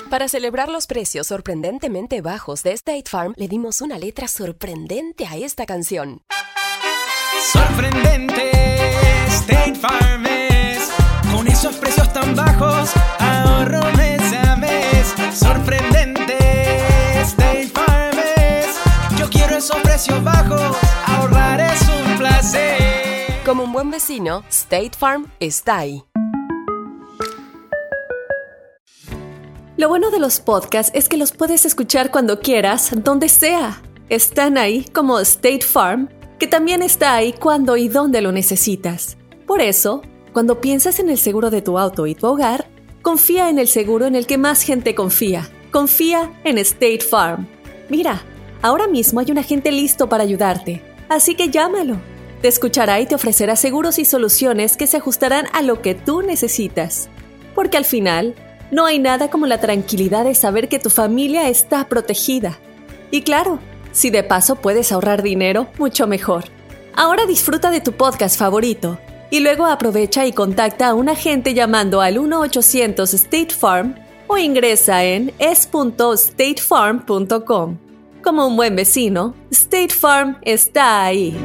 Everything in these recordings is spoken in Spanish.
Para celebrar los precios sorprendentemente bajos de State Farm, le dimos una letra sorprendente a esta canción. Sorprendente, State Farm es. Con esos precios tan bajos, ahorro mes a mes. Sorprendente, State Farm es. Yo quiero esos precios bajos, ahorrar es un placer. Como un buen vecino, State Farm está ahí. Lo bueno de los podcasts es que los puedes escuchar cuando quieras, donde sea. Están ahí como State Farm, que también está ahí cuando y donde lo necesitas. Por eso, cuando piensas en el seguro de tu auto y tu hogar, confía en el seguro en el que más gente confía. Confía en State Farm. Mira, ahora mismo hay un agente listo para ayudarte, así que llámalo. Te escuchará y te ofrecerá seguros y soluciones que se ajustarán a lo que tú necesitas. Porque al final, no hay nada como la tranquilidad de saber que tu familia está protegida. Y claro, si de paso puedes ahorrar dinero, mucho mejor. Ahora disfruta de tu podcast favorito y luego aprovecha y contacta a un agente llamando al 1-800-STATE-FARM o ingresa en es.statefarm.com. Como un buen vecino, State Farm está ahí.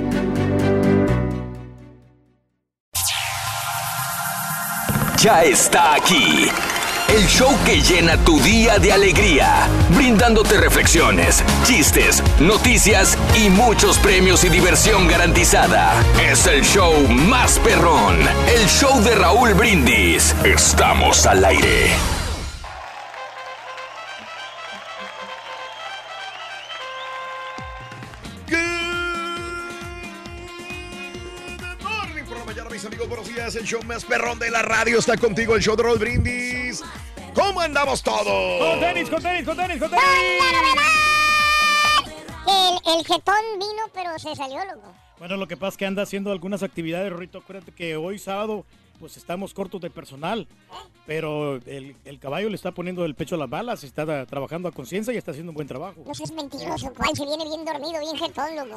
Ya está aquí. El show que llena tu día de alegría, brindándote reflexiones, chistes, noticias y muchos premios y diversión garantizada. Es el show más perrón, el show de Raúl Brindis. Estamos al aire. Amigos, buenos días. El show más perrón de la radio está contigo, el show de Raúl Brindis. ¿Cómo andamos todos? Con tenis. El jetón vino, pero se salió, loco. Bueno, lo que pasa es que anda haciendo algunas actividades, Rorrito. Acuérdate que hoy sábado, pues estamos cortos de personal. Pero el caballo le está poniendo el pecho a las balas, está trabajando a conciencia y está haciendo un buen trabajo. No seas mentiroso, Juan, se viene bien dormido, bien jetón, loco.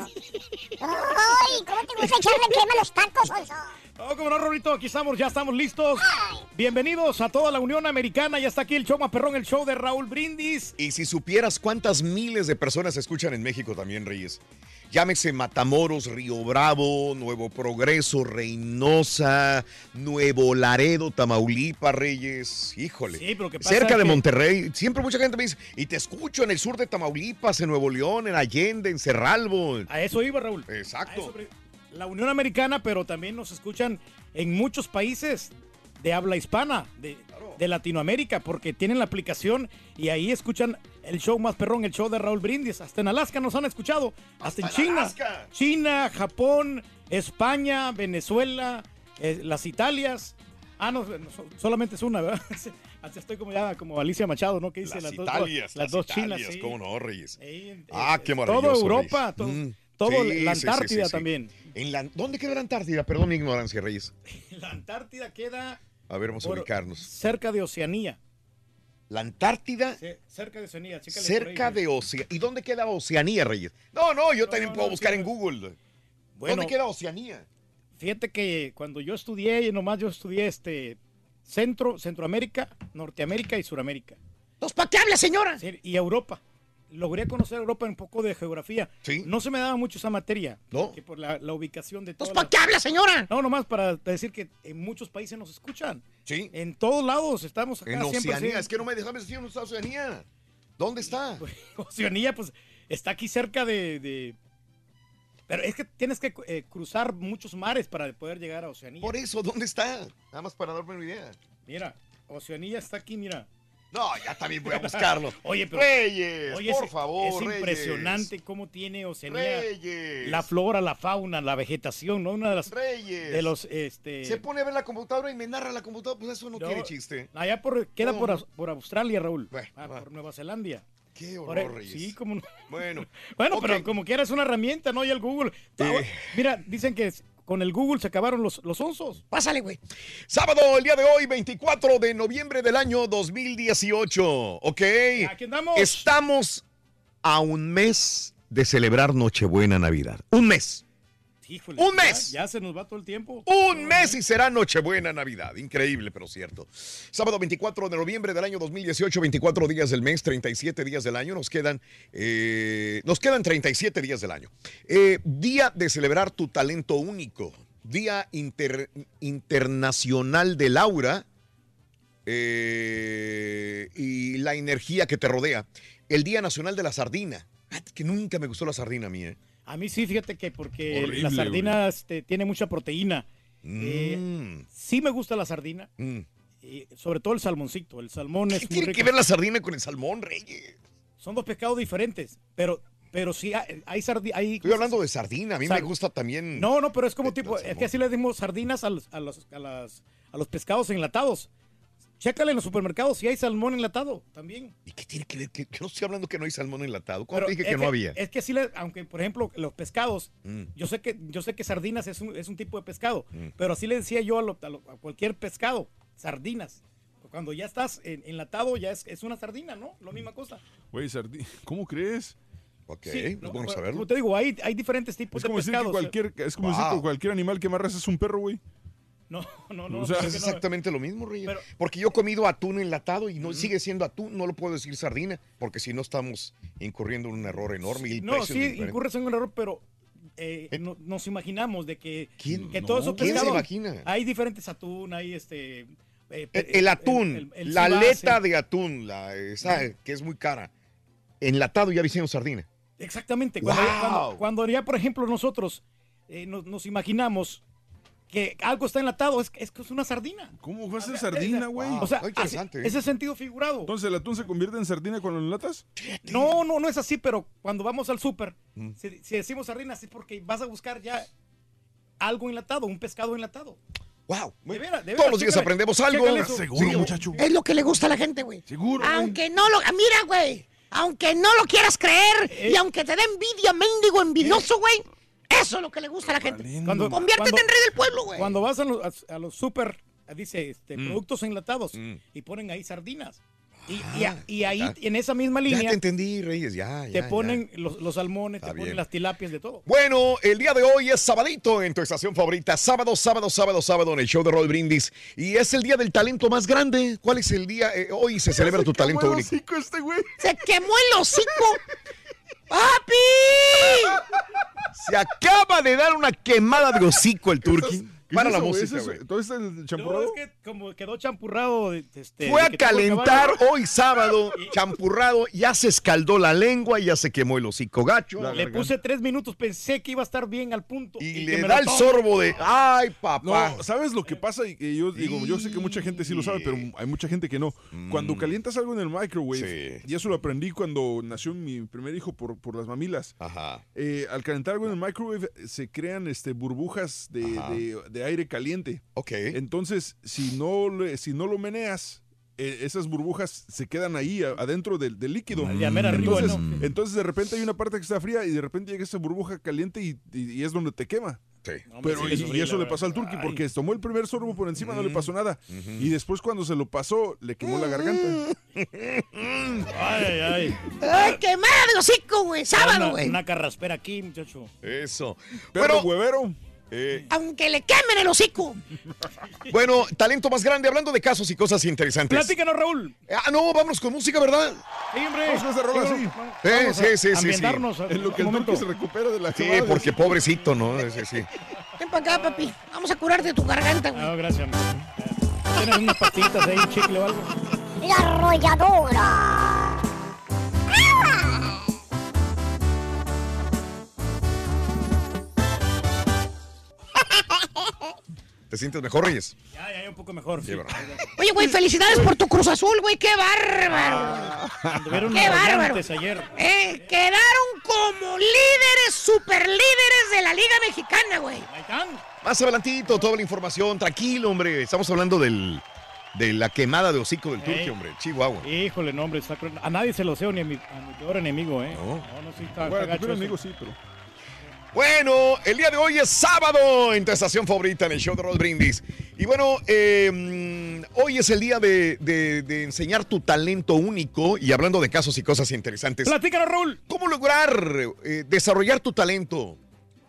¡Ay! ¿Cómo te gusta echarle crema a los tacos, Sonso? No, como no, Rorrito, aquí estamos, ya estamos listos. Bienvenidos a toda la Unión Americana, ya está aquí el show más perrón, el show de Raúl Brindis. Y si supieras cuántas miles de personas escuchan en México también, Reyes. Llámese Matamoros, Río Bravo, Nuevo Progreso, Reynosa, Nuevo Laredo, Tamaulipas, Reyes. Híjole. Sí, pero ¿qué pasa? Cerca de Monterrey. Siempre mucha gente me dice, y te escucho en el sur de Tamaulipas, en Nuevo León, en Allende, en Cerralbo. A eso iba, Raúl. Exacto. La Unión Americana, pero también nos escuchan en muchos países de habla hispana, de Latinoamérica, porque tienen la aplicación y ahí escuchan el show más perrón, el show de Raúl Brindis. Hasta en Alaska nos han escuchado, hasta en China. Alaska. China, Japón, España, Venezuela, las Italias. No, solamente es una, ¿verdad? Así estoy como Alicia Machado, ¿no? ¿Qué dice? Las dos chinas, sí. ¿Cómo no, Reyes? Qué maravilloso. Todo Europa, todo sí, la Antártida sí. también. ¿Dónde queda la Antártida? Perdón mi ignorancia, Reyes. La Antártida queda... A ver, vamos a ubicarnos. Cerca de Oceanía. ¿La Antártida? Sí, cerca de Oceanía. Cerca de Oceanía. ¿Y dónde queda Oceanía, Reyes? Yo también puedo buscar en Google. Bueno, ¿dónde queda Oceanía? Fíjate que cuando yo estudié, Centroamérica, Norteamérica y Suramérica. ¿Pues para qué habla, señora? Sí, y Europa. Logré conocer Europa en un poco de geografía. ¿Sí? No se me daba mucho esa materia. ¿No? Por la ubicación de todo. ¿Pues para qué habla, señora? No, nomás para decir que en muchos países nos escuchan. Sí. En todos lados estamos acá. En siempre. Oceanía. Es que no me dejas decir dónde está Oceanía. ¿Dónde está? Oceanía, pues, está aquí cerca de... Pero es que tienes que cruzar muchos mares para poder llegar a Oceanía. Por eso, ¿dónde está? Nada más para darme una idea. Mira, Oceanía está aquí, mira. No, ya también voy a buscarlo. Oye, pero, Reyes, por favor, es Reyes. Impresionante cómo tiene Oceanía. Reyes. La flora, la fauna, la vegetación, ¿no? Una de las... Reyes. De los, Se pone a ver la computadora y me narra la computadora, pues eso no tiene chiste. Allá queda por Australia, Raúl. Por Nueva Zelanda. Qué horror, Reyes. Sí, como no. Bueno, okay. Pero como quiera es una herramienta, ¿no? Y el Google. Mira, dicen que con el Google se acabaron los onzos. Pásale, güey. Sábado, el día de hoy, 24 de noviembre del año 2018. ¿Ok? Aquí andamos. Estamos a un mes de celebrar Nochebuena, Navidad. Un mes. Híjole, ¡Un mes! Ya se nos va todo el tiempo. Un mes y será Nochebuena, Navidad. Increíble, pero cierto. Sábado 24 de noviembre del año 2018, 24 días del mes, 37 días del año. Nos quedan 37 días del año. Día de celebrar tu talento único. Día internacional del aura y la energía que te rodea. El Día Nacional de la Sardina. Que nunca me gustó la sardina a mí, A mí sí, fíjate que porque Horrible, la sardina tiene mucha proteína. Sí me gusta la sardina, sobre todo el salmoncito. El salmón es ¿Qué muy tiene rico. que ver la sardina con el salmón, Reyes? Son dos pescados diferentes, pero sí hay sardina. Estoy hablando de sardina, a mí me gusta también. No, pero es como tipo, es que así le dimos sardinas a los pescados enlatados. Chécale en los supermercados si hay salmón enlatado también. ¿Y qué tiene que ver? Yo no estoy hablando que no hay salmón enlatado. ¿Cuándo Pero dije que no había? Es que sí, aunque por ejemplo los pescados, yo sé que sardinas es un tipo de pescado, pero así le decía yo a cualquier pescado, sardinas. Cuando ya estás enlatado ya es una sardina, ¿no? La misma cosa. Güey, ¿cómo crees? Ok, Sí, es bueno saberlo. Como te digo, hay diferentes tipos Es como de decir pescados. es como decir que cualquier animal que amarras es un perro, güey. No. O sea, Es exactamente lo mismo, Reyes. Pero- Porque yo he comido atún enlatado y no sigue siendo atún, no lo puedo decir sardina, porque si no estamos incurriendo en un error enorme. Y el No, precio es sí, diferente. incurres en un error, pero nos imaginamos de que todos esos ¿Quién se pescados, imagina? hay diferentes atún, hay El atún, el la sea aleta base. de atún, esa que es muy cara, enlatado ya diciendo sardina. Exactamente. ¡Wow! Cuando ya, por ejemplo, nosotros nos imaginamos que algo está enlatado, es una sardina. ¿Cómo va a ser sardina, güey? Wow. O sea, interesante, ¿eh? ese sentido figurado. Entonces, ¿el atún se convierte en sardina cuando lo enlatas? No es así, pero cuando vamos al súper, si decimos sardinas es porque vas a buscar ya algo enlatado, un pescado enlatado. ¡Wow! De veras, Todos los días chécale, aprendemos algo. chécale eso. Seguro, Sí, muchacho. Es lo que le gusta a la gente, güey. Seguro. Aunque no lo... Mira, güey. Aunque no lo quieras creer y aunque te dé envidia, mendigo envidioso, güey. Eso es lo que le gusta a la gente. Conviértete en rey del pueblo, güey. Cuando vas a los súper, dice productos enlatados y ponen ahí sardinas. Y ahí, en esa misma Ya línea, te entendí, Reyes, ya. te ponen los salmones, Está te ponen bien. las tilapias, de todo. Bueno, el día de hoy es sabadito en tu estación favorita. Sábado en el show de Roll Brindis. Y es el día del talento más grande. ¿Cuál es el día? Hoy se celebra tu talento Quemó el único. hocico este güey. Se quemó el hocico. ¡Papi! Se acaba de dar una quemada de hocico el turqui. ¿Qué Para es la eso, güey? música, ¿Es güey. ¿Todo este No, champurrado? es que como quedó champurrado. Fue a de que tengo el calentar caballo, hoy sábado, champurrado, ya se escaldó la lengua, ya se quemó el hocico gacho. Le puse 3 minutos, pensé que iba a estar bien al punto. Y que le me da lo el tomo. sorbo de, ay, papá. No, ¿sabes lo que pasa? Y que yo digo, yo sé que mucha gente sí lo sabe, pero hay mucha gente que no. Cuando calientas algo en el microwave, Sí. y eso lo aprendí cuando nació mi primer hijo por las mamilas. Ajá. Al calentar algo en el microwave se crean burbujas de aire caliente. Ok. Entonces, si no lo meneas, esas burbujas se quedan ahí adentro del líquido. Ya mera arriba, Entonces, ¿no? entonces de repente hay una parte que está fría y de repente llega esa burbuja caliente y es donde te quema. Sí. Hombre, Pero sí, y eso le la pasó al verdad. turqui porque tomó el primer sorbo por encima, no le pasó nada. Y después cuando se lo pasó, le quemó la garganta. Ay. ¡Ay, quemada de hocico, güey! ¡Sábado, güey! Una carraspera aquí, muchacho. Eso. Perro Bueno, huevero. Aunque le quemen el hocico. bueno, talento más grande, hablando de casos y cosas interesantes. Platícanos, Raúl. No, vámonos con música, ¿verdad? Sí, hombre. Vamos con esa rola, sí. Vamos a Sí. ambientarnos En lo que un el momento. turqui se recupera de la Sí, quemada. porque pobrecito, ¿no? Sí. Ven para acá, papi. Vamos a curarte tu garganta, güey. No, gracias. ¿Tienes unas patitas ahí, un chicle o algo? La arrolladora. ¿Te sientes mejor, Reyes? Ya, un poco mejor. Sí. Sí, ¿verdad? Oye, güey, felicidades por tu Cruz Azul, güey. ¡Qué bárbaro! Anduvieron ¡Qué bárbaro! radiantes ayer. Quedaron como líderes, superlíderes de la Liga Mexicana, güey. Ahí están. Más adelantito, toda la información. Tranquilo, hombre. Estamos hablando de la quemada de hocico del turqui, hombre. Chihuahua. Híjole, no, hombre. A nadie se lo deseo, ni a mi peor enemigo, ¿eh? No. No, sí, está Bueno, tu gacho peor eso. amigo sí, pero... Bueno, el día de hoy es sábado en tu estación favorita en el show de Roll Brindis. Y bueno, hoy es el día de enseñar tu talento único y hablando de casos y cosas interesantes. Platícanos, Raúl. ¿Cómo lograr desarrollar tu talento?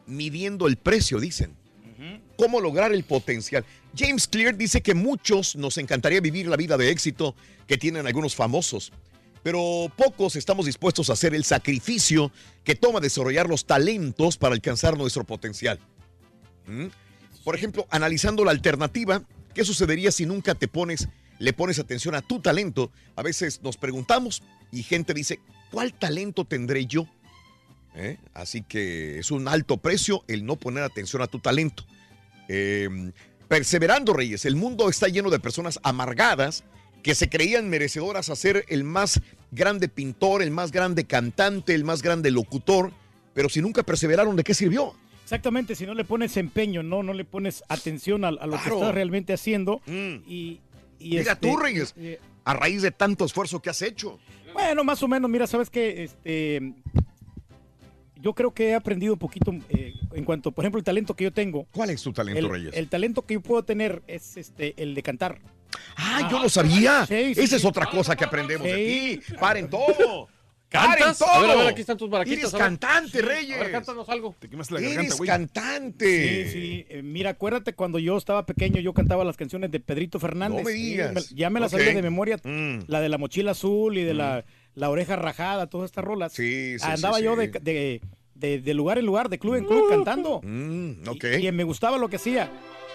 midiendo el precio, dicen. ¿Cómo lograr el potencial? James Clear dice que muchos nos encantaría vivir la vida de éxito que tienen algunos famosos, pero pocos estamos dispuestos a hacer el sacrificio que toma desarrollar los talentos para alcanzar nuestro potencial. Por ejemplo, analizando la alternativa, ¿qué sucedería si nunca le pones atención a tu talento? A veces nos preguntamos y gente dice, ¿cuál talento tendré yo? Así que es un alto precio el no poner atención a tu talento. Perseverando, Reyes, el mundo está lleno de personas amargadas que se creían merecedoras a ser el más grande pintor, el más grande cantante, el más grande locutor, pero si nunca perseveraron, ¿de qué sirvió? Exactamente, si no le pones empeño, no le pones atención a lo que estás realmente haciendo. Mira tú, Reyes, a raíz de tanto esfuerzo que has hecho. Bueno, más o menos, mira, sabes que yo creo que he aprendido un poquito en cuanto, por ejemplo, el talento que yo tengo. ¿Cuál es tu talento, Reyes? El talento que yo puedo tener es el de cantar. Yo lo sabía. Sí, Esa es otra cosa que aprendemos aquí. Paren todo. ¿Cantas? ¡Paren todo! A ver, aquí están tus baraquitas. Eres cantante, Reyes. A ver, cántanos algo. Te quemaste la garganta, Eres güey. cantante. Sí. Mira, acuérdate cuando yo estaba pequeño, yo cantaba las canciones de Pedrito Fernández. No me digas. Ya me las sabía de memoria. La de la mochila azul y de la oreja rajada, todas estas rolas. Sí. Andaba yo de lugar en lugar, de club en club cantando. Y me gustaba lo que hacía.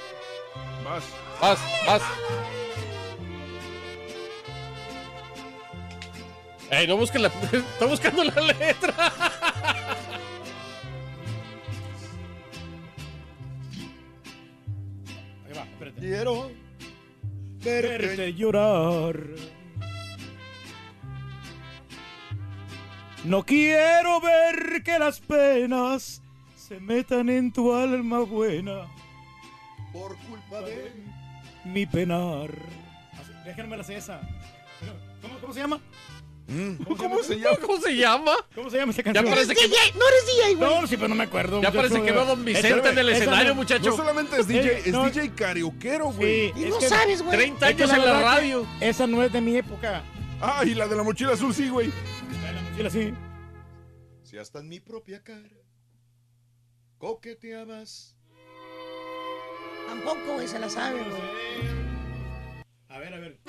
Vas. No busquen está buscando la letra. Ahí va, espérate. Quiero Verte llorar. No quiero ver que las penas se metan en tu alma buena por culpa de mi penar. Déjenme la esa. ¿Cómo se llama? ¿Cómo se llama? ¿Cómo se llama? ¿Cómo se llama esa canción? Ya parece que... No eres DJ, güey. No, sí, pero no me acuerdo. Ya parece que veo a Don Vicente en el escenario, muchacho. No solamente es DJ, es DJ karaoquero, güey. Y no sabes, güey. 30 años en la radio. Esa no es de mi época. Y la de la mochila azul, sí, güey. La de la mochila, sí. Si hasta en mi propia cara coqueteabas. Tampoco, güey, se la sabe, güey. A ver.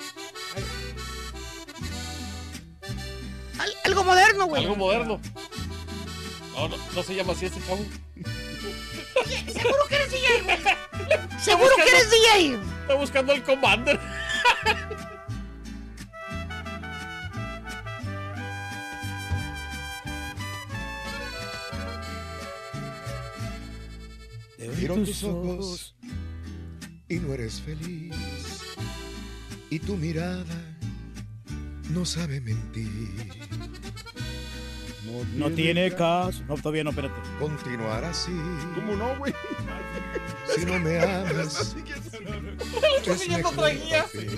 Algo moderno, güey. Algo moderno. No se llama así este chavo. Oye, seguro que eres DJ, güey. Seguro que eres DJ. Está buscando el Commander. Miro tus ojos y no eres feliz, y tu mirada no sabe mentir. No tiene caso. No, todavía no, espérate. Continuar así. ¿Cómo no, güey? Si no me amas. Es mejor para ti.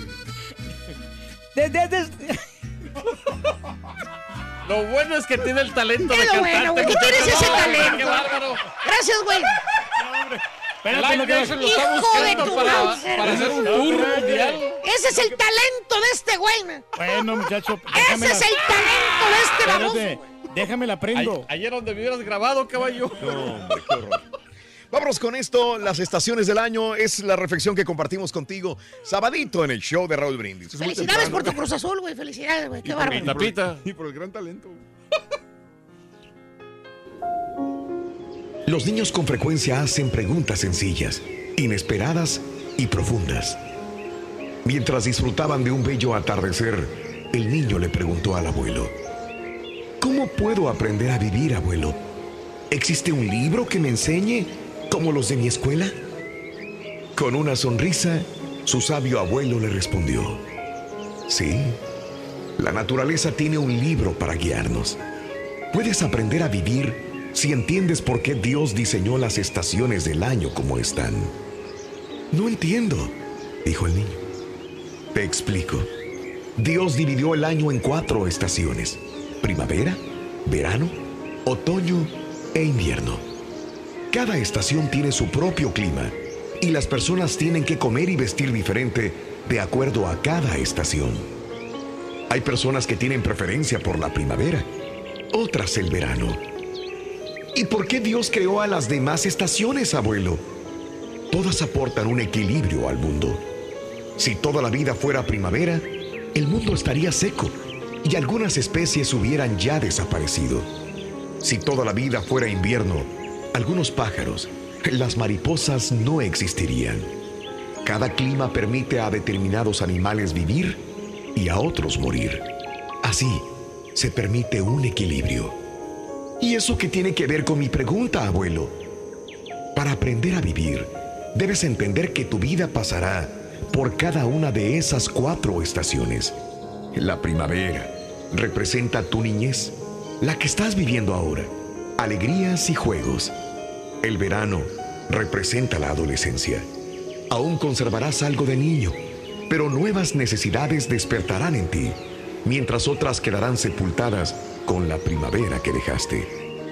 Lo bueno es que tiene el talento de cantante. Bueno, tú tienes ese talento. ¡Qué bárbaro! Gracias, güey. Espérate, lo está buscando para hacer un tour mundial. Ese es el talento de este güey. Bueno, muchacho. Ese es el talento de este baboso. Déjame la prendo. Ayer donde me hubieras grabado, caballo. No, hombre, qué horror. Vámonos con esto, las estaciones del año es la reflexión que compartimos contigo sabadito en el show de Raúl Brindis. Felicidades por tu Cruz Azul, güey, felicidades, güey, qué bárbaro. Tapita. Y por el gran talento. Los niños con frecuencia hacen preguntas sencillas, inesperadas y profundas. Mientras disfrutaban de un bello atardecer, el niño le preguntó al abuelo: ¿cómo puedo aprender a vivir, abuelo? ¿Existe un libro que me enseñe como los de mi escuela? Con una sonrisa, su sabio abuelo le respondió: sí, la naturaleza tiene un libro para guiarnos. Puedes aprender a vivir si entiendes por qué Dios diseñó las estaciones del año como están. No entiendo, dijo el niño. Te explico. Dios dividió el año en 4 estaciones: primavera, verano, otoño e invierno. Cada estación tiene su propio clima y las personas tienen que comer y vestir diferente de acuerdo a cada estación. Hay personas que tienen preferencia por la primavera, otras el verano. ¿Y por qué Dios creó a las demás estaciones, abuelo? Todas aportan un equilibrio al mundo. Si toda la vida fuera primavera, el mundo estaría seco y algunas especies hubieran ya desaparecido. Si toda la vida fuera invierno, algunos pájaros, las mariposas no existirían. Cada clima permite a determinados animales vivir y a otros morir. Así, se permite un equilibrio. ¿Y eso qué tiene que ver con mi pregunta, abuelo? Para aprender a vivir, debes entender que tu vida pasará por cada una de esas 4 estaciones. La primavera representa tu niñez, la que estás viviendo ahora, alegrías y juegos. El verano representa la adolescencia. Aún conservarás algo de niño, pero nuevas necesidades despertarán en ti, mientras otras quedarán sepultadas con la primavera que dejaste.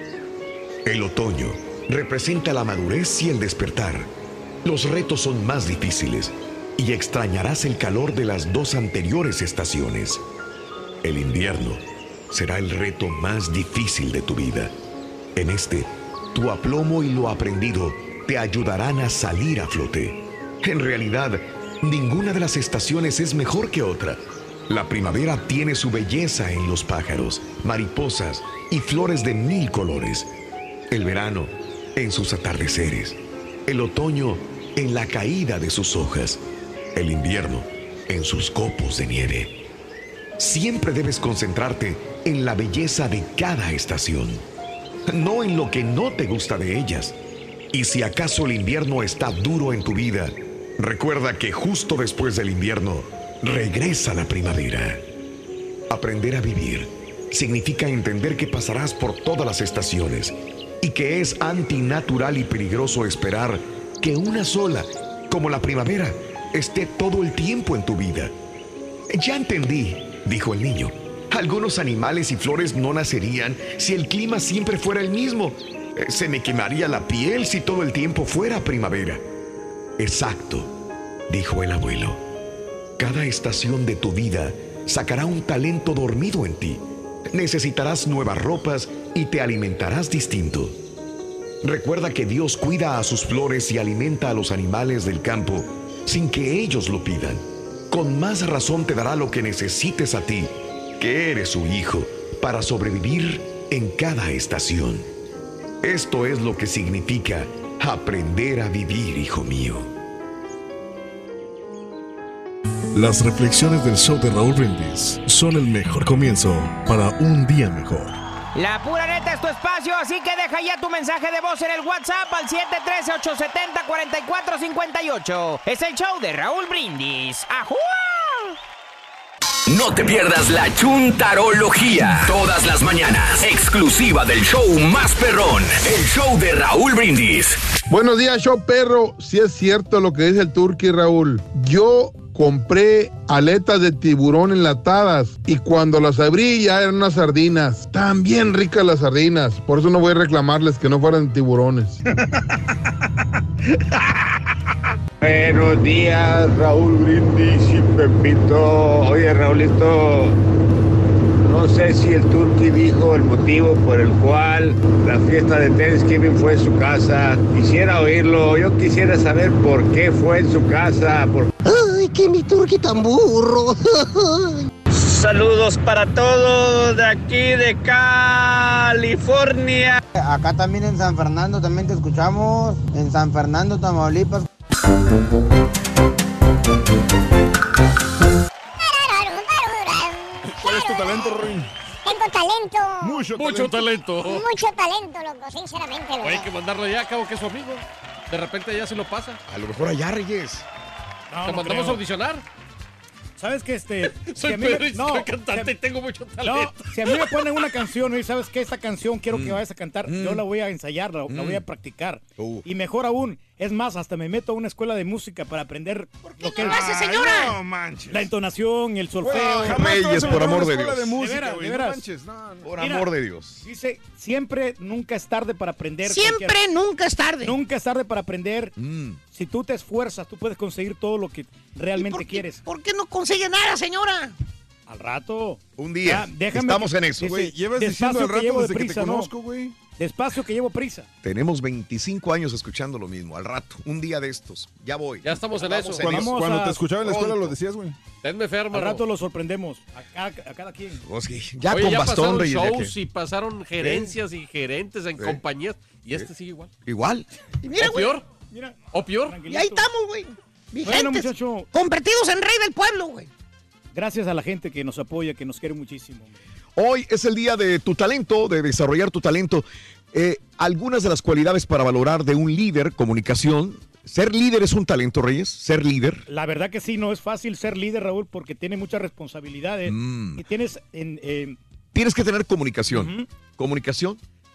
El otoño representa la madurez y el despertar. Los retos son más difíciles y extrañarás el calor de las 2 anteriores estaciones. El invierno será el reto más difícil de tu vida. En este, tu aplomo y lo aprendido te ayudarán a salir a flote. En realidad, ninguna de las estaciones es mejor que otra. La primavera tiene su belleza en los pájaros, mariposas y flores de 1000 colores. El verano en sus atardeceres. El otoño en la caída de sus hojas. El invierno en sus copos de nieve. Siempre debes concentrarte en la belleza de cada estación, no en lo que no te gusta de ellas. Y si acaso el invierno está duro en tu vida, recuerda que justo después del invierno regresa la primavera. Aprender a vivir significa entender que pasarás por todas las estaciones y que es antinatural y peligroso esperar que una sola, como la primavera, esté todo el tiempo en tu vida. Ya entendí, dijo el niño. Algunos animales y flores no nacerían si el clima siempre fuera el mismo. Se me quemaría la piel si todo el tiempo fuera primavera. Exacto, dijo el abuelo. Cada estación de tu vida sacará un talento dormido en ti. Necesitarás nuevas ropas y te alimentarás distinto. Recuerda que Dios cuida a sus flores y alimenta a los animales del campo sin que ellos lo pidan. Con más razón te dará lo que necesites a ti, que eres su hijo, para sobrevivir en cada estación. Esto es lo que significa aprender a vivir, hijo mío. Las reflexiones del show de Raúl Brindis son el mejor comienzo para un día mejor. La pura neta es tu espacio, así que deja ya tu mensaje de voz en el WhatsApp al 713-870-4458. Es el show de Raúl Brindis. ¡Ajúa! No te pierdas la chuntarología. Todas las mañanas. Exclusiva del show más perrón. El show de Raúl Brindis. Buenos días, show perro. Si es cierto lo que dice el Turqui, Raúl. Yo compré aletas de tiburón enlatadas y cuando las abrí ya eran unas sardinas. Estaban bien ricas las sardinas. Por eso no voy a reclamarles que no fueran tiburones. Buenos días, Raúl Brindis y Pepito. Oye, Raulito, no sé si el Turqui dijo el motivo por el cual la fiesta de Thanksgiving fue en su casa. Quisiera oírlo. Yo quisiera saber por qué fue en su casa. Ay, que mi Turqui tan burro. Saludos para todos de aquí de California. Acá también en San Fernando también te escuchamos. En San Fernando, Tamaulipas. ¿Cuál es tu talento, Rory? Tengo talento. Mucho talento. Mucho talento, loco, sinceramente. Hay que mandarlo allá, acabo que es su amigo. De repente ya se lo pasa. A lo mejor allá, Reyes. ¿Te mandamos a audicionar? ¿Sabes qué? Soy cantante y tengo mucho talento. No, si a mí me ponen una canción y sabes que esta canción quiero que vayas a cantar, yo la voy a ensayar, la voy a practicar. Y mejor aún, es más, hasta me meto a una escuela de música para aprender lo que lo hace, señora? No manches. La entonación, el solfeo. Reyes, por amor de Dios. De música, de veras. No manches, no. Por amor de Dios. Dice, siempre, nunca es tarde para aprender. Siempre, nunca es tarde. Nunca es tarde para aprender. Si tú te esfuerzas, tú puedes conseguir todo lo que realmente quieres. ¿Por qué no consigue nada, señora? Al rato. Un día. Estamos en eso. Güey, llevas diciendo al rato desde que te conozco, güey. Despacio que llevo prisa. Tenemos 25 años escuchando lo mismo. Al rato, un día de estos. Ya voy. Ya estamos en eso. Cuando te escuchaba en la escuela lo decías, güey. Tenme ferma. Al rato lo sorprendemos. A cada quien. Ya Oye, con ya bastón, pasaron Reyes. shows y pasaron gerencias y gerentes en compañías. Y este sigue igual. Igual. Y mira, ¿O peor? Mira. ¿O peor? Y ahí estamos, güey. Vigentes. Bueno, muchacho. Convertidos en rey del pueblo, güey. Gracias a la gente que nos apoya, que nos quiere muchísimo. Hoy es el día de tu talento, de desarrollar tu talento. Algunas de las cualidades para valorar de un líder, comunicación. ¿Ser líder es un talento, Reyes? ¿Ser líder? La verdad que sí, no es fácil ser líder, Raúl, porque tiene muchas responsabilidades. Y tienes... Tienes que tener comunicación. Comunicación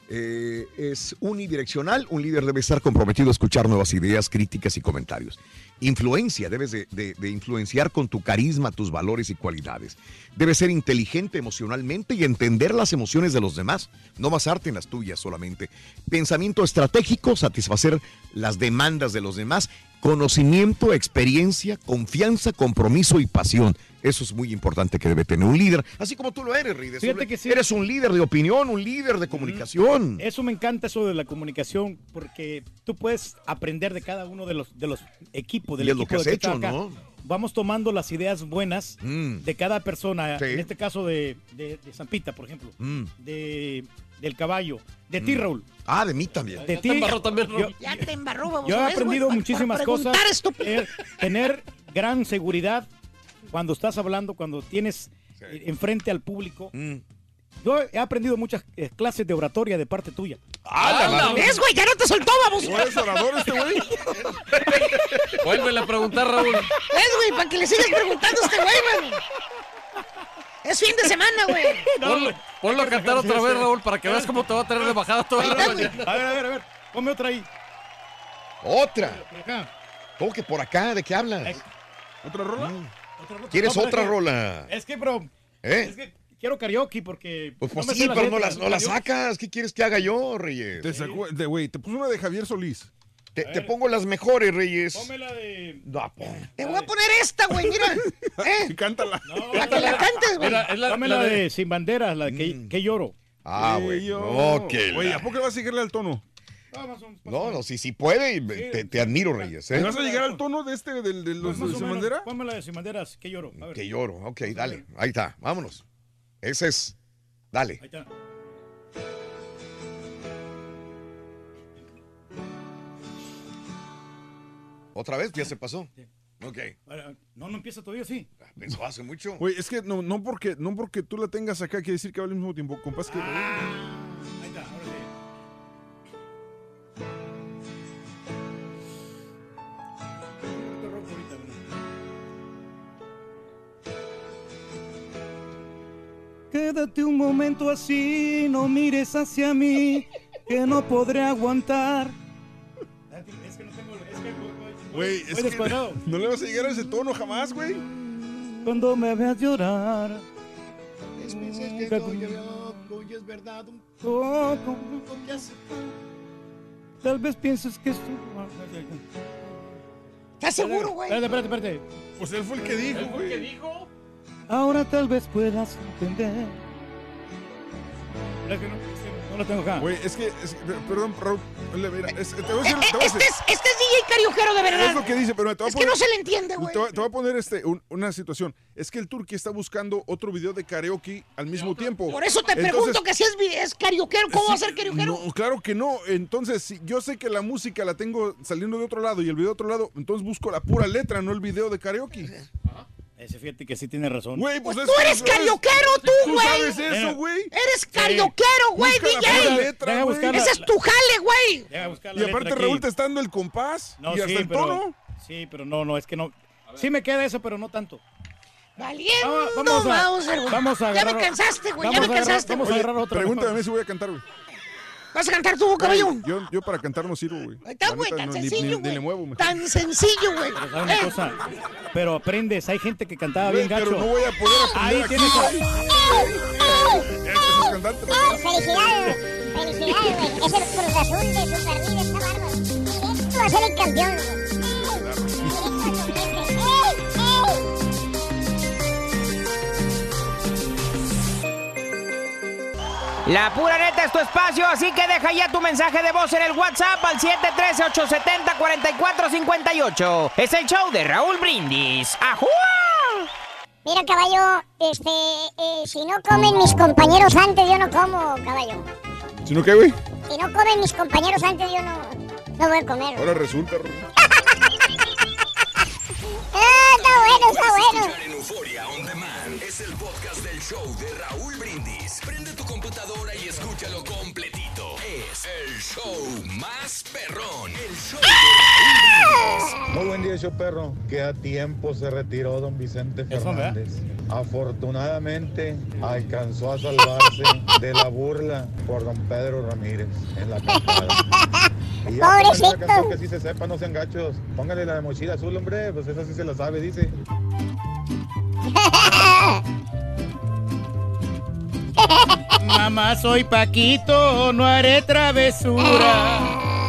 es unidireccional. Un líder debe estar comprometido a escuchar nuevas ideas, críticas y comentarios. Influencia, debes de influenciar con tu carisma, tus valores y cualidades. Debes ser inteligente emocionalmente y entender las emociones de los demás, no basarte en las tuyas solamente. Pensamiento estratégico, satisfacer las demandas de los demás. Conocimiento, experiencia, confianza, compromiso y pasión. Eso es muy importante que debe tener un líder, así como tú lo eres, Rides. Fíjate que sí. Eres un líder de opinión, un líder de comunicación. Eso me encanta, eso de la comunicación, porque tú puedes aprender de cada uno de los equipos, del Y es equipo lo que has de hecho, acá. ¿no? Vamos tomando las ideas buenas de cada persona, Sí. en este caso de Zampita, por ejemplo, del caballo, de ti, Raúl. Ah, de mí también. De ti. Ya te embarró, vamos Yo a he ver, aprendido güey, muchísimas para cosas. preguntar, estúpido. Tener gran seguridad cuando estás hablando, cuando tienes enfrente al público. Yo he aprendido muchas clases de oratoria de parte tuya. ¿Ves, güey? Ya no te soltó, vamos. ¿No eres orador este güey? Vuélvele a preguntar, Raúl. ¿Ves, güey? Para que le sigas preguntando a este güey, güey. Es fin de semana, güey. Ponlo a cantar otra vez, Raúl, para que veas cómo te va a tener de bajada toda la mañana. A ver. Ponme otra ahí. ¿Otra? Por acá. ¿Cómo que por acá? ¿De qué hablas? ¿Otra rola? ¿Quieres No, otra pero rola? Es que, bro, ¿Eh? es que quiero karaoke porque... Pues no me sí, sé las pero no letras. la sacas. ¿Qué quieres que haga yo, Reyes? Güey, te puso una de Javier Solís. Te pongo las mejores, Reyes. Ponme la de... Te voy a poner esta, güey, mira. Cántala. Para que la cantes, güey. Ponme la de Sin Banderas, la de que lloro. Ah, güey. Ok. Güey, ¿a poco vas a llegarle al tono? No, sí puede. Te admiro, Reyes. ¿eh? ¿Vas a llegar al tono de los de Sin Bandera? Ponme la de Sin Banderas, que lloro. A ver. Que lloro. Ok, dale. Ahí está. Vámonos. Ese es. Dale. Ahí está. ¿Otra vez? Ya se pasó. Ok. No empieza todavía así. Eso hace mucho. Güey, es que no porque tú la tengas acá quiere decir que va al mismo tiempo. Compás que... Ahí está, ahora sí. Quédate un momento así, no mires hacia mí, que no podré aguantar. Es que no tengo... Güey, es que no le vas a llegar a ese tono jamás, güey. Cuando me veas llorar. Es veces que estoy loco y es verdad un poco que hace. Tal vez pienses que ¿Estás seguro, güey? Espérate. Pues él fue el que dijo, güey. Ahora tal vez puedas entender. No lo tengo acá. Güey, perdón, Raúl. Mira, te voy a decir, Este es DJ Cariojero, de verdad. Es lo que dice, pero te voy a Es poner, que no se le entiende, güey. Te voy a poner una situación. Es que el Turqui está buscando otro video de karaoke al mismo tiempo. Por eso te pregunto que si es karaokeero, ¿cómo va a ser karaokeero? No, claro que no. Entonces, si yo sé que la música la tengo saliendo de otro lado y el video de otro lado, entonces busco la pura letra, no el video de karaoke. Ese fíjate que sí tiene razón. Güey, pues tú eres carioquero, tú, güey. ¿Tú sabes eso, güey? Eres carioquero, güey, DJ. Letra, ese es tu jale, güey. Y aparte, Raúl, te está dando el compás y hasta el tono. Sí, pero no, es que no. Sí me queda eso, pero no tanto. Valiendo, vamos a ya me cansaste, güey, ya me cansaste. Vamos a agarrar otra. Pregúntame a mí si voy a cantar, güey. ¿Vas a cantar tú, caballón? Yo para cantar no sirvo, güey. Ahí está, güey, tan sencillo, ni le muevo, güey. Tan sencillo, güey. Pero ¿sabes una cosa? Pero aprendes, hay gente que cantaba bien gacho. Pero no voy a poder aprender. Ahí tienes Felicidades, güey. Es el Cruz Azul de Superlíder, está bárbaro. Directo a ser el campeón, La pura neta es tu espacio, así que deja ya tu mensaje de voz en el WhatsApp al 713-870-4458. Es el show de Raúl Brindis. ¡Ajúa! Mira, caballo, si no comen mis compañeros antes, yo no como, caballo. ¿Si no qué, güey? Si no comen mis compañeros antes, yo no voy a comer. Ahora resulta. Está bueno. Escuchar en Euforia On Demand es el podcast del show de Raúl Brindis. Prende tu computadora y escúchalo completito. Es el show más perrón. El show de Raúl Brindis. Muy buen día, show perro. Que a tiempo se retiró don Vicente Fernández. Afortunadamente alcanzó a salvarse de la burla por don Pedro Ramírez en la cantada. Y ya Pobrecito. la canción que sí se sepa, no sean gachos. Póngale la de mochila azul, hombre, pues esa sí se la sabe, dice. Mamá, soy Paquito, no haré travesura.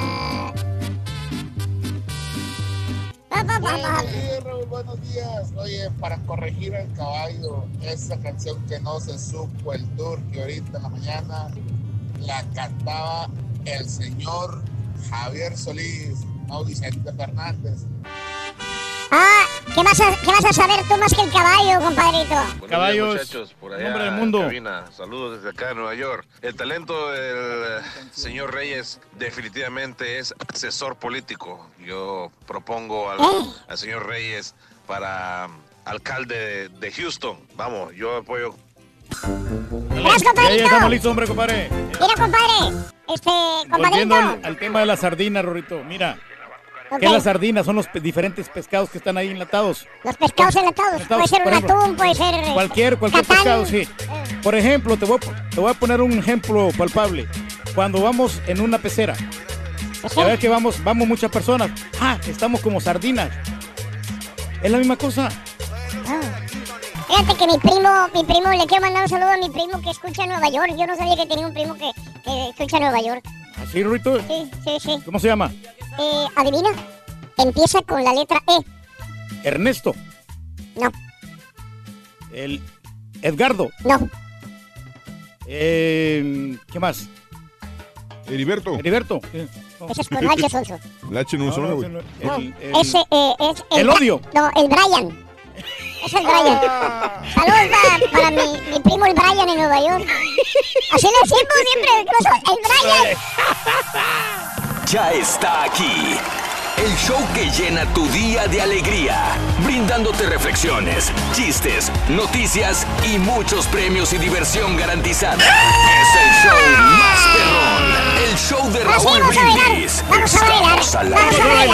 Buenos días. Oye, para corregir al caballo, esa canción que no se supo el Turqui ahorita en la mañana, la cantaba el señor Javier Solís, no Vicente Fernández. ¿Qué vas a saber tú más que el caballo, compadrito? Caballos, muchachos, por allá nombre del mundo. en cabina. Saludos desde acá de Nueva York. El talento del señor Reyes definitivamente es asesor político. Yo propongo al señor Reyes para alcalde de Houston. Vamos, yo apoyo. Gracias, compadrito. Ya estamos listos, hombre, compadre. Mira, compadre, Volviendo compadrito. al tema de la sardina, Rorrito. Mira, Ok. ¿qué es la sardina? Son los diferentes pescados que están ahí enlatados. Los pescados enlatados. Puede ser por un ejemplo, atún, puede ser... Cualquier catán. pescado, sí. Por ejemplo, te voy a poner un ejemplo palpable. Cuando vamos en una pecera, ya ves que vamos muchas personas. Estamos como sardinas. Es la misma cosa. Fíjate que mi primo, le quiero mandar un saludo a mi primo que escucha en Nueva York. Yo no sabía que tenía un primo que escucha en Nueva York. ¿Así, Rorito? Sí. ¿Cómo se llama? ¿Adivina? Empieza con la letra E. Ernesto. No. El Edgardo. No. ¿Qué más? Heriberto. Ese es con H, Sonso. La H no suena, güey. Ese es el odio. No, el Brian. Es el Brian. Saludos para mi primo el Brian en Nueva York. Así le decimos siempre, incluso el Brian. Ya está aquí. El show que llena tu día de alegría, brindándote reflexiones, chistes, noticias y muchos premios y diversión garantizada. Es el show más perrón, el show de Raúl Brindis. Estamos al aire.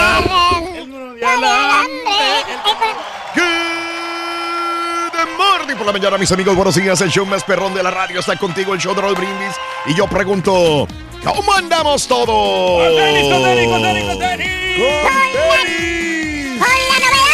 Good morning por la mañana, mis amigos. Buenos días. El show más perrón de la radio está contigo, el show de Raúl Brindis. Y yo pregunto, ¿cómo andamos todos? ¡Con la novedad!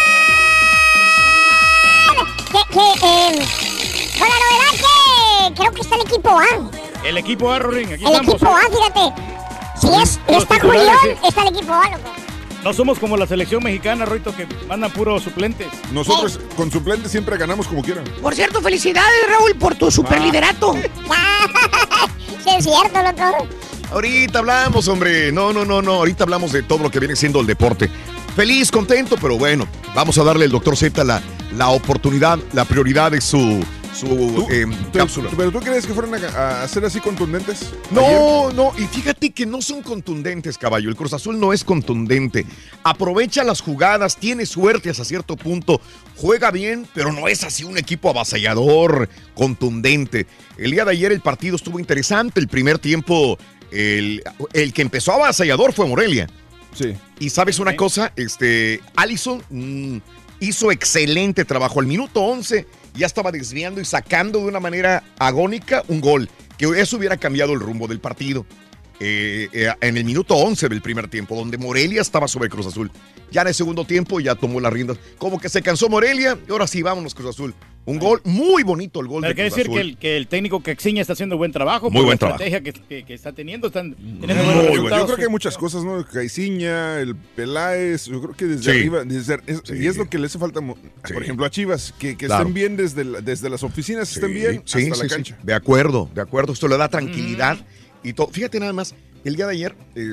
Con la novedad que creo que está el equipo A. El equipo A, Rorín, aquí El estamos. equipo A, fíjate. Si está titulares, Julián, está el equipo A, loco. No somos como la selección mexicana, Rorito, que mandan puros suplentes. Nosotros con suplentes siempre ganamos como quieran. Por cierto, felicidades, Raúl, por tu superliderato. Sí, es cierto, loco. Ahorita hablamos, hombre. No. Ahorita hablamos de todo lo que viene siendo el deporte. Feliz, contento, pero bueno, vamos a darle al Dr. Z la oportunidad, la prioridad de su cápsula. ¿Pero tú crees que fueran a ser así contundentes? No, y fíjate que no son contundentes, caballo. El Cruz Azul no es contundente. Aprovecha las jugadas, tiene suerte hasta cierto punto, juega bien, pero no es así un equipo avasallador, contundente. El día de ayer el partido estuvo interesante. El primer tiempo, el que empezó avasallador fue Morelia. Sí. Y ¿sabes una cosa? Alisson hizo excelente trabajo. Al minuto 11 ya estaba desviando y sacando de una manera agónica un gol, que eso hubiera cambiado el rumbo del partido. en el minuto 11 del primer tiempo, donde Morelia estaba sobre Cruz Azul. Ya en el segundo tiempo ya tomó las riendas. Como que se cansó Morelia y ahora sí, vámonos Cruz Azul. Un gol muy bonito, el gol de Cruz Azul. Quiere decir que el técnico Caixinha está haciendo buen trabajo. Muy buen trabajo. La estrategia que está teniendo. Están teniendo buenos resultados. Yo creo que hay muchas cosas, ¿no? Caixinha, el Peláez, yo creo que desde arriba, y es lo que le hace falta, por ejemplo, a Chivas, que estén bien desde las oficinas, estén bien hasta la cancha. De acuerdo. Esto le da tranquilidad y todo. Fíjate nada más. El día de ayer,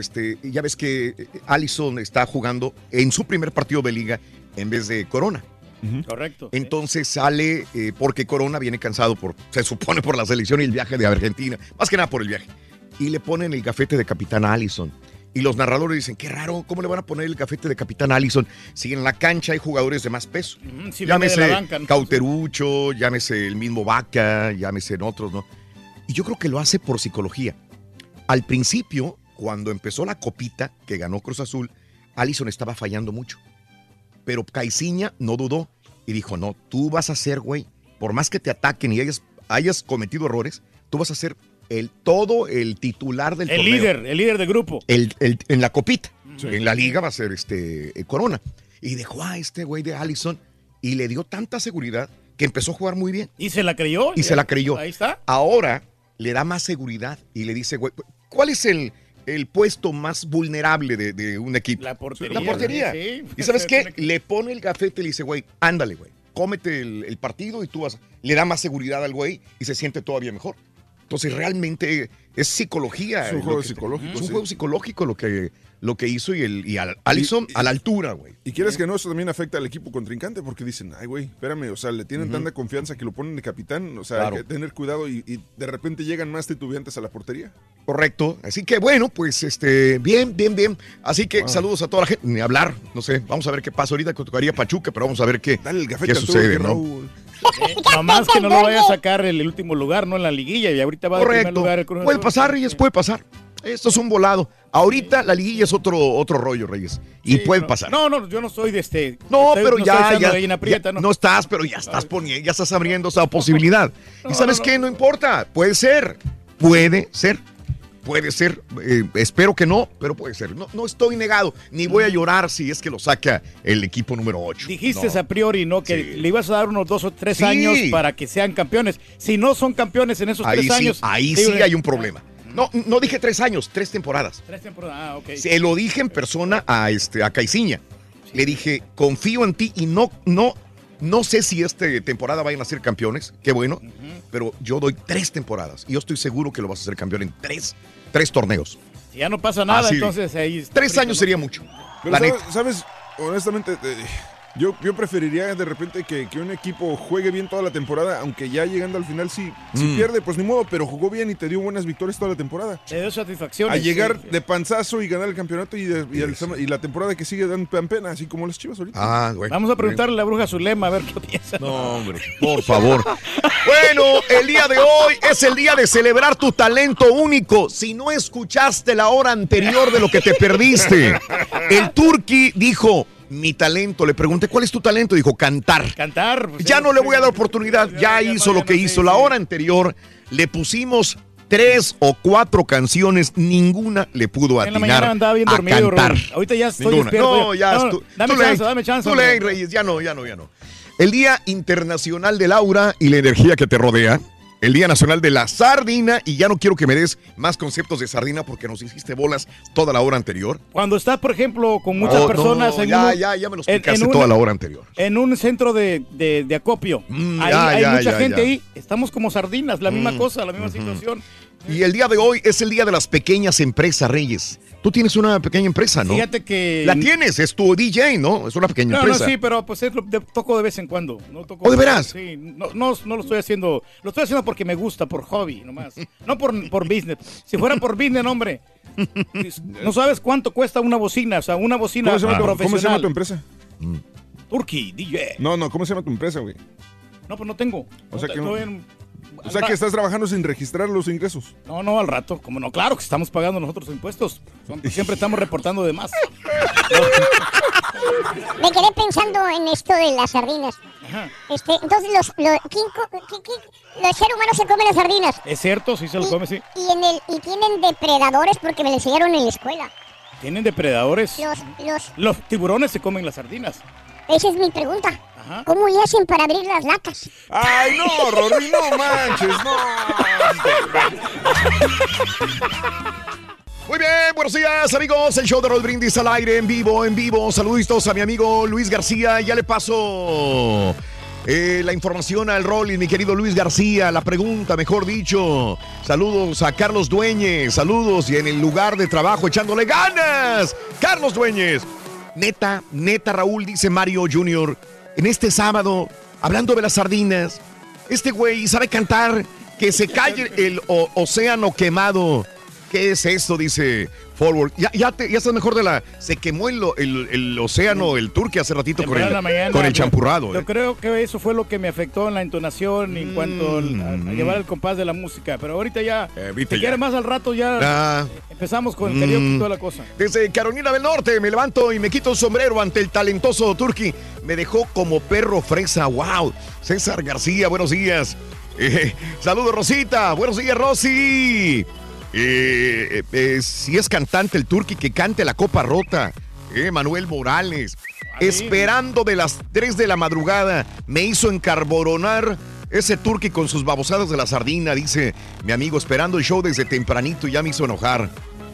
ya ves que Alisson está jugando en su primer partido de liga en vez de Corona. Correcto. Entonces sale porque Corona viene cansado se supone por la selección y el viaje de Argentina, más que nada por el viaje. Y le ponen el gafete de capitán Alisson. Y los narradores dicen, qué raro, ¿cómo le van a poner el gafete de capitán Alisson si en la cancha hay jugadores de más peso? Sí, llámese de la banca, ¿no? Cauterucho, llámese el mismo Vaca, llámese en otros, ¿no? Y yo creo que lo hace por psicología. Al principio, cuando empezó la copita que ganó Cruz Azul, Alisson estaba fallando mucho. Pero Caixinha no dudó y dijo, no, tú vas a ser, güey, por más que te ataquen y hayas cometido errores, tú vas a ser todo el titular del torneo. El líder del grupo. En la copita. Sí. En la liga va a ser Corona. Y dejó a este güey de Alisson y le dio tanta seguridad que empezó a jugar muy bien. ¿Y se la creyó? Y se la creyó. Ahí está. Ahora le da más seguridad y le dice, güey, ¿cuál es el puesto más vulnerable de un equipo? La portería. La portería. Sí. ¿Y sabes qué? Le pone el gafete y le dice, güey, ándale, güey, cómete el partido y tú vas. Le da más seguridad al güey y se siente todavía mejor. Entonces realmente es psicología. Es un juego psicológico. Es un juego psicológico lo que hizo y Alisson a la altura, güey. Y quieres que no, eso también afecta al equipo contrincante porque dicen, ay, güey, espérame, o sea, le tienen tanta confianza que lo ponen de capitán, o sea, claro. Hay que tener cuidado y de repente llegan más titubeantes a la portería. Correcto. Así que bueno, pues bien. Así que saludos a toda la gente. Ni hablar, no sé, vamos a ver qué pasa ahorita que tocaría Pachuca, pero vamos a ver qué sucede, ¿no? Nomás que no lo vaya a sacar el último lugar, ¿no? En la liguilla y ahorita va a primer lugar el Cruz Azul. Puede pasar, Reyes, puede pasar. Esto es un volado. Ahorita la liguilla es otro rollo, Reyes. Y puede pasar. No, yo no soy de No, pero ya no estás, pero ya estás abriendo esa posibilidad. ¿Y sabes qué? No importa. Puede ser. Espero que no, pero puede ser. No estoy negado, ni voy a llorar si es que lo saca el equipo número 8. Dijiste a priori, ¿no? Que le ibas a dar unos 2 o 3 años para que sean campeones. Si no son campeones en esos 3 años. Ahí sí hay un problema. No dije 3 años, 3 temporadas. 3 temporadas, ok. Se lo dije en persona a Caixinha. Le dije, confío en ti y no sé si esta temporada vayan a ser campeones, qué bueno, pero yo doy 3 temporadas y yo estoy seguro que lo vas a hacer campeón en 3 torneos. Si ya no pasa nada, entonces ahí... 3 años sería mucho. Pero ¿sabes? Honestamente... Yo preferiría de repente que un equipo juegue bien toda la temporada, aunque ya llegando al final si pierde, pues ni modo, pero jugó bien y te dio buenas victorias toda la temporada. Te dio satisfacción. A llegar de panzazo y ganar el campeonato y la temporada que sigue dan pena, así como las Chivas ahorita. Bueno. Vamos a preguntarle a la bruja Zulema a ver qué piensa. No, hombre, por favor. Bueno, el día de hoy es el día de celebrar tu talento único. Si no escuchaste la hora anterior de lo que te perdiste, el Turqui dijo... Mi talento, le pregunté, ¿cuál es tu talento? Dijo, cantar. Pues ya no le voy a dar oportunidad, ya hizo lo que hizo. La hora anterior le pusimos 3 o 4 canciones, ninguna le pudo atinar. En la mañana andaba bien dormido, cantar. Ahorita ya estoy despierto. Dame chance. Tú lees, Reyes, ya no. El Día Internacional de Laura y la energía que te rodea. El Día Nacional de la Sardina, y ya no quiero que me des más conceptos de sardina porque nos hiciste bolas toda la hora anterior. Cuando estás, por ejemplo, con muchas personas... Ya me los explicaste toda la hora anterior. En un centro de acopio. Hay mucha gente ahí. Estamos como sardinas, la misma cosa, la misma situación. Y el día de hoy es el Día de las Pequeñas Empresas, Reyes. Tú tienes una pequeña empresa, ¿no? Fíjate que... La tienes, es tu DJ, ¿no? Es una pequeña empresa. No, sí, pero pues toco de vez en cuando. ¿O de veras? Sí, no lo estoy haciendo. Lo estoy haciendo porque me gusta, por hobby nomás. No por business. Si fuera por business, hombre. No sabes cuánto cuesta una bocina, o sea, una bocina profesional. ¿Cómo se llama tu empresa? Turqui, DJ. No, ¿cómo se llama tu empresa, güey? No, pues no tengo. O sea que estás trabajando sin registrar los ingresos. No, al rato. Como no, claro que estamos pagando nosotros impuestos. Siempre estamos reportando de más. Me quedé pensando en esto de las sardinas. Entonces los seres humanos se comen las sardinas. Es cierto, sí se lo come, sí. Y tienen depredadores porque me lo enseñaron en la escuela. ¿Tienen depredadores? Los tiburones se comen las sardinas. Esa es mi pregunta. Ajá. ¿Cómo le hacen para abrir las latas? Ay, no, Rory, no manches, no. Muy bien, buenos días, amigos. El show de Raúl Brindis al aire, en vivo. Saluditos a mi amigo Luis García. Ya le paso la información al Rolly, mi querido Luis García. La pregunta, mejor dicho. Saludos a Carlos Dueñez. Saludos y en el lugar de trabajo echándole ganas. Carlos Dueñez. Neta, Raúl, dice Mario Jr., en este sábado, hablando de las sardinas, este güey sabe cantar que se calle el océano quemado. ¿Qué es esto? Dice Forward. Ya estás mejor de la... Se quemó el océano, el Turqui hace ratito con el champurrado. Yo creo que eso fue lo que me afectó en la entonación en cuanto a llevar el compás de la música. Pero ahorita ya, si quieres más al rato, ya empezamos con el karaoke y toda la cosa. Desde Carolina del Norte me levanto y me quito el sombrero ante el talentoso Turqui. Me dejó como perro fresa. ¡Wow! César García, buenos días. Saludos, Rosita. Buenos días, Rosy. Si es cantante el Turqui, que cante La Copa Rota. Manuel Morales. Esperando de las 3 de la madrugada. Me hizo encarboronar ese Turqui con sus babosadas de la sardina, dice mi amigo, esperando el show desde tempranito y ya me hizo enojar.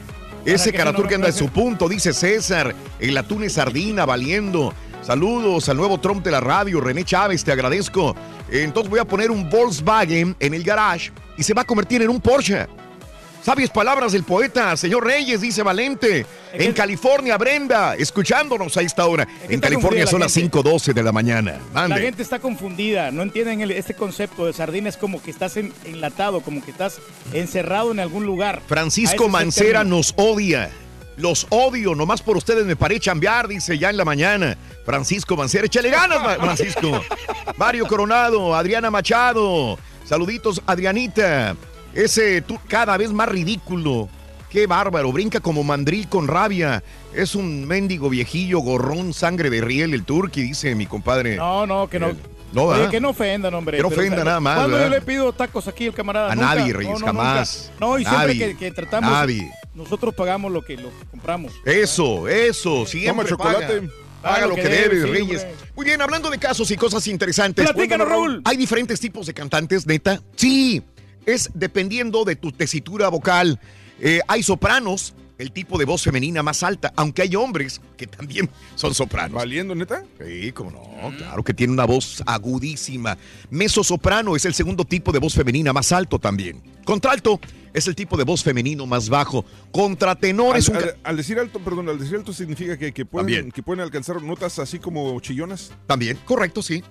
Ese Caraturqui anda en su punto, dice César. El atún es sardina, valiendo. Saludos al nuevo Trump de la radio, René Chávez, te agradezco. Entonces voy a poner un Volkswagen en el garage y se va a convertir en un Porsche. Sabias palabras del poeta, señor Reyes, dice Valente. En California, Brenda, escuchándonos a esta hora. En California son las 5:12 de la mañana. Mande. La gente está confundida, no entienden este concepto de sardina, es como que estás enlatado, como que estás encerrado en algún lugar. Francisco Mancera nos odia. Los odio, nomás por ustedes me paré chambear, dice ya en la mañana. Francisco Mancera, échale ganas, Francisco. Mario Coronado, Adriana Machado. Saluditos, Adrianita. Ese tú cada vez más ridículo. Qué bárbaro, brinca como mandril con rabia. Es un mendigo viejillo, gorrón, sangre de riel, el Turqui, dice mi compadre. No, que no. Oye, que no ofendan, hombre. Que no ofenda nada más. ¿Cuándo yo le pido tacos aquí al camarada? A nunca, nadie, Reyes, jamás. Nunca. No, y nadie, siempre que tratamos, nadie. Nosotros pagamos lo que compramos. Eso, siempre toma chocolate. Haga lo que debe, Reyes. Muy bien, hablando de casos y cosas interesantes. Platícanos, Raúl. ¿Hay diferentes tipos de cantantes, neta? Sí. Es dependiendo de tu tesitura vocal. Hay sopranos, el tipo de voz femenina más alta, aunque hay hombres que también son sopranos. ¿Valiendo, neta? Sí, cómo no, claro que tiene una voz agudísima. Mezzosoprano es el segundo tipo de voz femenina más alto también. Contralto es el tipo de voz femenino más bajo. Contratenor es un... Al decir alto significa que pueden alcanzar notas así como chillonas. También, correcto, sí.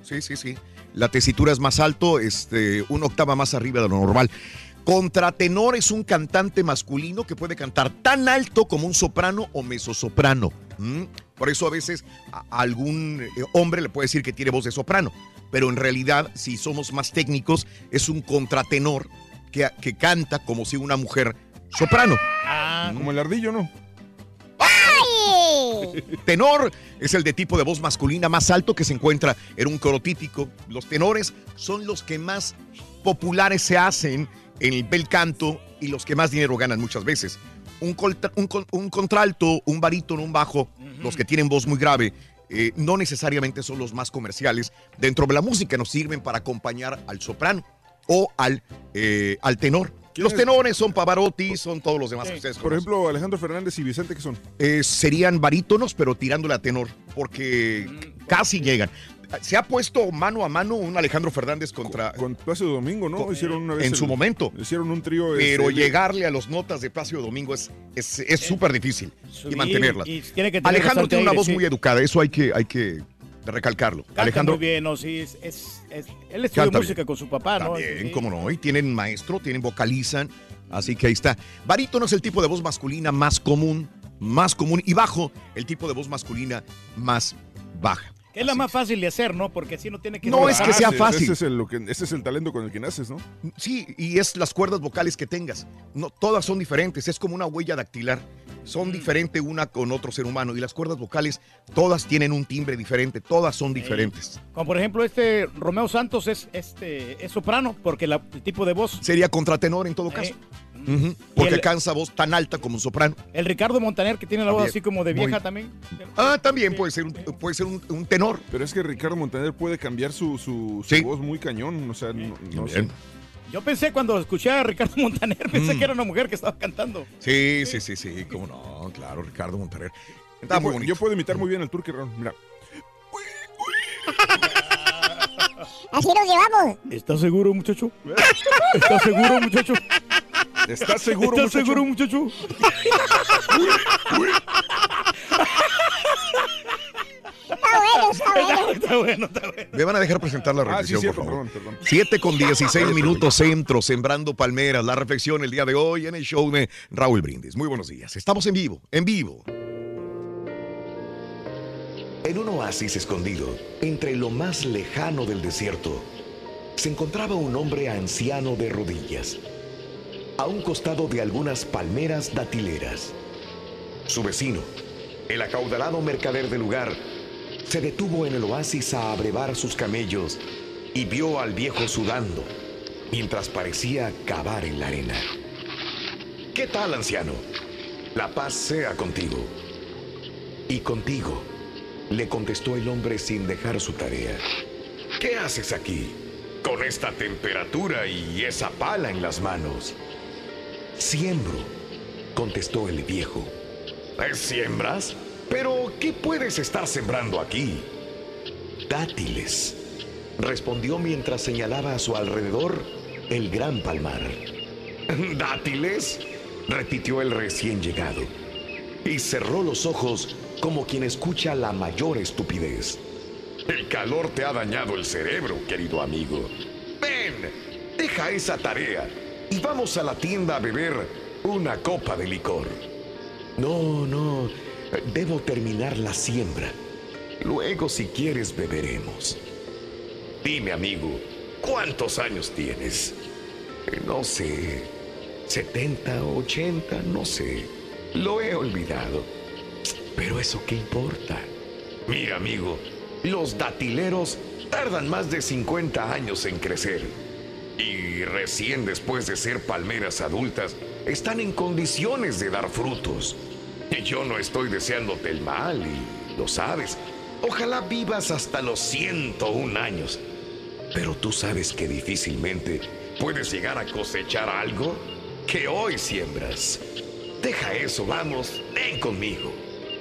La tesitura es más alto, una octava más arriba de lo normal. Contratenor es un cantante masculino que puede cantar tan alto como un soprano o mezzosoprano. Por eso a veces a algún hombre le puede decir que tiene voz de soprano, pero en realidad, si somos más técnicos, es un contratenor que canta como si una mujer soprano. Como el ardillo, ¿no? Tenor es el de tipo de voz masculina más alto que se encuentra en un coro típico. Los tenores son los que más populares se hacen en el bel canto y los que más dinero ganan muchas veces. Un contralto, un barítono, un bajo, los que tienen voz muy grave, no necesariamente son los más comerciales. Dentro de la música nos sirven para acompañar al soprano o al tenor. Los tenores son Pavarotti, son todos los demás que ustedes conocen. Por ejemplo, Alejandro Fernández y Vicente, ¿qué son? Serían barítonos, pero tirándole a tenor, porque casi llegan. Se ha puesto mano a mano un Alejandro Fernández contra... Con Plácido Domingo, ¿no? Hicieron una vez en su momento. Hicieron un trío... Pero llegarle a las notas de Plácido Domingo es súper difícil y mantenerlas. Alejandro tiene una voz muy educada, eso hay que recalcarlo. Canta Alejandro muy bien, ¿no? Sí, él estudió música bien con su papá, ¿no? También, cómo no, y tienen maestro, vocalizan, así que ahí está. Barítono es el tipo de voz masculina más común, y bajo, el tipo de voz masculina más baja. Que es la más fácil de hacer, ¿no? Porque así no tiene que... No es que sea fácil. Ese es el talento con el que naces, ¿no? Sí, y es las cuerdas vocales que tengas. No, todas son diferentes, es como una huella dactilar. Son diferentes una con otro ser humano. Y las cuerdas vocales, todas tienen un timbre diferente, todas son diferentes. Como por ejemplo, Romeo Santos es soprano, porque el tipo de voz... Sería contratenor en todo caso. Porque cansa voz tan alta como un soprano. El Ricardo Montaner, que tiene la voz así como de vieja también. También puede ser un tenor. Pero es que Ricardo Montaner puede cambiar su voz muy cañón. O sea, no sé. Yo pensé cuando escuché a Ricardo Montaner, pensé que era una mujer que estaba cantando. Sí, cómo no, claro, Ricardo Montaner. Yo puedo imitar muy bien al Turqui, Raúl. Mira. Así nos llevamos. ¿Estás seguro, muchacho? ¿Estás seguro, muchacho? ¿Estás seguro, muchacho? Está bueno. Me van a dejar presentar la reflexión, cierto, por favor. Perdón. 7:16 minutos centro, Sembrando Palmeras. La reflexión el día de hoy en el show de Raúl Brindis. Muy buenos días. Estamos en vivo. En un oasis escondido, entre lo más lejano del desierto, se encontraba un hombre anciano de rodillas, a un costado de algunas palmeras datileras. Su vecino, el acaudalado mercader del lugar, se detuvo en el oasis a abrevar sus camellos y vio al viejo sudando, mientras parecía cavar en la arena. ¿Qué tal, anciano? La paz sea contigo. Y contigo, le contestó el hombre sin dejar su tarea. ¿Qué haces aquí, con esta temperatura y esa pala en las manos? Siembro, contestó el viejo. ¿Siembras? ¿Pero qué puedes estar sembrando aquí? Dátiles, respondió mientras señalaba a su alrededor el gran palmar. ¿Dátiles?, repitió el recién llegado, y cerró los ojos como quien escucha la mayor estupidez. El calor te ha dañado el cerebro, querido amigo. Ven, deja esa tarea y vamos a la tienda a beber una copa de licor. No, debo terminar la siembra. Luego, si quieres, beberemos. Dime, amigo, ¿cuántos años tienes? No sé, 70, 80, no sé. Lo he olvidado. Pero eso qué importa. Mira, amigo, los datileros tardan más de 50 años en crecer. Y recién después de ser palmeras adultas, están en condiciones de dar frutos. Y yo no estoy deseándote el mal, y lo sabes. Ojalá vivas hasta los 101 años. Pero tú sabes que difícilmente puedes llegar a cosechar algo que hoy siembras. Deja eso, vamos, ven conmigo.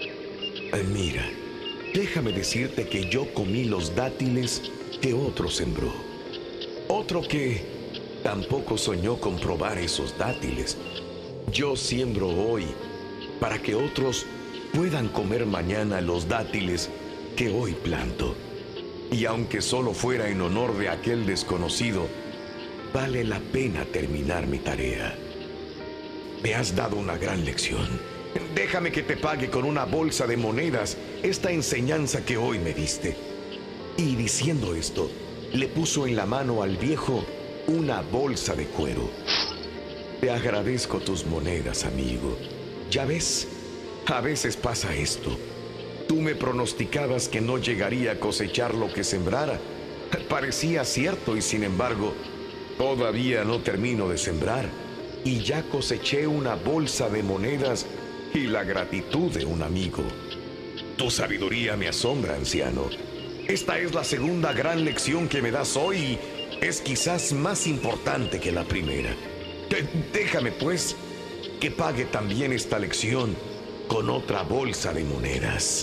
Mira, déjame decirte que yo comí los dátiles que otro sembró. Otro que tampoco soñó con probar esos dátiles. Yo siembro hoy para que otros puedan comer mañana los dátiles que hoy planto. Y aunque solo fuera en honor de aquel desconocido, vale la pena terminar mi tarea. Me has dado una gran lección. Déjame que te pague con una bolsa de monedas esta enseñanza que hoy me diste. Y diciendo esto, le puso en la mano al viejo una bolsa de cuero. Te agradezco tus monedas, amigo. Ya ves, a veces pasa esto. Tú me pronosticabas que no llegaría a cosechar lo que sembrara. Parecía cierto y sin embargo, todavía no termino de sembrar. Y ya coseché una bolsa de monedas y la gratitud de un amigo. Tu sabiduría me asombra, anciano. Esta es la segunda gran lección que me das hoy y es quizás más importante que la primera. Déjame, pues, que pague también esta lección con otra bolsa de monedas.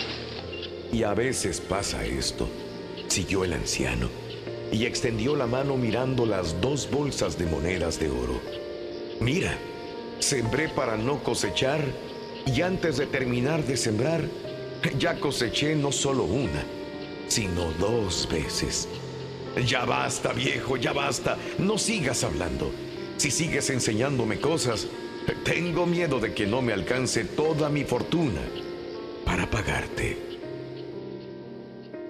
Y a veces pasa esto, siguió el anciano, y extendió la mano mirando las 2 bolsas de monedas de oro. Mira, sembré para no cosechar, y antes de terminar de sembrar, ya coseché no solo una, sino 2 veces. Ya basta, viejo, ya basta, no sigas hablando. Si sigues enseñándome cosas, tengo miedo de que no me alcance toda mi fortuna para pagarte.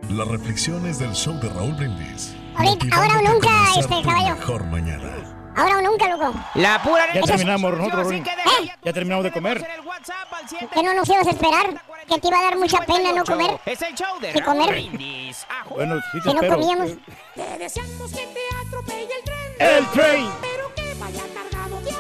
Las reflexiones del show de Raúl Brindis. Ahora o nunca, caballo. Mejor mañana. Ahora o nunca, loco. La pura Ya terminamos nosotros, Ya terminamos de comer. ¿Que no nos ibas a esperar? ¿Que te iba a dar mucha pena no comer? Es el show de ¿Y comer? Brindis. Bueno, sí te Si no espero. comíamos. Te deseamos que te atropelle el tren. El tren. Pero que vaya cargado de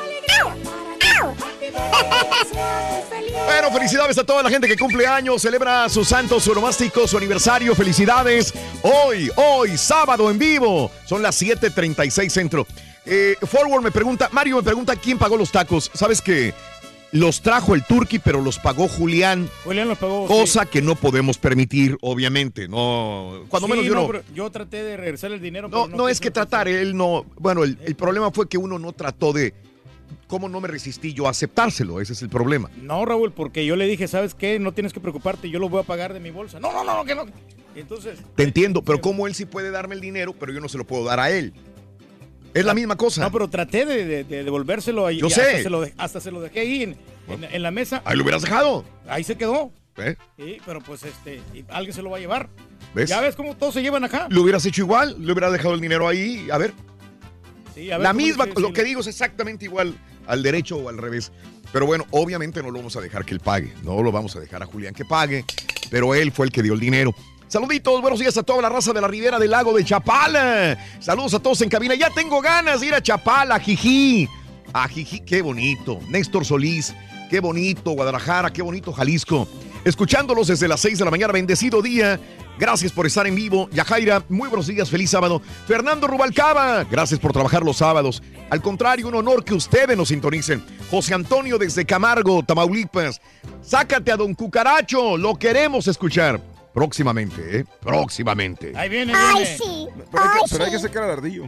alegría para ti. Bueno, felicidades a toda la gente que cumple años, celebra su santo, su onomástico, su aniversario. Felicidades. Hoy, sábado en vivo. Son las 7:36 centro. Forward Mario me pregunta quién pagó los tacos. ¿Sabes que los trajo el Turqui, pero los pagó Julián? Julián los pagó. Cosa que no podemos permitir, obviamente. No, cuando menos yo no. Pero yo traté de regresar el dinero. No es que tratar, él no. Bueno, el problema fue que uno no trató de. ¿Cómo no me resistí yo a aceptárselo? Ese es el problema. No, Raúl, porque yo le dije, ¿sabes qué? No tienes que preocuparte, yo lo voy a pagar de mi bolsa. No, que no. Entonces. Te entiendo, pero ¿cómo él sí puede darme el dinero, pero yo no se lo puedo dar a él? Es la misma cosa. No, pero traté de devolvérselo ahí. Yo sé. Hasta se lo dejé ahí en la mesa. Ahí lo hubieras dejado. Ahí se quedó. Sí, pero pues alguien se lo va a llevar. ¿Ves? Ya ves cómo todos se llevan acá. Lo hubieras hecho igual, le hubieras dejado el dinero ahí, a ver. Sí, a ver la misma, lo que digo es exactamente igual al derecho o al revés. Pero bueno, obviamente no lo vamos a dejar que él pague. No lo vamos a dejar a Julián que pague. Pero él fue el que dio el dinero. Saluditos, buenos días a toda la raza de la Ribera del Lago de Chapala. Saludos a todos en cabina. Ya tengo ganas de ir a Chapala, a Jijí. A Jijí, qué bonito. Néstor Solís, qué bonito. Guadalajara, qué bonito Jalisco. Escuchándolos desde las 6 de la mañana. Bendecido día. Gracias por estar en vivo. Yajaira, muy buenos días, feliz sábado. Fernando Rubalcaba, gracias por trabajar los sábados. Al contrario, un honor que ustedes nos sintonicen. José Antonio desde Camargo, Tamaulipas. Sácate a Don Cucaracho, lo queremos escuchar. Próximamente, Próximamente. Ahí viene. Ay, sí. Pero hay que sacar al ardillo.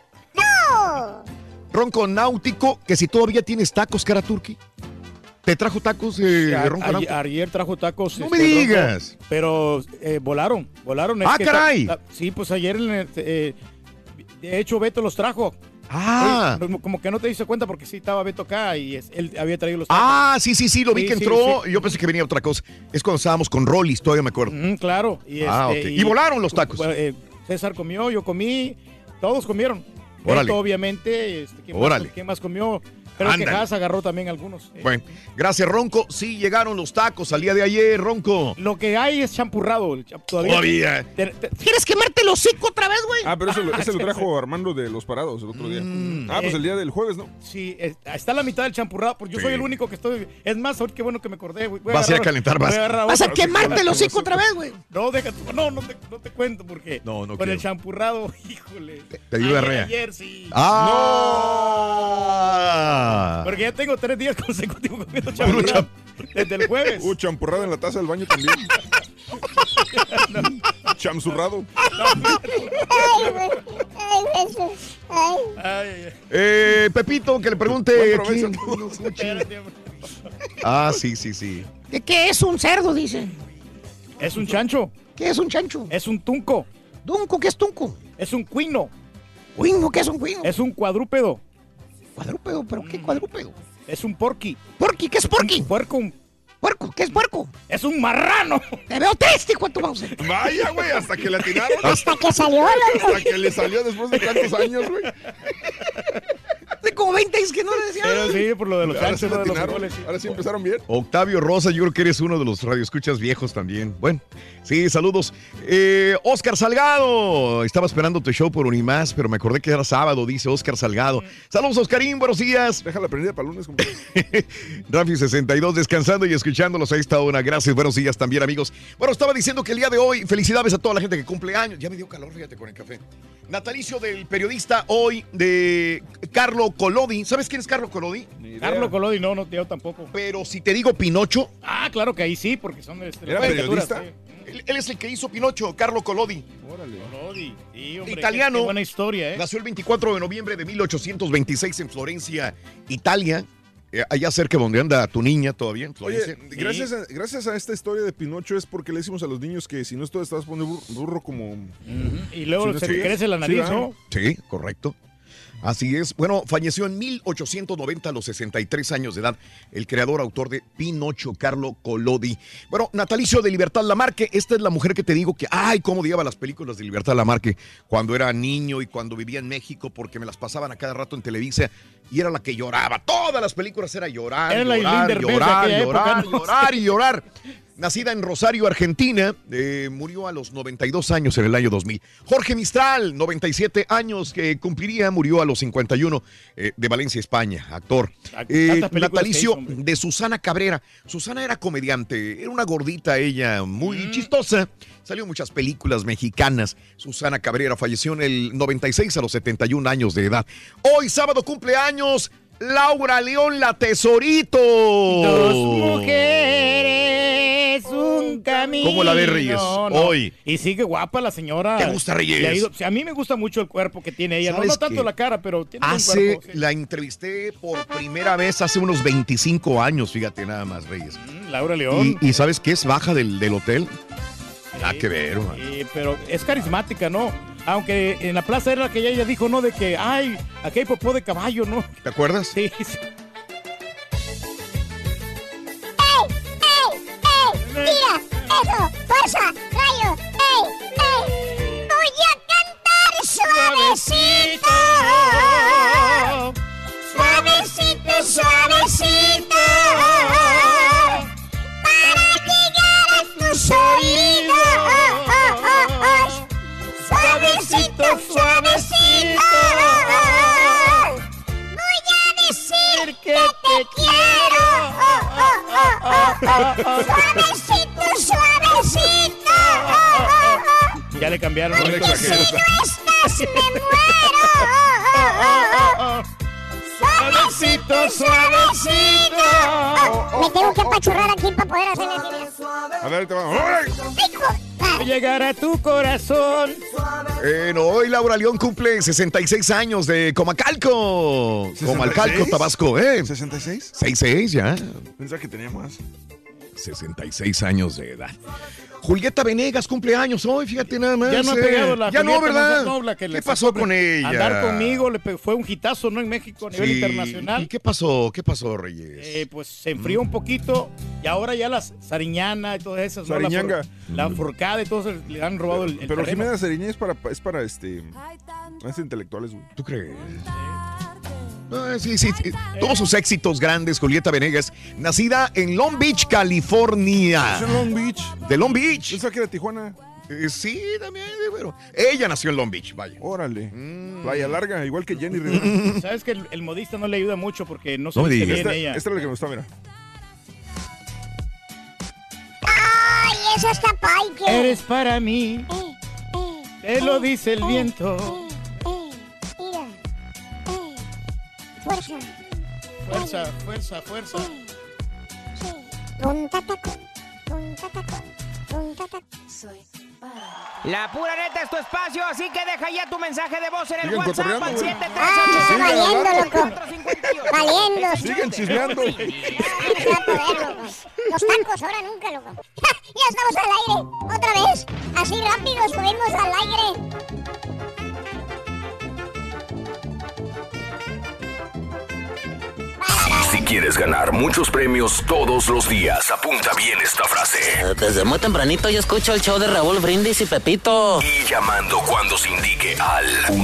¡No! Ronco Náutico, que si todavía tienes tacos, cara Turqui. ¿Te trajo tacos de Ronco Náutico? Ayer trajo tacos. No me digas. Ronco, pero volaron. Ah, caray. Sí, pues ayer, de hecho, Beto los trajo. Ah. Como que no te diste cuenta porque sí estaba Beto acá y él había traído los tacos. Ah, sí, lo vi que entró. Sí. Yo pensé que venía otra cosa. Es cuando estábamos con Rollis, todavía me acuerdo. Claro. Okay. Y volaron los tacos. César comió, yo comí, todos comieron. Órale. Beto, obviamente. ¿Quién más comió? Pero que Haas agarró también algunos. Bueno, gracias, Ronco. Sí, llegaron los tacos al día de ayer, Ronco. Lo que hay es champurrado. Todavía. ¿Quieres quemarte el hocico otra vez, güey? Ah, pero ese lo trajo Armando de Los Parados el otro día. Pues el día del jueves, ¿no? Sí, está la mitad del champurrado. Porque yo soy el único que estoy. Es más, ahorita qué bueno que me acordé, güey. Vas a ir a calentar más. Vas a quemarte el hocico otra vez, güey. No, no te cuento porque. No con el champurrado, híjole. Te ayuda Rea. Ayer sí. ¡Ah! No. Porque ya tengo 3 días consecutivos comiendo champurrado. Desde el jueves. Champurrado en la taza del baño también. Chamzurrado. Pepito, que le pregunte. Sí. ¿Qué es un cerdo, dice? Es un chancho. ¿Qué es un chancho? Es un tunco. ¿Dunco? ¿Qué es tunco? Es un cuino. ¿Cuino? ¿Qué es un cuino? Es un cuadrúpedo. ¿Cuadrúpedo? ¿Pero qué cuadrúpedo? Es un porqui. ¿Porqui? ¿Qué es porqui? Puerco. ¿Puerco? ¿Qué es puerco? Es un marrano. Te veo téstico, tu mouse. Vaya, güey, hasta que le atinaron. Hasta que salió, loco. Hasta que le salió después de tantos años, güey. Hace como 20 años que no le decían. Pero sí, por lo de los chanchos, de los goles. Ahora sí empezaron bien. Octavio Rosa, yo creo que eres uno de los radioescuchas viejos también. Bueno, sí, saludos. Oscar Salgado, estaba esperando tu show por Unimás, pero me acordé que era sábado, dice Oscar Salgado. Saludos, Oscarín, buenos días. Déjala prendida para lunes, compadre. Rafi62, descansando y escuchándolos a esta hora. Gracias, buenos días también, amigos. Bueno, estaba diciendo que el día de hoy, felicidades a toda la gente que cumple años. Ya me dio calor, fíjate, con el café. Natalicio del periodista hoy de Carlo Collodi. ¿Sabes quién es Carlo Collodi? Carlo Collodi, no, yo tampoco. Pero si te digo Pinocho. Ah, claro que ahí sí, porque son de ¿Era periodista? Sí. Él es el que hizo Pinocho, Carlo Collodi. Órale. Collodi. Sí, hombre, italiano. Qué buena historia, ¿eh? Nació el 24 de noviembre de 1826 en Florencia, Italia. Allá cerca donde anda tu niña todavía, en Florencia. Oye, gracias a esta historia de Pinocho es porque le decimos a los niños que si no esto estabas poniendo burro como... Y luego se crece la nariz, ¿no? Sí, correcto. Así es. Bueno, falleció en 1890 a los 63 años de edad el creador, autor de Pinocho, Carlo Collodi. Bueno, natalicio de Libertad Lamarque. Esta es la mujer que te digo que, ay, cómo odiaba las películas de Libertad Lamarque cuando era niño y cuando vivía en México, porque me las pasaban a cada rato en Televisa y era la que lloraba. Todas las películas era llorar, llorar. Nacida en Rosario, Argentina, murió a los 92 años en el año 2000. Jorge Mistral, 97 años que cumpliría, murió a los 51 de Valencia, España, actor. Natalicio de Susana Cabrera. Susana era comediante, era una gordita ella, muy chistosa. Salió en muchas películas mexicanas. Susana Cabrera falleció en el 96 a los 71 años de edad. Hoy sábado cumpleaños Laura León, la Tesorito. Dos mujeres, un camino. ¿Cómo la ves, Reyes? Hoy. Y sigue guapa la señora. ¿Te gusta, Reyes? A mí me gusta mucho el cuerpo que tiene ella. No tanto la cara, pero tiene un cuerpo. Sí. La entrevisté por primera vez hace unos 25 años, fíjate nada más, Reyes. Laura León. ¿Y sabes qué es? Baja del hotel. Nada que ver, man. Pero es carismática, ¿no? Aunque en la plaza era la que ella dijo, ¿no? De que, ay, aquí hay popó de caballo, ¿no? ¿Te acuerdas? Sí. ¡Mira! ¡Eso! ¡Fuerza! ¡Rayo! ¡Ey! ¡Voy a cantar suavecito! ¡Suavecito, suavecito! Para llegar a tus oídos. Suavecito, suavecito. Voy a decir que te quiero. Suavecito, suavecito. Ya le cambiaron. Si no estás, me muero. Suavecito, suavecito. Me tengo que apachurrar aquí para poder hacerle así. A ver, te va. Llegar a tu corazón. Hoy Laura León cumple 66 años de Comacalco. Comalcalco, Tabasco, ¿eh? ¿66? 66 ya. Pensaba que tenía más. 66 años de edad. Julieta Venegas cumple años hoy, fíjate nada más. Ya no ha pegado la ya Julieta, no, ¿verdad? No, ¿Qué pasó con ella? Andar conmigo fue un hitazo, ¿no? En México a nivel internacional. ¿Y qué pasó? ¿Qué pasó, Reyes? Pues se enfrió un poquito y ahora ya las Sariñana y todas esas, ¿no? La Forcada y todos le han robado el Pero terreno. Jimena Sariñana es para intelectuales, güey. ¿Tú crees? Sí. Todos sus éxitos grandes, Julieta Venegas, nacida en Long Beach, California. ¿Es en Long Beach? De Long Beach. Pensaba que era Tijuana. Sí, también, pero ella nació en Long Beach, vaya. Órale. Playa Larga, igual que Jenny Rivera. Sabes que el modista no le ayuda mucho porque no se viste bien ella. Esta es la que me gusta, mira. ¡Ay, eso está paique! Eres para mí. Te lo dice el viento. Mira. Fuerza. Fuerza. Sí. Punta tacón. Soy La pura neta es tu espacio, así que deja ya tu mensaje de voz en el WhatsApp al 738. Valiendo, loco. Valiendo. Siguen chismeando. Los tacos ahora nunca, loco. Ya estamos al aire. Otra vez. Así rápido subimos al aire. Si quieres ganar muchos premios todos los días, apunta bien esta frase. Desde muy tempranito yo escucho el show de Raúl Brindis y Pepito. Y llamando cuando se indique al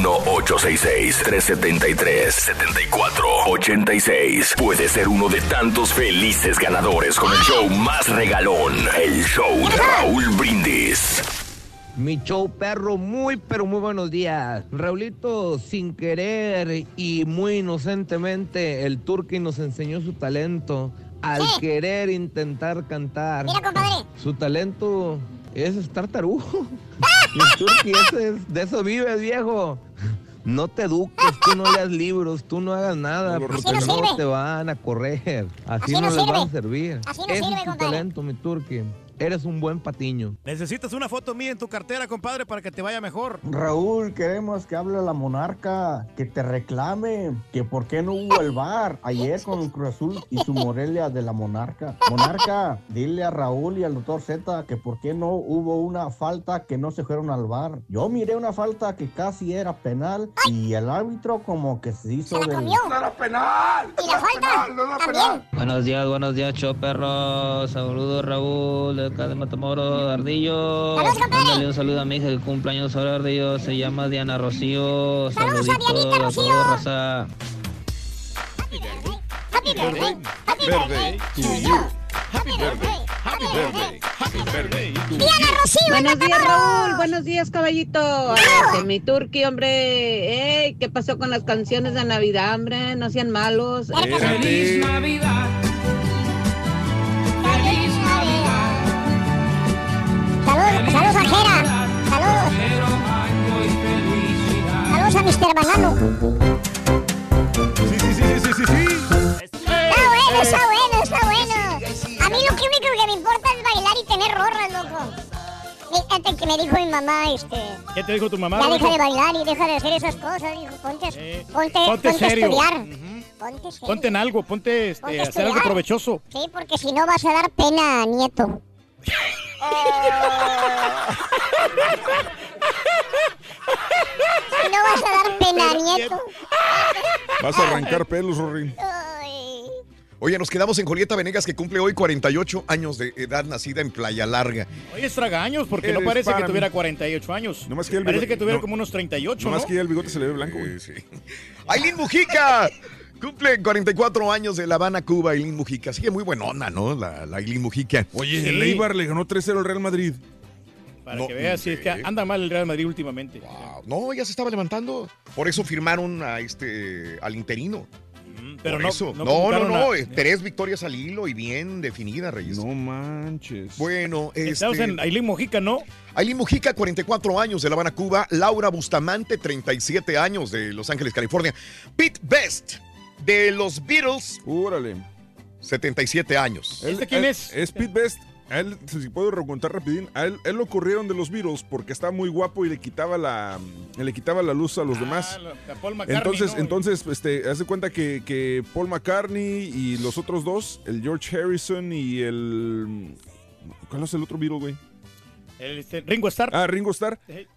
1-866-373-7486. Puedes ser uno de tantos felices ganadores con el show más regalón, el show de Raúl Brindis. Mi show, perro, pero muy buenos días. Raulito, sin querer y muy inocentemente, el Turqui nos enseñó su talento al querer intentar cantar. Mira, compadre. Su talento es estar tarugo. Y el Turqui de eso vives, viejo. No te eduques, tú no leas libros, tú no hagas nada, porque no te van a correr. Así no les va a servir. Así no Ese sirve, es tu compadre. talento, mi Turqui. eres un buen patiño. Necesitas una foto mía en tu cartera, compadre, para que te vaya mejor. Raúl, queremos que hable la Monarca, que te reclame, que por qué no hubo el VAR ayer con el Cruz Azul y su Morelia de la Monarca. Monarca, dile a Raúl y al doctor Z que por qué no hubo una falta que no se fueron al VAR. Yo miré una falta que casi era penal y el árbitro como que se hizo del... ¡No era penal! ¿Y la falta? También. Buenos días, show perro. Saludos, Raúl, de acá de Matamoros, Ardillo. ¡Saludos, compadre! Mándale un saludo a mi hija que cumpleaños ahora, Ardillo. Se llama Diana Rocío. ¡Saludos a Dianita Rocío! Saludos, raza. Happy birthday, happy birthday to you. Happy birthday, happy birthday, happy birthday. Diana Rocío. Buenos días, Raúl. Buenos días, caballito. Mi turqui, hombre. Ey, ¿qué pasó con las canciones de Navidad, hombre? No sean malos. Feliz Navidad. Feliz Navidad. Saludos a Jera. Saludos. Saludos a Mr. Banano. Sí. Está bueno. A mí lo único que me importa es bailar y tener rorras, loco. Fíjate que me dijo mi mamá, ¿Qué te dijo tu mamá? Ya deja de bailar y deja de hacer esas cosas, dijo, ponte serio. a estudiar. Ponte serio. Ponte en algo, ponte a hacer algo provechoso. Sí, porque si no vas a dar pena, nieto. Si no vas a dar pena, nieto. Vas a arrancar pelos, Rorín. Oye, nos quedamos en Julieta Venegas, que cumple hoy 48 años de edad, nacida en Playa Larga. Oye, es tragaños, porque no parece que tuviera 48 años. No más que parece que tuviera como unos 38, ¿no? Más que ya el bigote se le ve blanco. Sí. Ailín Mujica cumple 44 años de La Habana, Cuba. Ailín Mujica. Sigue muy buenona, ¿no? La Ailín Mujica. Oye, sí. El Eibar le ganó 3-0 al Real Madrid. Para que veas, si es que anda mal el Real Madrid últimamente. Wow. No, ya se estaba levantando. Por eso firmaron al interino. Pero no, 3 victorias al hilo y bien definida, Reyes. No manches. Bueno, estamos en Ailín Mujica, ¿no? Ailín Mujica, 44 años de La Habana, Cuba. Laura Bustamante, 37 años de Los Ángeles, California. Pete Best, de los Beatles. Órale. 77 años. ¿Quién es? Es Pete Best. A él, si puedo recontar rapidín, a él lo corrieron de los Beatles porque estaba muy guapo y le quitaba la luz a los demás. A Paul McCartney, entonces, hace cuenta que Paul McCartney y los otros dos, el George Harrison y el... ¿Cuál es el otro Beatle, güey? Ringo Starr. Ringo Starr.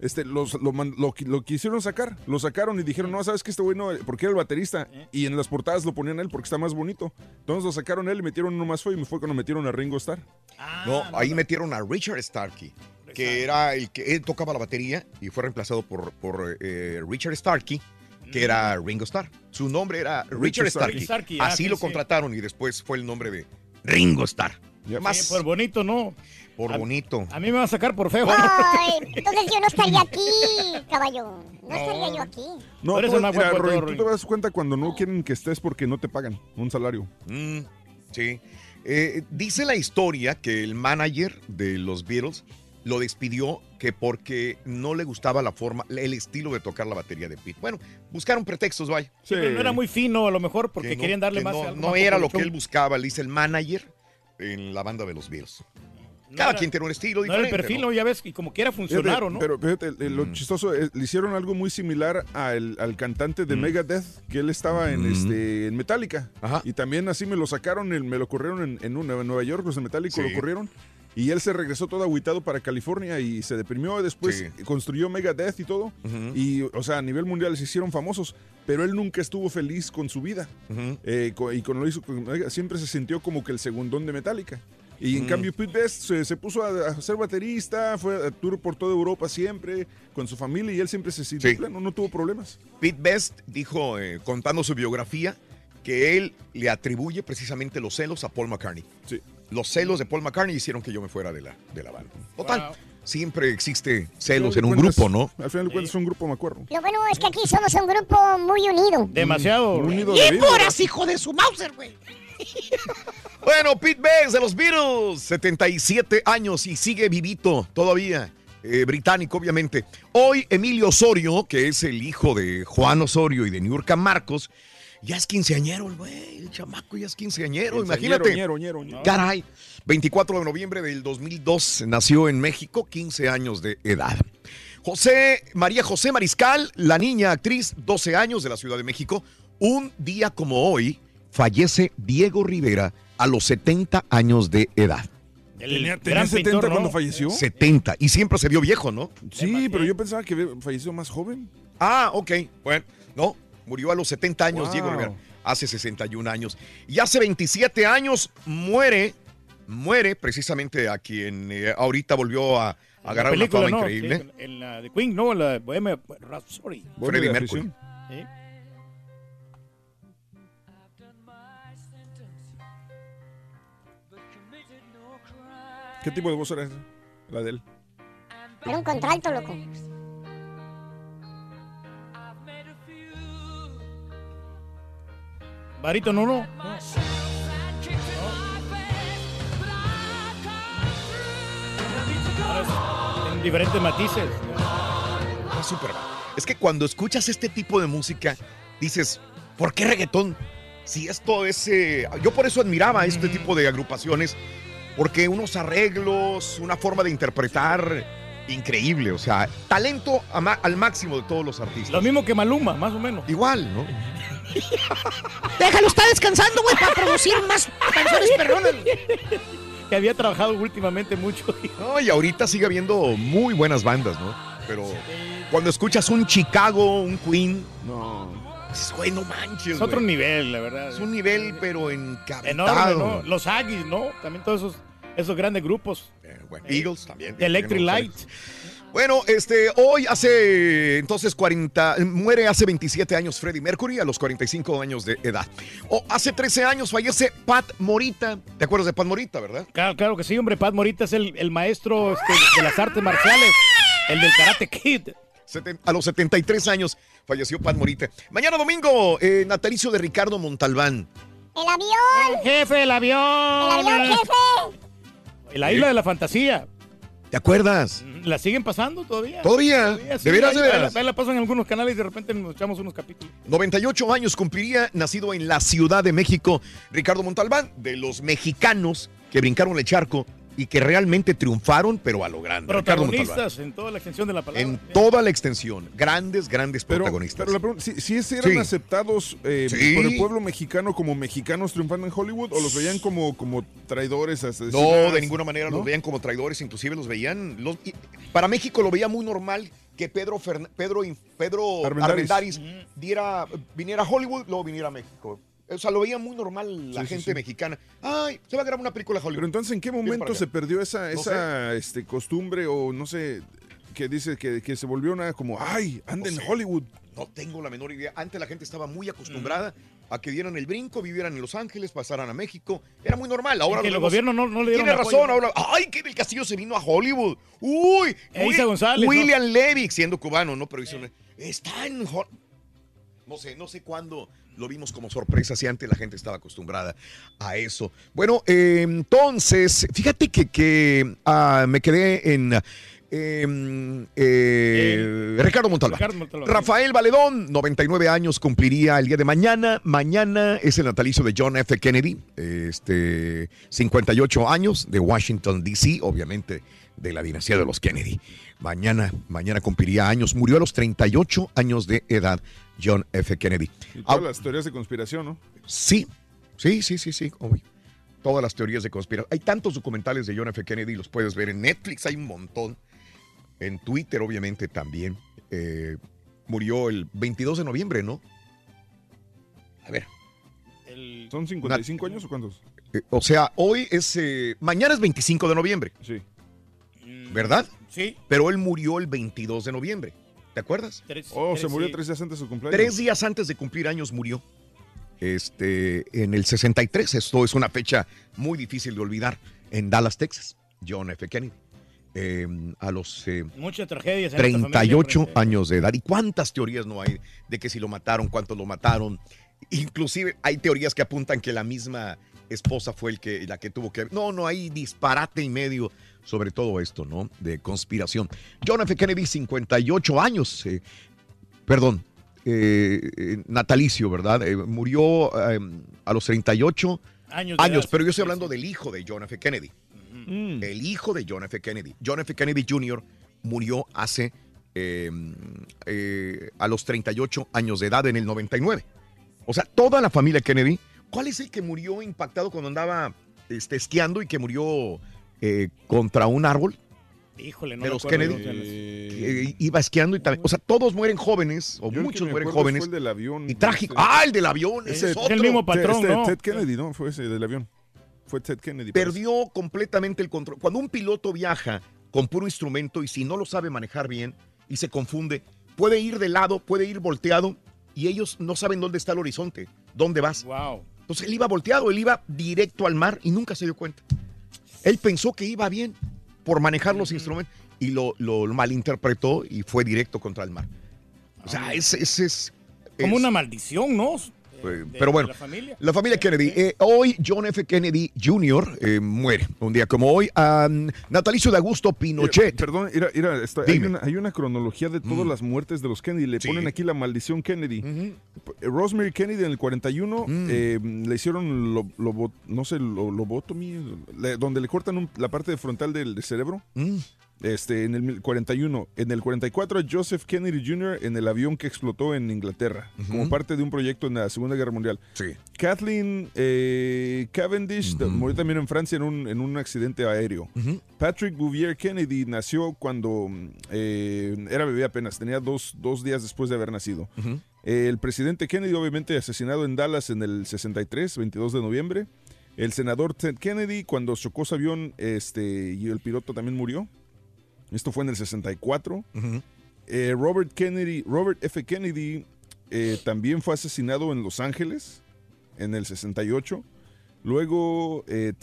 Lo quisieron sacar. Lo sacaron y dijeron, no, ¿sabes qué? Este güey no, porque era el baterista. Y en las portadas lo ponían a él porque está más bonito. Entonces lo sacaron a él y metieron uno más feo y me fue cuando metieron a Ringo Starr. No, ahí metieron a Richard Starkey, que era el que él tocaba la batería y fue reemplazado por Richard Starkey, que era Ringo Starr. Su nombre era Richard Starkey. Así lo contrataron y después fue el nombre de Ringo Starr. Más por bonito, ¿no? Por bonito. A mí me va a sacar por feo. Ay, entonces yo no estaría aquí, caballo. No estaría yo aquí. No, tú te das cuenta cuando no quieren que estés porque no te pagan un salario. Sí. Dice la historia que el manager de los Beatles lo despidió que porque no le gustaba el estilo de tocar la batería de Pete. Bueno, buscaron pretextos, vaya. Sí, pero no era muy fino, a lo mejor, porque querían darle más. No era lo que él buscaba, le dice el manager en la banda de los Beatles. Cada quien tiene un estilo diferente. No era el perfil, ¿no? Ya ves, y como quiera funcionaron, ¿no? Pero fíjate, lo chistoso, le hicieron algo muy similar al cantante de Megadeth, que él estaba en Metallica. Ajá. Y también así me lo sacaron, me lo corrieron en Nueva York, los de Metallica lo corrieron. Y él se regresó todo agüitado para California y se deprimió. Después construyó Megadeth y todo. Y, o sea, a nivel mundial se hicieron famosos. Pero él nunca estuvo feliz con su vida. Y cuando lo hizo, siempre se sintió como que el segundón de Metallica. Y en cambio Pete Best se puso a ser baterista, fue a tour por toda Europa siempre, con su familia, y él siempre se sintió pleno, no tuvo problemas. Pete Best dijo, contando su biografía, que él le atribuye precisamente los celos a Paul McCartney. Sí. Los celos de Paul McCartney hicieron que yo me fuera de la banda. Total, siempre existe celos en un grupo, ¿no? Al final de cuentas es un grupo, me acuerdo. Lo bueno es que aquí somos un grupo muy unido. Demasiado. Unido y puras, hijo de su Mauser, güey. Bueno, Pete Best de los Beatles, 77 años y sigue vivito todavía, británico obviamente. Hoy Emilio Osorio, que es el hijo de Juan Osorio y de Niurka Marcos, Ya es quinceañero, güey. El chamaco ya es quinceañero, imagínate. Caray. 24 de noviembre del 2002 nació en México, 15 años de edad. María José Mariscal, la niña actriz, 12 años de la Ciudad de México. Un día como hoy fallece Diego Rivera a los 70 años de edad. ¿Tenía 70 cuando falleció? 70. Y siempre se vio viejo, ¿no? Sí, pero yo pensaba que falleció más joven. Ah, ok. Bueno, no. Murió a los 70 años Diego Rivera. Hace 61 años. Y hace 27 años muere precisamente a quien ahorita volvió a agarrar película, una fama increíble. Sí, en la de Queen, no, en la de Bohemian Rhapsody. Freddie Mercury. ¿Sí? ¿Qué tipo de voz era esa? La de él. Era un contralto, loco. Barítono, no. En diferentes matices. Súper. Es que cuando escuchas este tipo de música, dices, ¿por qué reggaetón? Si esto es... yo por eso admiraba este tipo de agrupaciones, porque unos arreglos, una forma de interpretar increíble, o sea, talento al máximo de todos los artistas. Lo mismo que Maluma, más o menos. Igual, ¿no? Déjalo, está descansando, güey, para producir más canciones perronas. Que había trabajado últimamente mucho. No, y ahorita sigue habiendo muy buenas bandas, ¿no? Pero cuando escuchas un Chicago, un Queen, no, güey, no manches. Es otro nivel, la verdad. Es un nivel, pero encabritado. Enorme, ¿no? Los Aggies, ¿no? También todos esos grandes grupos. Bueno, Eagles también. Electric Light. Bueno, hoy muere hace 27 años Freddie Mercury a los 45 años de edad. Hace 13 años fallece Pat Morita. ¿Te acuerdas de Pat Morita, verdad? Claro que sí, hombre. Pat Morita es el maestro de las artes marciales, el del Karate Kid. A los 73 años falleció Pat Morita. Mañana domingo, natalicio de Ricardo Montalbán. ¡El avión! ¡Jefe, el avión! ¡El avión, jefe! La isla de la fantasía. ¿Te acuerdas? ¿La siguen pasando todavía? ¿Todavía? Sí, ¿De veras? Ahí la pasan en algunos canales y de repente nos echamos unos capítulos. 98 años cumpliría, nacido en la Ciudad de México, Ricardo Montalbán, de los mexicanos que brincaron el charco y que realmente triunfaron, pero a lo grande. Protagonistas en toda la extensión de la palabra. En toda la extensión. Grandes protagonistas. Pero la pregunta, ¿sí eran aceptados por el pueblo mexicano como mexicanos triunfando en Hollywood o los veían como traidores? No, de ninguna manera los veían como traidores, inclusive los veían... para México lo veía muy normal que Pedro Armendáriz viniera a Hollywood, luego viniera a México. O sea, lo veía muy normal la gente mexicana. Ay, se va a grabar una película Hollywood. Pero entonces, ¿en qué momento se perdió esa costumbre o no sé, que dice que se volvió una como, ay, anda en Hollywood? No tengo la menor idea. Antes la gente estaba muy acostumbrada a que dieran el brinco, vivieran en Los Ángeles, pasaran a México. Era muy normal. Ahora que el gobierno no le dieron tiene razón. Ahora, ay, que del Castillo se vino a Hollywood. Uy, González, William Levy, siendo cubano, ¿no? Pero está en Hollywood. No sé cuándo lo vimos como sorpresa, si antes la gente estaba acostumbrada a eso. Bueno, entonces, fíjate que me quedé en Ricardo Montalbán. Rafael Valedón, 99 años, cumpliría el día de mañana. Mañana es el natalicio de John F. Kennedy, 58 años, de Washington, D.C., obviamente de la dinastía de los Kennedy. Mañana cumpliría años. Murió a los 38 años de edad John F. Kennedy. Y todas las teorías de conspiración, ¿no? Sí. Obvio. Todas las teorías de conspiración. Hay tantos documentales de John F. Kennedy, los puedes ver en Netflix, hay un montón. En Twitter, obviamente, también. Murió el 22 de noviembre, ¿no? A ver. ¿Son 55 años o cuántos? O sea, hoy es... mañana es 25 de noviembre. Sí. ¿Verdad? Sí. Pero él murió el 22 de noviembre. ¿Te acuerdas? Se murió 3 días antes de su cumpleaños. 3 días antes de cumplir años murió. En el 63. Esto es una fecha muy difícil de olvidar. En Dallas, Texas. John F. Kennedy. A los muchas tragedias 38 años de edad. ¿Y cuántas teorías no hay de que si lo mataron, cuántos lo mataron? Inclusive hay teorías que apuntan que la misma esposa fue la que tuvo que... No, hay disparate y medio sobre todo esto, ¿no? De conspiración. John F. Kennedy, 58 años. natalicio, ¿verdad? Murió a los 38 años, pero yo estoy hablando del hijo de John F. Kennedy. El hijo de John F. Kennedy. John F. Kennedy Jr. murió hace a los 38 años de edad en el 99. O sea, toda la familia Kennedy. ¿Cuál es el que murió impactado cuando andaba esquiando y que murió contra un árbol? Híjole, no de me los acuerdo. Kennedy. Iba esquiando y también. O sea, todos mueren jóvenes, o muchos mueren jóvenes. Fue el del avión. Y trágico. El del avión. Ese es otro. El mismo patrón, ¿no? Ted Kennedy, ¿no? Fue ese del avión. Fue Ted Kennedy. Perdió completamente el control. Cuando un piloto viaja con puro instrumento y si no lo sabe manejar bien y se confunde, puede ir de lado, puede ir volteado y ellos no saben dónde está el horizonte, dónde vas. Wow. Entonces él iba volteado, él iba directo al mar y nunca se dio cuenta. Él pensó que iba bien por manejar los instrumentos y lo malinterpretó y fue directo contra el mar. O sea, ese es como una maldición, ¿no? Pero bueno, la familia Kennedy. Hoy John F. Kennedy Jr. Muere. Un día como hoy. Natalicio de Augusto Pinochet. Perdón, hay una cronología de todas las muertes de los Kennedy. Le ponen aquí la maldición Kennedy. Rosemary Kennedy en el 41 le hicieron lobotomía, donde le cortan la parte frontal del cerebro. En el 41. En el 44, Joseph Kennedy Jr. en el avión que explotó en Inglaterra, como parte de un proyecto en la Segunda Guerra Mundial. Sí. Kathleen Cavendish murió también en Francia en un accidente aéreo. Patrick Bouvier Kennedy nació cuando era bebé apenas, tenía dos días después de haber nacido. El presidente Kennedy, obviamente, asesinado en Dallas en el 63, 22 de noviembre. El senador Ted Kennedy, cuando chocó su avión y el piloto también murió. Esto fue en el 64. Robert F. Kennedy también fue asesinado en Los Ángeles en el 68. Luego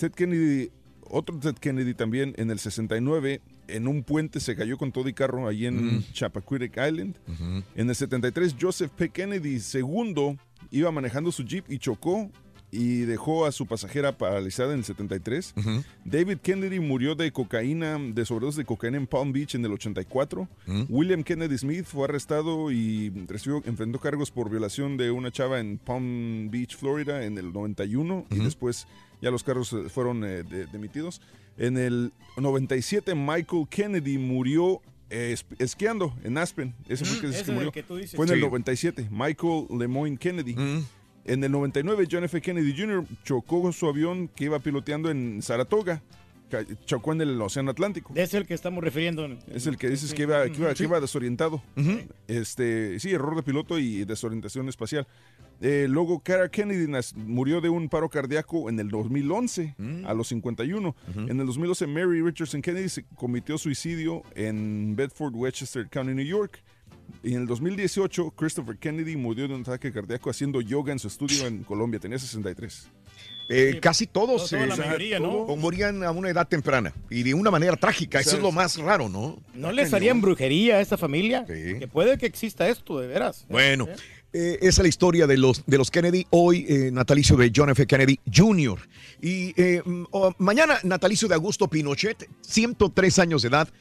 otro Ted Kennedy también en el 69, en un puente se cayó con todo y carro allí en Chappaquiddick Island. En el 73, Joseph P. Kennedy II iba manejando su Jeep y chocó y dejó a su pasajera paralizada en el 73. David Kennedy murió de sobredosis de cocaína en Palm Beach en el 84. William Kennedy Smith fue arrestado y enfrentó cargos por violación de una chava en Palm Beach, Florida, en el 91. Y después ya los cargos fueron demitidos. En el 97, Michael Kennedy murió esquiando en Aspen. Ese fue el que murió. Fue en el 97. Michael Lemoyne Kennedy. En el 99, John F. Kennedy Jr. chocó su avión que iba piloteando en Saratoga. Chocó en el Océano Atlántico. Es el que estamos refiriendo. Es el que dices que iba desorientado. Sí, error de piloto y desorientación espacial. Luego, Cara Kennedy murió de un paro cardíaco en el 2011, a los 51. En el 2012, Mary Richardson Kennedy se cometió suicidio en Bedford, Westchester County, New York. Y en el 2018, Christopher Kennedy murió de un ataque cardíaco haciendo yoga en su estudio en Colombia. Tenía 63. Casi todos la mayoría, ¿no? morían a una edad temprana y de una manera trágica. Eso es lo más raro, ¿no? ¿No les harían brujería a esta familia? Sí. Que puede que exista esto, de veras. Bueno, esa es la historia de los Kennedy. Hoy, natalicio de John F. Kennedy Jr. Y mañana, natalicio de Augusto Pinochet, 103 años de edad.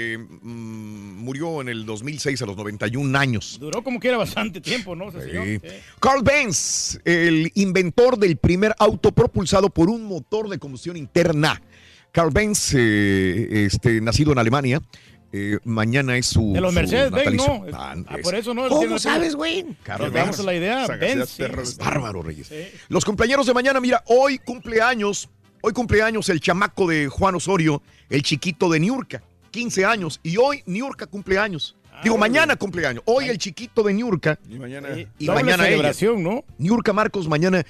Murió en el 2006 a los 91 años. Duró como que era bastante tiempo, ¿no? Sí. Carl Benz, el inventor del primer auto propulsado por un motor de combustión interna. Carl Benz, nacido en Alemania. Mañana es su de los Mercedes-Benz, ¿no? Por eso no. ¿Cómo sabes, güey? Carl Benz. La idea, Benz. Es bárbaro, Reyes. Sí. Los compañeros de mañana, mira, hoy cumpleaños el chamaco de Juan Osorio, el chiquito de Niurka. 15 años. Y hoy Niurka cumple años. Mañana cumple años. Hoy el chiquito de Niurka. Y mañana. Y mañana celebración, ella. ¿no? Niurka Marcos mañana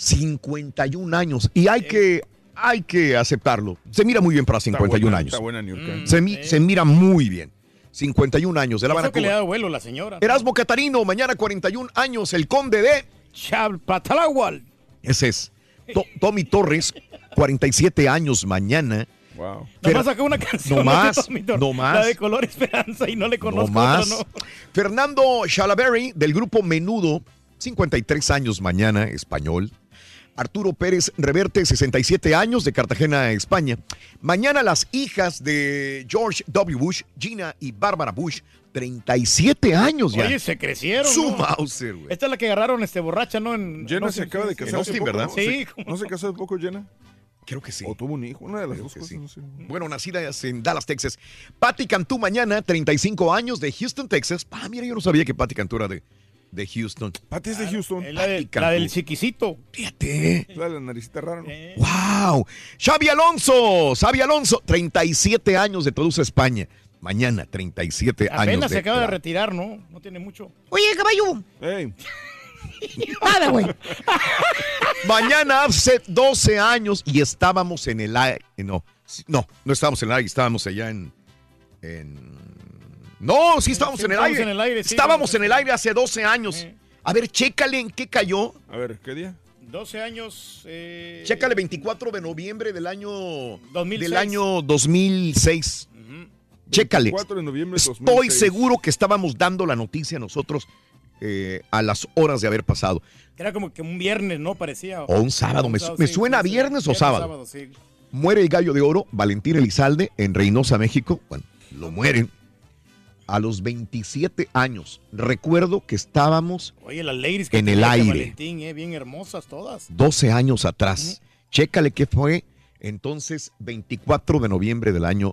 51 años. Y hay que aceptarlo. Se mira muy bien para 51 años. Está buena Niurka. Se mira muy bien. 51 años. De La Habana, que le da vuelo la señora. Erasmo Catarino, mañana 41 años. El conde de Chapatalahual. Ese es. Tommy Torres, 47 años mañana. Wow. Nomás sacó una canción. No más. La de Color Esperanza y no le conozco otra, ¿no? Fernando Shalaberry, del grupo Menudo, 53 años mañana, español. Arturo Pérez Reverte, 67 años, de Cartagena, España. Mañana las hijas de George W. Bush, Gina y Bárbara Bush, 37 años ya. Oye, se crecieron, Su ¿no? Mauser, güey. Esta es la que agarraron borracha, ¿no? Jenna se acaba de casar hace poco, ¿verdad? Sí. ¿No se casó hace poco, Jenna? Creo que sí. O tuvo un hijo, una de las dos cosas. Sí. No sé. Bueno, nacida en Dallas, Texas. Patti Cantú mañana, 35 años, de Houston, Texas. Mira, yo no sabía que Patti Cantú era de Houston. Patti es de Houston. Es la del chiquisito. Fíjate. La de la naricita rara, ¿no? ¡Wow! Xavi Alonso, 37 años, de Toulouse, España. Mañana, 37 años. Apenas se acaba de retirar, ¿no? No tiene mucho. Oye, caballo. Hey. Nada, güey. Mañana hace 12 años y estábamos en el aire. No estábamos en el aire, estábamos allá en... No, sí estábamos en el aire. Estábamos en el aire hace 12 años. A ver, chécale en qué cayó. A ver, ¿qué día? 12 años. Chécale, 24 de noviembre del año 2006. Del año 2006. Chécale. 24 de noviembre de 2006. Estoy seguro que estábamos dando la noticia nosotros a las horas de haber pasado. Era como que un viernes, ¿no? Parecía. O un sábado. Me suena viernes o sábado. Sí. Muere el gallo de oro, Valentín Elizalde, en Reynosa, México. Bueno, lo mueren a los 27 años. Recuerdo que estábamos Oye, las ladies que en el aire. Valentín, bien hermosas todas. 12 años atrás. Chécale qué fue entonces 24 de noviembre del año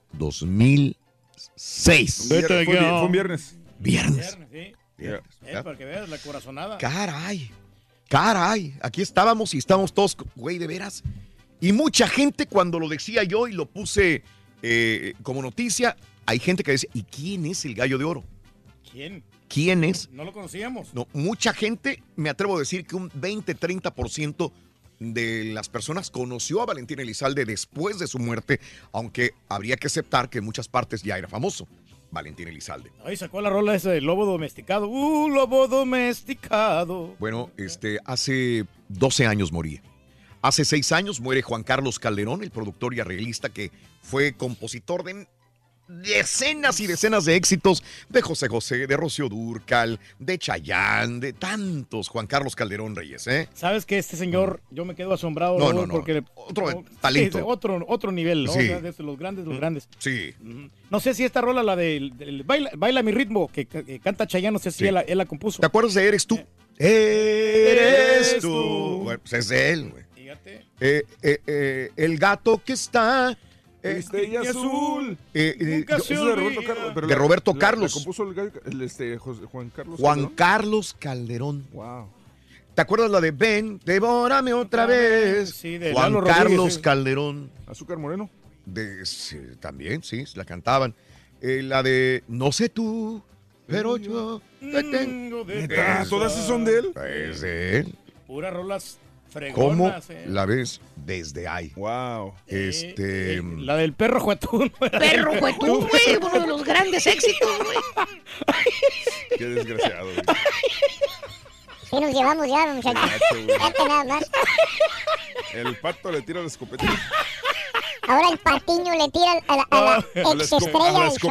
2006. Fue un viernes. Viernes. Sí. Para que veas la corazonada. Caray. Aquí estábamos y estábamos todos, güey, de veras. Y mucha gente cuando lo decía yo y lo puse como noticia, hay gente que decía, ¿y quién es el gallo de oro? ¿Quién es? No lo conocíamos. No, mucha gente, me atrevo a decir que un 20-30% de las personas conoció a Valentín Elizalde después de su muerte, aunque habría que aceptar que en muchas partes ya era famoso Valentín Elizalde. Ahí sacó la rola esa de Lobo Domesticado. Lobo Domesticado. Bueno, hace 12 años moría. Hace 6 años muere Juan Carlos Calderón, el productor y arreglista que fue compositor de decenas y decenas de éxitos de José José, de Rocío Dúrcal, de Chayanne, de tantos. Juan Carlos Calderón Reyes, ¿eh? ¿Sabes que este señor, yo me quedo asombrado? No. Porque otro talento. Sí, otro nivel, ¿no? Sí. O sea, desde los grandes. Sí. No sé si esta rola, la del Baila mi ritmo, que canta Chayanne, no sé si él la compuso. ¿Te acuerdas de Eres tú? Eres tú. Bueno, pues es de él, güey. Fíjate. El gato que está... Estrella Azul. De Roberto Carlos. La compuso Juan Carlos Calderón. Wow. ¿Te acuerdas la de Ven, devórame otra vez? Sí, de Juan Lalo Carlos Rodríguez. Calderón. Azúcar Moreno. Sí, también, sí, la cantaban. La de No sé tú, pero yo te tengo de ¿Neta? ¿Todas esas son de él? Es de él. Puras rolas ¿Cómo fregonas. la ves desde ahí? Wow. La del perro juetún. Perro juetún, güey. Uno de los grandes éxitos, güey. Qué desgraciado, güey. Sí, nos llevamos ya, muchachos. Fíjate nada más. El pato le tira la escopeta. Ahora el patiño le tira a la ex estrella del show.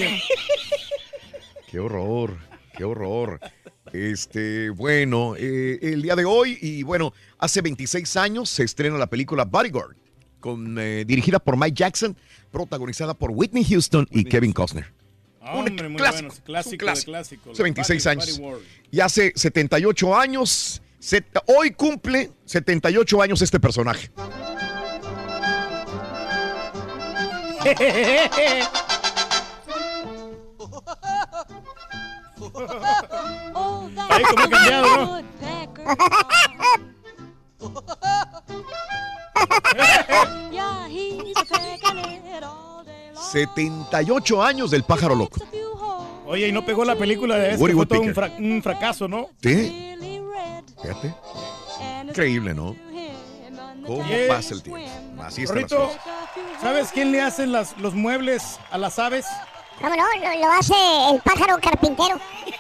Qué horror, qué horror. Bueno, el día de hoy, y bueno, hace 26 años se estrena la película Bodyguard, dirigida por Mike Jackson, protagonizada por Whitney Houston y Kevin Costner. Hombre, muy clásico, bueno, clásico de clásico. Hace 26 años. Y hace 78 años, hoy cumple 78 años este personaje. Ay, cómo ha cambiado, ¿no? 78 años del pájaro loco. Oye, y no pegó la película de Woody fue todo Woodpecker. un fracaso, ¿no? Sí. Fíjate. Increíble, ¿no? ¿Cómo pasa el tiempo? Así está. Rorrito, ¿sabes quién le hace los muebles a las aves? ¿Cómo no? Lo hace el pájaro carpintero.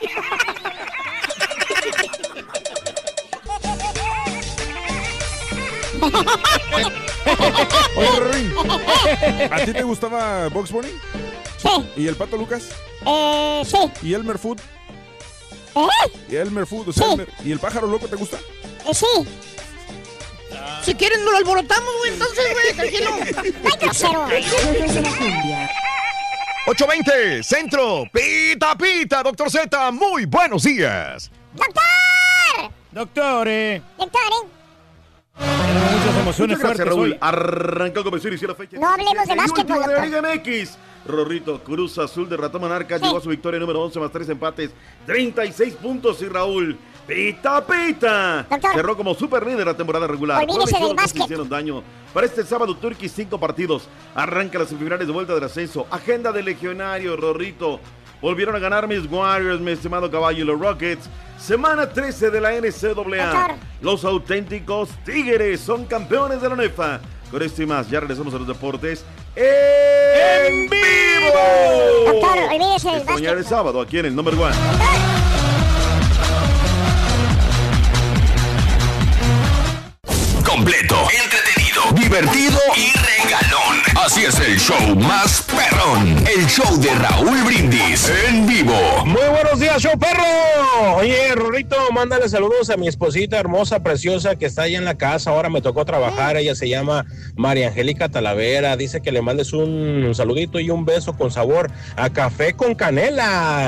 Oye, Rorín, ¿a ti te gustaba Bugs Bunny? Sí. ¿Y el Pato Lucas? Sí. ¿Y Elmer Fudd? ¿Eh? ¿Y Elmer Fudd? O sea, Sí. ¿Y el pájaro loco te gusta? Sí. Si quieren, nos lo alborotamos, güey. Entonces, güey, tranquilo. ¡Ay, grosero! 8:20, centro. Pita, pita, doctor Z. Muy buenos días. ¡Doctor! Doctore. ¡Doctor! Muchas emociones fuertes Raúl. hoy. Arranca el comenzar y la fecha. No hablemos de básquetbol, de la doctor. Liga MX. Rorrito, Cruz Azul de Ratón Monarca llegó a su victoria número 11 más 3 empates, 36 puntos y Raúl. Pita, pita. Doctor. Cerró como super líder la temporada regular. Olvídese Puebla y del Cholos básquet. hicieron daño. Para este sábado, Turquía 5 partidos. Arranca las semifinales de vuelta del ascenso. Agenda de legionario, Rorrito. Volvieron a ganar mis Warriors, mi estimado caballo, y los Rockets. Semana 13 de la NCAA. Doctor. Los auténticos Tigres son campeones de la UNEFA. Con esto y más, ya regresamos a los deportes en vivo. Doctor, olvídese del Esta mañana básquet. es sábado, aquí en el Number One. Completo, entretenido, divertido y regalón. Así es el show más perrón. El show de Raúl Brindis en vivo. Muy buenos días, show perro. Oye, Rorrito, mándale saludos a mi esposita hermosa, preciosa, que está allá en la casa. Ahora me tocó trabajar. Ella se llama María Angélica Talavera. Dice que le mandes un saludito y un beso con sabor a café con canela.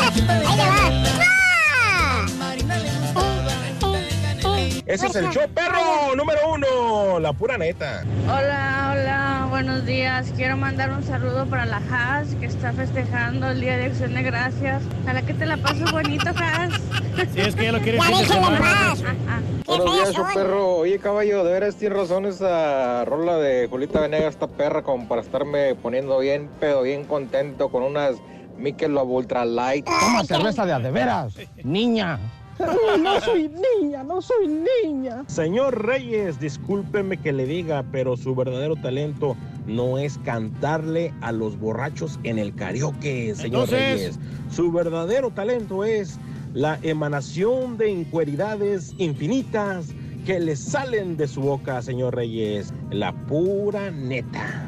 Ese es el show perro número 1, la pura neta. Hola, buenos días. Quiero mandar un saludo para la Haas, que está festejando el Día de Acción de Gracias. Ojalá que te la pases bonito, Haas. Si es que ya lo quiere Ya fin de déjenlo en semana. paz. Buenos días, show perro. Oye, caballo, de veras tienes razón, esa rola de Julita Venegas, esta perra, como para estarme poniendo bien, pero bien contento con unas Michelob Ultra Light. Toma cerveza de veras, niña. No soy niña. Señor Reyes, discúlpeme que le diga, pero su verdadero talento no es cantarle a los borrachos en el karaoke, señor Entonces, Reyes. Su verdadero talento es la emanación de incueridades infinitas que le salen de su boca, señor Reyes. La pura neta.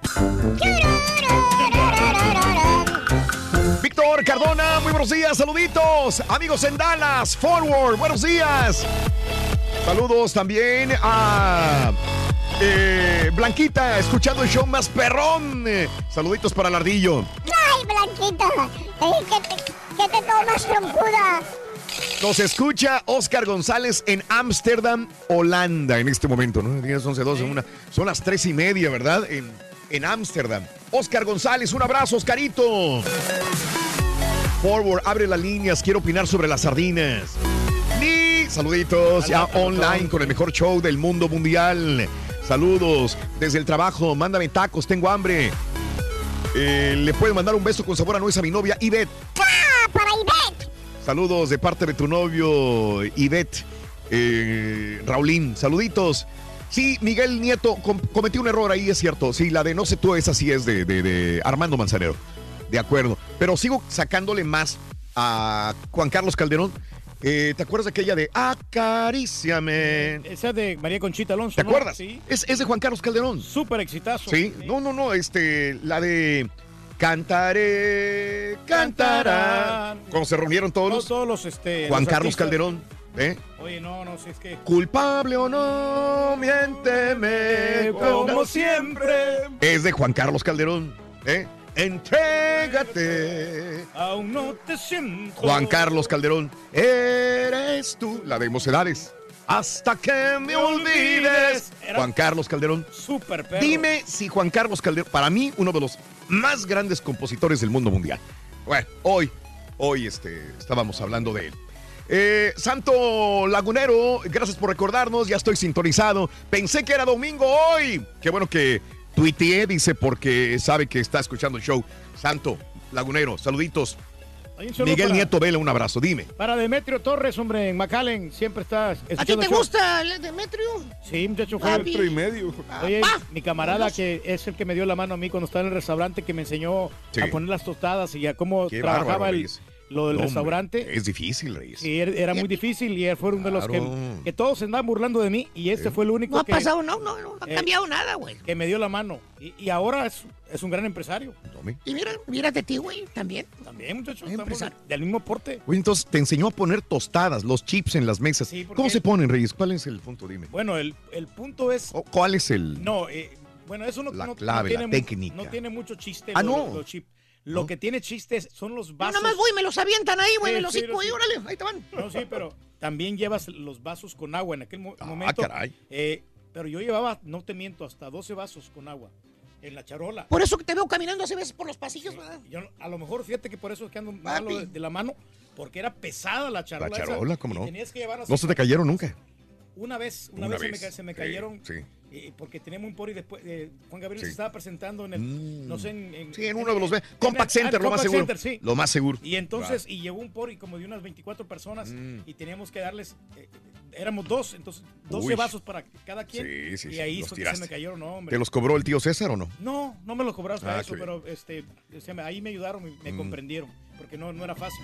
Víctor Cardona, muy buenos días, saluditos. Amigos en Dallas, Forward, buenos días. Saludos también a Blanquita, escuchando el show más perrón. Saluditos para el Ardillo. ¡Ay, Blanquita! ¿Qué te tomas, trompuda? Nos escucha Oscar González en Ámsterdam, Holanda, en este momento, ¿no? 10, 11, 12, son las 3:30, ¿verdad? En Ámsterdam. Oscar González, un abrazo, Oscarito. Forward, abre las líneas, quiero opinar sobre las sardinas. Saluditos, ya online con el mejor show del mundo mundial. Saludos desde el trabajo, mándame tacos, tengo hambre. Le puedes mandar un beso con sabor a nuez a mi novia, Ivette. ¡Ah, para Ivette! Saludos de parte de tu novio, Ivette. Raulín, saluditos. Sí, Miguel Nieto, cometí un error ahí, es cierto. Sí, la de no sé tú, esa sí es de Armando Manzanero. De acuerdo. Pero sigo sacándole más a Juan Carlos Calderón. ¿Te acuerdas de aquella de Acaríciame? Esa de María Conchita Alonso. ¿Te ¿no? acuerdas? Sí. Es de Juan Carlos Calderón. Súper exitazo. Sí. No. La de Cantaré, cantarán. Cuando se reunieron todos los Juan los Carlos artistas. Calderón. Oye, no, si es que... Culpable o no, miénteme como siempre. Es de Juan Carlos Calderón. Entrégate. Aún no te siento. Juan Carlos Calderón. Eres tú. La de Mocedades. Hasta que me olvides. Juan Carlos Calderón. Súper perro. Dime si Juan Carlos Calderón, para mí, uno de los más grandes compositores del mundo mundial. Bueno, hoy estábamos hablando de él. Santo Lagunero, gracias por recordarnos, ya estoy sintonizado. Pensé que era domingo hoy. Qué bueno que tuiteé, dice, porque sabe que está escuchando el show. Santo Lagunero, saluditos. Miguel Nieto Vela, un abrazo, dime. Para Demetrio Torres, hombre, en McAllen, siempre está escuchando ¿A ti te el show. gusta el Demetrio? Sí, muchacho, fue Papi. 4:30. Oye, mi camarada que es el que me dio la mano a mí cuando estaba en el restaurante, que me enseñó a poner las tostadas y a cómo Qué trabajaba bárbaro, lo del restaurante. Es difícil, Reyes. Sí, era muy difícil y él fue uno de los que todos se andaban burlando de mí y fue el único que... No ha pasado, no ha cambiado nada, güey. Que me dio la mano. Y ahora es un gran empresario. Y mira de ti, güey, también. También, muchachos, estamos del mismo porte. Oye, entonces te enseñó a poner tostadas, los chips en las mesas. Sí, ¿cómo se ponen, Reyes? ¿Cuál es el punto? Dime. Bueno, el punto es... ¿Cuál es el...? No, bueno, eso no, la clave, tiene la técnica. No tiene mucho chiste los chips. Lo que tiene chistes son los vasos. Yo nada más voy, me los avientan ahí, güey, me los hocico, y órale, ahí te van. No, sí, pero también llevas los vasos con agua en aquel momento. Caray. Pero yo llevaba, no te miento, hasta 12 vasos con agua en la charola. Por eso que te veo caminando hace veces por los pasillos, ¿verdad? Yo, a lo mejor, fíjate que por eso es que ando malo de la mano, porque era pesada la charola. La charola, ¿cómo no? Tenías que llevar así. ¿No se te cayeron nunca? Una vez se me cayeron. Sí. Porque teníamos un pori después. Juan Gabriel se estaba presentando en el. No sé, en uno de los. Compact Center, lo más seguro. Center, sí. Lo más seguro. Y entonces, y llegó un pori como de unas 24 personas y teníamos que darles. Éramos dos, entonces 12 vasos para cada quien. Sí, y ahí se me cayeron, no, hombre. ¿Te los cobró el tío César o no? No me los cobraron para eso, pero ahí me ayudaron, me comprendieron. Porque no era fácil.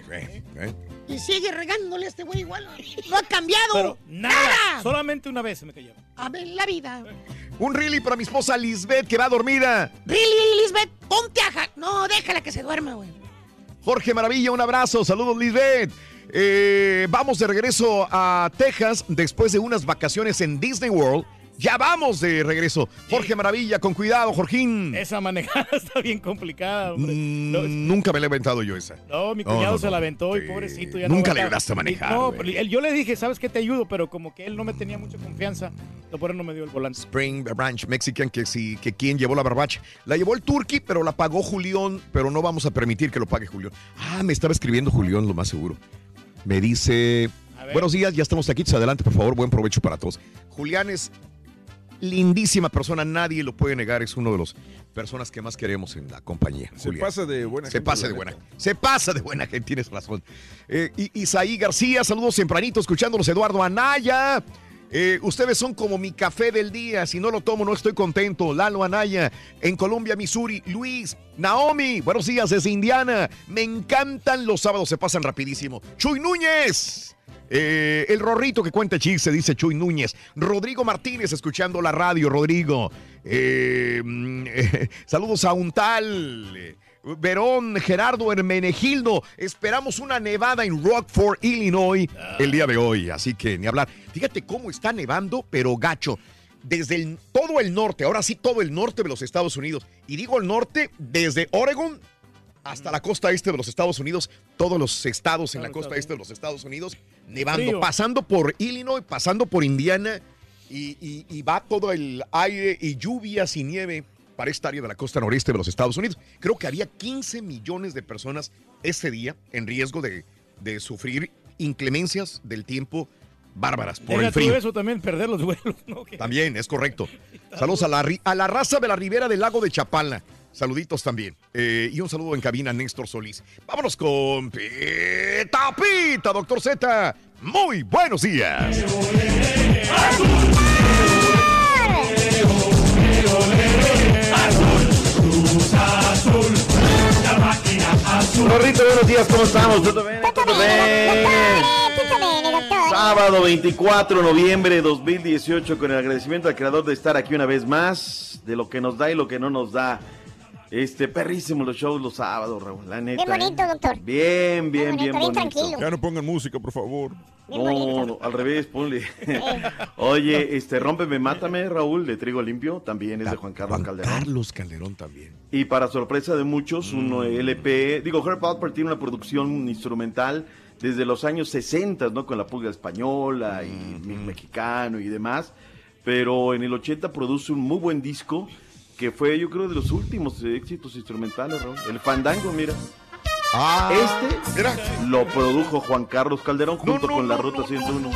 Y sigue regándole a este güey igual. No ha cambiado. Pero nada. Solamente una vez se me cayeron. A ver, la vida. Un really para mi esposa Lisbeth, que va dormida. Really, Lisbeth, ponte a... No, déjala que se duerma, güey. Jorge Maravilla, un abrazo. Saludos, Lisbeth. Vamos de regreso a Texas después de unas vacaciones en Disney World. Ya vamos de regreso. Jorge Maravilla, con cuidado, Jorgín. Esa manejada está bien complicada, hombre. Nunca me la he aventado yo esa. No, mi cuñado se la aventó y pobrecito. Ya nunca le ayudaste a manejar. No, pero yo le dije, ¿sabes qué? Te ayudo, pero como que él no me tenía mucha confianza, por eso no me dio el volante. Spring Branch Mexican, que quien llevó la barbacha. La llevó el Turqui, pero la pagó Julián, pero no vamos a permitir que lo pague Julián. Me estaba escribiendo Julián, lo más seguro. Me dice, buenos días, ya estamos aquí, adelante, por favor, buen provecho para todos. Julián es lindísima persona, nadie lo puede negar, es uno de los personas que más queremos en la compañía. Se pasa de buena gente. Se pasa de buena gente, tienes razón. Isaí García, saludos tempranito, escuchándolos. Eduardo Anaya, ustedes son como mi café del día, si no lo tomo no estoy contento. Lalo Anaya, en Columbia, Missouri. Luis, Naomi, buenos días desde Indiana. Me encantan los sábados, se pasan rapidísimo. Chuy Núñez. El Rorrito que cuenta chiste, dice Chuy Núñez. Rodrigo Martínez, escuchando la radio, Rodrigo. Saludos a Untal. Verón, Gerardo Hermenegildo. Esperamos una nevada en Rockford, Illinois, el día de hoy, así que ni hablar. Fíjate cómo está nevando, pero gacho. Desde todo el norte, ahora sí todo el norte de los Estados Unidos. Y digo el norte, desde Oregon hasta la costa este de los Estados Unidos, todos los estados en la costa este de los Estados Unidos, nevando, pasando por Illinois, pasando por Indiana, y va todo el aire y lluvias y nieve para esta área de la costa noreste de los Estados Unidos. Creo que había 15 millones de personas ese día en riesgo de sufrir inclemencias del tiempo bárbaras por el frío. Eso también, perder los vuelos, ¿no? También, es correcto. Saludos a la raza de la ribera del lago de Chapala. Saluditos también. Y un saludo en cabina a Néstor Solís. Vámonos con Pita, Doctor Z. Muy buenos días. Rorrito, buenos días, ¿cómo estamos? ¿Todo bien? ¿Todo bien? Sábado 24 de noviembre de 2018, con el agradecimiento al creador de estar aquí una vez más, de lo que nos da y lo que no nos da. Perrísimo los shows los sábados, Raúl, la neta. Bien bonito, doctor. Bien bonito. Tranquilo. Ya no pongan música, por favor. No, al revés, ponle. Oye, Rómpeme, Mátame, Raúl, de Trigo Limpio, también es de Juan Carlos Calderón. Carlos Calderón también. Y para sorpresa de muchos, un LP, Herb Alpert tiene una producción instrumental desde los años 60, ¿no? Con la Pulga Española y Mexicano y demás, pero en el 80 produce un muy buen disco, que fue, yo creo, de los últimos éxitos instrumentales, Raúl. El Fandango, mira. Mira, lo produjo Juan Carlos Calderón junto con la Ruta 101.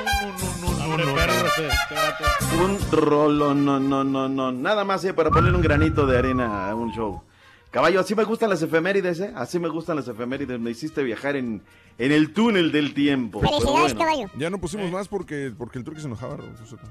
Un rolo, no. Nada más para poner un granito de arena a un show. Caballo, así me gustan las efemérides, Así me gustan las efemérides. Me hiciste viajar en el túnel del tiempo. Felicidades, caballo. Ya no pusimos más porque el Turqui se enojaba,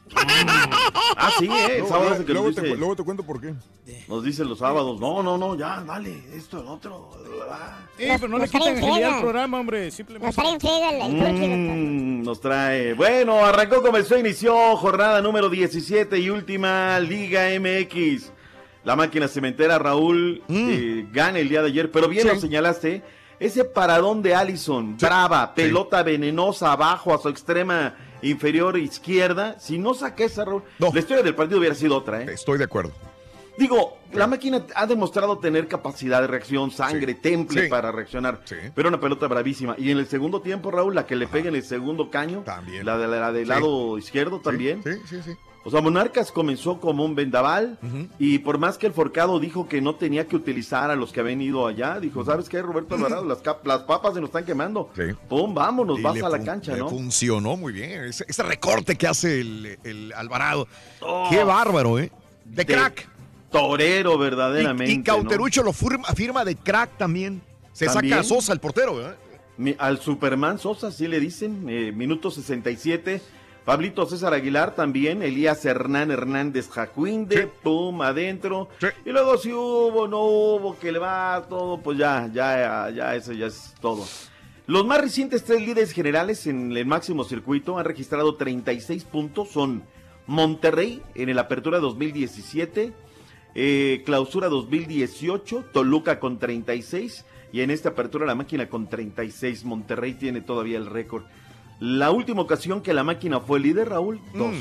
Sí, sábado que luego te cuento por qué. Nos dicen los sábados, no, ya, dale, esto, el otro. Pero no le quiten agilidad al programa, hombre, simplemente. Nos trae en friega el Turqui, nos trae. Bueno, arrancó, comenzó, inició jornada número 17 y última Liga MX. La máquina cementera, Raúl, gana el día de ayer, pero bien lo señalaste, ese paradón de Allison, brava, pelota venenosa abajo a su extrema inferior izquierda, si no saca esa, Raúl, la historia del partido hubiera sido otra, ¿eh? Estoy de acuerdo. Digo, la máquina ha demostrado tener capacidad de reacción, sangre, temple para reaccionar, pero una pelota bravísima. Y en el segundo tiempo, Raúl, la que le pega en el segundo caño, también. La del lado izquierdo también. Sí. O sea, Monarcas comenzó como un vendaval y por más que el Forcado dijo que no tenía que utilizar a los que habían ido allá, dijo, ¿sabes qué, Roberto Alvarado? Las papas se nos están quemando. Pum, vámonos, vas a la cancha, ¿no? Funcionó muy bien. Ese recorte que hace el Alvarado. Qué bárbaro, ¿eh? De crack. Torero, verdaderamente. Y Cauterucho lo firma de crack también. Se saca a Sosa, el portero, ¿verdad? Al Superman Sosa, sí le dicen, minuto 67. Pablito César Aguilar también, Elías Hernán Hernández Jacuinde, pum, adentro. Y luego si hubo, no hubo, que le va todo, pues ya, eso ya es todo. Los más recientes 3 líderes generales en el máximo circuito han registrado 36 puntos, son Monterrey en el Apertura 2017, Clausura 2018, Toluca con 36 y en esta Apertura la máquina con 36. Monterrey tiene todavía el récord. La última ocasión que la máquina fue líder, Raúl,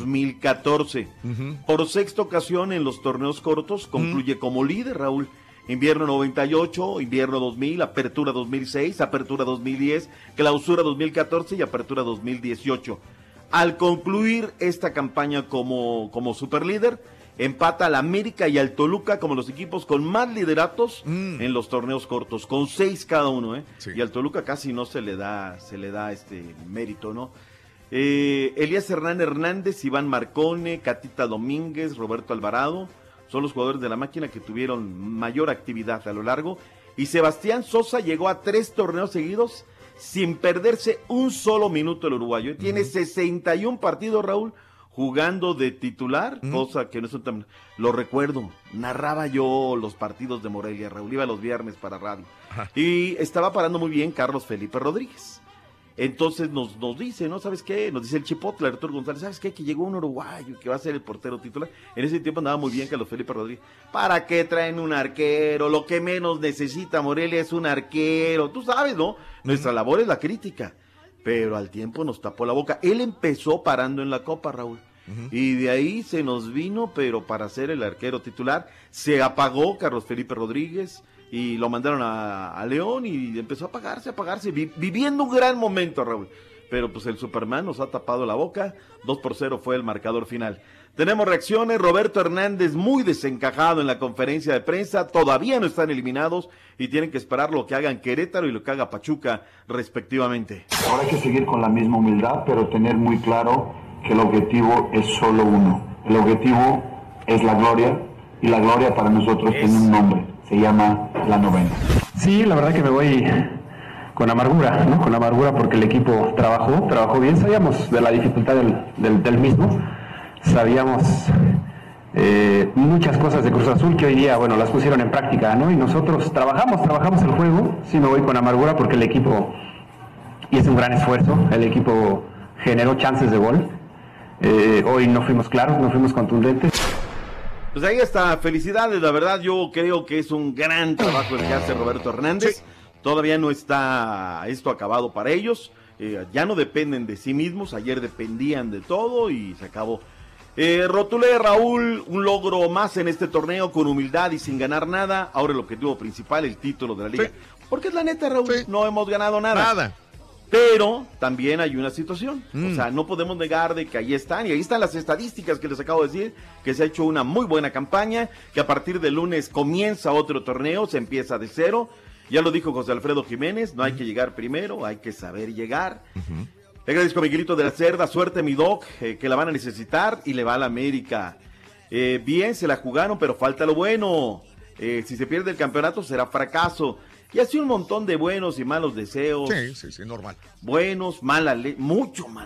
2014. Por sexta ocasión en los torneos cortos concluye como líder, Raúl. Invierno 98, invierno 2000, apertura 2006, apertura 2010, clausura 2014 y apertura 2018. Al concluir esta campaña como superlíder, empata al América y al Toluca como los equipos con más lideratos en los torneos cortos, con 6 cada uno, y al Toluca casi no se le da este mérito, ¿no? Elías Hernán Hernández, Iván Marcone, Catita Domínguez, Roberto Alvarado, son los jugadores de la máquina que tuvieron mayor actividad a lo largo, y Sebastián Sosa llegó a 3 torneos seguidos sin perderse un solo minuto el uruguayo, tiene 61 partidos, Raúl, jugando de titular, cosa que no es tan... Lo recuerdo, narraba yo los partidos de Morelia, Raúl, iba los viernes para radio. Y estaba parando muy bien Carlos Felipe Rodríguez. Entonces nos dice, ¿no? ¿Sabes qué? Nos dice el Chipotle, Arturo González, ¿sabes qué? Que llegó un uruguayo que va a ser el portero titular. En ese tiempo andaba muy bien Carlos Felipe Rodríguez. ¿Para qué traen un arquero? Lo que menos necesita Morelia es un arquero. Tú sabes, ¿no? Nuestra labor es la crítica. Pero al tiempo nos tapó la boca. Él empezó parando en la Copa, Raúl. Y de ahí se nos vino, pero para ser el arquero titular, se apagó Carlos Felipe Rodríguez y lo mandaron a León y empezó a apagarse, viviendo un gran momento, Raúl. Pero pues el Superman nos ha tapado la boca, 2-0 fue el marcador final. Tenemos reacciones, Roberto Hernández muy desencajado en la conferencia de prensa, todavía no están eliminados y tienen que esperar lo que hagan Querétaro y lo que haga Pachuca respectivamente. Ahora hay que seguir con la misma humildad, pero tener muy claro que el objetivo es solo uno. El objetivo es la gloria y la gloria para nosotros tiene un nombre, se llama la novena. Sí, la verdad que me voy con amargura, ¿no? Con amargura porque el equipo trabajó bien, sabíamos de la dificultad del mismo. Sabíamos muchas cosas de Cruz Azul que hoy día, bueno, las pusieron en práctica, ¿no? Y nosotros trabajamos el juego. Sí me voy con amargura porque el equipo hizo un gran esfuerzo, el equipo generó chances de gol. Hoy no fuimos claros, no fuimos contundentes. Pues ahí está, felicidades, la verdad yo creo que es un gran trabajo el que hace Roberto Hernández. Todavía no está esto acabado para ellos, ya no dependen de sí mismos, ayer dependían de todo y se acabó. Rotulé, Raúl, un logro más en este torneo con humildad y sin ganar nada. Ahora el objetivo principal, el título de la liga. Porque es la neta, Raúl, no hemos ganado nada. Pero también hay una situación, o sea, no podemos negar de que ahí están, y ahí están las estadísticas que les acabo de decir, que se ha hecho una muy buena campaña, que a partir del lunes comienza otro torneo, se empieza de cero, ya lo dijo José Alfredo Jiménez, no hay que llegar primero, hay que saber llegar. Le agradezco a Miguelito de la Cerda, suerte mi doc, que la van a necesitar y le va a la América. Bien, se la jugaron, pero falta lo bueno, si se pierde el campeonato será fracaso. Y así un montón de buenos y malos deseos. Sí, normal. Buenos, mala leche, mucho mala leche.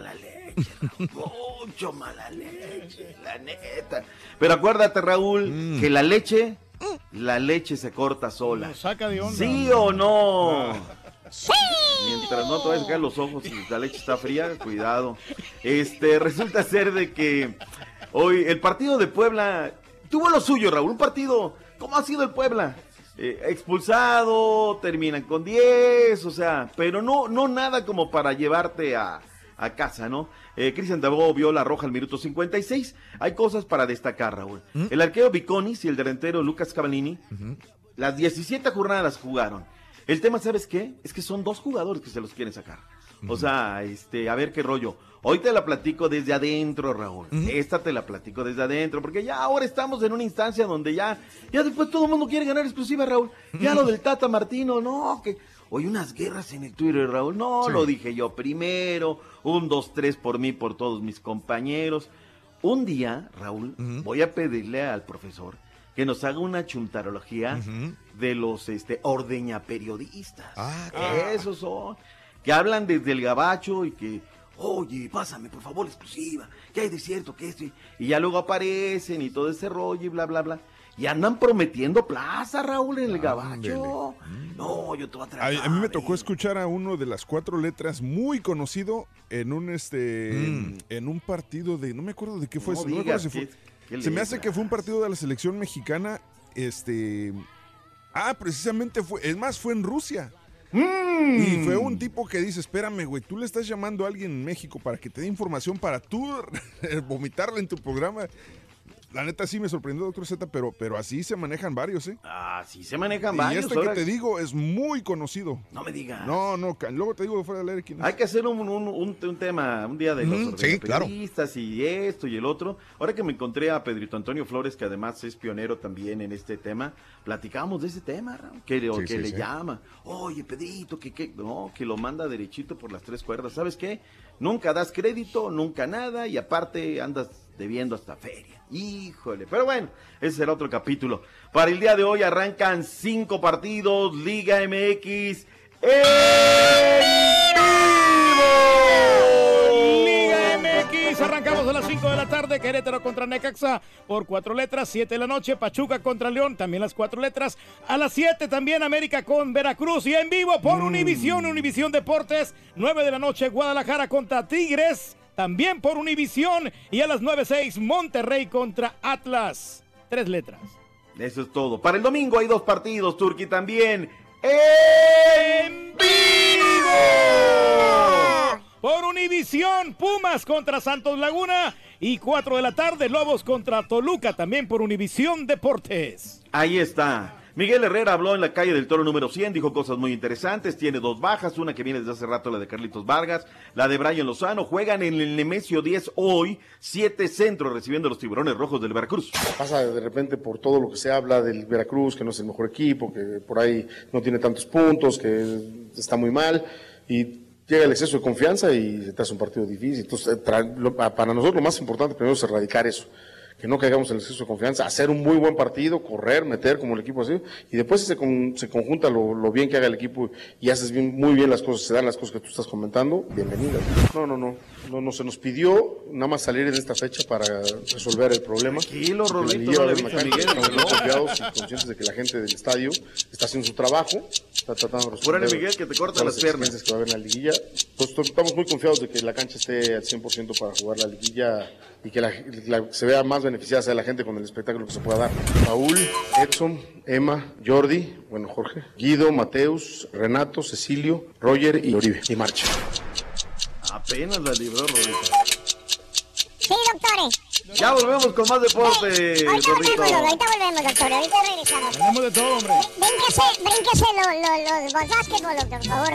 Mucho mala leche, la neta. Pero acuérdate, Raúl, que la leche se corta sola. Saca de onda. ¿Sí o no? Sí. Mientras no te vayas a sacar los ojos y la leche está fría, cuidado. Resulta ser de que hoy el partido de Puebla tuvo lo suyo, Raúl. Un partido, ¿cómo ha sido el Puebla? Expulsado, terminan con 10, o sea, pero no nada como para llevarte a casa, ¿no? Cristian Tabó vio la roja al minuto 56. Hay cosas para destacar, Raúl. El arquero Viconis y el delantero Lucas Cavallini, las 17 jornadas jugaron. El tema, ¿sabes qué? Es que son 2 jugadores que se los quieren sacar. O sea, a ver qué rollo. Hoy te la platico desde adentro, Raúl. Esta te la platico desde adentro, porque ya ahora estamos en una instancia donde ya después todo el mundo quiere ganar exclusiva, Raúl. Ya lo del Tata Martino, no, que hoy unas guerras en el Twitter, Raúl. No, sí. Lo dije yo primero. 1, 2, 3 por mí, por todos mis compañeros. Un día, Raúl, voy a pedirle al profesor que nos haga una chuntarología de los ordeñaperiodistas. Esos son, que hablan desde el gabacho y que, oye, pásame por favor la exclusiva, que hay de cierto que esto, y ya luego aparecen y todo ese rollo y bla, bla, bla. Y andan prometiendo plaza, Raúl, en el gabacho. No, yo te voy a traer. A mí me tocó escuchar a uno de las 4 letras muy conocido en un en un partido de, no me acuerdo de qué fue. No me acuerdo si fue. Se me hace que fue un partido de la selección mexicana. Precisamente fue, es más, fue en Rusia. Y fue un tipo que dice, espérame, güey, tú le estás llamando a alguien en México para que te dé información para tú vomitarla en tu programa. La neta sí me sorprendió, doctor Z, pero así se manejan varios, ¿eh? Sí se manejan varios. Y que te digo es muy conocido. No me digas. No, luego te digo fuera de leer quién es. Hay que hacer un tema, un día de los periodistas y esto y el otro. Ahora que me encontré a Pedrito Antonio Flores, que además es pionero también en este tema, platicábamos de ese tema, que le llama. Oye, Pedrito, que lo manda derechito por las 3 cuerdas. ¿Sabes qué? Nunca das crédito, nunca nada, y aparte andas debiendo hasta feria. Híjole, pero bueno, ese será otro capítulo. Para el día de hoy arrancan 5 partidos, Liga MX en vivo. Liga MX, arrancamos a las 5 de la tarde, Querétaro contra Necaxa por 4 letras, 7 de la noche, Pachuca contra León, también las 4 letras, a las 7 también América con Veracruz y en vivo por Univisión Deportes, 9 de la noche, Guadalajara contra Tigres, también por Univisión, y a las 9:06 Monterrey contra Atlas. 3 letras. Eso es todo. Para el domingo hay 2 partidos, Turqui, también en vivo. Por Univisión, Pumas contra Santos Laguna, y 4 de la tarde Lobos contra Toluca, también por Univisión Deportes. Ahí está. Miguel Herrera habló en la calle del Toro número 100, dijo cosas muy interesantes, tiene 2 bajas, una que viene desde hace rato, la de Carlitos Vargas, la de Brian Lozano. Juegan en el Nemesio 10 hoy, 7 centros recibiendo a los Tiburones Rojos del Veracruz. Pasa de repente por todo lo que se habla del Veracruz, que no es el mejor equipo, que por ahí no tiene tantos puntos, que está muy mal, y llega el exceso de confianza y se te hace un partido difícil. Entonces, para nosotros lo más importante primero es erradicar eso, que no caigamos en el exceso de confianza, hacer un muy buen partido, correr, meter como el equipo así, y después se conjunta lo bien que haga el equipo y haces muy bien las cosas, se dan las cosas que tú estás comentando, bienvenidas. No se nos pidió nada más salir en esta fecha para resolver el problema. Tranquilo, Rolito, no le viste a Miguel. Estamos muy confiados y conscientes de que la gente del estadio está haciendo su trabajo, está tratando de resolver. Apúrale, Miguel, que te cortan las piernas. Que va a haber en la liguilla. Pues estamos muy confiados de que la cancha esté al 100% para jugar la liguilla y que se vea más beneficiada sea la gente con el espectáculo que se pueda dar. Paul, Edson, Emma, Jordi, Jorge, Guido, Mateus, Renato, Cecilio, Roger y Oribe. Y marcha. Apenas la libró, Rodrigo. Sí, doctores. Ya volvemos con más deporte. Ahorita volvemos, doctor. Ahorita regresamos. Tenemos de todo, hombre. Brínquese los básquetbol, doctor, por favor.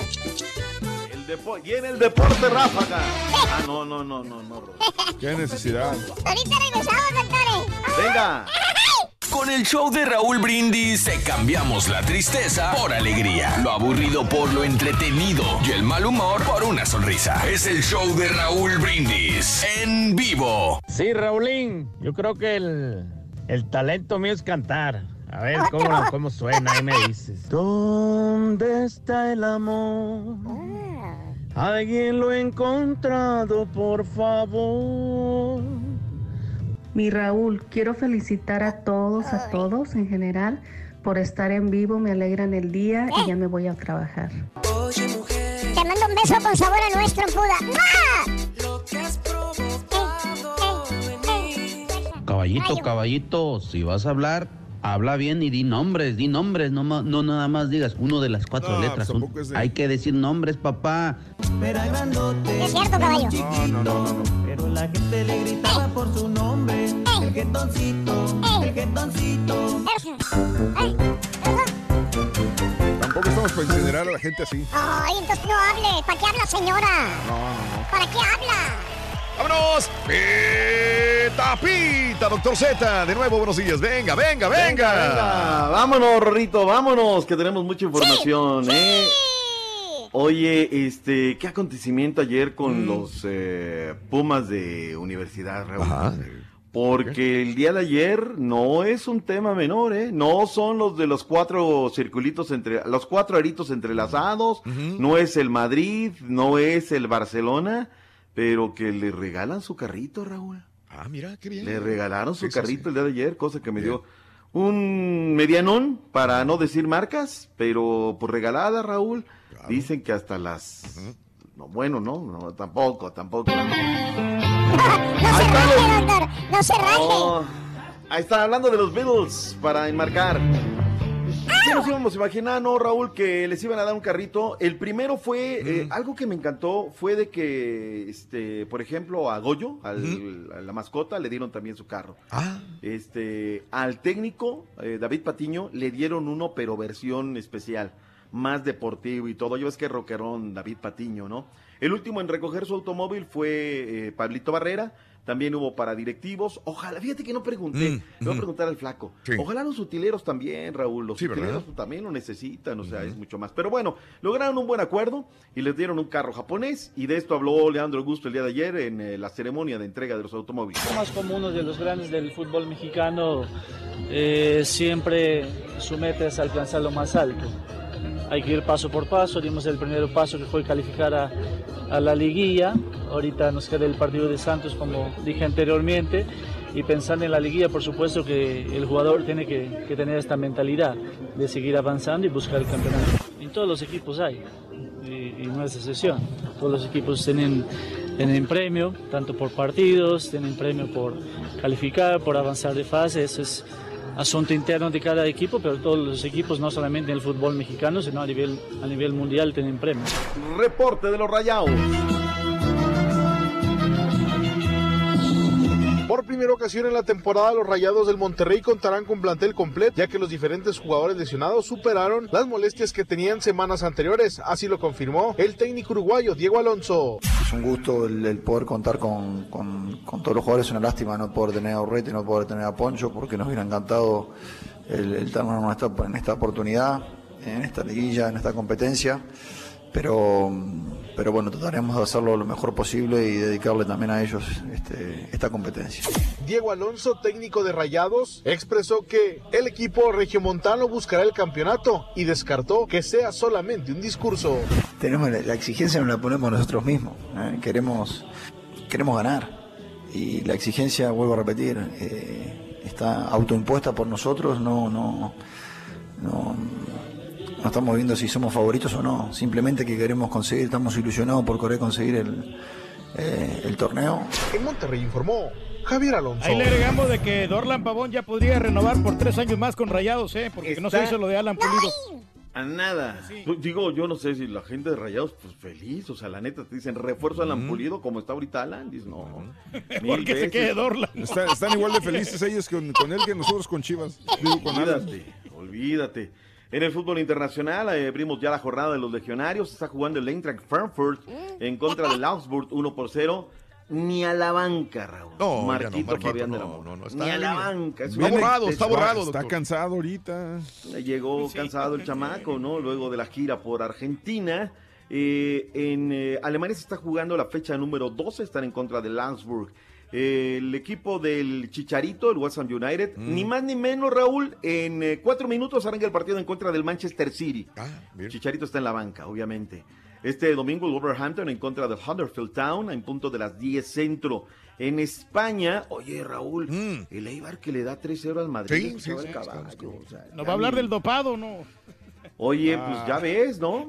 Viene el deporte ráfaga. No, Rodrigo. Qué necesidad. Ahorita regresamos, doctores. Venga. Con el show de Raúl Brindis te cambiamos la tristeza por alegría, lo aburrido por lo entretenido y el mal humor por una sonrisa. Es el show de Raúl Brindis en vivo. Sí, Raulín, yo creo que el talento mío es cantar. A ver cómo suena, ahí me dices. ¿Dónde está el amor? Alguien lo he encontrado, por favor. Mi Raúl, quiero felicitar a todos en general por estar en vivo, me alegran el día y ya me voy a trabajar. Te mando un beso con sabor a nuestro, Puda. Caballito, si vas a hablar, habla bien y di nombres, no nada más digas uno de las 4 letras. Hay que decir nombres, papá. Es cierto, caballo. No. Pero la gente le gritaba por su nombre. El jetoncito. Tampoco estamos para incinerar a la gente así. Ay, entonces no hable. ¿Para qué habla, señora? No. ¿Para qué habla? ¡Vámonos! Pita, doctor Z. De nuevo, buenos días. Venga. Vámonos, Rorrito, vámonos, que tenemos mucha información, Sí. Oye, ¿qué acontecimiento ayer con los Pumas de Universidad, Raúl? Ajá. Porque el día de ayer no es un tema menor, no son los de los 4 circulitos los 4 aritos entrelazados, no es el Madrid, no es el Barcelona, pero que le regalan su carrito, Raúl. Ah, mira, qué bien. Le regalaron su carrito el día de ayer, cosa que me dio un medianón, para no decir marcas, pero por regalada, Raúl. Claro. Dicen que hasta las... No, bueno, no, tampoco. No se raje, doctor, no se raje. Ahí están hablando de los Beatles para enmarcar. ¿Qué nos íbamos a imaginar, no, Raúl, que les iban a dar un carrito? El primero fue, algo que me encantó, fue de que, por ejemplo, a Goyo, a la mascota, le dieron también su carro. Al técnico, David Patiño, le dieron uno, pero versión especial, más deportivo y todo. Yo ves que rockerón David Patiño, ¿no? El último en recoger su automóvil fue Pablito Barrera. También hubo para directivos. Ojalá, fíjate que no pregunté, le voy a preguntar al flaco. Sí. Ojalá los utileros también, Raúl, los utileros también lo necesitan, o sea, es mucho más. Pero bueno, lograron un buen acuerdo y les dieron un carro japonés, y de esto habló Leandro Augusto el día de ayer en la ceremonia de entrega de los automóviles. Más como uno de los grandes del fútbol mexicano, siempre su meta es alcanzar lo más alto. Hay que ir paso por paso. Dimos el primer paso, que fue calificar a la liguilla. Ahorita nos queda el partido de Santos, como dije anteriormente, y pensando en la liguilla, por supuesto que el jugador tiene que tener esta mentalidad de seguir avanzando y buscar el campeonato. En todos los equipos hay, y no es excepción. Todos los equipos tienen premio, tanto por partidos, tienen premio por calificar, por avanzar de fase. Eso es asunto interno de cada equipo, pero todos los equipos, no solamente en el fútbol mexicano, sino a nivel mundial, tienen premios. Reporte de los Rayados. Por primera ocasión en la temporada, los Rayados del Monterrey contarán con plantel completo, ya que los diferentes jugadores lesionados superaron las molestias que tenían semanas anteriores. Así lo confirmó el técnico uruguayo Diego Alonso. Es un gusto el poder contar con todos los jugadores. Es una lástima no poder tener a Urrete, no poder tener a Poncho, porque nos hubiera encantado el tenernos en esta oportunidad, en esta liguilla, en esta competencia. Pero bueno, trataremos de hacerlo lo mejor posible y dedicarle también a ellos esta competencia. Diego Alonso, técnico de Rayados, expresó que el equipo regiomontano buscará el campeonato y descartó que sea solamente un discurso. Tenemos la exigencia, nos la ponemos nosotros mismos, queremos ganar, y la exigencia, vuelvo a repetir, está autoimpuesta por nosotros. No estamos viendo si somos favoritos o no, simplemente que queremos conseguir, estamos ilusionados por querer conseguir el torneo. En Monterrey informó Javier Alonso. Ahí le agregamos de que Dorlan Pavón ya podría renovar por 3 años más con Rayados, porque no se hizo lo de Alan Pulido. A nada. Sí. Digo, yo no sé si la gente de Rayados, pues feliz, o sea, la neta, te dicen refuerzo a Alan Pulido como está ahorita Alan, dices, no. Porque se quede Dorlan. Están igual de felices ellos con él que nosotros con Chivas. Digo, con olvídate. En el fútbol internacional, abrimos ya la jornada de los legionarios. Está jugando el Eintracht Frankfurt en contra del Augsburg 1-0. Ni a la banca, Raúl. No, Marquito Fabián de la no, ni a la banca. Está borrado, doctor. Está cansado ahorita. Llegó cansado el chamaco, ¿no? Luego de la gira por Argentina. En Alemania se está jugando la fecha número 12. Están en contra del Augsburg. El equipo del Chicharito, el West Ham United, ni más ni menos, Raúl, en 4 minutos arranca el partido en contra del Manchester City. Chicharito está en la banca, obviamente. Este domingo el Wolverhampton en contra del Huddersfield Town en punto de las 10 centro. En España, oye Raúl, el Eibar que le da 3-0 al Madrid. Sí. ¿Nos va a hablar del dopado, no? Oye, pues ya ves, ¿no?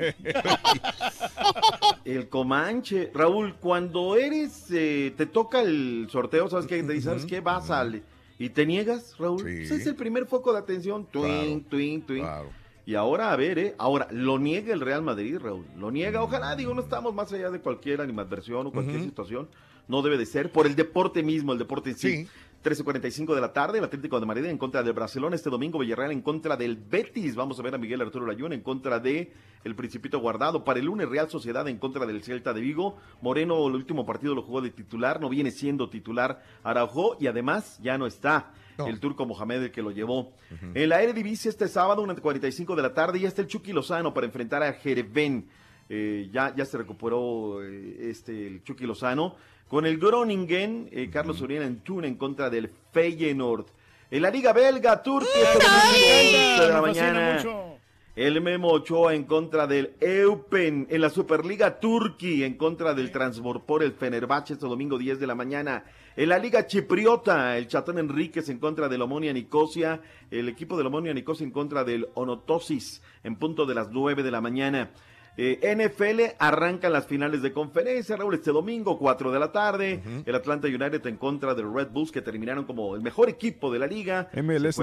El Comanche. Raúl, cuando te toca el sorteo, ¿sabes qué? Te dice, ¿sabes qué? Vas, sale. Y te niegas, Raúl. Pues es el primer foco de atención. Twin. Claro. Y ahora, a ver, ahora, lo niega el Real Madrid, Raúl. Lo niega. Ojalá, no estamos más allá de cualquier animadversión o cualquier situación. No debe de ser. Por el deporte mismo, el deporte en sí. 13:45 de la tarde, el Atlético de Madrid en contra del Barcelona. Este domingo Villarreal en contra del Betis. Vamos a ver a Miguel Arturo Layún en contra de el Principito Guardado. Para el lunes, Real Sociedad en contra del Celta de Vigo. Moreno, el último partido lo jugó de titular. No viene siendo titular Araujo y además ya no está el turco Mohamed el que lo llevó. En la Eredivisie este sábado, 1:45 de la tarde, ya está el Chucky Lozano para enfrentar a Heerenveen. Ya se recuperó el Chucky Lozano. Con el Groningen, Carlos Uriana en Thun en contra del Feyenoord. En la Liga Belga, Turquía, de la mañana. El Memo Ochoa en contra del Eupen. En la Superliga Turquía en contra del Transborpor, el Fenerbahce, este domingo 10 de la mañana. En la Liga Chipriota, el Chatón Enríquez en contra del Omonia Nicosia. El equipo del Omonia Nicosia en contra del Onotosis en punto de las 9 de la mañana. NFL arrancan las finales de conferencia, Raúl, este domingo, 4 de la tarde. El Atlanta United en contra del Red Bulls, que terminaron como el mejor equipo de la liga. MLS.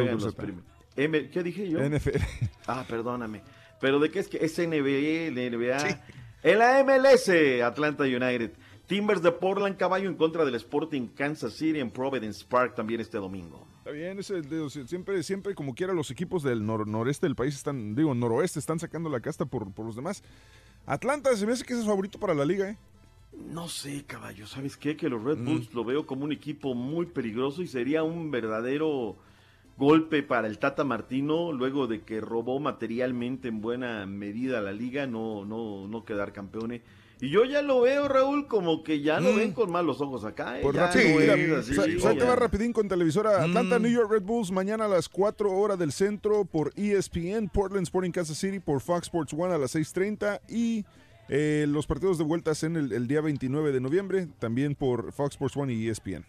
¿Qué dije yo? NFL. Perdóname. ¿Pero de qué es que es NBA? Sí. En la MLS, Atlanta United. Timbers de Portland, caballo en contra del Sporting Kansas City en Providence Park también este domingo. Está bien, siempre como quiera los equipos del noroeste del país noroeste están sacando la casta por los demás. Atlanta se me hace que es el favorito para la liga, No sé, caballo, ¿sabes qué? Que los Red Bulls lo veo como un equipo muy peligroso y sería un verdadero golpe para el Tata Martino luego de que robó materialmente en buena medida la liga, no quedar campeones. Y yo ya lo veo, Raúl, como que ya lo ven con malos ojos acá. Pues te va rapidín con televisora. Atlanta, New York Red Bulls, mañana a las 4 horas del centro por ESPN. Portland Sporting Kansas City por Fox Sports 1 a las 6:30. Y los partidos de vueltas en el día 29 de noviembre, también por Fox Sports 1 y ESPN.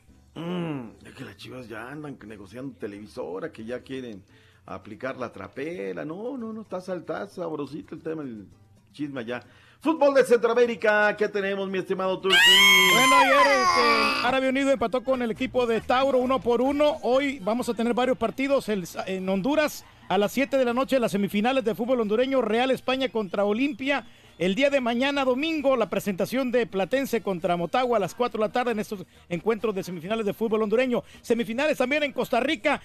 Es que las Chivas ya andan negociando televisora, que ya quieren aplicar la trapela. No, está sabrosito el tema, el chisme allá. Fútbol de Centroamérica, ¿qué tenemos, mi estimado Turki? Bueno, ayer Árabe Unido empató con el equipo de Tauro 1-1. Hoy vamos a tener varios partidos en Honduras. A las 7 de la noche, las semifinales de fútbol hondureño, Real España contra Olimpia. El día de mañana, domingo, la presentación de Platense contra Motagua a las 4 de la tarde en estos encuentros de semifinales de fútbol hondureño. Semifinales también en Costa Rica,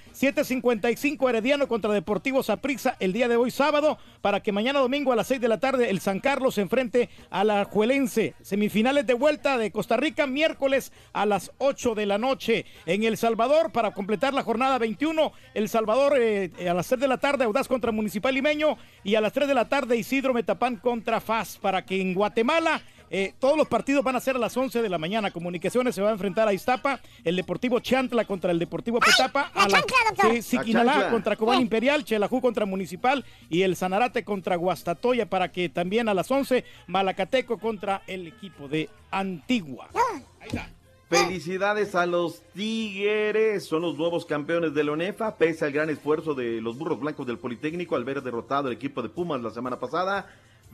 7:55 Herediano contra Deportivo Saprissa el día de hoy sábado, para que mañana domingo a las 6 de la tarde el San Carlos se enfrente a la Alajuelense. Semifinales de vuelta de Costa Rica, miércoles a las 8 de la noche. En El Salvador, para completar la jornada 21, El Salvador a las 3 de la tarde, Audaz contra Municipal Limeño, y a las 3 de la tarde, Isidro Metapán contra FAS. Para que en Guatemala todos los partidos van a ser a las 11 de la mañana. Comunicaciones se va a enfrentar a Iztapa, el Deportivo Chantla contra el Deportivo Petapa, Siquinalá contra Cobán Imperial, Chelajú contra Municipal y el Sanarate contra Guastatoya, para que también a las 11 Malacateco contra el equipo de Antigua. Ahí está. Felicidades a los Tigres, son los nuevos campeones de la ONEFA, pese al gran esfuerzo de los Burros Blancos del Politécnico al ver derrotado al equipo de Pumas la semana pasada.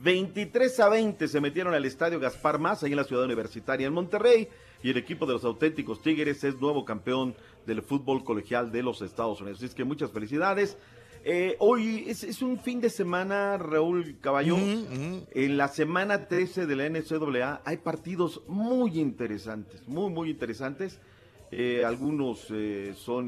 23-20 se metieron al estadio Gaspar Más, ahí en la ciudad universitaria en Monterrey, y el equipo de los auténticos Tigres es nuevo campeón del fútbol colegial de los Estados Unidos. Así es que muchas felicidades. Hoy es un fin de semana, Raúl Caballo. En la semana 13 de la NCAA hay partidos muy interesantes, muy interesantes. Algunos son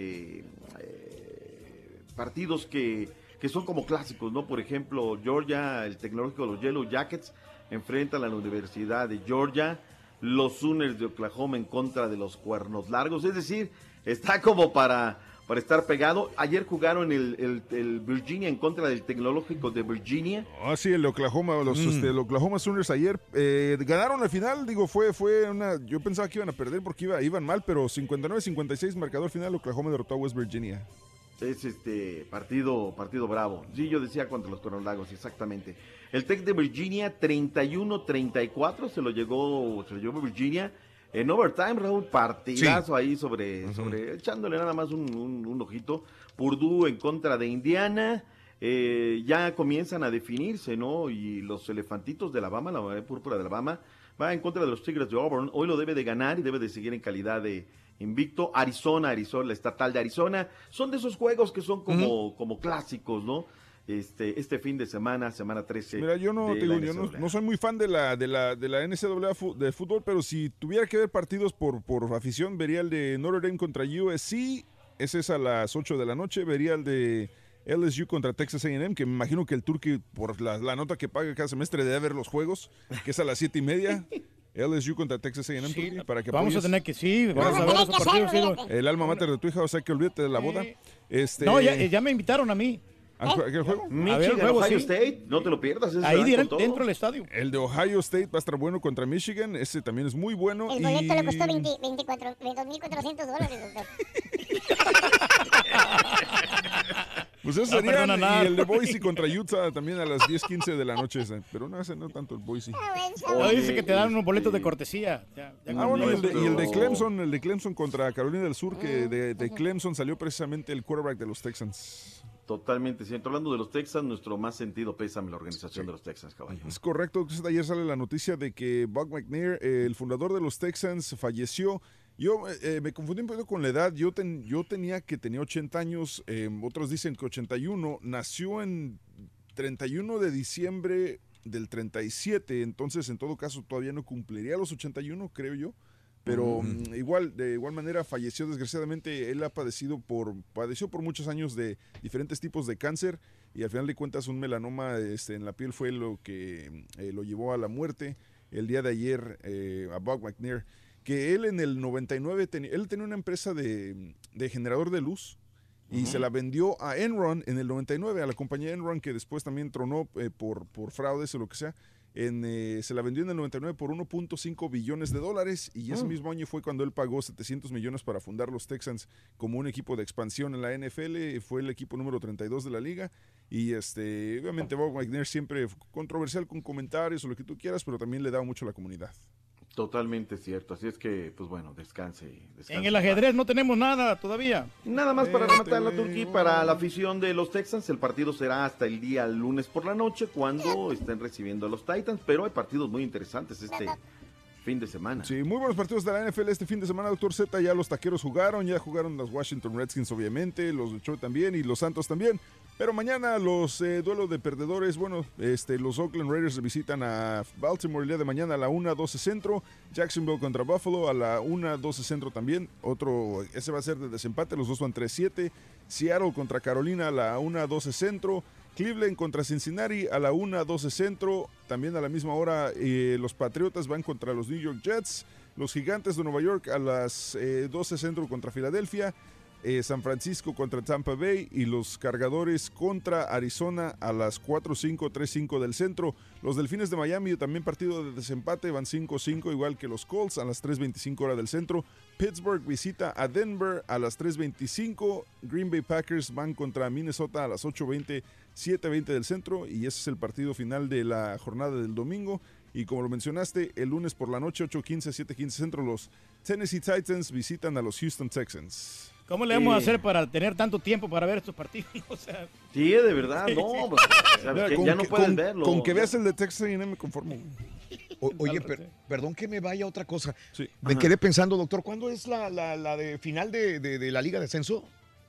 partidos que son como clásicos, ¿no? Por ejemplo, Georgia, el tecnológico de los Yellow Jackets enfrentan a la Universidad de Georgia, los Sooners de Oklahoma en contra de los Cuernos Largos, es decir, está como para estar pegado. Ayer jugaron el Virginia en contra del tecnológico de Virginia. Sí, el Oklahoma, los Oklahoma Sooners ayer ganaron al final, yo pensaba que iban a perder porque iban mal, pero 59-56 marcador final, Oklahoma derrotó a West Virginia. Es partido bravo. Sí, yo decía contra los Cuernos Largos, exactamente. El Tech de Virginia 31-34 se lo llevó Virginia. En overtime, Raúl, partidazo ahí sobre echándole nada más un ojito. Purdue en contra de Indiana. Ya comienzan a definirse, ¿no? Y los elefantitos de Alabama, la púrpura de Alabama, va en contra de los Tigres de Auburn. Hoy lo debe de ganar y debe de seguir en calidad de invicto. Arizona, la estatal de Arizona. Son de esos juegos que son como clásicos, ¿no? Este fin de semana 13. Mira, yo no soy muy fan de la NCAA de fútbol, pero si tuviera que ver partidos por afición, vería el de Notre Dame contra USC, ese es a las 8 de la noche, vería el de LSU contra Texas A&M, que me imagino que el Turqui, por la nota que paga cada semestre, debe ver los juegos, que es a las 7:30. LSU contra Texas A&M, sí, para que vamos apoyes. a tener que, vamos a ver esos partidos. El alma mater de tu hija, o sea que olvídate de la boda. No, ya me invitaron a mí. ¿A qué juego? Michigan, Ohio State, no te lo pierdas. Ahí dentro del estadio. El de Ohio State va a estar bueno contra Michigan, ese también es muy bueno. El boleto le costó $2,400, doctor. Pues eso sería, y el de Boise contra Utah también a las 10:15 de la noche, pero no, ese no tanto el Boise. Dice que te dan unos boletos de cortesía. Bueno, y el de Clemson contra Carolina del Sur, que de Clemson salió precisamente el quarterback de los Texans. Totalmente cierto. Hablando de los Texans, nuestro más sentido pésame la organización de los Texans, caballo. Es correcto. Ayer sale la noticia de que Bob McNair, el fundador de los Texans, falleció. Yo me confundí un poco con la edad. Yo tenía 80 años. Otros dicen que 81. Nació en 31 de diciembre del 37. Entonces, en todo caso, todavía no cumpliría los 81, creo yo. Pero de igual manera falleció desgraciadamente. Él padeció por muchos años de diferentes tipos de cáncer y al final de cuentas un melanoma en la piel fue lo que lo llevó a la muerte. El día de ayer a Bob McNair, que él en el 99 él tenía una empresa de generador de luz y se la vendió a Enron en el 99, a la compañía Enron, que después también tronó por fraudes o lo que sea. Se la vendió en el 99 por $1.5 billones y ese mismo año fue cuando él pagó $700 millones para fundar los Texans como un equipo de expansión en la NFL. Fue el equipo número 32 de la liga y obviamente Bob McNair siempre controversial con comentarios o lo que tú quieras, pero también le daba mucho a la comunidad. Totalmente cierto, así es que, pues bueno, descanse. En el ajedrez no tenemos nada todavía. Nada más para rematar la Turquía, para la afición de los Texans, el partido será hasta el día lunes por la noche, cuando estén recibiendo a los Titans, pero hay partidos muy interesantes fin de semana. Sí, muy buenos partidos de la NFL este fin de semana, doctor Z. Ya los taqueros jugaron los Washington Redskins obviamente, los Detroit también y los Santos también. Pero mañana los duelos de perdedores, los Oakland Raiders visitan a Baltimore el día de mañana a la 1:12 centro, Jacksonville contra Buffalo a la 1:12 centro también, ese va a ser de desempate, los dos van 3-7, Seattle contra Carolina a la 1:12 centro, Cleveland contra Cincinnati a la 1:12 centro, también a la misma hora los Patriotas van contra los New York Jets, los Gigantes de Nueva York a las 12 centro contra Filadelfia, San Francisco contra Tampa Bay y los Cargadores contra Arizona a las 4:05, 3:05 del centro. Los Delfines de Miami también partido de desempate, van 5-5 igual que los Colts a las 3:25 hora del centro. Pittsburgh visita a Denver a las 3:25. Green Bay Packers van contra Minnesota a las 8:20, 7:20 del centro y ese es el partido final de la jornada del domingo. Y como lo mencionaste, el lunes por la noche 8:15, 7:15 centro, los Tennessee Titans visitan a los Houston Texans. ¿Cómo le vamos a hacer para tener tanto tiempo para ver estos partidos? Sí, de verdad, no. Ya no puedes verlo. Con que veas el de Texas A&M me conformo. Oye, perdón que me vaya a otra cosa. Sí. Me quedé pensando, doctor, ¿cuándo es la de final de la Liga de Ascenso?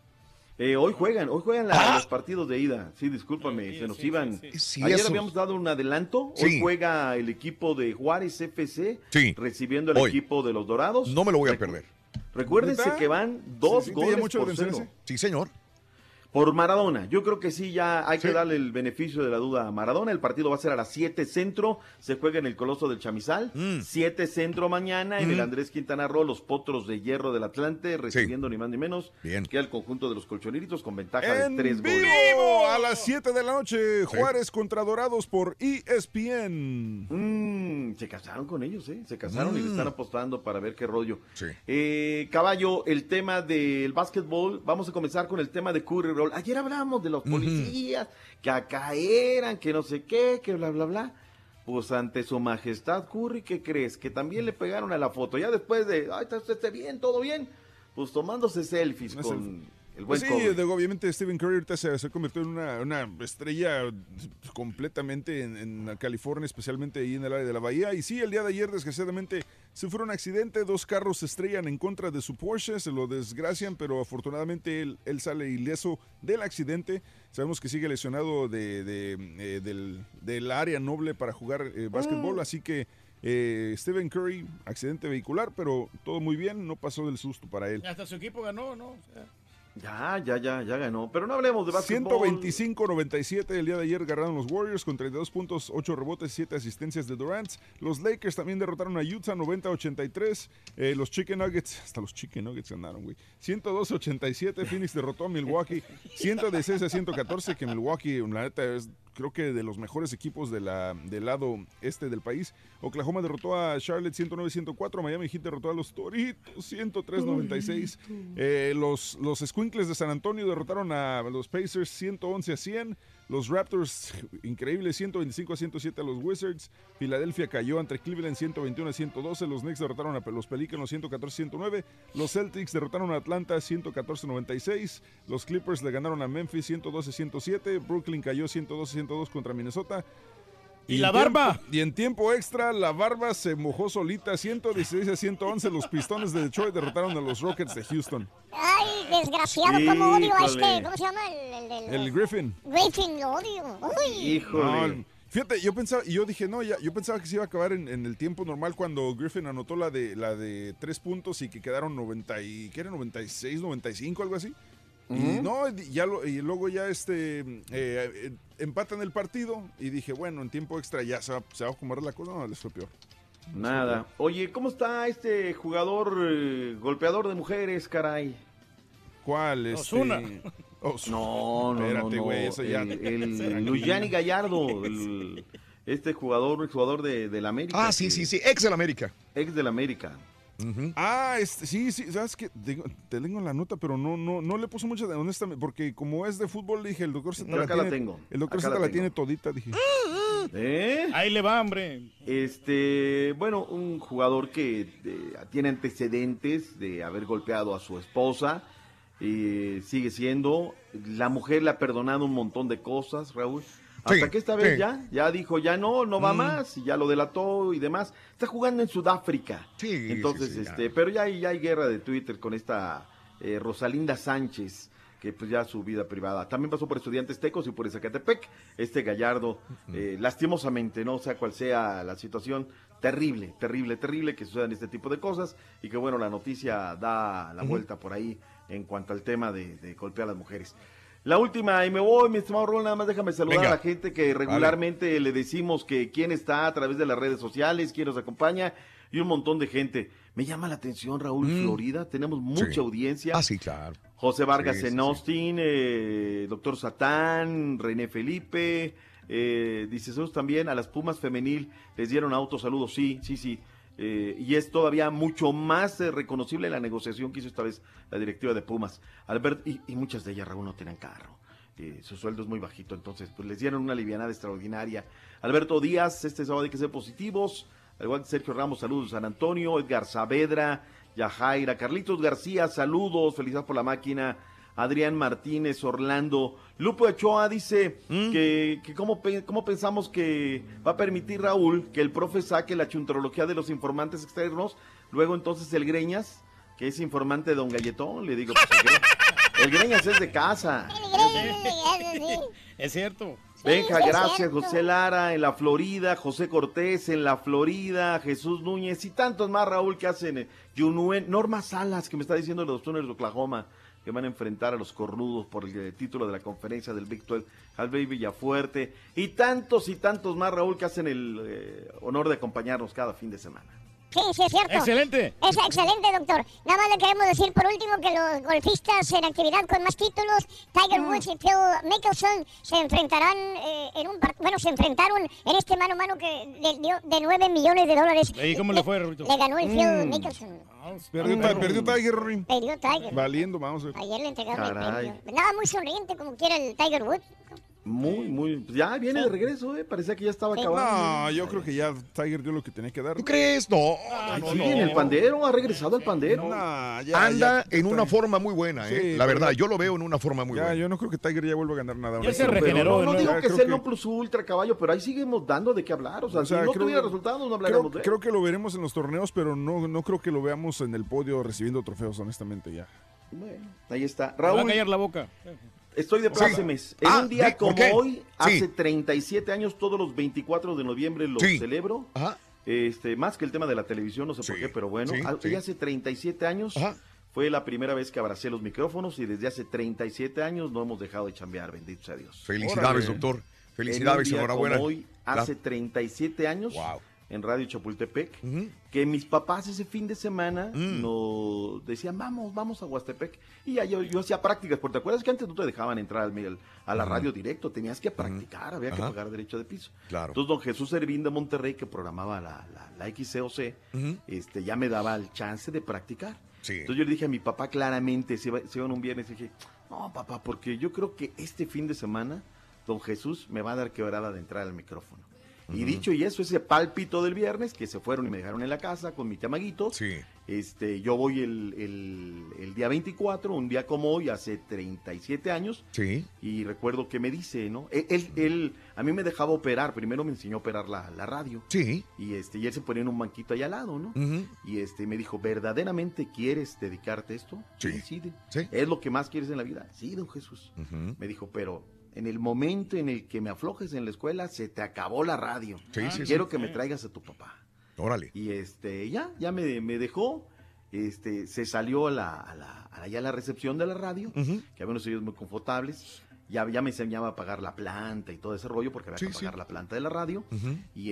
Hoy juegan los partidos de ida. Sí, discúlpame, se nos iban. Sí, ayer habíamos dado un adelanto. Hoy juega el equipo de Juárez FC recibiendo al equipo de los Dorados. No me lo voy a perder. Recuérdense que van 2 goles por 0. Sí, señor. Por Maradona. Yo creo que sí, ya hay que darle el beneficio de la duda a Maradona. El partido va a ser a las 7 centro. Se juega en el Coloso del Chamizal. 7 centro mañana en el Andrés Quintana Roo. Los Potros de Hierro del Atlante recibiendo ni más ni menos que al conjunto de los colchoneritos con ventaja de 3 goles. A las 7 de la noche, Juárez contra Dorados por ESPN. se casaron con ellos, se casaron y le están apostando para ver qué rollo. Caballo, el tema del básquetbol, vamos a comenzar con el tema de Curry, Raúl. Ayer hablábamos de los policías, que acá eran, que no sé qué, que bla, bla, bla. Pues ante su majestad Curry, ¿qué crees? Que también le pegaron a la foto, ya después de, ay, está usted bien, todo bien, pues tomándose selfies con... Pues sí, obviamente Stephen Curry ahorita se convirtió en una estrella completamente en California, especialmente ahí en el área de la Bahía. Y sí, el día de ayer, desgraciadamente, sufrió un accidente. 2 carros se estrellan en contra de su Porsche, se lo desgracian, pero afortunadamente él sale ileso del accidente. Sabemos que sigue lesionado del área noble para jugar básquetbol, así que Stephen Curry, accidente vehicular, pero todo muy bien, no pasó del susto para él. Hasta su equipo ganó, ¿no? O sea... Ya ganó, pero no hablemos de básquetbol. 125-97 el día de ayer ganaron los Warriors con 32 puntos, 8 rebotes, 7 asistencias de Durant. Los Lakers también derrotaron a Utah 90-83. Los Chicken Nuggets, hasta los Chicken Nuggets ganaron, güey. 102-87, Phoenix derrotó a Milwaukee 116-114, que Milwaukee, la neta, es creo que de los mejores equipos del lado este del país. Oklahoma derrotó a Charlotte 109-104, Miami Heat derrotó a los Toritos 103-96. Los Squinkles de San Antonio derrotaron a los Pacers 111-100. Los Raptors, increíble, 125-107 a los Wizards. Filadelfia cayó ante Cleveland 121-112. Los Knicks derrotaron a los Pelicans 114-109. Los Celtics derrotaron a Atlanta 114-96. Los Clippers le ganaron a Memphis 112-107. Brooklyn cayó 112-102 contra Minnesota. ¿Y la barba? Y en tiempo extra, la barba se mojó solita, 116-111. Los Pistones de Detroit derrotaron a los Rockets de Houston. Ay, desgraciado, como odio a este, ¿cómo se llama? El Griffin. Griffin, lo odio. Uy. Híjole. No, fíjate, yo pensaba que se iba a acabar en el tiempo normal cuando Griffin anotó la de 3 puntos y que quedaron 96, 95, algo así. Y no, y luego ya empatan el partido y dije, bueno, en tiempo extra ya se va a acomodar la cosa. No, les fue peor. Nada. Oye, ¿cómo está este jugador golpeador de mujeres, caray? ¿Cuál? Ozuna. No. Espérate, güey, eso ya. El Luciani Gallardo, este jugador del América. Ah, sí, ex del América. Ex del América. Sí, sabes que te tengo la nota, pero no le puso mucha, honestamente, porque como es de fútbol, dije, el doctor Z la tiene todita, dije. Ahí le va, hombre. Bueno, un jugador que tiene antecedentes de haber golpeado a su esposa, sigue siendo, la mujer le ha perdonado un montón de cosas, Raúl. Hasta que esta vez ya dijo, ya no va más, y ya lo delató y demás. Está jugando en Sudáfrica. Entonces, pero ya hay guerra de Twitter con esta Rosalinda Sánchez, que pues ya su vida privada. También pasó por Estudiantes Tecos y por Zacatepec. Gallardo, lastimosamente, no sea cual sea la situación, terrible que sucedan este tipo de cosas, y que bueno, la noticia da la vuelta por ahí en cuanto al tema de golpear a las mujeres. La última, y me voy, mi estimado Rol, nada más déjame saludar a la gente que regularmente le decimos que quién está a través de las redes sociales, quién nos acompaña, y un montón de gente. Me llama la atención, Raúl, Florida, tenemos mucha audiencia. Ah, sí, claro. José Vargas en Austin, Doctor Satán, René Felipe, dice Jesús también, a las Pumas femenil les dieron autos, saludos, sí. Y es todavía mucho más reconocible la negociación que hizo esta vez la directiva de Pumas. Albert, y muchas de ellas, Raúl, no tienen carro. Su sueldo es muy bajito, entonces pues les dieron una alivianada extraordinaria. Alberto Díaz, este sábado hay que ser positivos. Al igual que Sergio Ramos, saludos San Antonio. Edgar Saavedra, Yajaira, Carlitos García, saludos, felicidades por la máquina. Adrián Martínez, Orlando. Lupo Ochoa dice que cómo pensamos que va a permitir Raúl que el profe saque la chuntarología de los informantes externos. Luego entonces el Greñas, que es informante de Don Galletón, le digo, pues el Greñas es de casa. Es cierto. Benja, gracias, José Lara en la Florida, José Cortés en la Florida, Jesús Núñez y tantos más, Raúl, que hacen Yunuen, Norma Salas, que me está diciendo los Thunder de Oklahoma, que van a enfrentar a los cornudos por el título de la conferencia del Big 12, Alvey Villafuerte, y tantos más, Raúl, que hacen el honor de acompañarnos cada fin de semana. Sí, sí, es cierto. Excelente. Es excelente, doctor. Nada más le queremos decir por último que los golfistas en actividad con más títulos, Tiger Woods y Phil Mickelson, se enfrentarán se enfrentaron en este mano a mano que le dio de $9 millones. ¿Y cómo le fue, Rorrito? Le ganó el Phil Mickelson. Perdió Tiger, Rory. Perdió Tiger. Valiendo, vamos a ver. Ayer le entregaron el premio. Nada, muy sonriente como quiera el Tiger Woods. Muy. Ya viene de regreso, Parecía que ya estaba acabando. No, yo creo que ya Tiger dio lo que tenía que dar. ¿Tú crees? No. Sí, en el pandero, ha regresado al pandero. Anda en una forma muy buena, la verdad, yo lo veo en una forma muy buena. Yo no creo que Tiger ya vuelva a ganar nada. Ya se regeneró. No digo que sea el no plus ultra, caballo, pero ahí seguimos dando de qué hablar. O sea, si no tuviera resultados, no hablaríamos de él. Creo que lo veremos en los torneos, pero no creo que lo veamos en el podio recibiendo trofeos, honestamente, ya. Bueno, ahí está. Raúl. Va a callar la boca. Estoy de plácemes. En un día como hoy, hace 37 años, todos los 24 de noviembre lo celebro. Ajá. Más que el tema de la televisión, no sé por qué, pero bueno. Hace 37 años fue la primera vez que abracé los micrófonos y desde hace 37 años no hemos dejado de chambear, bendito sea Dios. Felicidades, doctor. Felicidades, enhorabuena. Como hoy, hace 37 años, en Radio Chapultepec, que mis papás ese fin de semana nos decían, vamos a Huastepec. Y ya yo hacía prácticas, porque te acuerdas que antes no te dejaban entrar a la radio directo, tenías que practicar, había que pagar derecho de piso. Claro. Entonces don Jesús Servín de Monterrey, que programaba la XCOC, ya me daba el chance de practicar. Sí. Entonces yo le dije a mi papá claramente, se iban un viernes, y dije, no papá, porque yo creo que este fin de semana don Jesús me va a dar quebrada de entrar al micrófono. Y dicho y eso, ese pálpito del viernes, que se fueron y me dejaron en la casa con mi chamaguito, yo voy el día 24, un día como hoy, hace 37 años, y recuerdo que me dice, ¿no? Él a mí me dejaba operar, primero me enseñó a operar la radio, y él se ponía en un banquito ahí al lado, ¿no? Y me dijo, ¿verdaderamente quieres dedicarte a esto? Sí. ¿Es lo que más quieres en la vida? Sí, don Jesús. Me dijo, pero en el momento en el que me aflojes en la escuela, se te acabó la radio. Quiero que me traigas a tu papá. Órale. Y ya me dejó, se salió a la recepción de la radio, que había unos sillos muy confortables. Ya me enseñaba a pagar la planta y todo ese rollo, porque había que pagar la planta de la radio. Y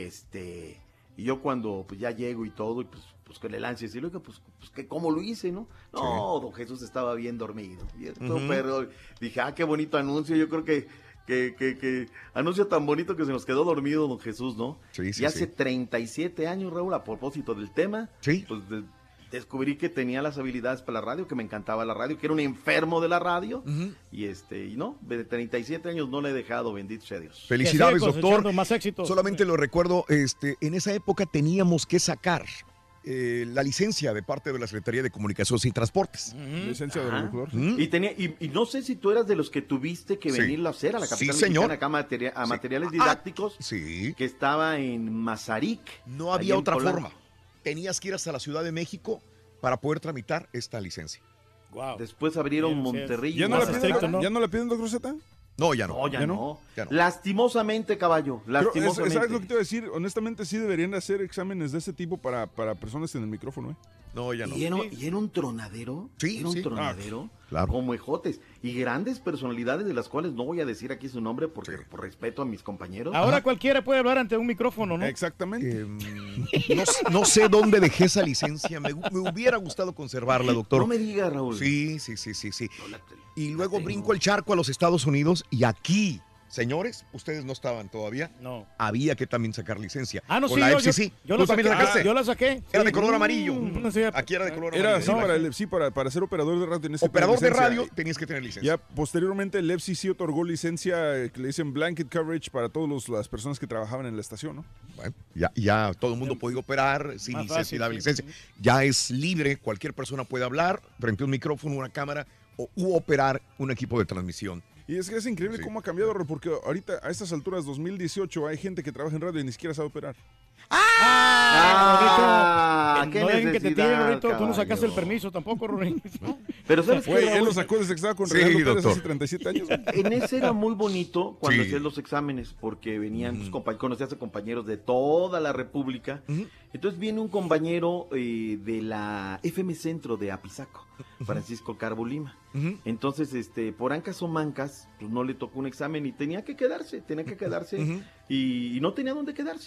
yo cuando pues ya llego y todo, y pues que le lance y decirle, pues que cómo lo hice, ¿no? No, don Jesús estaba bien dormido. Pero dije, qué bonito anuncio. Yo creo que anuncio tan bonito que se nos quedó dormido don Jesús, ¿no? Y hace 37 años, Raúl, a propósito del tema, pues descubrí que tenía las habilidades para la radio, que me encantaba la radio, que era un enfermo de la radio, y no, de 37 años no le he dejado, bendito sea Dios. Felicidades, doctor. Más éxito. Solamente lo recuerdo, en esa época teníamos que sacar la licencia de parte de la Secretaría de Comunicaciones y Transportes. Licencia de locutor. Y no sé si tú eras de los que tuviste que venirlo a hacer a la capital mexicana, acá a materiales didácticos, que estaba en Mazarik. No había otra forma. Tenías que ir hasta la Ciudad de México para poder tramitar esta licencia. Wow. Después abrieron Monterrey. ¿Ya no la piden, doctor Z? No, ya no. No, ya no. Lastimosamente, caballo. Lastimosamente. ¿Sabes lo que te iba a decir? Honestamente, sí deberían de hacer exámenes de ese tipo para personas en el micrófono, ¿eh? No, ya no. Y era un tronadero. Sí, era un tronadero. Claro. Como ejotes. Y grandes personalidades de las cuales no voy a decir aquí su nombre porque por respeto a mis compañeros. Ahora cualquiera puede hablar ante un micrófono, ¿no? Exactamente. No sé dónde dejé esa licencia. Me hubiera gustado conservarla, doctor. No me diga, Raúl. Sí. Y luego brinco el charco a los Estados Unidos y aquí, señores, ustedes no estaban todavía. No. Había que también sacar licencia. No, con sí, la FCC. Yo ¿Tú también la sacaste? Yo la saqué. Era de color amarillo. Aquí era de color amarillo. Para ser operador de radio. Operador de radio tenías que tener licencia. Ya posteriormente el FCC otorgó licencia que le dicen blanket coverage para todas las personas que trabajaban en la estación, ¿no? Bueno, ya todo el mundo podía operar sin licencia. Ya es libre, cualquier persona puede hablar frente a un micrófono, una cámara u operar un equipo de transmisión. Y es que es increíble cómo ha cambiado, porque ahorita a estas alturas, 2018, hay gente que trabaja en radio y ni siquiera sabe operar. No dejen que te tiren, Rorrito. Tú no sacaste el permiso tampoco, Rorrito. Pero ¿sabes qué? Él lo sacó desde que estaba con Real hace 37 años. En ese era muy bonito cuando hacías los exámenes, porque venían tus compañeros, conocías a compañeros de toda la República. Entonces viene un compañero de la FM Centro de Apizaco, Francisco Carbo Lima. Entonces, por ancas o mancas, pues no le tocó un examen y tenía que quedarse, y no tenía dónde quedarse.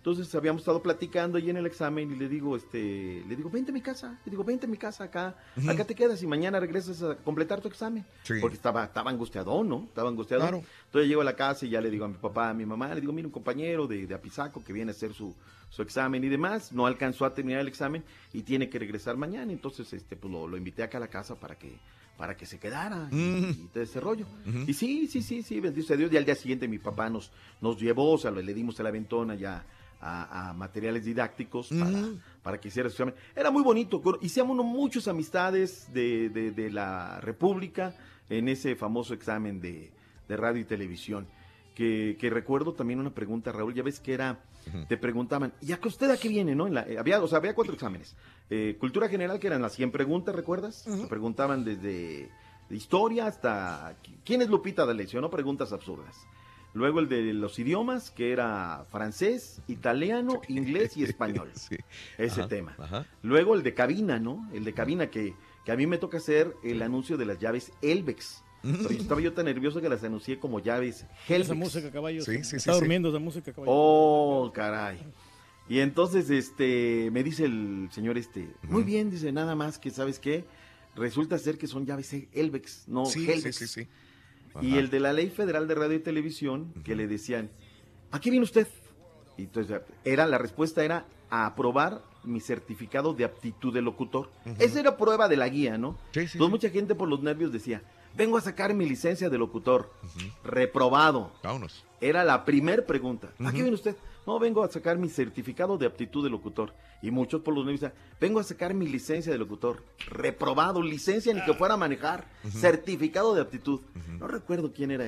Entonces habíamos estado platicando ahí en el examen y le digo, vente a mi casa, acá te quedas y mañana regresas a completar tu examen. Sí. Porque estaba angustiado, ¿no? Claro. Entonces llego a la casa y ya le digo a mi papá, a mi mamá, le digo, mira, un compañero de Apizaco que viene a hacer su examen y demás, no alcanzó a terminar el examen y tiene que regresar mañana. Entonces, pues lo invité acá a la casa para que se quedara y todo ese rollo. Y sí, bendito a Dios. Y al día siguiente mi papá nos llevó, o sea, le dimos el aventón allá a materiales didácticos para que hiciera su examen. Era muy bonito, hicimos muchas amistades de la República en ese famoso examen de radio y televisión. Que recuerdo también una pregunta, Raúl, ya ves que era, te preguntaban, ¿y a usted a qué viene, no? Había 4 exámenes. Cultura general, que eran las 100 preguntas, ¿recuerdas? Se preguntaban desde historia hasta ¿quién es Lupita D'Alessio? ¿No? Preguntas absurdas. Luego el de los idiomas, que era francés, italiano, inglés y español. Sí. Ese tema. Ajá. Luego el de cabina, ¿no? El de cabina que a mí me toca hacer el anuncio de las llaves Elvex. Pero estaba yo tan nervioso que las anuncié como llaves Helvex. Esa música, caballo. Sí. Está durmiendo esa música, caballo. Oh, caray. Y entonces, me dice el señor muy bien, dice, nada más que, ¿sabes qué? Resulta ser que son llaves Elvex, no Helvex. Sí. Y el de la Ley Federal de Radio y Televisión, que le decían, ¿a qué viene usted? Y entonces, la respuesta era a aprobar mi certificado de aptitud de locutor. Esa era prueba de la guía, ¿no? Entonces mucha gente por los nervios decía, vengo a sacar mi licencia de locutor. Reprobado. Vámonos. Era la primer pregunta. ¿A qué viene usted? No, vengo a sacar mi certificado de aptitud de locutor. Y muchos por los nervios decían, vengo a sacar mi licencia de locutor. Reprobado, licencia ni que fuera a manejar. Certificado de aptitud. No recuerdo quién era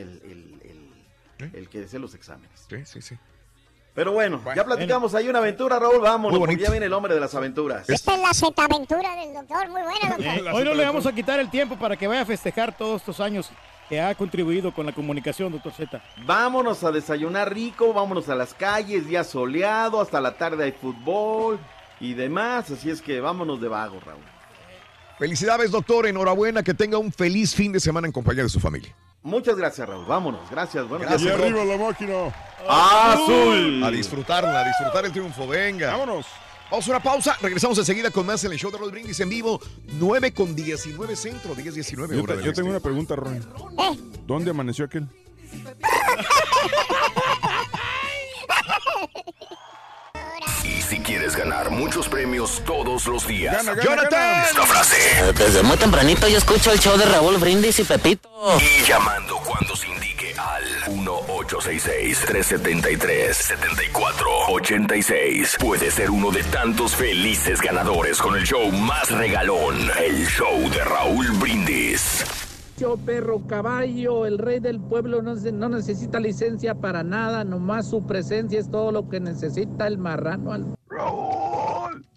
el que hacía los exámenes. Sí. Pero bueno, ya platicamos, hay una aventura, Raúl, vámonos, porque ya viene el hombre de las aventuras. Esta es la Z-aventura del doctor, muy buena, doctor. Hoy no le vamos a quitar el tiempo para que vaya a festejar todos estos años que ha contribuido con la comunicación, doctor Z. Vámonos a desayunar rico, vámonos a las calles, día soleado, hasta la tarde hay fútbol y demás, así es que vámonos de vago, Raúl. Felicidades, doctor, enhorabuena, que tenga un feliz fin de semana en compañía de su familia. Muchas gracias, Raúl. Vámonos. Gracias. Buenos días. Y arriba la máquina. ¡Azul! A disfrutar el triunfo. Venga. Vámonos. Vamos a una pausa. Regresamos enseguida con más en el show de Raúl Brindis en vivo. 9:19 centro, 10:19. Yo tengo una pregunta, Ron. ¿Dónde amaneció aquel? Y si quieres ganar muchos premios todos los días, ¡Jonathan! Esta frase. Desde muy tempranito yo escucho el show de Raúl Brindis y Pepito. Y llamando cuando se indique al 1-866-373-7486. Puede ser uno de tantos felices ganadores con el show más regalón, el show de Raúl Brindis. Yo, perro caballo, el rey del pueblo no necesita licencia para nada, nomás su presencia es todo lo que necesita el marrano. Raúl,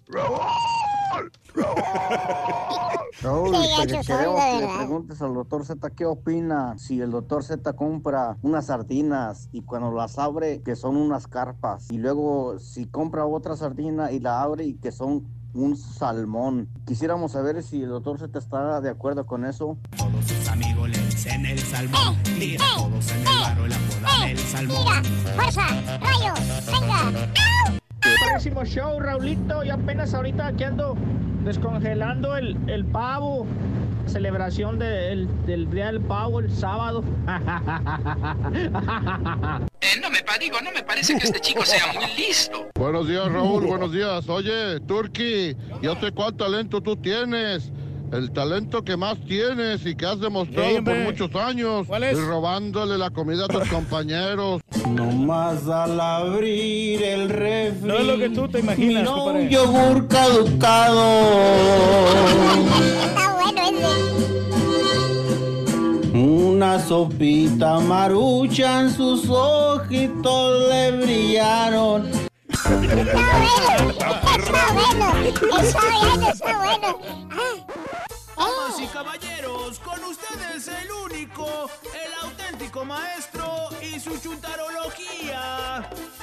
queremos que le preguntes al doctor Z qué opina si el doctor Z compra unas sardinas y cuando las abre que son unas carpas y luego si compra otra sardina y la abre y que son un salmón. Quisiéramos saber si el doctor Z está de acuerdo con eso. Todos sus amigos le dicen el salmón. Mira, todos en el barrio le apodan el salmón. Mira, fuerza, rayo, venga. Próximo show, Raulito. Yo apenas ahorita aquí ando descongelando el pavo. Celebración del Día del Pavo el sábado. No me parece que este chico sea muy listo. Buenos días, Raúl, buenos días. Oye, Turki, yo sé cuál talento tú tienes. El talento que más tienes y que has demostrado por muchos años. ¿Cuál es? Y robándole la comida a tus compañeros. Nomás al abrir el refri. No es lo que tú te imaginas, no compadre. Un yogur caducado. Está bueno ese. Una sopita maruchan, sus ojitos le brillaron. Está bueno. Damas y caballeros, con ustedes el único, el auténtico maestro y su chuntarología.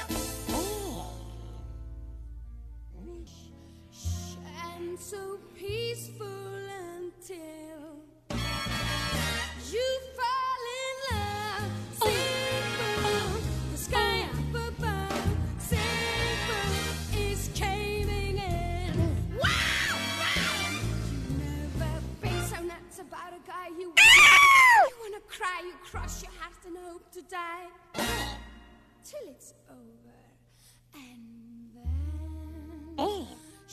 And so peaceful until you fall in love. Sing for the sky up above. Sing for a guy you wanna cry, you cross your heart and hope to die till it's over. And then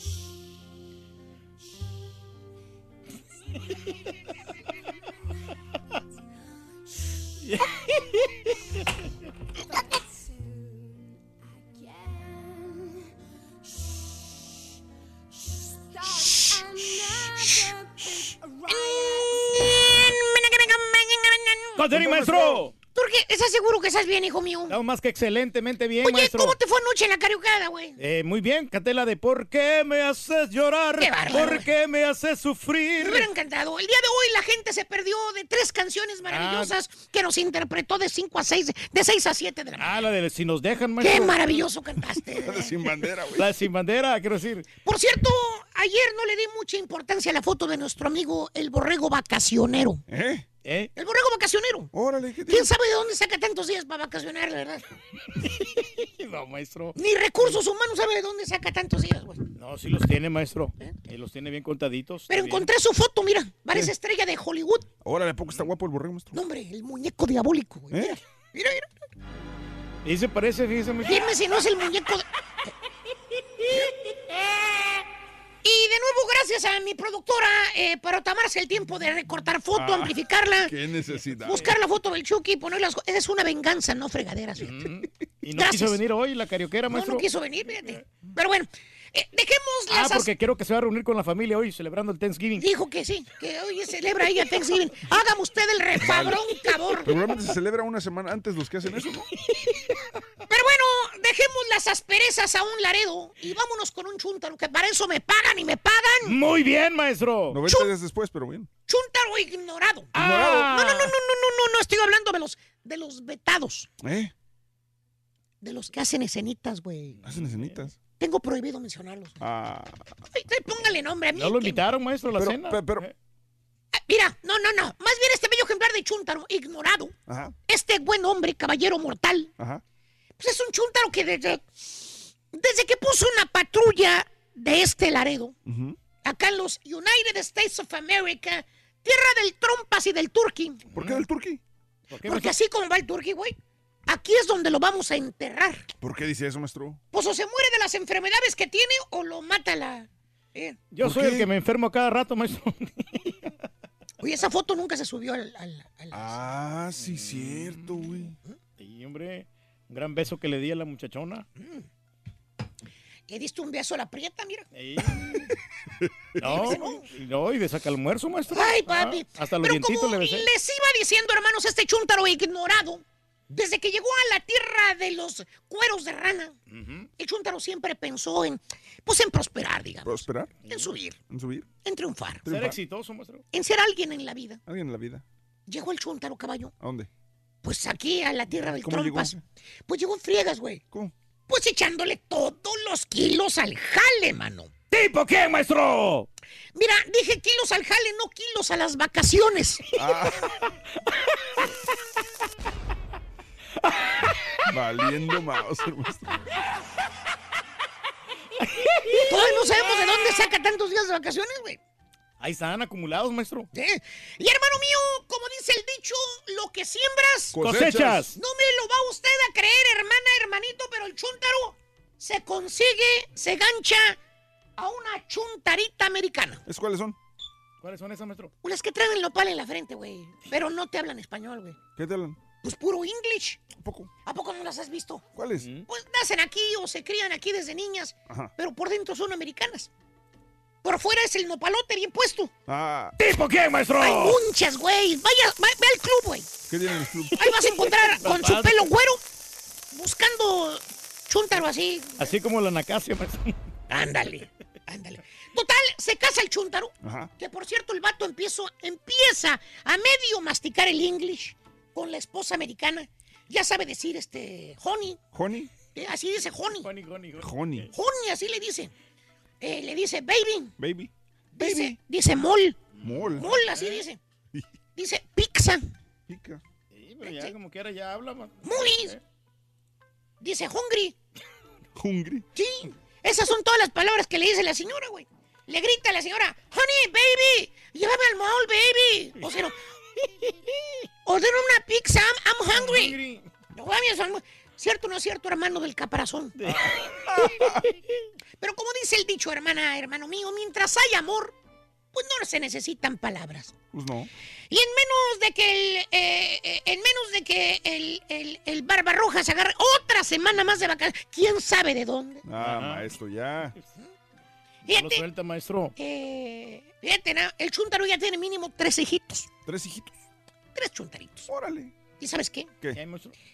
¡Contení, maestro! Turki, ¿estás seguro que estás bien, hijo mío? Estamos más que excelentemente bien, Oye, maestro. ¿cómo te fue anoche en la karaokeada, güey? Muy bien, canté la de ¿por qué me haces llorar? Qué bárbaro, ¿Por qué me haces sufrir? Me hubiera encantado. El día de hoy la gente se perdió de 3 canciones maravillosas que nos interpretó de 5 a 6, de 6 a 7 de la mañana. La de Si nos dejan, maestro. Qué maravilloso cantaste. La de Sin Bandera, güey. La de Sin Bandera, quiero decir. Por cierto, ayer no le di mucha importancia a la foto de nuestro amigo el borrego vacacionero. El borrego vacacionero. Órale, ¿Quién sabe de dónde saca tantos días para vacacionar, la verdad? No, maestro. Ni recursos humanos sabe de dónde saca tantos días, güey. No, sí los tiene, maestro. Los tiene bien contaditos. Pero bien. encontré su foto, mira. Parece estrella de Hollywood. Órale, ¿a poco está guapo el borrego, maestro? No, hombre, el muñeco diabólico, güey. Mira. Y se parece, fíjese, maestro. Dime si no es el muñeco de... Y de nuevo, gracias a mi productora por tomarse el tiempo de recortar foto, amplificarla. Qué necesidad. Buscar la foto del Chucky y ponerlas. Es una venganza, no fregaderas. Y no quiso venir hoy la carioquera, maestro. No quiso venir, fíjate. Pero bueno, dejemos las... porque creo que se va a reunir con la familia hoy celebrando el Thanksgiving. Dijo que sí, que hoy celebra ella Thanksgiving. Hágame usted el refabrón, cabrón. Seguramente se celebra una semana antes los que hacen eso, ¿no? Pero bueno, dejemos las asperezas a un Laredo y vámonos con un chúntaro, que para eso me pagan y me pagan. Muy bien, maestro. 90 días después, pero bien. Chúntaro ignorado. No, estoy hablando de los vetados. De los que hacen escenitas, güey. ¿Hacen escenitas? Tengo prohibido mencionarlos. Ay, póngale nombre a mí. ¿No lo invitaron, maestro, a la cena? Mira, no. Más bien este bello ejemplar de chúntaro ignorado. Ajá. Este buen hombre, caballero mortal. Ajá. Pues es un chúntaro que desde que puso una patrulla de este Laredo, acá en los United States of America, tierra del trompas y del turqui. ¿Por qué del turqui? Porque así como va el turqui, güey, aquí es donde lo vamos a enterrar. ¿Por qué dice eso, maestro? Pues o se muere de las enfermedades que tiene o lo mata la... Yo soy el que me enfermo cada rato, maestro. Oye, esa foto nunca se subió al... Sí, cierto, güey. Sí, hombre. Un gran beso que le di a la muchachona. Le diste un beso a la prieta, mira. No, y de saca almuerzo, maestro. Ay, papi. Hasta los dientitos le besé. Les iba diciendo, hermanos, este chúntaro ignorado, desde que llegó a la tierra de los cueros de rana, el chúntaro siempre pensó en prosperar, digamos. ¿Prosperar? En subir. ¿En subir? En triunfar. Ser exitoso, maestro. En ser alguien en la vida. Alguien en la vida. Llegó el chúntaro, caballo. ¿A dónde? Pues aquí, a la tierra del trompas. Llegó? Pues llegó en friegas, güey. ¿Cómo? Pues echándole todos los kilos al jale, mano. ¿Tipo qué, maestro? Mira, dije kilos al jale, no kilos a las vacaciones. Valiendo mouse, maestro. Todavía no sabemos de dónde saca tantos días de vacaciones, güey. Ahí están acumulados, maestro. Y hermano mío, como dice el dicho, lo que siembras, cosechas. No me lo va usted a creer, hermanito, pero el chúntaro se gancha a una chuntarita americana. ¿Cuáles son? ¿Cuáles son esas, maestro? Unas que traen el nopal en la frente, güey. Pero no te hablan español, güey. ¿Qué te hablan? Pues puro English. ¿A poco no las has visto? ¿Cuáles? Pues nacen aquí o se crían aquí desde niñas. Ajá. Pero por dentro son americanas. Por fuera es el nopalote bien puesto. ¿Tipo qué, maestro? Hay muchas, güey. Ve al club, güey. ¿Qué tienen el club? Ahí vas a encontrar con su pelo güero, buscando chúntaro así. Así como la nacasia, maestro. Ándale. Total, se casa el chúntaro. Ajá. Que por cierto, el vato empieza a medio masticar el English con la esposa americana. Ya sabe decir honey. ¿Honey? Así dice honey. Honey. Honey, así le dice. Le dice baby. Baby. Dice mol. Mol, así dice. Dice pizza. Pica. Sí, pero ya como que ahora ya habla, man. Movies. Dice hungry. ¿Hungry? Sí. Esas son todas las palabras que le dice la señora, güey. le grita a la señora, honey, baby, llévame al mall, baby. O sea, ordena una pizza, I'm hungry. No, ¿cierto o no es cierto, hermano del caparazón? Pero como dice el dicho, hermano mío, mientras hay amor, pues no se necesitan palabras. Pues no. Y en menos de que el Barbarroja se agarre otra semana más de vacaciones, ¿quién sabe de dónde? Maestro, ya. Fíjate, lo suelta, maestro. Fíjate, el Chuntaro ya tiene mínimo 3 hijitos. 3 hijitos. 3 chuntaritos. Órale. ¿Y sabes qué? ¿Qué?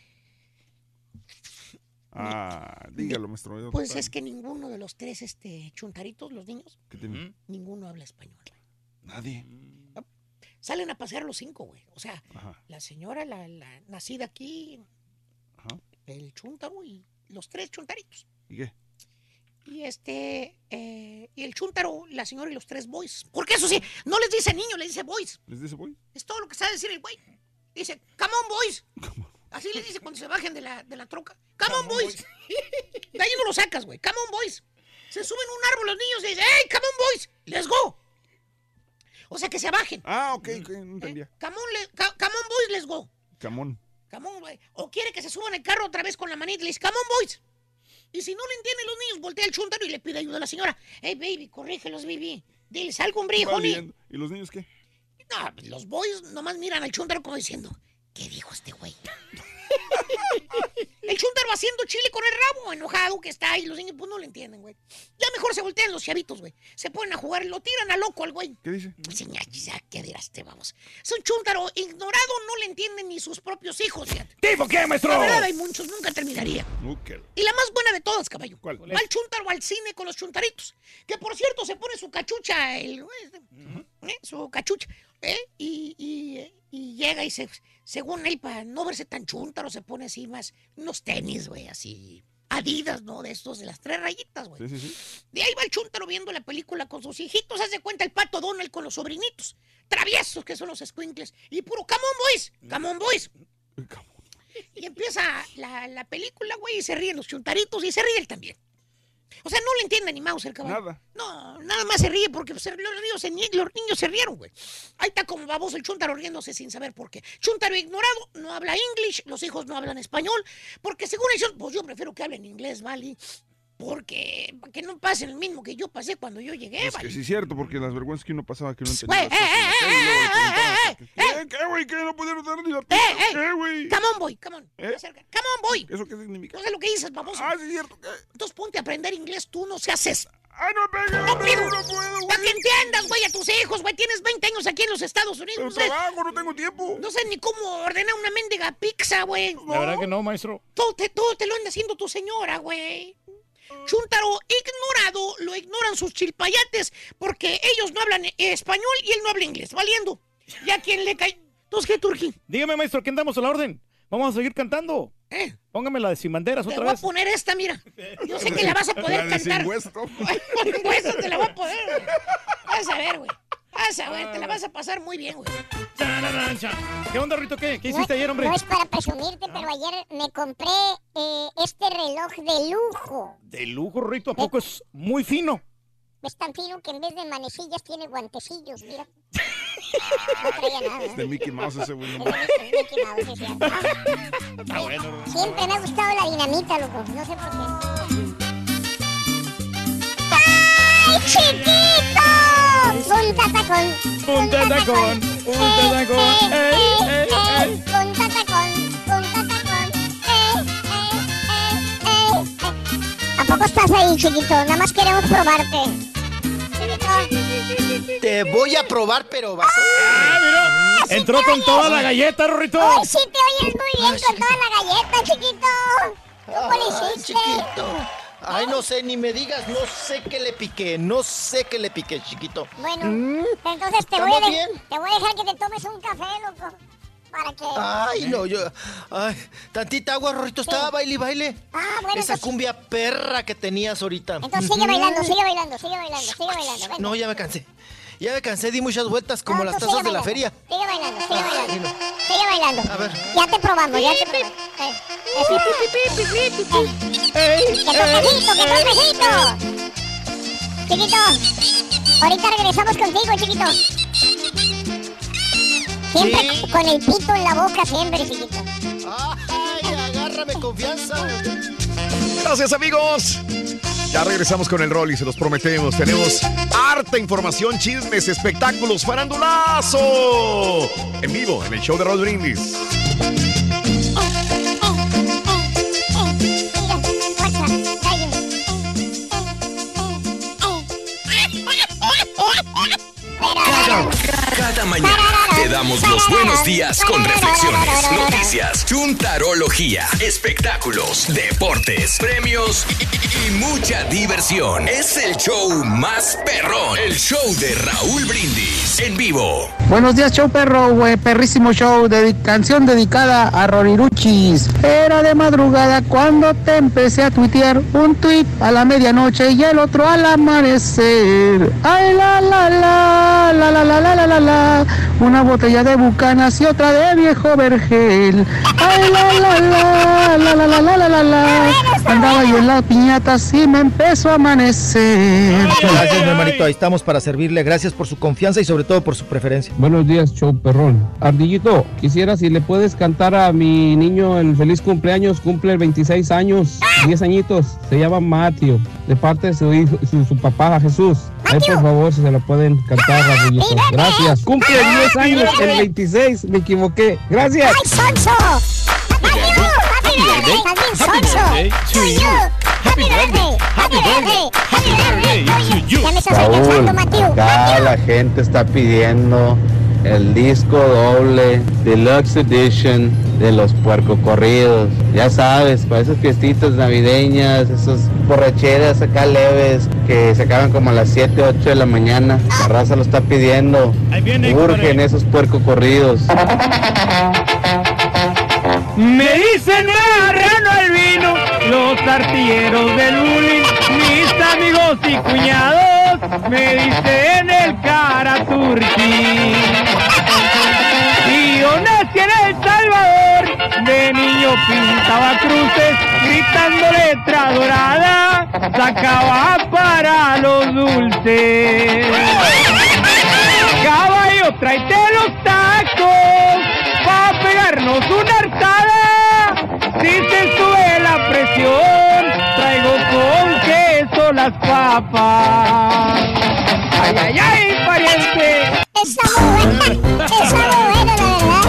Dígalo, maestro. Pues es que ninguno de los 3 chuntaritos, los niños, ¿qué tienen? Ninguno habla español. Nadie. Salen a pasear los 5, güey. O sea, Ajá. la señora, la nacida aquí, Ajá. el Chuntaro y los 3 chuntaritos. ¿Y qué? Y y el Chuntaro, la señora y los 3 boys. Porque eso sí, no les dice niño, les dice boys. ¿Les dice boys? Es todo lo que sabe decir el güey. Dice, come on, boys. Así les dice cuando se bajen de la troca. Come on, boys. De ahí no lo sacas, güey. Come on, boys. Se suben a un árbol los niños y dicen, hey, come on, boys. Let's go. O sea, que se bajen. Ok, no entendía. Come on, boys, let's go. Camón. Come on, güey. O quiere que se suban al carro otra vez con la manita y le dice, come on, boys. Y si no le entienden los niños, voltea al Chuntaro y le pide ayuda a la señora. Hey, baby, corrígelos, baby. Diles algo, hombre, honey. ¿Y los niños qué? No, los boys nomás miran al Chuntaro como diciendo, ¿qué dijo este güey? El Chuntaro haciendo chile con el rabo, enojado que está, y los niños pues no le entienden, güey. Ya mejor se voltean los chavitos, güey. Se ponen a jugar, lo tiran a loco al güey. ¿Qué dice? Pues ¿qué dirás te vamos? Es un Chuntaro ignorado, no le entienden ni sus propios hijos, fíjate. ¿Tipo qué, maestro? La verdad hay muchos, nunca terminaría. Okay. Y la más buena de todas, caballo. ¿Cuál? Va el Chuntaro al cine con los chuntaritos. Que por cierto se pone su cachucha, su cachucha. Y llega y según él, para no verse tan chuntaro, se pone así más unos tenis, güey, así Adidas, ¿no? De estos, de las 3 rayitas, güey. Sí. De ahí va el Chuntaro viendo la película con sus hijitos. Haz de cuenta el Pato Donald con los sobrinitos. Traviesos que son los squinkles. Y puro, come on, boys. Come on, boys. Y empieza la película, güey, y se ríen los chuntaritos y se ríe él también. O sea, no le entiende ni mouse el caballo. Nada. No, nada más se ríe porque los niños se rieron, güey. Ahí está como baboso el Chuntaro riéndose sin saber por qué. Chuntaro ignorado, no habla inglés, los hijos no hablan español, porque según ellos, pues yo prefiero que hablen inglés, ¿vale? Porque para que no pasen el mismo que yo pasé cuando yo llegué, Es ¿vale? que sí es cierto, porque las vergüenzas que uno pasaba que no entendía. ¿Qué, güey? ¿Qué no pudieron dar ni la pista? ¿Qué, güey? Come on, boy, come on. Come on, boy. ¿Eso qué significa? No sé lo que dices, baboso. Sí es cierto. Entonces ponte a aprender inglés, tú no se haces. ¡Ay, no pegues! No puedo, güey. Para que entiendas, güey, a tus hijos, güey. Tienes 20 años aquí en los Estados Unidos. Pero trabajo, no tengo tiempo. No sé ni cómo ordenar una mendiga pizza, güey. La verdad que no, maestro. Todo te lo anda haciendo tu señora, güey. Chuntaro ignorado, lo ignoran sus chilpayates porque ellos no hablan español y él no habla inglés, valiendo. ¿Y a quién le cae? ¿Entonces qué, Turquín? Dígame, maestro, ¿qué andamos a la orden? Vamos a seguir cantando. Póngame la de Sin Banderas otra vez. Te voy a poner esta, mira. Yo sé que la vas a poder la cantar. Sin Hueso. Sin Hueso te la voy a poder. Vas a ver, güey. Vas a ver, te la vas a pasar muy bien, güey. ¿Qué onda, Rito? ¿Qué hiciste ayer, hombre? No es para presumirte, pero ayer me compré este reloj de lujo. ¿De lujo, Rito? ¿A poco es muy fino? Es tan fino que en vez de manecillas tiene guantecillos, mira. No traía nada. Es de Mickey Mouse ese güey. Es de Mickey Mouse, es cierto. Está bueno. Siempre me ha gustado la dinamita, loco. No sé por qué. ¡Ay, chiquito! Punta tacón. Punta tacón. Punta tacón. ¡Ey! Punta tacón. Punta tacón. ¿A poco estás ahí, chiquito? Nada más queremos probarte. Te voy a probar, pero vas a... mira. Sí, entró con toda la galleta, Rorrito. Ay, sí te oyes muy bien con toda la galleta, chiquito. ¿Cómo le hiciste? Chiquito. Ay, no sé, ni me digas, no sé qué le piqué, chiquito. Bueno, entonces te voy a dejar que te tomes un café, loco. Para que... Ay, no, tantita agua, Rorrito, estaba baile. Ah, bueno. Esa cumbia perra que tenías ahorita. Entonces sigue bailando. No, ya me cansé, di muchas vueltas como las tazas de la feria. Sigue bailando. A ver. Ya te probamos. ¡Qué trajecito! Chiquito. Ahorita regresamos contigo, chiquito. Siempre con el pito en la boca, siempre, chiquito. Ay, agárrame confianza. Gracias, amigos. Ya regresamos con el rol y se los prometemos. Tenemos harta información, chismes, espectáculos, farandulazo. En vivo, en el show de Raúl Brindis. Cada mañana te damos los buenos días con reflexiones, noticias, chuntarología, espectáculos, deportes, premios y mucha diversión. Es el show más perrón, el show de Raúl Brindis en vivo. Buenos días, show perro, güey, perrísimo show, canción dedicada a Roriruchis. Era de madrugada cuando te empecé a tuitear un tuit a la medianoche y el otro al amanecer. Ay, la, la, la, la, la, la, la, la, la, la. Una botella de Bucanas y otra de viejo vergel. Ay, la, la, la, la, la, la, la, la, la, la. Andaba yo en la piñata y me empezó a amanecer. Gracias, mi hermanito, ahí estamos para servirle. Gracias por su confianza y sobre todo por su preferencia. Buenos días, show perrón. Ardillito, quisiera si le puedes cantar a mi niño el feliz cumpleaños. Cumple 26 años, 10 añitos. Se llama Mateo, de parte de su hijo, su papá Jesús. Ahí por favor, si se lo pueden cantar, Ardillito. Gracias. Cumple 10 años, el 26, me equivoqué. Gracias. ¡Ay, Sonso! ¡Happy birthday! ¡Happy birthday! ¡Happy birthday! Ya me estás enganchando, Mateo. Acá la gente está pidiendo el disco doble, Deluxe Edition de los puercocorridos. Ya sabes, para esas fiestitas navideñas, esas borracheras acá leves que se acaban como a las 7, 8 de la mañana. La raza lo está pidiendo. Urgen esos puercocorridos. Me dicen marrano al vino, los artilleros del bullying, mis amigos y cuñados, me dicen el cara turquí. Y yo nací en El Salvador, de niño pintaba cruces, gritando letra dorada, sacaba para los dulces. Caballo, tráete los tacos, pa' pegarnos una hartada. Si se sube la presión, traigo con queso las papas. Ay, ay, ay, pariente. Está muy buena, la verdad.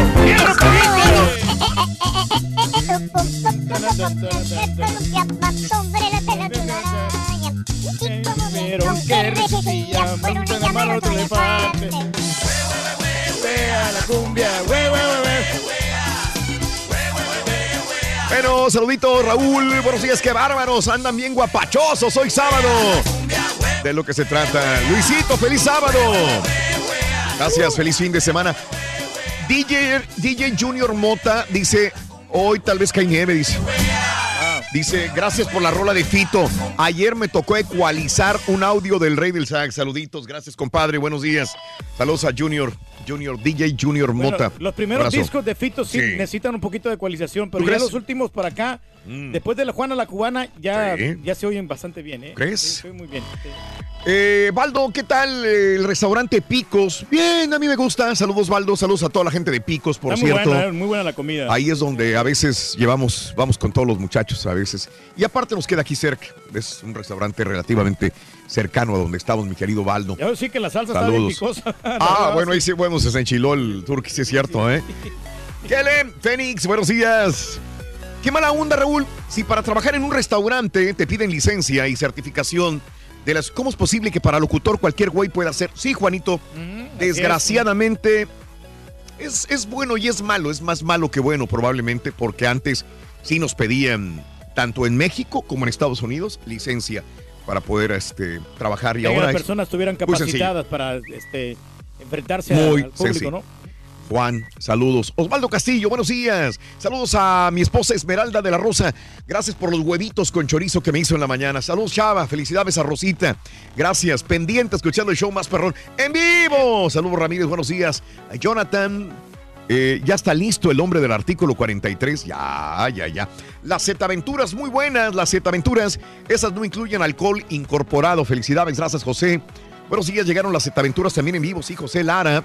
Pero que resistía, la mano te le parte. Wea la cumbia, wea. Bueno, saludito Raúl, buenos días, qué bárbaros, andan bien guapachosos, hoy sábado. De lo que se trata. Luisito, feliz sábado. Gracias, feliz fin de semana. DJ Junior Mota dice, hoy tal vez cae nieve, dice. Dice, gracias por la rola de Fito. Ayer me tocó ecualizar un audio del Rey del Sax. Saluditos, gracias, compadre, buenos días. Saludos a DJ Junior Mota. Los primeros discos de Fito sí necesitan un poquito de ecualización, pero ya los últimos para acá, después de la Juana la Cubana, ya se oyen bastante bien, ¿eh? ¿Crees? Sí, muy bien. Baldo, ¿qué tal el restaurante Picos? Bien, a mí me gusta. Saludos, Baldo. Saludos a toda la gente de Picos, por cierto. Muy buena la comida. Ahí es donde a veces vamos con todos los muchachos a veces. Y aparte nos queda aquí cerca. Es un restaurante relativamente cercano a donde estamos, mi querido Baldo. Ya sí que la salsa está bien picosa. Bueno, ahí sí, se enchiló el turqui, sí es cierto, ¿eh? Kellen, Fénix, buenos días. Qué mala onda, Raúl. Si para trabajar en un restaurante te piden licencia y certificación ¿cómo es posible que para locutor cualquier güey pueda hacer? Sí, Juanito, desgraciadamente es bueno y es malo, es más malo que bueno probablemente, porque antes sí nos pedían, tanto en México como en Estados Unidos, licencia para poder trabajar y ahora las personas estuvieran capacitadas para enfrentarse al público, sencillo. ¿No? Juan, saludos. Osvaldo Castillo, buenos días. Saludos a mi esposa Esmeralda de la Rosa. Gracias por los huevitos con chorizo que me hizo en la mañana. Saludos, Chava. Felicidades a Rosita. Gracias. Pendiente, escuchando el show más perrón en vivo. Saludos, Ramírez. Buenos días. A Jonathan. Ya está listo el hombre del artículo 43. Ya. Las Zetaventuras, muy buenas. Las Zetaventuras, esas no incluyen alcohol incorporado. Felicidades. Gracias, José. Buenos días, llegaron las Zetaventuras también en vivo, sí, José Lara.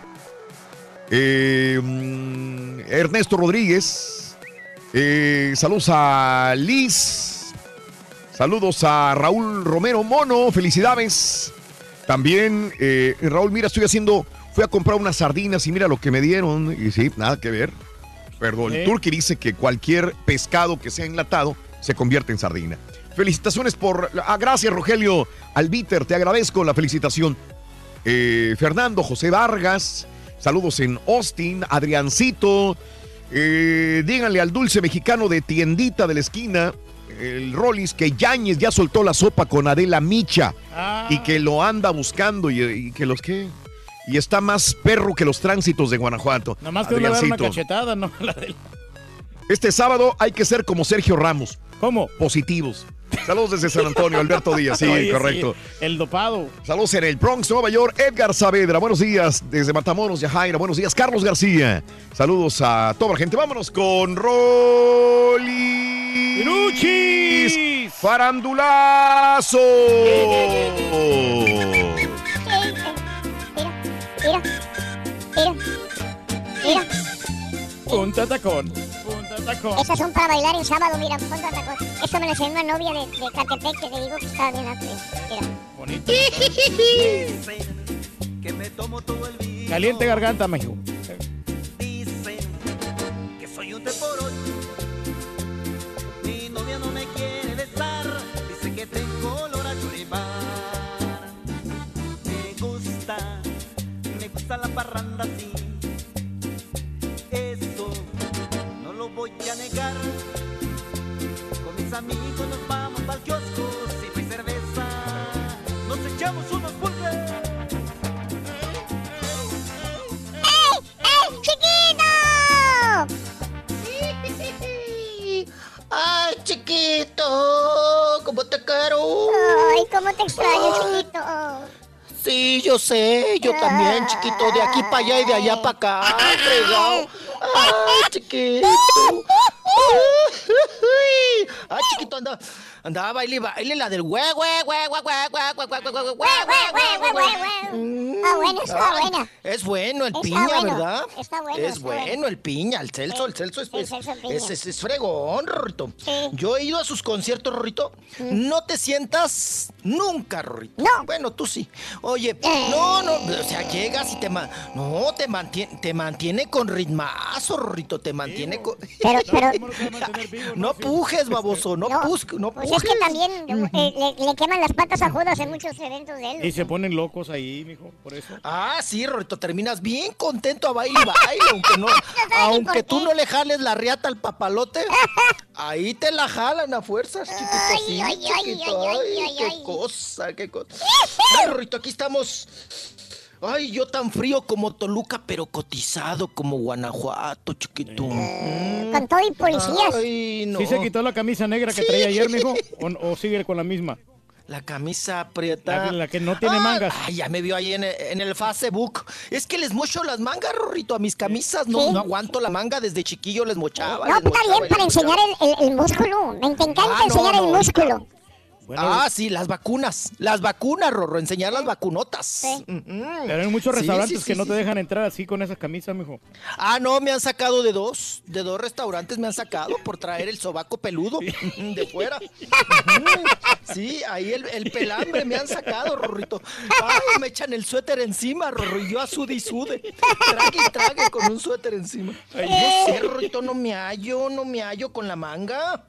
Ernesto Rodríguez. Saludos a Liz. Saludos a Raúl Romero Mono. Felicidades. También, Raúl, mira, fui a comprar unas sardinas y mira lo que me dieron. Y sí, nada que ver. Perdón, el Turqui dice que cualquier pescado que sea enlatado se convierte en sardina. Felicitaciones gracias, Rogelio Albiter, te agradezco la felicitación. Fernando José Vargas, saludos en Austin. Adriancito, díganle al dulce mexicano de tiendita de la esquina, el Rollis, que Yáñez ya soltó la sopa con Adela Micha y que lo anda buscando y que los que... Y está más perro que los tránsitos de Guanajuato. Nada más que le dar una cachetada, ¿no? Este sábado hay que ser como Sergio Ramos. ¿Cómo? Positivos. Saludos desde San Antonio, Alberto Díaz, sí, oye, correcto. Sí, el dopado. Saludos en el Bronx, Nueva York, Edgar Saavedra. Buenos días desde Matamoros, Yajaira. Buenos días, Carlos García. Saludos a toda la gente. Vámonos con Rolly Ruchis. Farandulazo. Mira. Punta tacón. Esas son para bailar en sábado, mira, punta tacón. Esto me lo enseñó una novia de Catepec que te digo que estaba bien alto. Mira. Bonito. Caliente garganta, México. Dicen que soy un teporoy. Mi novia no me quiere besar. Dice que tengo olor a choripán. Me gusta la parranda así. Eso no lo voy a negar. Con mis amigos nos vamos al kiosco. Si no hay cerveza, nos echamos unos pulques. ¡Ey, chiquito! ¡Ay, chiquito! ¿Cómo te quiero? ¡Ay, cómo te extraño, chiquito! Sí, yo sé, yo también, chiquito, de aquí para allá y de allá para acá, fregado. Ay, chiquito. Ay, chiquito, andaba baile la del güey. Está buena, está buena. Es bueno el piña, ¿verdad? Está bueno. Es bueno el piña, el Celso es fregón, Rorrito. Sí. Yo he ido a sus conciertos, Rorrito. No te sientas nunca, Rorrito. No. Bueno, tú sí. Oye, no, o sea, llegas y te mantiene con ritmazo, Rorrito, te mantiene con... Pero... No pujes, baboso, no pujes. Pues es que también le queman las patas a Judas en muchos eventos de él. Y se ponen locos ahí, mijo, por eso. Ah, sí, Rorrito, terminas bien contento a baile y baile, aunque tú no le jales la riata al papalote, ahí te la jalan a fuerzas, chiquito. Ay, qué cosa. Ay, Rorrito, aquí estamos. Ay, yo tan frío como Toluca, pero cotizado como Guanajuato, chiquito. Con todo y policías. Ay, no. ¿Sí se quitó la camisa negra que traía ayer, mijo? ¿O sigue con la misma? La camisa aprieta. La que no tiene mangas. Ay, ya me vio ahí en el Facebook. Es que les mocho las mangas, Rorrito, a mis camisas. No aguanto la manga, desde chiquillo les mochaba. No, está bien para enseñar el músculo. Me encanta enseñar el músculo. Bueno, sí, las vacunas, Rorro, enseñar las vacunotas. Sí. Pero hay muchos restaurantes que no te dejan entrar así con esas camisas, mijo. Ah, no, me han sacado de dos restaurantes me han sacado por traer el sobaco peludo de fuera. Sí, ahí el pelambre me han sacado, Rorrito. Ay, me echan el suéter encima, Rorro, y yo a sude y sude. Trague con un suéter encima. Ay, no sé, Rorrito, no me hallo con la manga.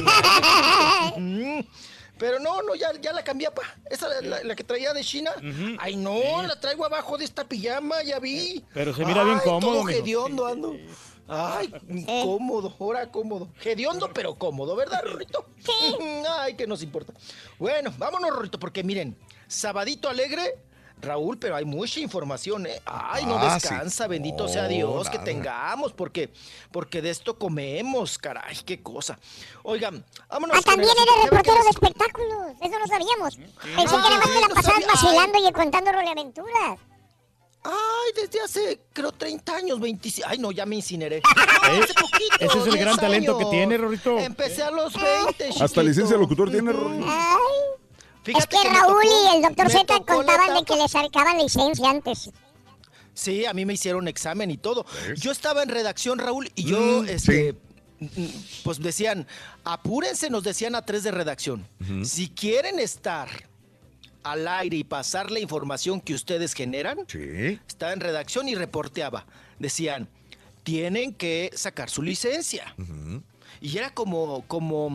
Pero no, ya la cambié, pa. Esa la que traía de China. Ay, no, la traigo abajo de esta pijama, ya vi. Pero se mira bien cómodo. Todo hediondo ando. Ay, cómodo, ahora cómodo. Hediondo, pero cómodo, ¿verdad, Rorrito? Sí. Ay, ¿qué nos importa? Bueno, vámonos, Rorrito, porque miren, sabadito alegre, Raúl, pero hay mucha información, ¿eh? Ay, no descansa, sí. Bendito sea Dios que tengamos, porque de esto comemos, caray, qué cosa. Oigan, vámonos. También eres reportero de espectáculos, eso no sabíamos. Pensé que nada más te la pasabas vacilando y contando roleaventuras. Ay, desde hace, creo, 30 años, 25. Ay, no, ya me incineré. Hace poquito. Ese es el gran talento que tiene, Rorrito. Empecé a los 20, chiquito. Hasta licencia de locutor tiene, Rorrito. Ay. Es que Raúl y el doctor Z contaban de que les sacaban licencia antes. Sí, a mí me hicieron examen y todo. Yo estaba en redacción, Raúl, y yo, pues decían, apúrense, nos decían a 3 de redacción. Si quieren estar al aire y pasar la información que ustedes generan, estaba en redacción y reporteaba. Decían, tienen que sacar su licencia. Y era como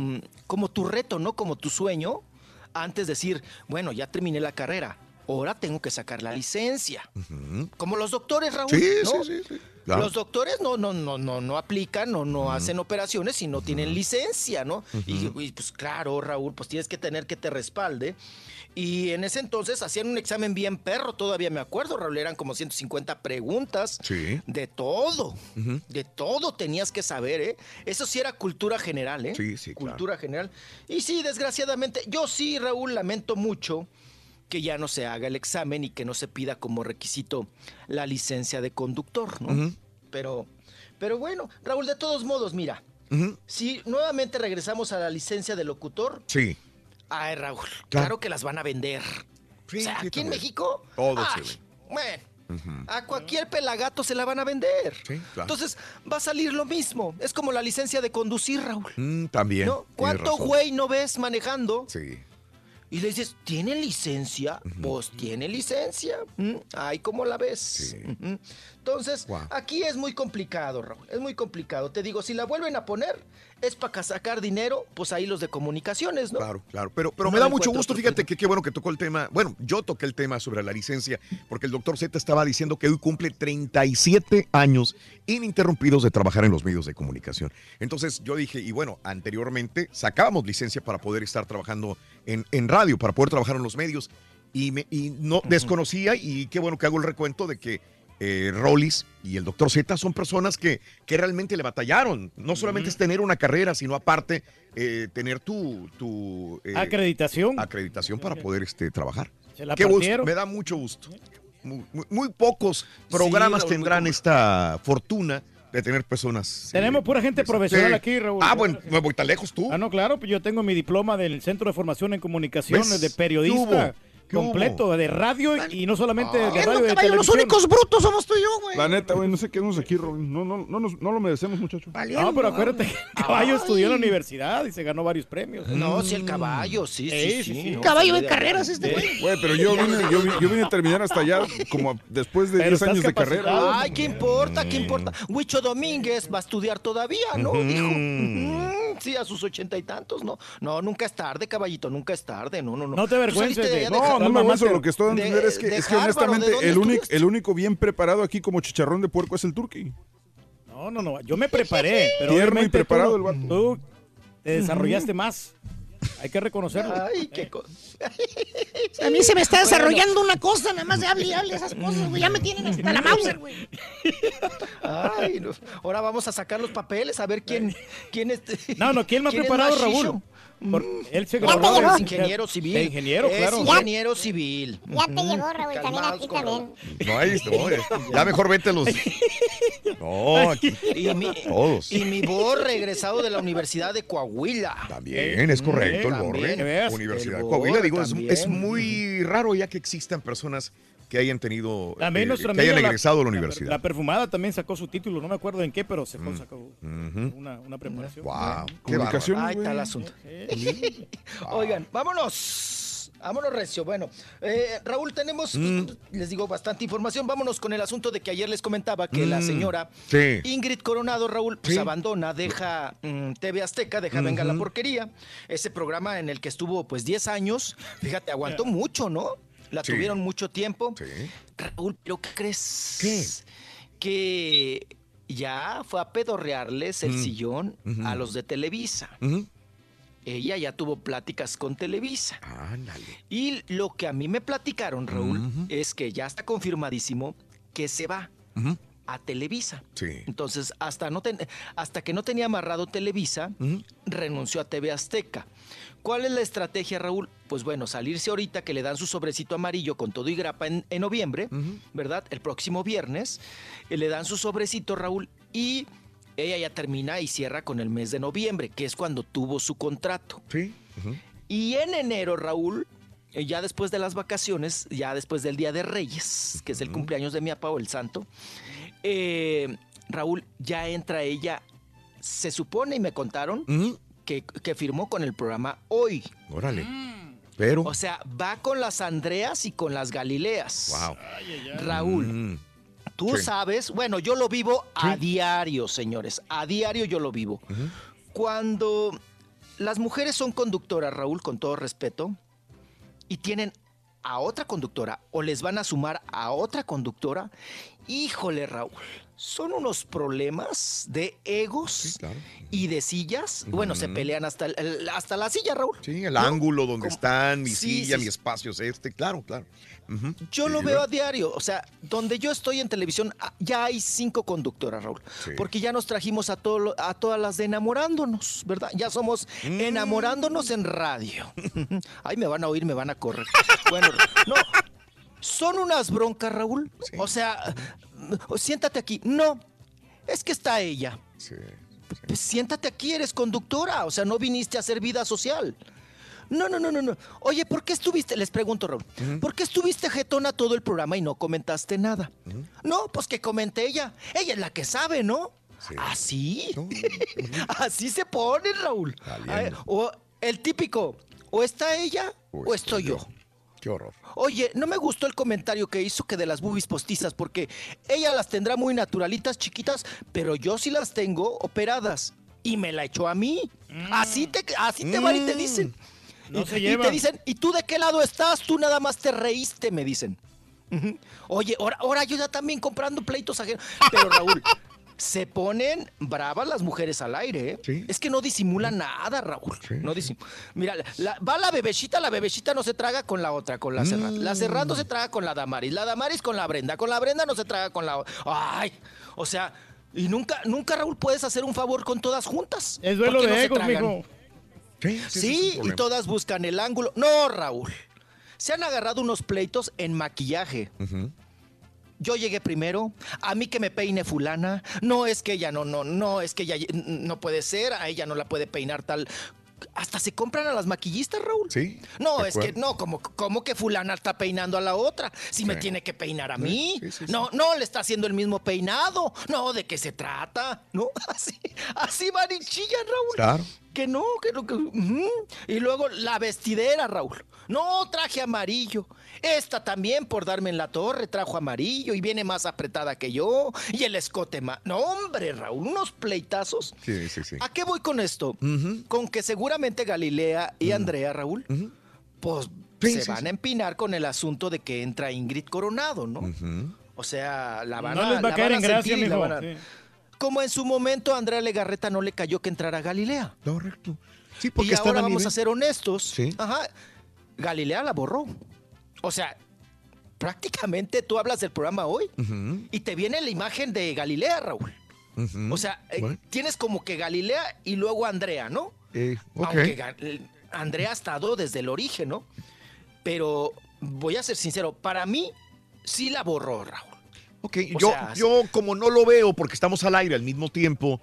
tu reto, ¿no? Como tu sueño, antes de decir, bueno, ya terminé la carrera, ahora tengo que sacar la licencia. Como los doctores, Raúl, ¿no? Sí. Claro. Los doctores no aplican, no hacen operaciones si no tienen licencia, ¿no? Y pues claro, Raúl, pues tienes que tener que te respalde. Y en ese entonces hacían un examen bien perro, todavía me acuerdo, Raúl, eran como 150 preguntas. De todo, de todo tenías que saber, ¿eh? Eso sí era cultura general, ¿eh? Sí, cultura general. Y sí, desgraciadamente, yo sí, Raúl, lamento mucho que ya no se haga el examen y que no se pida como requisito la licencia de conductor, ¿no? Pero bueno, Raúl, de todos modos, mira, si nuevamente regresamos a la licencia de locutor... Ay, Raúl, claro que las van a vender. O sea, aquí en México... Todo bueno, a cualquier pelagato se la van a vender. Entonces, va a salir lo mismo. Es como la licencia de conducir, Raúl. También. ¿No? ¿Cuánto güey no ves manejando? Y le dices, ¿tiene licencia? Pues tiene licencia. Ay, ¿cómo la ves? Entonces, aquí es muy complicado, Raúl. Es muy complicado. Te digo, si la vuelven a poner, es para sacar dinero, pues ahí los de comunicaciones, ¿no? Claro. Pero no me da mucho gusto, fíjate que qué bueno que tocó el tema. Bueno, yo toqué el tema sobre la licencia, porque el doctor Z estaba diciendo que hoy cumple 37 años ininterrumpidos de trabajar en los medios de comunicación. Entonces yo dije, y bueno, anteriormente sacábamos licencia para poder estar trabajando en radio, para poder trabajar en los medios, y no desconocía, y qué bueno que hago el recuento de que Rollis y el Dr. Z son personas que realmente le batallaron. No solamente es tener una carrera, sino aparte tener tu acreditación para poder trabajar. Qué gusto, me da mucho gusto. Muy pocos programas tendrán esta fortuna de tener personas. Tenemos pura gente profesional aquí, Raúl. Bueno, me voy tan lejos tú. No, claro, pues yo tengo mi diploma del Centro de Formación en Comunicaciones, de periodista. Completo, de radio y no solamente de radio, de televisión. Los únicos brutos somos tú y yo, güey. La neta, güey, no sé qué hacemos aquí, Robin. No lo merecemos, muchacho. No, pero acuérdate que el caballo estudió en la universidad y se ganó varios premios. No, sí, el caballo, sí. Un caballo de carreras güey. Güey, pero yo vine a terminar hasta allá como después de 10 años de carrera. Ay, ¿qué importa? Huicho Domínguez va a estudiar todavía, ¿no? Dijo. Sí, a sus 80 y tantos, ¿no? No, nunca es tarde, caballito, nunca es tarde. No. No te avergüences. No me avergüenzo. Lo que estoy dando a entender es que honestamente el único bien preparado aquí como chicharrón de puerco es el Turqui. No, yo me preparé. Pero tierno y preparado el vato. Tú te desarrollaste más. Hay que reconocerlo. Ay, qué cosa. A mí se me está desarrollando una cosa, nada más de hable y hable esas cosas, güey. Ya me tienen hasta la Mauser, güey. Ay, no. Ahora vamos a sacar los papeles a ver quién ¿quién me ha preparado, Raúl? Él se graduó de ingeniero civil. De ingeniero, claro. Es ingeniero civil. Ya te llevó, Raúl, también aquí también. No, ahí está, ya mejor vete los... No, aquí todos. Y mi Borre, egresado de la Universidad de Coahuila. También, es correcto, el Borre. Universidad de Coahuila, digo, es muy raro ya que existan personas que hayan tenido, que hayan egresado a la universidad. La perfumada también sacó su título, no me acuerdo en qué, pero sacó una preparación. Wow. Comunicación. Ahí está el asunto. Oigan, vámonos recio. Bueno, Raúl, tenemos, les digo, bastante información. Vámonos con el asunto de que ayer les comentaba que la señora Ingrid Coronado, Raúl, pues abandona, deja TV Azteca, deja Venga la Porquería, ese programa en el que estuvo pues 10 años. Fíjate, aguantó mucho, ¿no? La tuvieron mucho tiempo. Raúl, ¿pero qué crees? Que ya fue a pedorrearles el sillón a los de Televisa. Ella ya tuvo pláticas con Televisa. Ándale. Y lo que a mí me platicaron, Raúl, es que ya está confirmadísimo que se va a Televisa. Entonces, hasta que no tenía amarrado Televisa, renunció a TV Azteca. ¿Cuál es la estrategia, Raúl? Pues bueno, salirse ahorita que le dan su sobrecito amarillo con todo y grapa en noviembre, ¿verdad? El próximo viernes, le dan su sobrecito, Raúl, y ella ya termina y cierra con el mes de noviembre, que es cuando tuvo su contrato. Y en enero, Raúl, ya después de las vacaciones, ya después del Día de Reyes, que es el cumpleaños de mi papá o el santo, Raúl, ya entra ella, se supone y me contaron que firmó con el programa hoy. Órale. Pero. O sea, va con las Andreas y con las Galileas. Wow. Raúl, tú sabes, bueno, yo lo vivo a diario, señores. A diario yo lo vivo. Cuando las mujeres son conductoras, Raúl, con todo respeto, y tienen a otra conductora o les van a sumar a otra conductora, híjole, Raúl, son unos problemas de egos y de sillas. Bueno, se pelean hasta la silla, Raúl. Sí, el ángulo donde están, mi silla, mi espacio es claro. Yo lo veo a diario, o sea, donde yo estoy en televisión ya hay 5 conductoras, Raúl, porque ya nos trajimos a todas las de Enamorándonos, ¿verdad? Ya somos Enamorándonos en radio. Ay, me van a oír, me van a correr. Bueno, no, son unas broncas, Raúl. O sea, siéntate aquí. No, es que está ella. Pues siéntate aquí, eres conductora, o sea, no viniste a hacer vida social. No. Oye, ¿por qué estuviste? Les pregunto, Raúl, ¿por qué estuviste jetona todo el programa y no comentaste nada? No, pues que comente ella. Ella es la que sabe, ¿no? ¿Así? Así se pone, Raúl. O el típico, o está ella o estoy yo. Qué horror. Oye, no me gustó el comentario que hizo que de las boobies postizas, porque ella las tendrá muy naturalitas, chiquitas, pero yo sí las tengo operadas. Y me la echó a mí. Así te van y te dicen. No se y llevan. te dicen, ¿y tú de qué lado estás? Tú nada más te reíste, me dicen. Oye, ahora yo ya también comprando pleitos ajenos. Pero Raúl, se ponen bravas las mujeres al aire, ¿eh? Sí. Es que no disimulan nada, Raúl. No Mira, va la bebecita no se traga con la otra, con la Serrat. La Serrat no se traga con la Damaris con la Brenda no se traga con la... Ay, o sea, y nunca, Raúl, puedes hacer un favor con todas juntas. Es duelo de no egos, mijo. Sí, y todas buscan el ángulo. No, Raúl. Se han agarrado unos pleitos en maquillaje. Yo llegué primero, a mí que me peine fulana. No, es que ella no, es que ella no puede ser, a ella no la puede peinar tal. Hasta se compran a las maquillistas, Raúl. Sí. No, es que no, como que fulana está peinando a la otra. Si me tiene que peinar a mí. No le está haciendo el mismo peinado. No, ¿de qué se trata? No, así van y chillan, Raúl. Claro. Que no. Y luego la vestidera, Raúl. No, traje amarillo. Esta también, por darme en la torre, trajo amarillo y viene más apretada que yo. Y el escote más... No, hombre, Raúl, unos pleitazos. Sí. ¿A qué voy con esto? Con que seguramente Galilea y Andrea, Raúl, pues se van a empinar con el asunto de que entra Ingrid Coronado, ¿no? O sea, la van no les va a caer en gracia, mijo. Como en su momento a Andrea Legarreta no le cayó que entrara Galilea. Correcto. Sí, porque y ahora vamos a ser honestos. Galilea la borró. O sea, prácticamente tú hablas del programa hoy y te viene la imagen de Galilea, Raúl. O sea, tienes como que Galilea y luego Andrea, ¿no? Aunque Andrea ha estado desde el origen, ¿no? Pero voy a ser sincero, para mí sí la borró, Raúl. Ok, yo como no lo veo porque estamos al aire al mismo tiempo,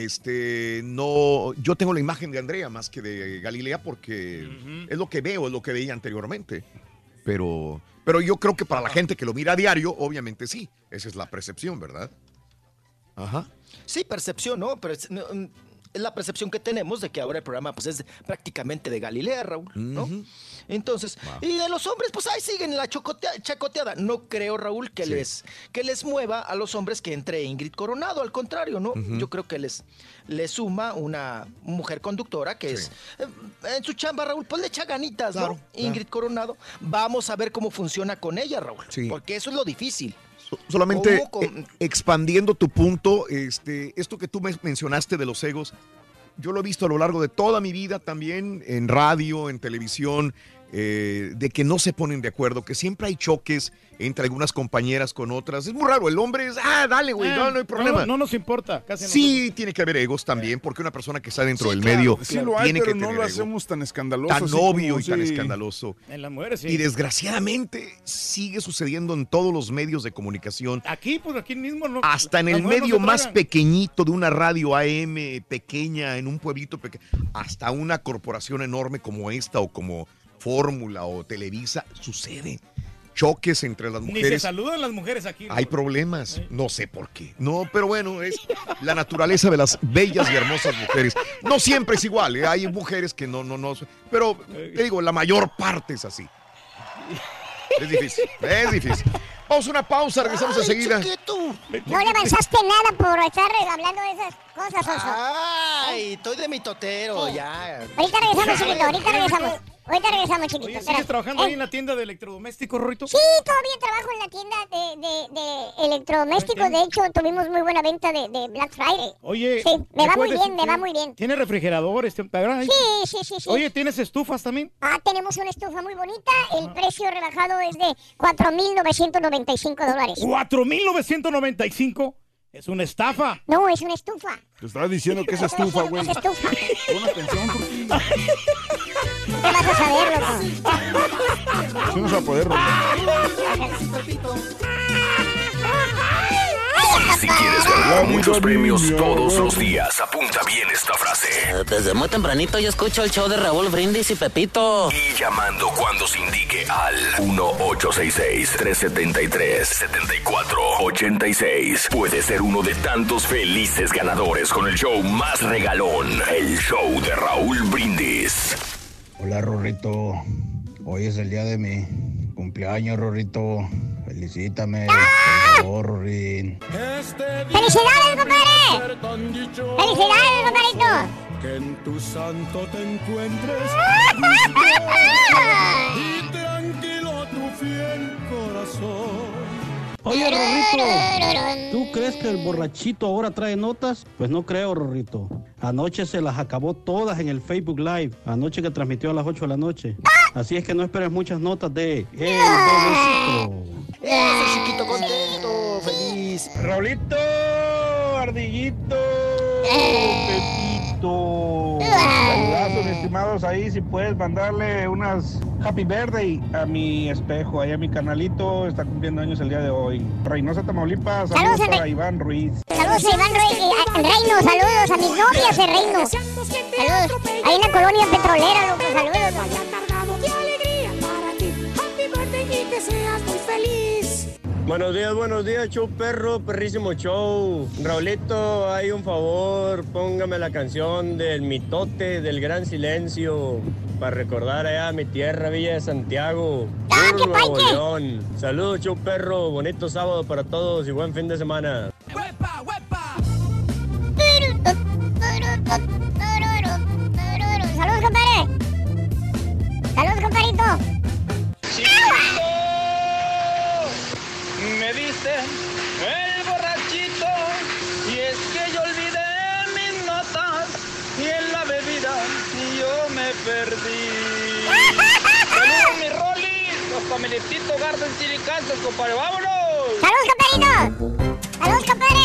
yo tengo la imagen de Andrea más que de Galilea porque es lo que veo, es lo que veía anteriormente. Pero yo creo que para la gente que lo mira a diario, obviamente sí. Esa es la percepción, ¿verdad? Ajá. Sí, percepción, ¿no? Pero es la percepción que tenemos de que ahora el programa pues es prácticamente de Galilea, Raúl, ¿no? Entonces, y de los hombres, pues ahí siguen la chacoteada. No creo, Raúl, que les mueva a los hombres que entre Ingrid Coronado, al contrario, ¿no? Yo creo que les suma una mujer conductora que es, en su chamba, Raúl, pues le echa ganitas, ¿no? Ingrid Coronado. Vamos a ver cómo funciona con ella, Raúl, porque eso es lo difícil. Solamente expandiendo tu punto, esto que tú mencionaste de los egos, yo lo he visto a lo largo de toda mi vida también, en radio, en televisión, de que no se ponen de acuerdo, que siempre hay choques entre algunas compañeras con otras. Es muy raro, el hombre es, dale, güey, no hay problema. No nos importa, casi no. Sí, tiene que haber egos también, porque una persona que está dentro del medio sí lo hay, tiene pero que tener no lo ego. hacemos tan escandaloso. Tan obvio y tan escandaloso. En las mujeres, sí. Y desgraciadamente sigue sucediendo en todos los medios de comunicación. Aquí mismo no. Hasta en el medio más pequeñito de una radio AM pequeña, en un pueblito pequeño, hasta una corporación enorme como esta o como Fórmula o Televisa, sucede. Choques entre las mujeres. Ni se saludan las mujeres aquí. Hay problemas, no sé por qué. No, pero bueno, es la naturaleza de las bellas y hermosas mujeres. No siempre es igual, ¿eh? Hay mujeres que no. Pero te digo, la mayor parte es así. Es difícil. Vamos a una pausa, regresamos enseguida. No le avanzaste nada por estar hablando de esas cosas, Oso. Ay, estoy de mi totero, ya. Ahorita regresamos, chiquito, ahorita regresamos, chiquito. Oye, ¿sigues trabajando ahí en la tienda de electrodomésticos, Rorrito? Sí, todavía trabajo en la tienda de electrodomésticos. De hecho, tuvimos muy buena venta de Black Friday. Oye, sí, me va muy bien. ¿Tienes refrigeradores? ¿Verdad? Sí. Oye, ¿tienes estufas también? Tenemos una estufa muy bonita. El precio rebajado es de $4,995. $4,995. Es una estafa. No, es una estufa. Te estaba diciendo que es estufa, güey. Es estufa. Pon atención, Turquín. ¿Qué vas a saber, loco? Sí, no se va a poder, Rorrito. Si quieres ganar muchos premios todos los días, apunta bien esta frase. Desde muy tempranito yo escucho el show de Raúl Brindis y Pepito. Y llamando cuando se indique al 1-866-373-7486. Puede ser uno de tantos felices ganadores con el show más regalón, el show de Raúl Brindis. Hola, Rorrito. Hoy es el día de mi cumpleaños, Rorrito. Felicítame, por favor, Rorín. ¡Felicidades, compadre! ¡Felicidades, compadrito! Que en tu santo te encuentres y tranquilo tu fiel corazón. Oye, Rorrito, ¿tú crees que el borrachito ahora trae notas? Pues no creo, Rorrito. Anoche se las acabó todas en el Facebook Live, anoche que transmitió a las 8 de la noche. Así es que no esperes muchas notas de El Bebecito. Eso, chiquito, contento, feliz. Raulito, Ardillito, Pepito. Saludazos, estimados, ahí si puedes mandarle unas Happy Birthday a mi espejo, ahí a mi canalito, está cumpliendo años el día de hoy. Reynosa, Tamaulipas, saludos para Iván Ruiz. Saludos a Iván Ruiz, Reino, saludos a mis novias de Reino. Saludos, ahí en la colonia petrolera, loco, saludos. Buenos días, show perro, perrísimo show. Raulito, hay un favor, póngame la canción del mitote, del gran silencio, para recordar allá mi tierra, Villa de Santiago, Nuevo León. Saludos, show perro, bonito sábado para todos y buen fin de semana. ¡Huepa, huepa! Saludos, compadre. Saludos, compadrito. Me dice el borrachito, y es que yo olvidé mis notas, y en la bebida yo me perdí. Saludos, mi Rolly, los familititos Garden City, Kansas, compadre, vámonos. Saludos, compadrito. Saludos, compadre.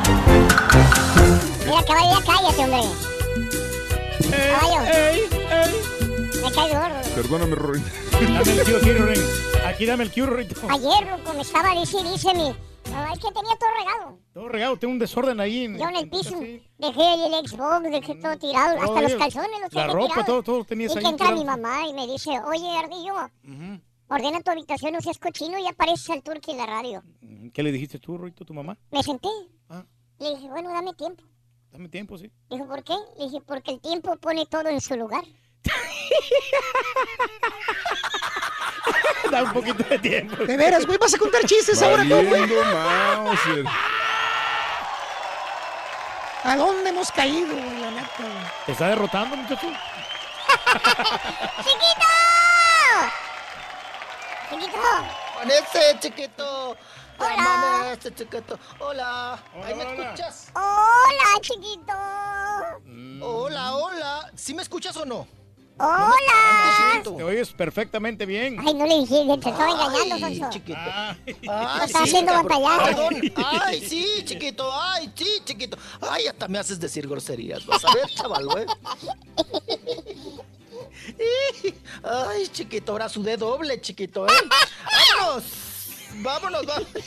Mira, caballo, ya cállate, hombre. Caballo. Me cae gordo. Perdóname, Rorrito. Dame el cue, Rorrito. Aquí dame el cue, Rorrito. Ayer, loco, me estaba dice mi... No, es que tenía todo regado. Todo regado, tengo un desorden ahí. Yo en el piso. Dejé el Xbox, dejé todo tirado. Hasta los calzones los tenía la ropa, tirados. todo tenías ahí. Y que entra mi mamá y me dice, oye, Ardillo, ordena tu habitación, no seas cochino y apareces al Turqui en la radio. ¿Qué le dijiste tú, Rorrito, a tu mamá? Me senté. Le dije, bueno, dame tiempo. Dame tiempo, sí. Dijo, ¿por qué? Le dije, porque el tiempo pone todo en su lugar. Da un poquito de tiempo. De veras, güey, vas a contar chistes ahora tú, güey. ¿A dónde hemos caído, güey, la neta, güey? ¿Te está derrotando, muchacho? ¡Chiquito! ¡Chiquito! ¡Amanece, chiquito! ¡Hola! ¡Amanece, chiquito! ¡Hola! ¿Ahí me escuchas? ¡Hola, chiquito! Hola. ¿Sí me escuchas o no? ¡Hola! Te oyes perfectamente bien. Ay, no le dije, te estaba engañando, Sonso. Chiquito. Te estaba haciendo batallar. Perdón. Ay, sí, chiquito. Ay, sí, chiquito. Ay, hasta me haces decir groserías. Vas a ver, chaval, güey. Ay, chiquito, ahora sudé doble, chiquito, ¿eh? ¡Vámonos!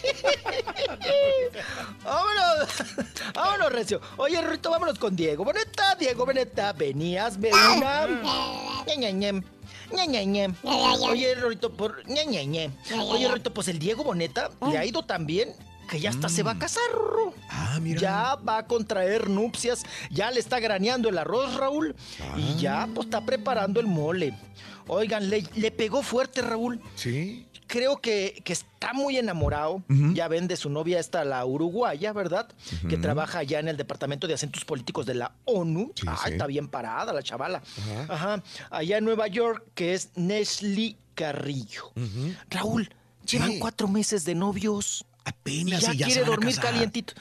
Vámonos, Recio. Oye, Rito, vámonos con Diego Boneta. Diego Boneta, venías, ve una. Oye, Rorito, Oye, Rorito, pues el Diego Boneta le ha ido tan bien que ya hasta se va a casar. Mira. Ya va a contraer nupcias, ya le está graneando el arroz, Raúl, y ya pues está preparando el mole. Oigan, le pegó fuerte, Raúl. Sí. Creo que está muy enamorado, ya ven, de su novia esta, la uruguaya, ¿verdad? Que trabaja allá en el Departamento de Asuntos Políticos de la ONU. Sí, sí. Está bien parada la chavala. Ajá. Allá en Nueva York, que es Nesli Carrillo. Raúl, llevan 4 meses de novios. Apenas y ya quiere se van a dormir casar. calientito.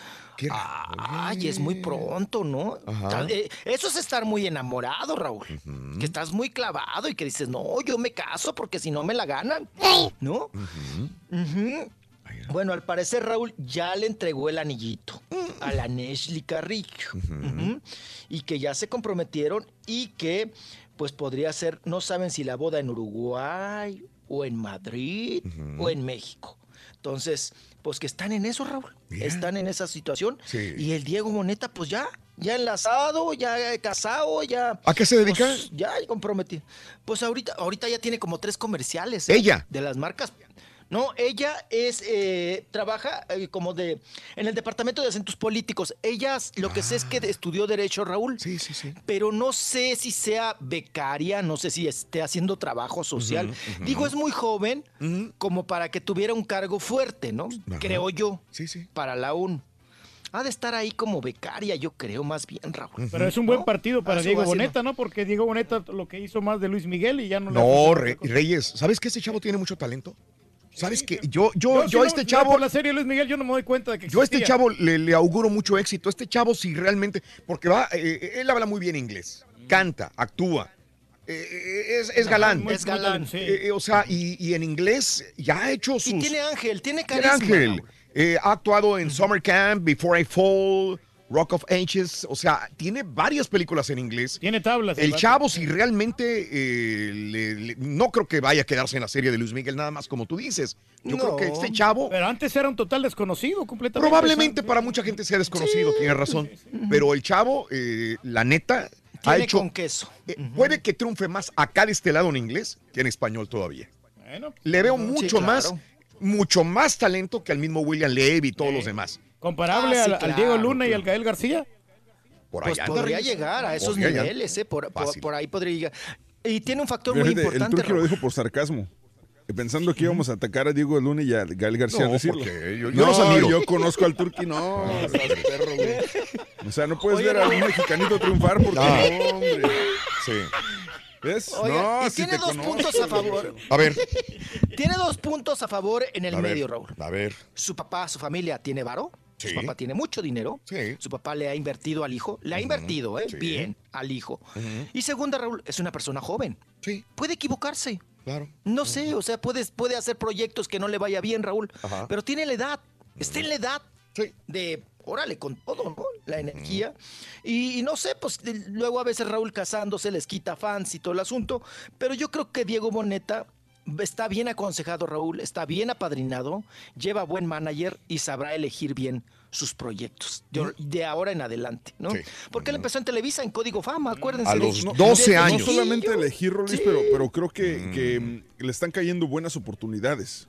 Ay, es muy pronto, ¿no? Eso es estar muy enamorado, Raúl. Que estás muy clavado y que dices, no, yo me caso porque si no me la ganan. ¿No? Bueno, al parecer Raúl ya le entregó el anillito a la Nesli Carrillo. Y que ya se comprometieron y que pues podría ser, no saben si la boda en Uruguay o en Madrid o en México. Entonces, pues que están en eso, Raúl. Mira. Están en esa situación. Sí. Y el Diego Boneta, pues ya enlazado, ya casado, ya... ¿A qué se dedica? Pues, ya comprometido. Pues ahorita ya tiene como 3 comerciales. ¿Ella? De las marcas. No, ella trabaja en el Departamento de Asuntos Políticos. Ella, lo que sé es que estudió Derecho, Raúl. Sí. Pero no sé si sea becaria, no sé si esté haciendo trabajo social. Digo, es muy joven como para que tuviera un cargo fuerte, ¿no? Creo yo. Sí. Para la ONU. Ha de estar ahí como becaria, yo creo, más bien, Raúl. Pero es un buen partido para Diego Boneta, ¿no? Porque Diego Boneta lo que hizo más de Luis Miguel y ya no... No, Reyes, ¿sabes que ese chavo tiene mucho talento? ¿Sabes qué? Yo este chavo... Por la serie Luis Miguel yo no me doy cuenta de que existía. Yo a este chavo le auguro mucho éxito. Este chavo si realmente... Porque él habla muy bien inglés. Canta, actúa. Es galán. Es galán, sí. O sea, y en inglés ya ha hecho sus... Y tiene ángel, tiene carisma. Tiene ángel. Ha actuado en Summer Camp, Before I Fall, Rock of Ages. O sea, tiene varias películas en inglés. Tiene tablas. El chavo, si realmente... no creo que vaya a quedarse en la serie de Luis Miguel, nada más como tú dices. Yo creo que este chavo... Pero antes era un total desconocido completamente. Probablemente para mucha gente sea desconocido, tiene razón. Pero el chavo, la neta... Tiene ha hecho, con queso. Puede que triunfe más acá de este lado en inglés que en español todavía. Bueno, le veo mucho más talento que al mismo William Levy y todos los demás. ¿Comparable al Diego Luna y al Gael García? Pues podría llegar a esos niveles, por ahí podría llegar. Y tiene un factor muy importante. El Turqui lo dijo por sarcasmo. Pensando que íbamos a atacar a Diego Luna y a Gael García. No, decirlo. yo conozco al Turqui, no. Perro, güey. O sea, no puedes ver a un mexicanito triunfar porque no, hombre. Sí. ¿Ves? Oiga, y tiene 2 puntos a favor. A ver. Tiene 2 puntos a favor en el medio, Raúl. A ver. Su papá, su familia tiene varo. Sí. Su papá tiene mucho dinero. Sí. Su papá le ha invertido al hijo. Le ha invertido, bien al hijo. Y segunda, Raúl, es una persona joven. Sí. Puede equivocarse. Claro. No sé, o sea, puede hacer proyectos que no le vaya bien, Raúl. Pero tiene la edad. Está en la edad de... Órale, con todo, ¿no? La energía. Y no sé, pues luego a veces Raúl casándose les quita fans y todo el asunto. Pero yo creo que Diego Boneta está bien aconsejado, Raúl. Está bien apadrinado. Lleva buen manager y sabrá elegir bien sus proyectos. De ahora en adelante, ¿no? Sí. Porque él empezó en Televisa, en Código Fama, acuérdense. A los 12 años. No solamente elegir, Rolis, pero creo que le están cayendo buenas oportunidades.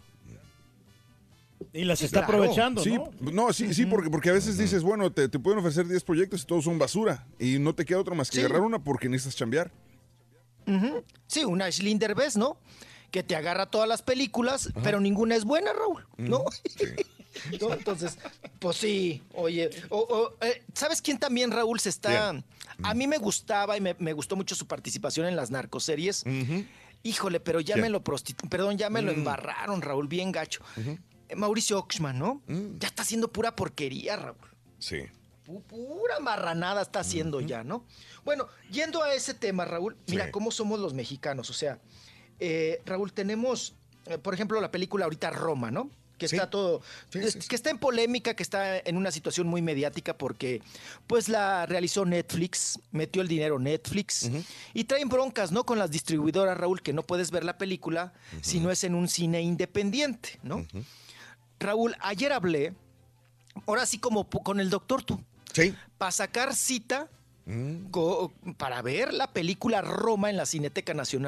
Y las está aprovechando, sí, ¿no? Sí, porque a veces dices, bueno, te pueden ofrecer 10 proyectos y todos son basura. Y no te queda otro más que agarrar una porque necesitas chambear. Sí, una Aislinn Derbez, ¿no? Que te agarra todas las películas, pero ninguna es buena, Raúl, ¿no? Sí. ¿No? Entonces, pues sí, oye. ¿Sabes quién también, Raúl, se está...? A mí me gustaba y me gustó mucho su participación en las narcoseries. Híjole, pero ya me lo embarraron, Raúl, bien gacho. Mauricio Oxman, ¿no? Ya está haciendo pura porquería, Raúl. Sí. Pura marranada está haciendo ya, ¿no? Bueno, yendo a ese tema, Raúl, mira cómo somos los mexicanos. O sea, Raúl, tenemos, por ejemplo, la película ahorita Roma, ¿no? Que está todo, que está en polémica, que está en una situación muy mediática porque pues la realizó Netflix, metió el dinero Netflix y traen broncas, ¿no? Con las distribuidoras, Raúl, que no puedes ver la película si no es en un cine independiente, ¿no? Raúl, ayer hablé, ahora sí como con el doctor tú, para sacar cita para ver la película Roma en la Cineteca Nacional.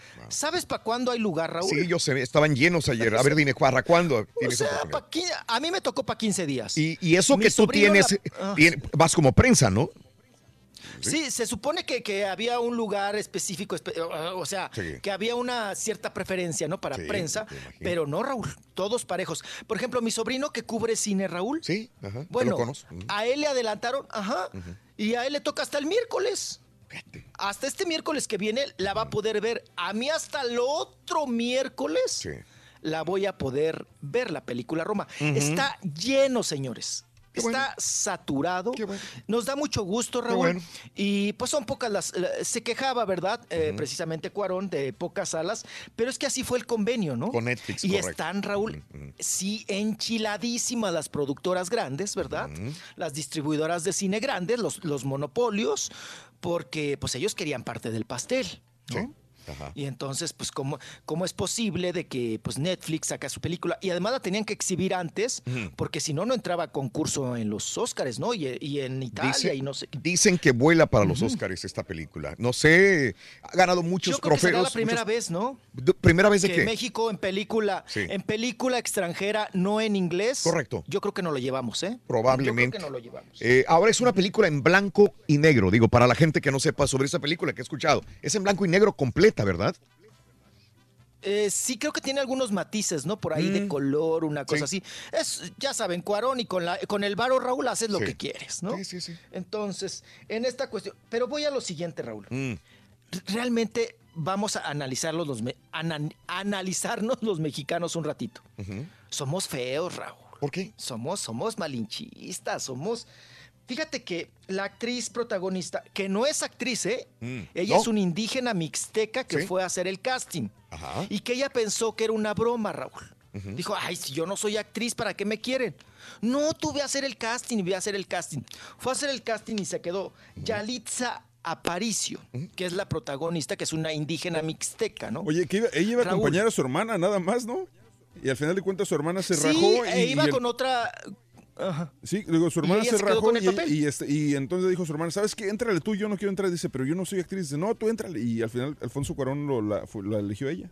¿Sabes para cuándo hay lugar, Raúl? Sí, yo sé, estaban llenos ayer. A ver, dime, ¿para cuándo? O sea, a mí me tocó para 15 días. Y eso que tú tienes, vas como prensa, ¿no? Sí, se supone que había un lugar específico, o sea, que había una cierta preferencia, ¿no? Para prensa, pero no, Raúl, todos parejos. Por ejemplo, mi sobrino que cubre cine, Raúl. Sí, ajá. Bueno, a él le adelantaron, y a él le toca hasta el miércoles. Hasta este miércoles que viene la va a poder ver. A mí hasta el otro miércoles la voy a poder ver, la película Roma. Está lleno, señores. Está saturado. Nos da mucho gusto, Raúl. Y pues son pocas las... se quejaba, ¿verdad? Precisamente Cuarón, de pocas salas. Pero es que así fue el convenio, ¿no? Con Netflix, y correcto. están, Raúl, sí, enchiladísimas las productoras grandes, ¿verdad? Las distribuidoras de cine grandes, los monopolios, porque pues ellos querían parte del pastel, ¿no? Sí. Ajá. Y entonces, pues, ¿cómo es posible de que pues Netflix saca su película? Y además la tenían que exhibir antes, porque si no, no entraba a concurso en los Óscares, ¿no? Y en Italia y no sé. Dicen que vuela para los Óscares esta película. No sé, ha ganado muchos trofeos. Yo creo que será la primera vez, ¿no? ¿Primera vez de qué? En México en película extranjera, no en inglés. Correcto. Yo creo que no lo llevamos, ¿eh? Probablemente. Yo creo que no lo llevamos. Ahora es una película en blanco y negro. Digo, para la gente que no sepa sobre esa película que he escuchado. Es en blanco y negro completa, ¿verdad? Sí, creo que tiene algunos matices, ¿no? Por ahí de color, una cosa así. Ya saben, Cuarón, y con el varo, Raúl, haces lo que quieres, ¿no? Sí. Entonces, en esta cuestión... Pero voy a lo siguiente, Raúl. Realmente vamos a analizarnos los mexicanos un ratito. Somos feos, Raúl. ¿Por qué? Somos malinchistas, somos... Fíjate que la actriz protagonista, que no es actriz, ella es una indígena mixteca que fue a hacer el casting. Y que ella pensó que era una broma, Raúl. Dijo, ay, si yo no soy actriz, ¿para qué me quieren? No, tú ve a hacer el casting, Fue a hacer el casting y se quedó. Yalitza Aparicio, que es la protagonista, que es una indígena mixteca, ¿no? Oye, que ella iba a acompañar a su hermana, nada más, ¿no? Y al final de cuentas su hermana se rajó. Sí, iba con otra... Ajá. Sí, digo, su hermana se rajó y entonces dijo su hermana, ¿sabes qué? Éntrale tú, yo no quiero entrar. Dice, pero yo no soy actriz. Dice, no, tú éntrale. Y al final Alfonso Cuarón la eligió ella.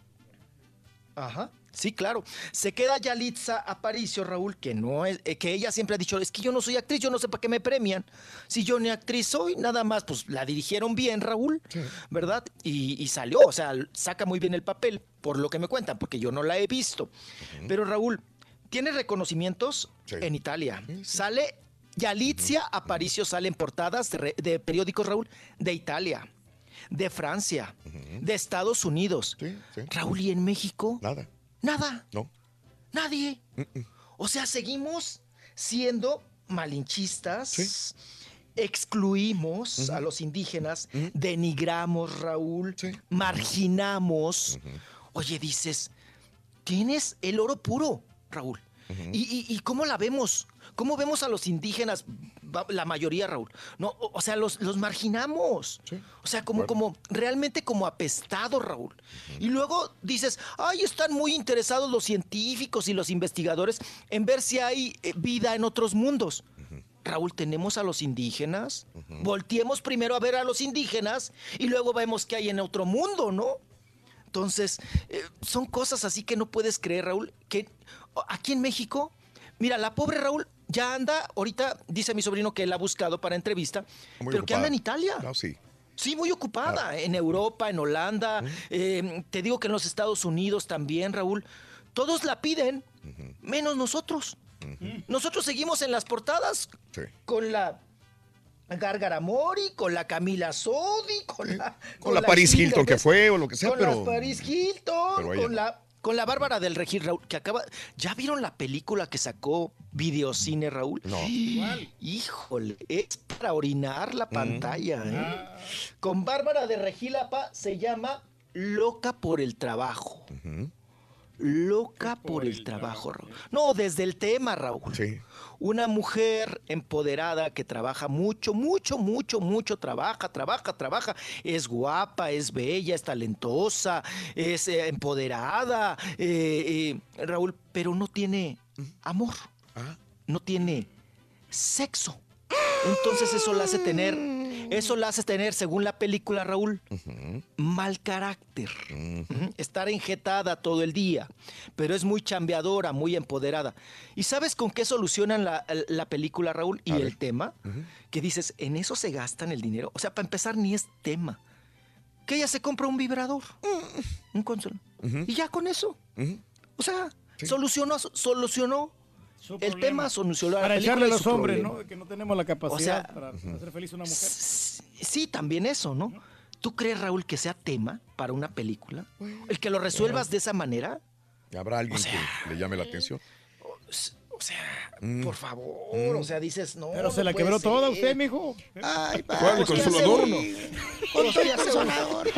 Ajá, sí, claro. Se queda Yalitza Aparicio, Raúl, que ella siempre ha dicho, es que yo no soy actriz, yo no sé para qué me premian. Si yo ni actriz soy, nada más, pues la dirigieron bien, Raúl, ¿verdad? Y salió, o sea, saca muy bien el papel, por lo que me cuentan, porque yo no la he visto. Pero Raúl, tiene reconocimientos en Italia. Sale Yalitza Aparicio, sale en portadas de periódicos, Raúl, de Italia, de Francia, de Estados Unidos. Raúl, ¿y en México? Nada. No. Nadie. O sea, seguimos siendo malinchistas, excluimos a los indígenas, denigramos, Raúl, marginamos. Oye, dices, tienes el oro puro, Raúl. ¿Y cómo la vemos? ¿Cómo vemos a los indígenas? La mayoría, Raúl. No, o sea, los marginamos. O sea, como realmente como apestados, Raúl. Y luego dices, ay, están muy interesados los científicos y los investigadores en ver si hay vida en otros mundos. Raúl, tenemos a los indígenas. Volteemos primero a ver a los indígenas y luego vemos qué hay en otro mundo, ¿no? Entonces, son cosas así que no puedes creer, Raúl, que aquí en México, mira, la pobre Raúl ya anda, ahorita dice mi sobrino que él ha buscado para entrevista, pero que anda en Italia. Sí, muy ocupada, en Europa, en Holanda, te digo que en los Estados Unidos también, Raúl. Todos la piden, menos nosotros. Nosotros seguimos en las portadas con la Gárgara Mori, con la Camila Sodi, con la Paris Hilton que fue o lo que sea, con la Paris Hilton, con la Bárbara del Regil, Raúl, que acaba... ¿Ya vieron la película que sacó Videocine, Raúl? No. Híjole, es para orinar la pantalla, Con Bárbara de Regil, se llama Loca por el Trabajo. Loca por el trabajo, Raúl. No, desde el tema, Raúl. Una mujer empoderada que trabaja mucho, trabaja. Es guapa, es bella, es talentosa, es empoderada, Raúl, pero no tiene amor, no tiene sexo. Entonces eso la hace tener Eso la hace tener, según la película, Raúl, mal carácter. Estar enjetada todo el día, pero es muy chambeadora, muy empoderada. ¿Y sabes con qué solucionan la película, Raúl, y el tema? Que dices, en eso se gastan el dinero. O sea, para empezar, ni es tema. Que ella se compra un vibrador, un control, y ya con eso. O sea, solucionó el tema, solucionó para la película. echarle a los su hombres, problema. ¿no? Que no tenemos la capacidad O sea, para hacer feliz a una mujer. Sí, también eso, ¿no? ¿Tú crees, Raúl, que sea tema para una película? El que lo resuelvas de esa manera. ¿Habrá alguien que le llame la atención? O sea, por favor, o sea, dices, no. Pero se la puede quebró ser. toda usted, mijo. Ay, ¿Cuál, el consolador o no? Con tu consolador.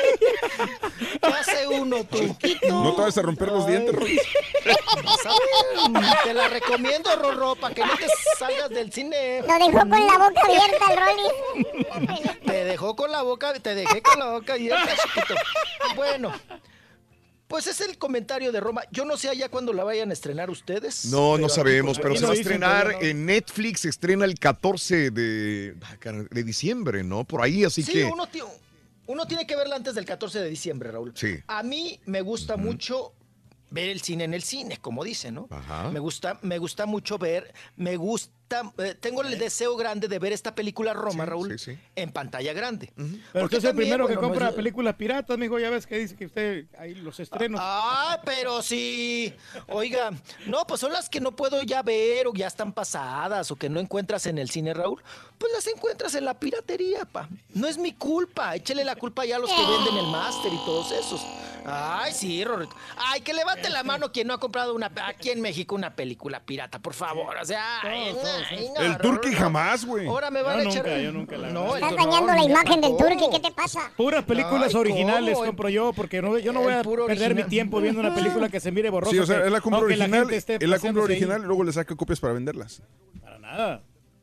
¿Qué hace uno, tú? ¿No te vas a romper los dientes, Roy? Vas a ver, te la recomiendo, Rorro, para que no te salgas del cine. Lo dejó con la boca abierta el Rolly. Te dejé con la boca abierta, chiquito. Bueno. Pues es el comentario de Roma. Yo no sé allá cuándo la vayan a estrenar ustedes. No sabemos, pero se va a dicen estrenar todavía, ¿no? en Netflix, se estrena el 14 de diciembre, ¿no? Por ahí, así sí, que... uno tiene que verla antes del 14 de diciembre, Raúl. Sí. A mí me gusta mucho ver el cine en el cine, como dicen, ¿no? Ajá. Me gusta mucho ver, tengo el deseo grande de ver esta película Roma, Raúl, en pantalla grande. Pero usted es el primero que compra películas piratas, mijo, ya ves que dice que usted, ahí los estrenos. Ah, pero sí. Oiga, no, pues son las que no puedo ya ver o ya están pasadas o que no encuentras en el cine, Raúl. Pues las encuentras en la piratería, pa. No es mi culpa. Échele la culpa ya a los que venden el máster y todos esos. Ay, sí, Rorrito. Ay, que levante la mano quien no ha comprado aquí en México una película pirata, por favor. O sea, no, el Turqui jamás, güey. Ahora me van a echar. Yo nunca la no, Estás dañando la imagen del Turqui, ¿qué te pasa? Puras películas originales ¿cómo? compro yo, porque yo no voy a perder mi tiempo viendo una película que se mire borrosa. Sí, o sea, él la compra original, original y luego le saca copias para venderlas. Para nada.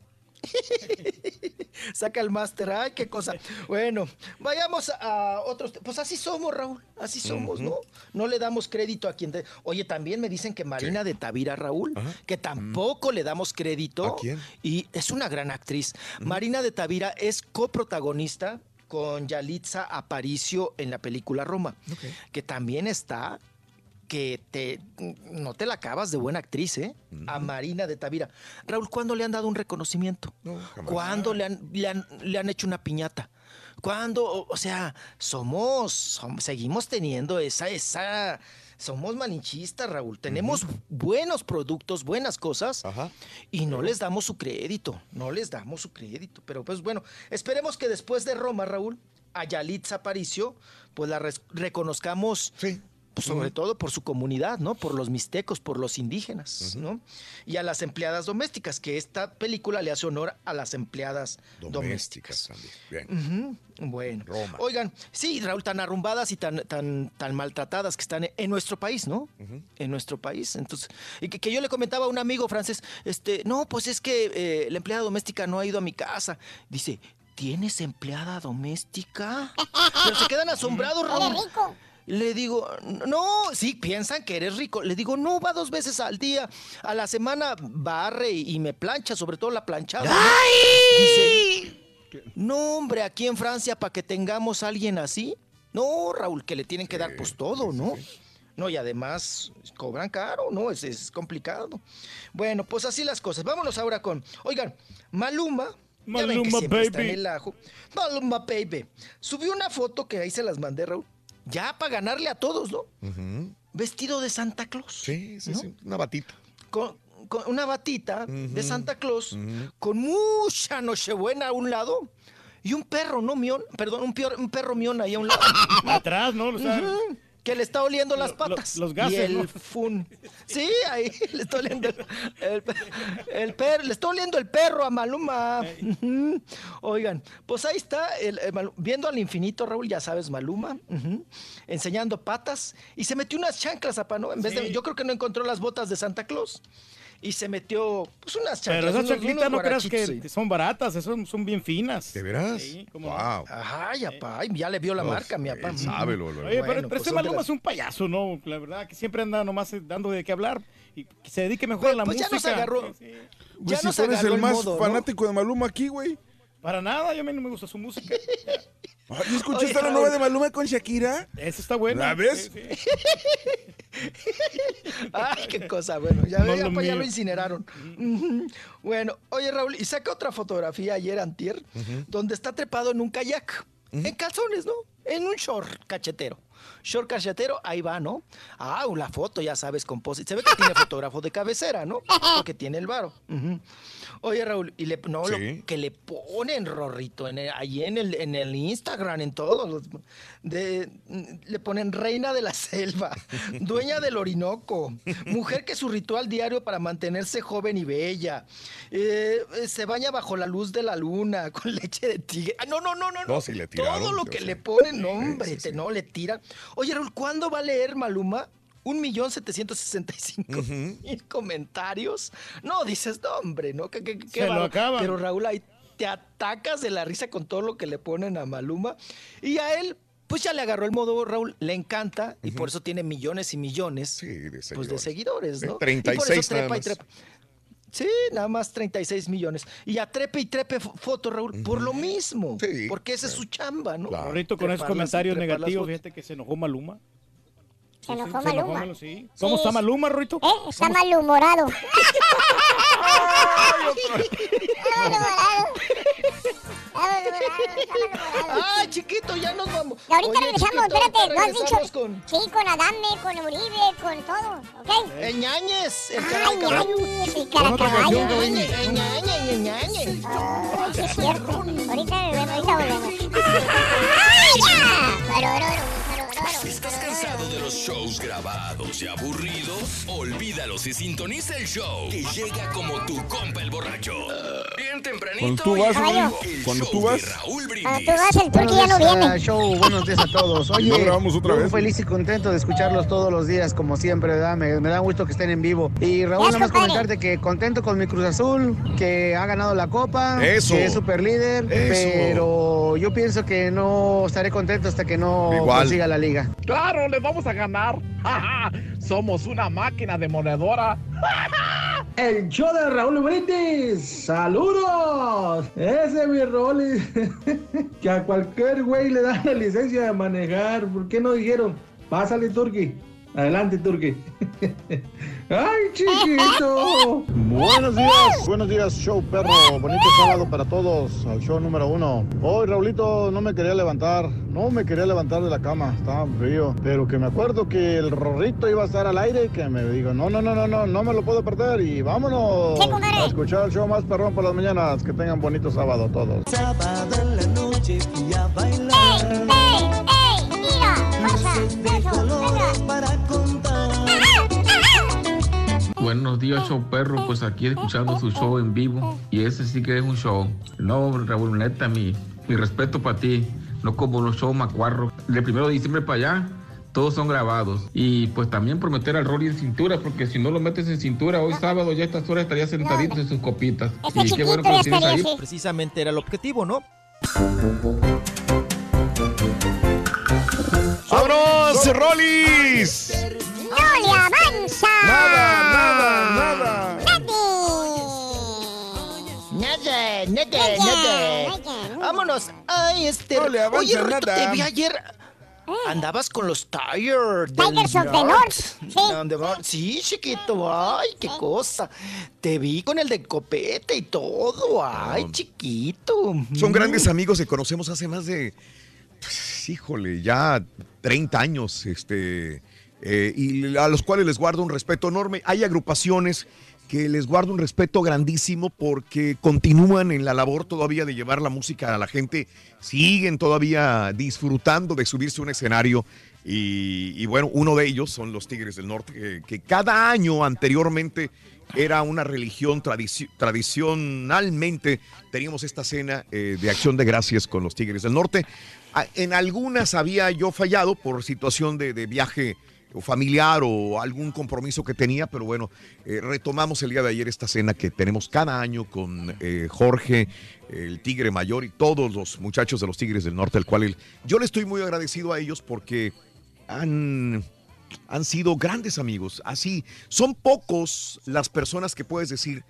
Saca el máster, ay, qué cosa. Bueno, vayamos a otros. Pues así somos, Raúl, así somos, ¿no? No le damos crédito a quien. Oye, también me dicen que Marina de Tavira, Raúl, que tampoco le damos crédito. ¿A quién? Y es una gran actriz. Marina de Tavira es coprotagonista con Yalitza Aparicio en la película Roma, que también está. Que no te la acabas de buena actriz, ¿eh? A Marina de Tavira. Raúl, ¿cuándo le han dado un reconocimiento? No, jamás. ¿Cuándo le han hecho una piñata? ¿Cuándo? O sea, seguimos teniendo esa... Somos malinchistas, Raúl. Tenemos buenos productos, buenas cosas, y no les damos su crédito. Pero pues bueno, esperemos que después de Roma, Raúl, a Yalitza Aparicio, pues la reconozcamos... Sí. Sobre todo por su comunidad, ¿no? Por los mixtecos, por los indígenas, ¿no? Y a las empleadas domésticas, que esta película le hace honor a las empleadas domésticas. Bien. Bueno. Roma. Oigan, sí, Raúl, tan arrumbadas y tan maltratadas que están en nuestro país, ¿no? En nuestro país. Entonces, y que yo le comentaba a un amigo francés, no, pues es que la empleada doméstica no ha ido a mi casa. Dice, ¿tienes empleada doméstica? Pero se quedan asombrados, Raúl. Eres rico. Le digo, no, sí, piensan que eres rico. Le digo, no, va 2 veces al día. A la semana barre y me plancha, sobre todo la planchada. ¡Ay! Dice, no, hombre, aquí en Francia, para que tengamos a alguien así. No, Raúl, que le tienen que dar pues todo, ¿no? No, y además cobran caro, ¿no? Es complicado. Bueno, pues así las cosas. Vámonos ahora con, oigan, Maluma. Ya ven que siempre está en el ajo. Maluma, baby. Subió una foto que ahí se las mandé, Raúl. Ya para ganarle a todos, ¿no? Vestido de Santa Claus. Sí, ¿no? una batita. Con una batita de Santa Claus, con mucha nochebuena a un lado y un perro, ¿no? Mión, perdón, un perro mión ahí a un lado. Atrás, ¿no? O sea, que le está oliendo las patas. Los gases, y el ¿no? fun. Sí, ahí le está oliendo el perro. Le está oliendo el perro a Maluma. Oigan, pues ahí está, viendo al infinito, Raúl, ya sabes, Maluma, enseñando patas. Y se metió unas chanclas, apa, ¿no? En vez de, yo creo que no encontró las botas de Santa Claus. Y se metió, pues, unas chanclas. Pero esas chanclitas no creas que son baratas, son bien finas. ¿De veras? Sí, wow. Ajá, ya le vio la marca, mi papá. Sábelo. Oye, pero pues ese Maluma es un payaso, ¿no? La verdad, que siempre anda nomás dando de qué hablar. Y que se dedique mejor a la música. Ya nos agarró. Pues si tú eres el más fanático de Maluma aquí, güey. Para nada, yo a mí no me gusta su música. ¿Y escuchaste la nueva de Maluma con Shakira? Esa está buena. ¿La ves? Sí. Ay, qué cosa, bueno, ya lo incineraron. Bueno, oye, Raúl, y saca otra fotografía ayer antier, donde está trepado en un kayak, en calzones, ¿no? En un short cachetero. Short cachetero, ahí va, ¿no? Ah, la foto, ya sabes, con pose. Se ve que tiene fotógrafo de cabecera, ¿no? Porque tiene el varo. Oye, Raúl, y lo que le ponen, Rorrito, ahí en el Instagram, en todos le ponen reina de la selva, dueña del Orinoco, mujer que su ritual diario para mantenerse joven y bella, se baña bajo la luz de la luna, con leche de tigre. No. No, sí le tiraron. Todo lo que le ponen, hombre, no le tiran. Oye, Raúl, ¿cuándo va a leer Maluma 1,765,000 comentarios? No, dices, no, hombre, ¿no? ¿Qué Se lo acaban. Pero Raúl, ahí te atacas de la risa con todo lo que le ponen a Maluma. Y a él, pues ya le agarró el modo, Raúl, le encanta, y por eso tiene millones y millones de seguidores, ¿no? 36 nada más. Sí, nada más 36 millones. Y a trepe y trepe foto, Raúl, por lo mismo. Sí, porque esa es su chamba, ¿no? Ahorita con esos comentarios negativos, fíjate que se enojó Maluma. Se enojó Maluma. Sí. ¿Cómo está Maluma, Rorrito? Está malhumorado. Ay, chiquito, ya nos vamos. Y ahorita regresamos, espérate, ¿no has dicho? Con... Sí, con Adame, con Uribe, con todo, ¿ok? El Ñañez, el Ñañez, el Caracaballo. El Ñañez. Oh, sí es cierto. Ahorita volvemos. ¿Estás cansado de los shows grabados y aburridos? Olvídalos y sintoniza el show que llega como tu compa el borracho. Bien tempranito. Cuando tú vas, Raúl Brindis. Cuando tú vas, el Turqui ya no viene. Show, buenos días a todos. Oye, ¿no grabamos otra vez? Feliz y contento de escucharlos todos los días, como siempre, ¿verdad? Me da gusto que estén en vivo. Y Raúl, nada más comentarte que contento con mi Cruz Azul, que ha ganado la Copa, que es super líder, pero yo pienso que no estaré contento hasta que no consiga la liga. ¡Claro, les vamos a ganar! ¡Somos una máquina demoledora! El show de Raúl Brindis. ¡Saludos! Ese mi Raúl, que a cualquier güey le dan la licencia de manejar. ¿Por qué no dijeron? Pásale, Turqui. Adelante, Turqui. ¡Ay, chiquito! Buenos días, show perro. Bonito sábado para todos, al show número 1. Hoy, Raulito, no me quería levantar de la cama, estaba frío. Pero que me acuerdo que el Rorrito iba a estar al aire y que me digo, no me lo puedo perder. Y vámonos a escuchar el show más perrón por las mañanas. Que tengan bonito sábado todos. Sábado en la noche fui a bailar. Buenos días, show perro, pues aquí escuchando su show en vivo y ese sí que es un show. No, Raúl, neta, mi respeto para ti, no como los shows macuarros. Del 1 de diciembre para allá, todos son grabados. Y pues también prometer al Rory en cintura, porque si no lo metes en cintura, hoy sábado ya a estas horas estaría sentadito en sus copitas. Y qué bueno que lo tienes ahí. Precisamente era el objetivo, ¿no? ¡Vámonos, Rolis! ¡No le avanza! Nada. Vámonos. Ay, no le avanza. Oye, Rito, te vi ayer. Andabas con los Tigers of the North. Sí, chiquito. Ay, qué cosa. Te vi con el de copete y todo. Ay, chiquito. Son grandes amigos que conocemos hace más de... híjole, ya 30 años, y a los cuales les guardo un respeto enorme. Hay agrupaciones que les guardo un respeto grandísimo porque continúan en la labor todavía de llevar la música a la gente, siguen todavía disfrutando de subirse a un escenario y bueno, uno de ellos son los Tigres del Norte, que cada año anteriormente era una religión, tradicionalmente teníamos esta cena de acción de gracias con los Tigres del Norte. En algunas había yo fallado por situación de viaje familiar o algún compromiso que tenía, pero bueno, retomamos el día de ayer esta cena que tenemos cada año con Jorge, el Tigre Mayor y todos los muchachos de los Tigres del Norte, al cual yo le estoy muy agradecido a ellos porque han sido grandes amigos. Así, son pocos las personas que puedes decir,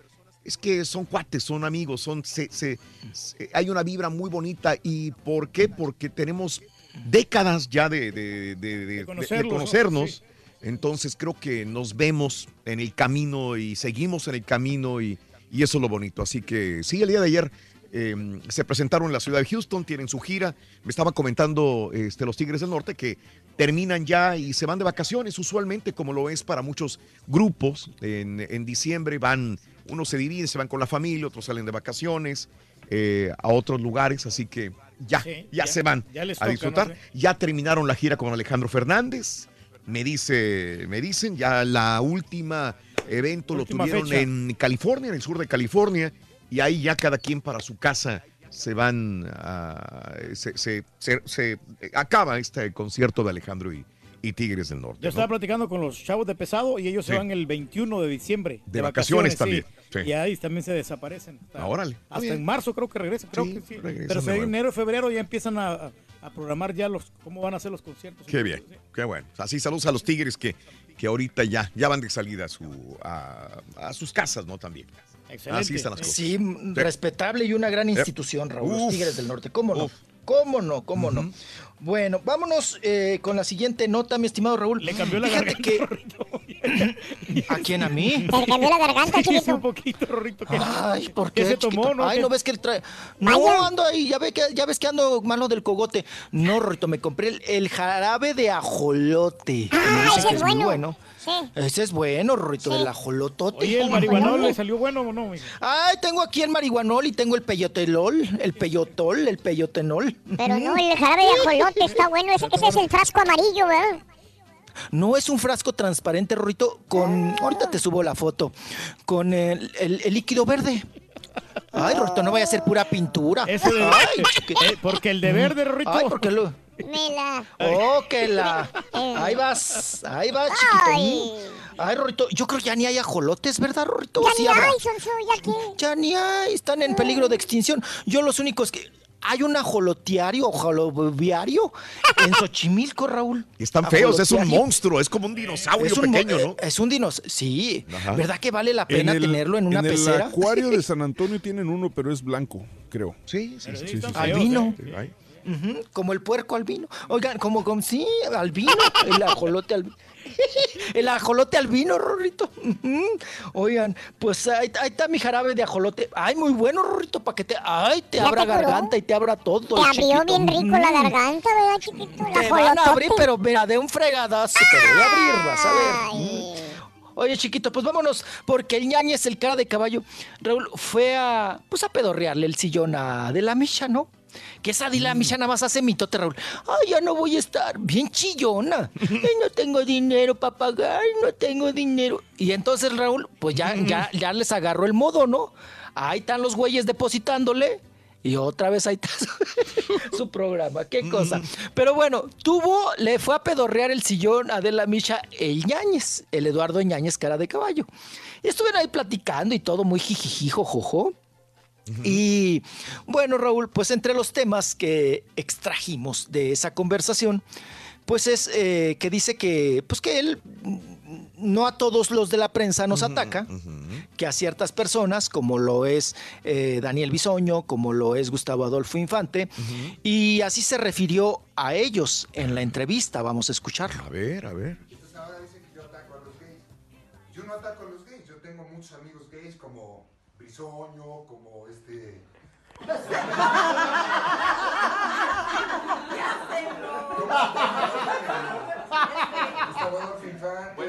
es que son cuates, son amigos, hay una vibra muy bonita. ¿Y por qué? Porque tenemos décadas ya de conocernos. ¿No? Sí. Entonces creo que nos vemos en el camino y seguimos en el camino y eso es lo bonito. Así que sí, el día de ayer se presentaron en la ciudad de Houston, tienen su gira. Me estaba comentando los Tigres del Norte que terminan ya y se van de vacaciones, usualmente como lo es para muchos grupos. En diciembre unos se dividen, se van con la familia, otros salen de vacaciones a otros lugares, así que ya se van a disfrutar. ¿No? Ya terminaron la gira con Alejandro Fernández. Me dicen, ya la última evento lo tuvieron fecha en California, en el sur de California, y ahí ya cada quien para su casa se van se acaba este concierto de Alejandro y Tigres del Norte. Yo estaba platicando con los chavos de Pesado y ellos se van el 21 de diciembre. De vacaciones también. Sí. Y ahí también se desaparecen. Órale. Hasta en marzo creo que regresan. Creo que sí. Pero en enero, febrero ya empiezan a programar ya cómo van a ser los conciertos. Qué bien, qué bueno. Así saludos a los Tigres que ahorita ya van de salida a sus casas, ¿no? También. Excelente. Así están las cosas. Sí, respetable y una gran institución, Raúl. Los Tigres del Norte. ¿Cómo no? ¿Cómo no? ¿Cómo no? Bueno, vámonos con la siguiente nota, mi estimado Raúl. Le cambió la garganta, ¿A quién? ¿A mí? Te cambió la garganta, chiquito. Un poquito, Rorrito. Ay, ¿por qué, ¿Qué se tomó, no? Ay, ¿no ves que él trae? No, ando ahí, ya ves que ando malo del cogote. No, Rorrito, me compré el jarabe de ajolote. Ese es bueno. Sí. Ese es bueno, Rorrito, del ajolotote. Oye, ¿el marihuanol le salió bueno o no? Ay, tengo aquí el marihuanol y tengo el peyotenol. Pero no, el jarabe de ajolote está bueno. Ese es el frasco amarillo, ¿verdad? No, es un frasco transparente, Rorrito, ahorita te subo la foto, con el líquido verde. Ay, Rorrito, no vaya a ser pura pintura. Porque el de verde, Rorrito. Ay, porque Ahí vas, chiquito. Ay, Rorrito, yo creo que ya ni hay ajolotes, ¿verdad, Rorrito? Ya ni hay, Sonso, ¿ya qué? Ya ni hay, están en peligro de extinción. Yo los únicos que... Hay un ajolotiario en Xochimilco, Raúl. Y están feos, es un monstruo, es como un dinosaurio pequeño, ¿no? Es un dinosaurio, sí. Ajá. ¿Verdad que vale la pena tenerlo en una pecera? En el acuario de San Antonio tienen uno, pero es blanco, creo. Sí. Albino. Como el puerco albino. Oigan, sí, albino, el ajolote albino. El ajolote albino, Rorrito. Oigan, pues ahí está mi jarabe de ajolote. Ay, muy bueno, Rorrito, para que te abra garganta y te abra todo. Te abrió bien rico la garganta, ¿verdad, chiquito? Te van a abrir, pero mira, de un fregadazo te voy a abrir, vas a ver. Oye, chiquito, pues vámonos, porque el Ñañez, el cara de caballo, Raúl, fue a pedorrearle el sillón a De la Misha, ¿no? Que esa de la Misha nada más hace mitote, Raúl. Ay, ya no voy a estar bien chillona. No tengo dinero para pagar, no tengo dinero. Y entonces, Raúl, pues ya les agarró el modo, ¿no? Ahí están los güeyes depositándole. Y otra vez ahí está su programa, qué cosa. Pero bueno, le fue a pedorrear el sillón a De la Misha el Ñañez, el Eduardo Ñañez, cara de caballo. Y estuvieron ahí platicando y todo muy jijiji, jojojo. Y bueno, Raúl, pues entre los temas que extrajimos de esa conversación, pues es que dice que él no a todos los de la prensa nos ataca, que a ciertas personas, como lo es Daniel Bisoño, como lo es Gustavo Adolfo Infante, y así se refirió a ellos en la entrevista. Vamos a escucharlo. A ver. Entonces ahora dice que yo ataco a los gays. Yo no ataco a los gays, yo tengo muchos amigos gays como Bisoño, como Gustavo Adolfo Infante.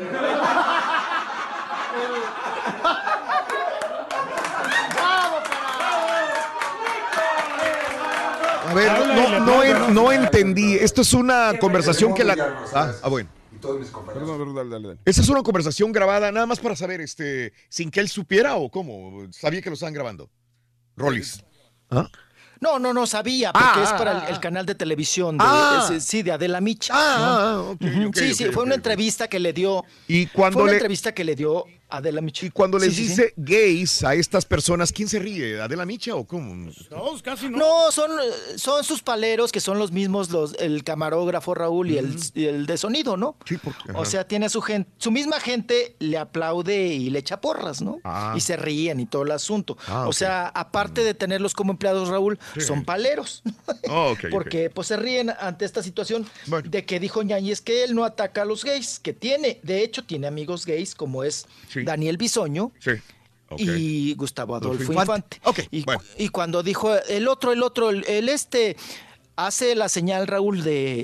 A ver, no entendí. Esto es una conversación que la... bueno. Y todos mis compañeros. Perdón, dale. Esa es una conversación grabada nada más para saber, sin que él supiera o cómo. ¿Sabía que lo estaban grabando? Rollis. ¿Ah? No sabía, porque es para el canal de televisión de Adela Micha. Okay, fue una entrevista que le dio. Y cuando fue una entrevista que le dio Adela Micha. Y cuando les dice gays a estas personas, ¿quién se ríe? ¿Adela Micha o cómo? No, casi no. No, son sus paleros, que son los mismos, el camarógrafo Raúl y el de sonido, ¿no? Sí, porque, o sea, tiene su misma gente le aplaude y le echa porras, ¿no? Y se ríen y todo el asunto. O sea, aparte de tenerlos como empleados, Raúl, son paleros. Porque pues se ríen ante esta situación de que dijo Ñañez que él no ataca a los gays, que de hecho tiene amigos gays como es Daniel Bisoño y Gustavo Adolfo Infante. Y cuando dijo el otro, hace la señal, Raúl,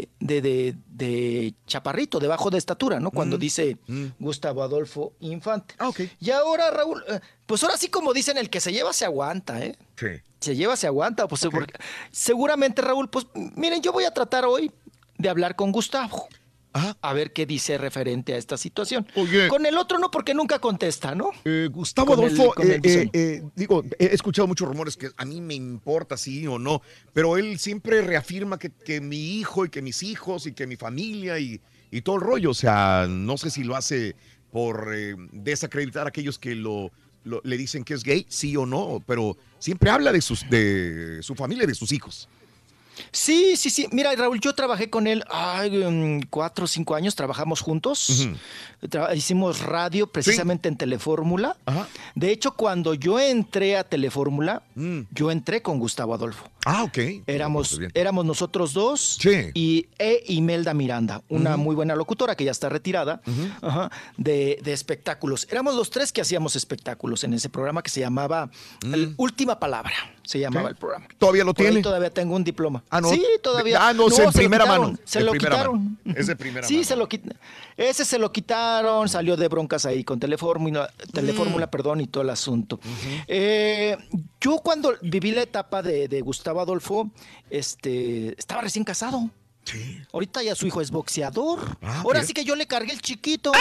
de chaparrito, de bajo de estatura, ¿no? Cuando dice Gustavo Adolfo Infante. Y ahora, Raúl, pues ahora sí, como dicen, el que se lleva se aguanta, ¿eh? Sí. Se lleva, se aguanta. Pues seguramente, Raúl, pues miren, yo voy a tratar hoy de hablar con Gustavo. A ver qué dice referente a esta situación. Con el otro no, porque nunca contesta, ¿no? Gustavo Adolfo, he escuchado muchos rumores que a mí me importa sí o no, pero él siempre reafirma que mi hijo y que mis hijos y que mi familia y todo el rollo, o sea, no sé si lo hace por desacreditar a aquellos que le dicen que es gay, sí o no, pero siempre habla de su familia y de sus hijos. Sí. Mira, Raúl, yo trabajé con él 4 o 5 años, trabajamos juntos. Hicimos radio precisamente en Telefórmula. De hecho, cuando yo entré a Telefórmula, yo entré con Gustavo Adolfo. Éramos nosotros dos y Imelda Miranda, una muy buena locutora que ya está retirada, de espectáculos. Éramos los 3 que hacíamos espectáculos en ese programa que se llamaba Última Palabra. Se llamaba el programa. ¿Todavía lo tiene? Todavía tengo un diploma. Sí, todavía. En primera mano. Se lo quitaron. Es de primera mano. Sí, ese se lo quitaron, salió de broncas ahí con Telefórmula, y todo el asunto. Yo cuando viví la etapa de Gustavo Adolfo, estaba recién casado. Sí. Ahorita ya su hijo es boxeador. Ahora sí que yo le cargué el chiquito.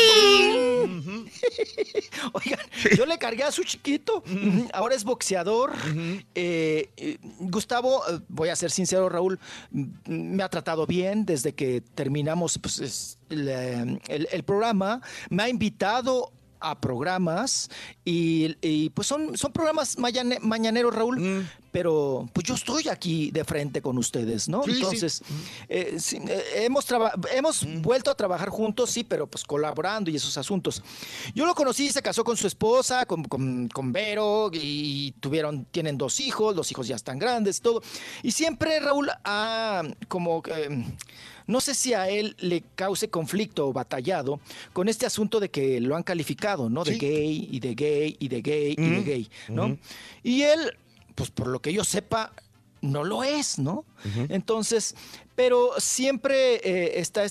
Oigan, yo le cargué a su chiquito. Ahora es boxeador. Gustavo, voy a ser sincero, Raúl, me ha tratado bien desde que terminamos pues, el programa. Me ha invitado a programas y pues son programas mañaneros, Raúl, pero pues yo estoy aquí de frente con ustedes, ¿no? Entonces, hemos vuelto a trabajar juntos, sí, pero pues colaborando y esos asuntos. Yo lo conocí, se casó con su esposa, con Vero, y tienen 2 hijos, los hijos ya están grandes y todo. Y siempre, Raúl, no sé si a él le cause conflicto o batallado con este asunto de que lo han calificado, ¿no? De gay y de gay y de gay y de gay, ¿no? Y él, pues por lo que yo sepa, no lo es, ¿no? Entonces, pero siempre está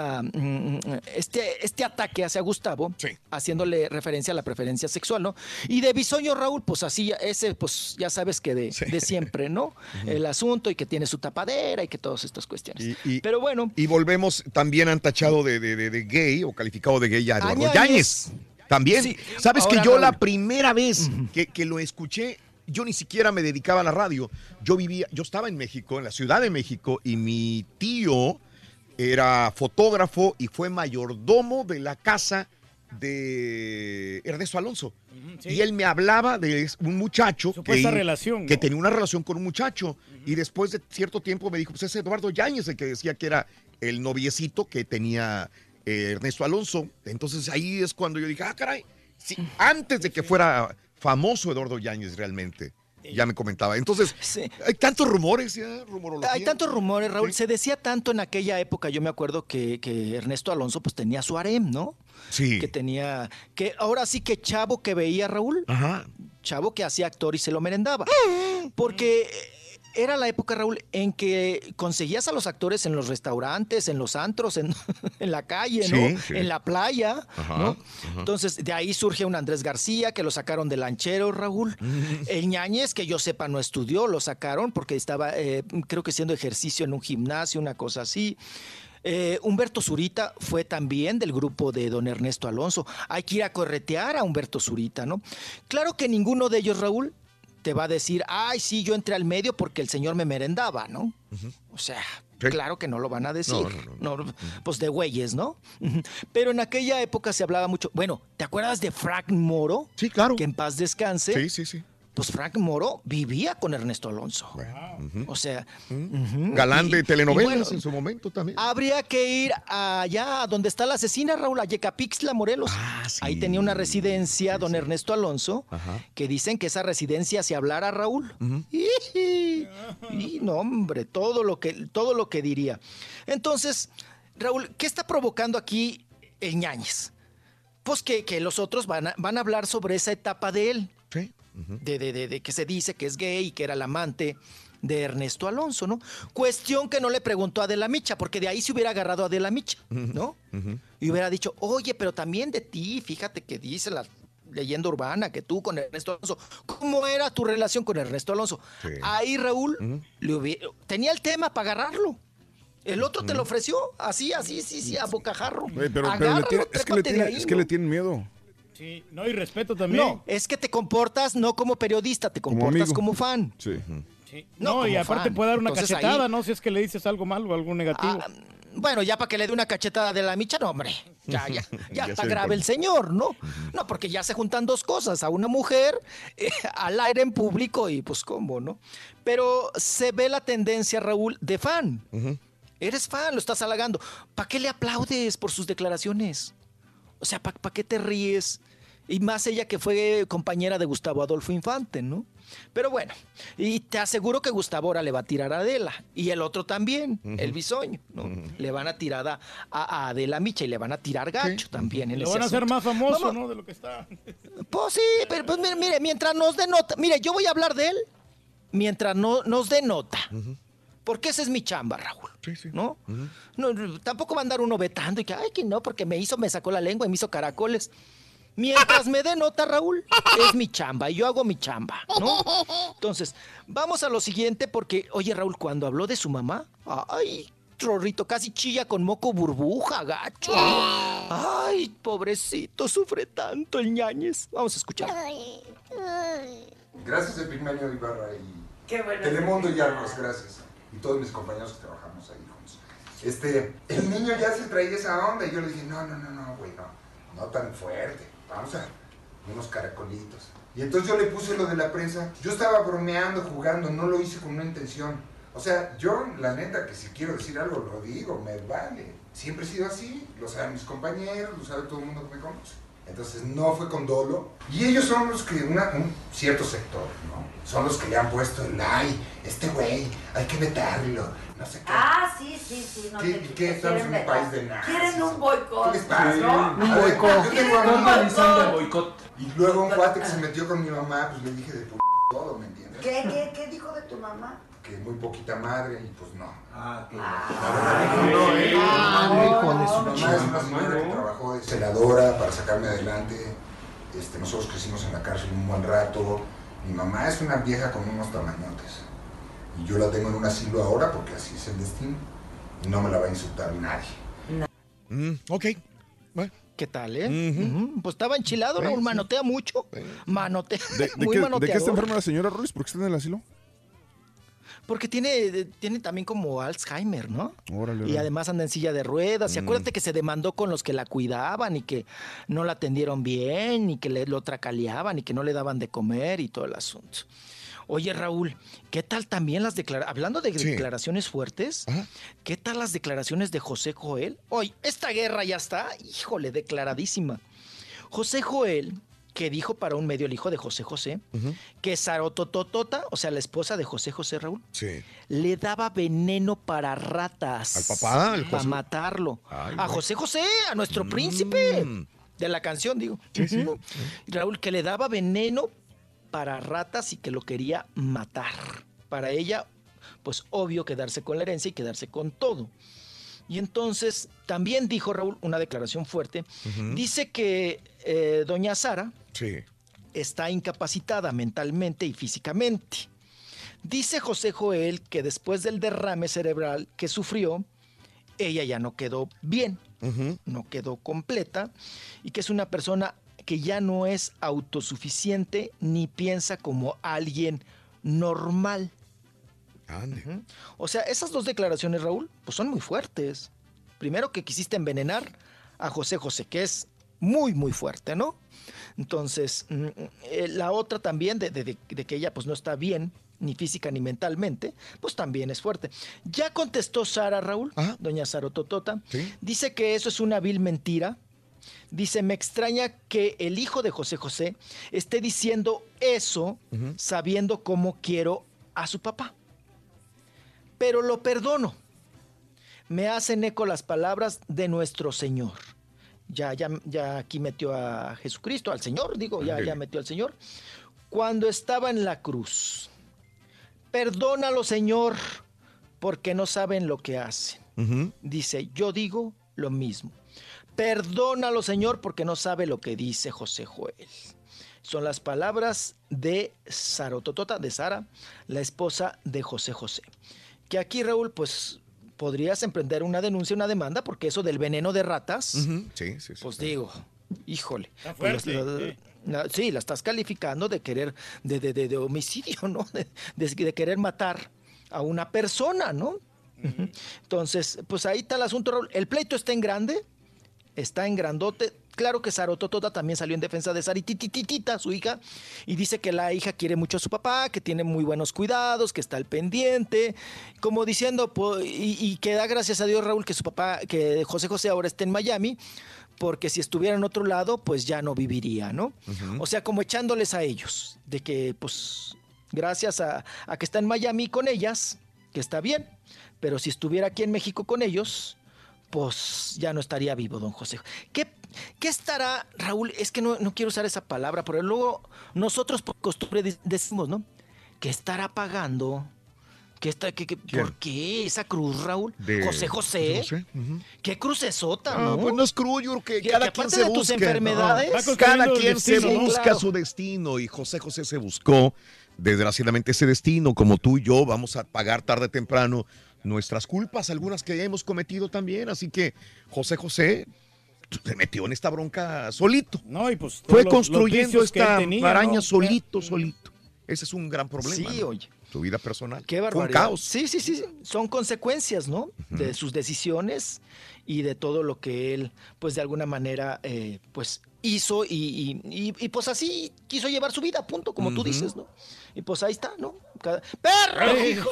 este ataque hacia Gustavo, haciéndole referencia a la preferencia sexual, ¿no? Y de Bisoño, Raúl, pues así, pues ya sabes que de siempre, ¿no? El asunto y que tiene su tapadera y que todas estas cuestiones. Pero bueno. Y volvemos, también han tachado de gay o calificado de gay a Eduardo Yáñez. También. Sí. ¿Sabes que yo Raúl, la primera vez que lo escuché, yo ni siquiera me dedicaba a la radio. Yo estaba en México, en la Ciudad de México, y mi tío era fotógrafo y fue mayordomo de la casa de Ernesto Alonso. Y él me hablaba de un muchacho que tenía una relación con un muchacho. Y después de cierto tiempo me dijo, pues es Eduardo Yáñez el que decía que era el noviecito que tenía Ernesto Alonso. Entonces ahí es cuando yo dije, caray, sí, antes de que fuera famoso Eduardo Yáñez realmente. Ya me comentaba. Entonces, hay tantos rumores, rumorología. Hay tantos rumores, Raúl. Se decía tanto en aquella época, yo me acuerdo que Ernesto Alonso pues tenía su harem, ¿no? Sí. Que ahora sí que chavo que veía, Raúl. Chavo que hacía actor y se lo merendaba. Porque era la época, Raúl, en que conseguías a los actores en los restaurantes, en los antros, en la calle, ¿no? Sí. En la playa, ¿no? Entonces, de ahí surge un Andrés García, que lo sacaron de lanchero, Raúl. El Ñañez, que yo sepa no estudió, lo sacaron porque estaba, creo que haciendo ejercicio en un gimnasio, una cosa así. Humberto Zurita fue también del grupo de don Ernesto Alonso. Hay que ir a corretear a Humberto Zurita, ¿no? Claro que ninguno de ellos, Raúl, te va a decir, ay, sí, yo entré al medio porque el señor me merendaba, ¿no? O sea, claro que no lo van a decir. No, pues de güeyes, ¿no? Pero en aquella época se hablaba mucho. Bueno, ¿te acuerdas de Frank Moro? Sí, claro. Que en paz descanse. Sí. Pues Frank Moro vivía con Ernesto Alonso. O sea... Galán de telenovelas en su momento también. Habría que ir allá donde está la asesina, Raúl, a Yecapixtla, Morelos. Ahí tenía una residencia don Ernesto Alonso, que dicen que esa residencia, si hablara, Raúl, y no, hombre, todo lo que diría. Entonces, Raúl, ¿qué está provocando aquí el Ñañez? Pues que los otros van a hablar sobre esa etapa de él. Sí. De que se dice que es gay y que era el amante de Ernesto Alonso, ¿no? Cuestión que no le preguntó a Adela Micha, porque de ahí se hubiera agarrado a Adela Micha, ¿no? Y hubiera dicho, oye, pero también de ti, fíjate que dice la leyenda urbana que tú con Ernesto Alonso, ¿cómo era tu relación con Ernesto Alonso? Sí. Ahí Raúl tenía el tema para agarrarlo. El otro te lo ofreció así, a bocajarro. Pero es que le tienen miedo. Sí, no, y respeto también. No, es que te comportas no como periodista, te comportas como fan. Sí. Sí. No, y aparte puede dar una cachetada, ¿no? Si es que le dices algo malo, algo negativo. Bueno, ya para que le dé una cachetada de la Micha, no, hombre. Ya está grave el señor, ¿no? No, porque ya se juntan dos cosas, a una mujer al aire en público y pues cómo, ¿no? Pero se ve la tendencia, Raúl, de fan. Eres fan, lo estás halagando. ¿Para qué le aplaudes por sus declaraciones? O sea, ¿para qué te ríes? Y más ella que fue compañera de Gustavo Adolfo Infante, ¿no? Pero bueno, y te aseguro que Gustavo ahora le va a tirar a Adela. Y el otro también, el bisoño, ¿no? Le van a tirar a Adela Micha y le van a tirar gacho también. Le van a hacer más famoso, ¿no? De lo que está. Pues sí, pero pues mire, mientras nos dé nota. Mire, yo voy a hablar de él mientras nos dé nota. Porque esa es mi chamba, Raúl. Sí. ¿No? No, tampoco va a andar uno vetando y que, ay, que no, porque me sacó la lengua y me hizo caracoles. Mientras me dé nota, Raúl, es mi chamba y yo hago mi chamba, ¿no? Entonces, vamos a lo siguiente porque, oye, Raúl, cuando habló de su mamá, ay, Rorrito, casi chilla con moco burbuja, gacho. Ay, pobrecito, sufre tanto el Ñañez. Vamos a escuchar. Gracias, Epigmenio Ibarra y Telemundo y Argos, gracias. Y todos mis compañeros que trabajamos ahí juntos. El niño ya se traía esa onda y yo le dije, no, güey, no tan fuerte, vamos a unos caracolitos. Y entonces yo le puse lo de la prensa, yo estaba bromeando, jugando, no lo hice con una intención. O sea, yo, la neta, que si quiero decir algo, lo digo, me vale. Siempre he sido así, lo saben mis compañeros, lo sabe todo el mundo que me conoce. Entonces no fue con dolo. Y ellos son los que, un cierto sector, ¿no? Son los que le han puesto el, ay, este güey, hay que vetarlo, no sé qué. Sí. No ¿Qué estamos en un país de nada? Quieren un boicot. ¿Qué les pasa? ¿No? Un boicot. Yo tengo un boicot. Y luego un cuate que se metió con mi mamá, pues le dije de todo, ¿me entiendes? ¿Qué dijo de tu mamá? Que muy poquita madre y pues no. Hijo de su mamá es una señora que trabajó de celadora para sacarme adelante. Nosotros crecimos en la cárcel un buen rato. Mi mamá es una vieja con unos tamañotes. Y yo la tengo en un asilo ahora porque así es el destino. Y no me la va a insultar nadie. Ok. Bueno. ¿Qué tal, Pues estaba enchilado, Raúl, manotea mucho. Manotea. ¿De qué está enferma la señora Ruiz? ¿Por qué está en el asilo? Porque tiene también como Alzheimer, ¿no? Órale. Y además anda en silla de ruedas. Y acuérdate que se demandó con los que la cuidaban y que no la atendieron bien y que lo tracaleaban y que no le daban de comer y todo el asunto. Oye, Raúl, ¿qué tal también las declaraciones? Hablando de declaraciones fuertes, ¿qué tal las declaraciones de José Joel? Oye, esta guerra ya está, híjole, declaradísima. José Joel, que dijo para un medio, el hijo de José José, que Sarotototota, o sea, la esposa de José José, Raúl, le daba veneno para ratas. ¿Al papá? Para matarlo. Ay, a José José, a nuestro príncipe de la canción, digo. Raúl, que le daba veneno para ratas y que lo quería matar. Para ella, pues obvio quedarse con la herencia y quedarse con todo. Y entonces también dijo Raúl una declaración fuerte. Dice que doña Sara está incapacitada mentalmente y físicamente. Dice José Joel que después del derrame cerebral que sufrió, ella ya no quedó bien, no quedó completa y que es una persona que ya no es autosuficiente ni piensa como alguien normal. O sea, esas dos declaraciones, Raúl, pues son muy fuertes. Primero, que quisiste envenenar a José José, que es muy, muy fuerte, ¿no? Entonces, la otra también, de que ella pues no está bien, ni física ni mentalmente, pues también es fuerte. Ya contestó Sara, Raúl, doña Sarototota, dice que eso es una vil mentira. Dice, me extraña que el hijo de José José esté diciendo eso sabiendo cómo quiero a su papá. Pero lo perdono. Me hacen eco las palabras de nuestro Señor. Ya aquí metió a Jesucristo, al Señor, digo, ya metió al Señor. Cuando estaba en la cruz. Perdónalo, Señor, porque no saben lo que hacen. Dice, yo digo lo mismo. Perdónalo, Señor, porque no sabe lo que dice José Joel. Son las palabras de Sarototota, de Sara, la esposa de José José. Que aquí, Raúl, pues podrías emprender una denuncia, una demanda, porque eso del veneno de ratas, pues digo, híjole. Está fuerte. Pues, la estás calificando de querer, de homicidio, ¿no? De querer matar a una persona, ¿no? Entonces, pues ahí está el asunto, Raúl. El pleito está en grande, está en grandote. Claro que Sarototota también salió en defensa de Saritititita, su hija, y dice que la hija quiere mucho a su papá, que tiene muy buenos cuidados, que está al pendiente, como diciendo, y que da gracias a Dios, Raúl, que su papá, que José José ahora está en Miami, porque si estuviera en otro lado, pues ya no viviría, ¿no? O sea, como echándoles a ellos, de que, pues, gracias a que está en Miami con ellas, que está bien, pero si estuviera aquí en México con ellos, pues ya no estaría vivo don José. ¿Qué estará, Raúl? Es que no quiero usar esa palabra, pero luego nosotros por costumbre decimos, ¿no? ¿Qué estará pagando? ¿Por qué esa cruz, Raúl? José José. ¿Qué crucesota, no? Pues no es cruz, yo creo que cada quien se busca. Tus enfermedades, cada quien se busca su destino, y José José se buscó, desgraciadamente, ese destino. Como tú y yo vamos a pagar tarde o temprano nuestras culpas, algunas que hemos cometido también. Así que José José se metió en esta bronca solito. No, y pues fue construyendo esta maraña, ¿no? solito. Ese es un gran problema. Sí, ¿no? oye. Su vida personal. Qué barbaridad. Fue un caos. Sí. Son consecuencias, ¿no? De sus decisiones y de todo lo que él, pues de alguna manera, pues hizo y pues así quiso llevar su vida, punto, como tú dices, ¿no? Y pues ahí está, ¿no? ¡Perro, hijo!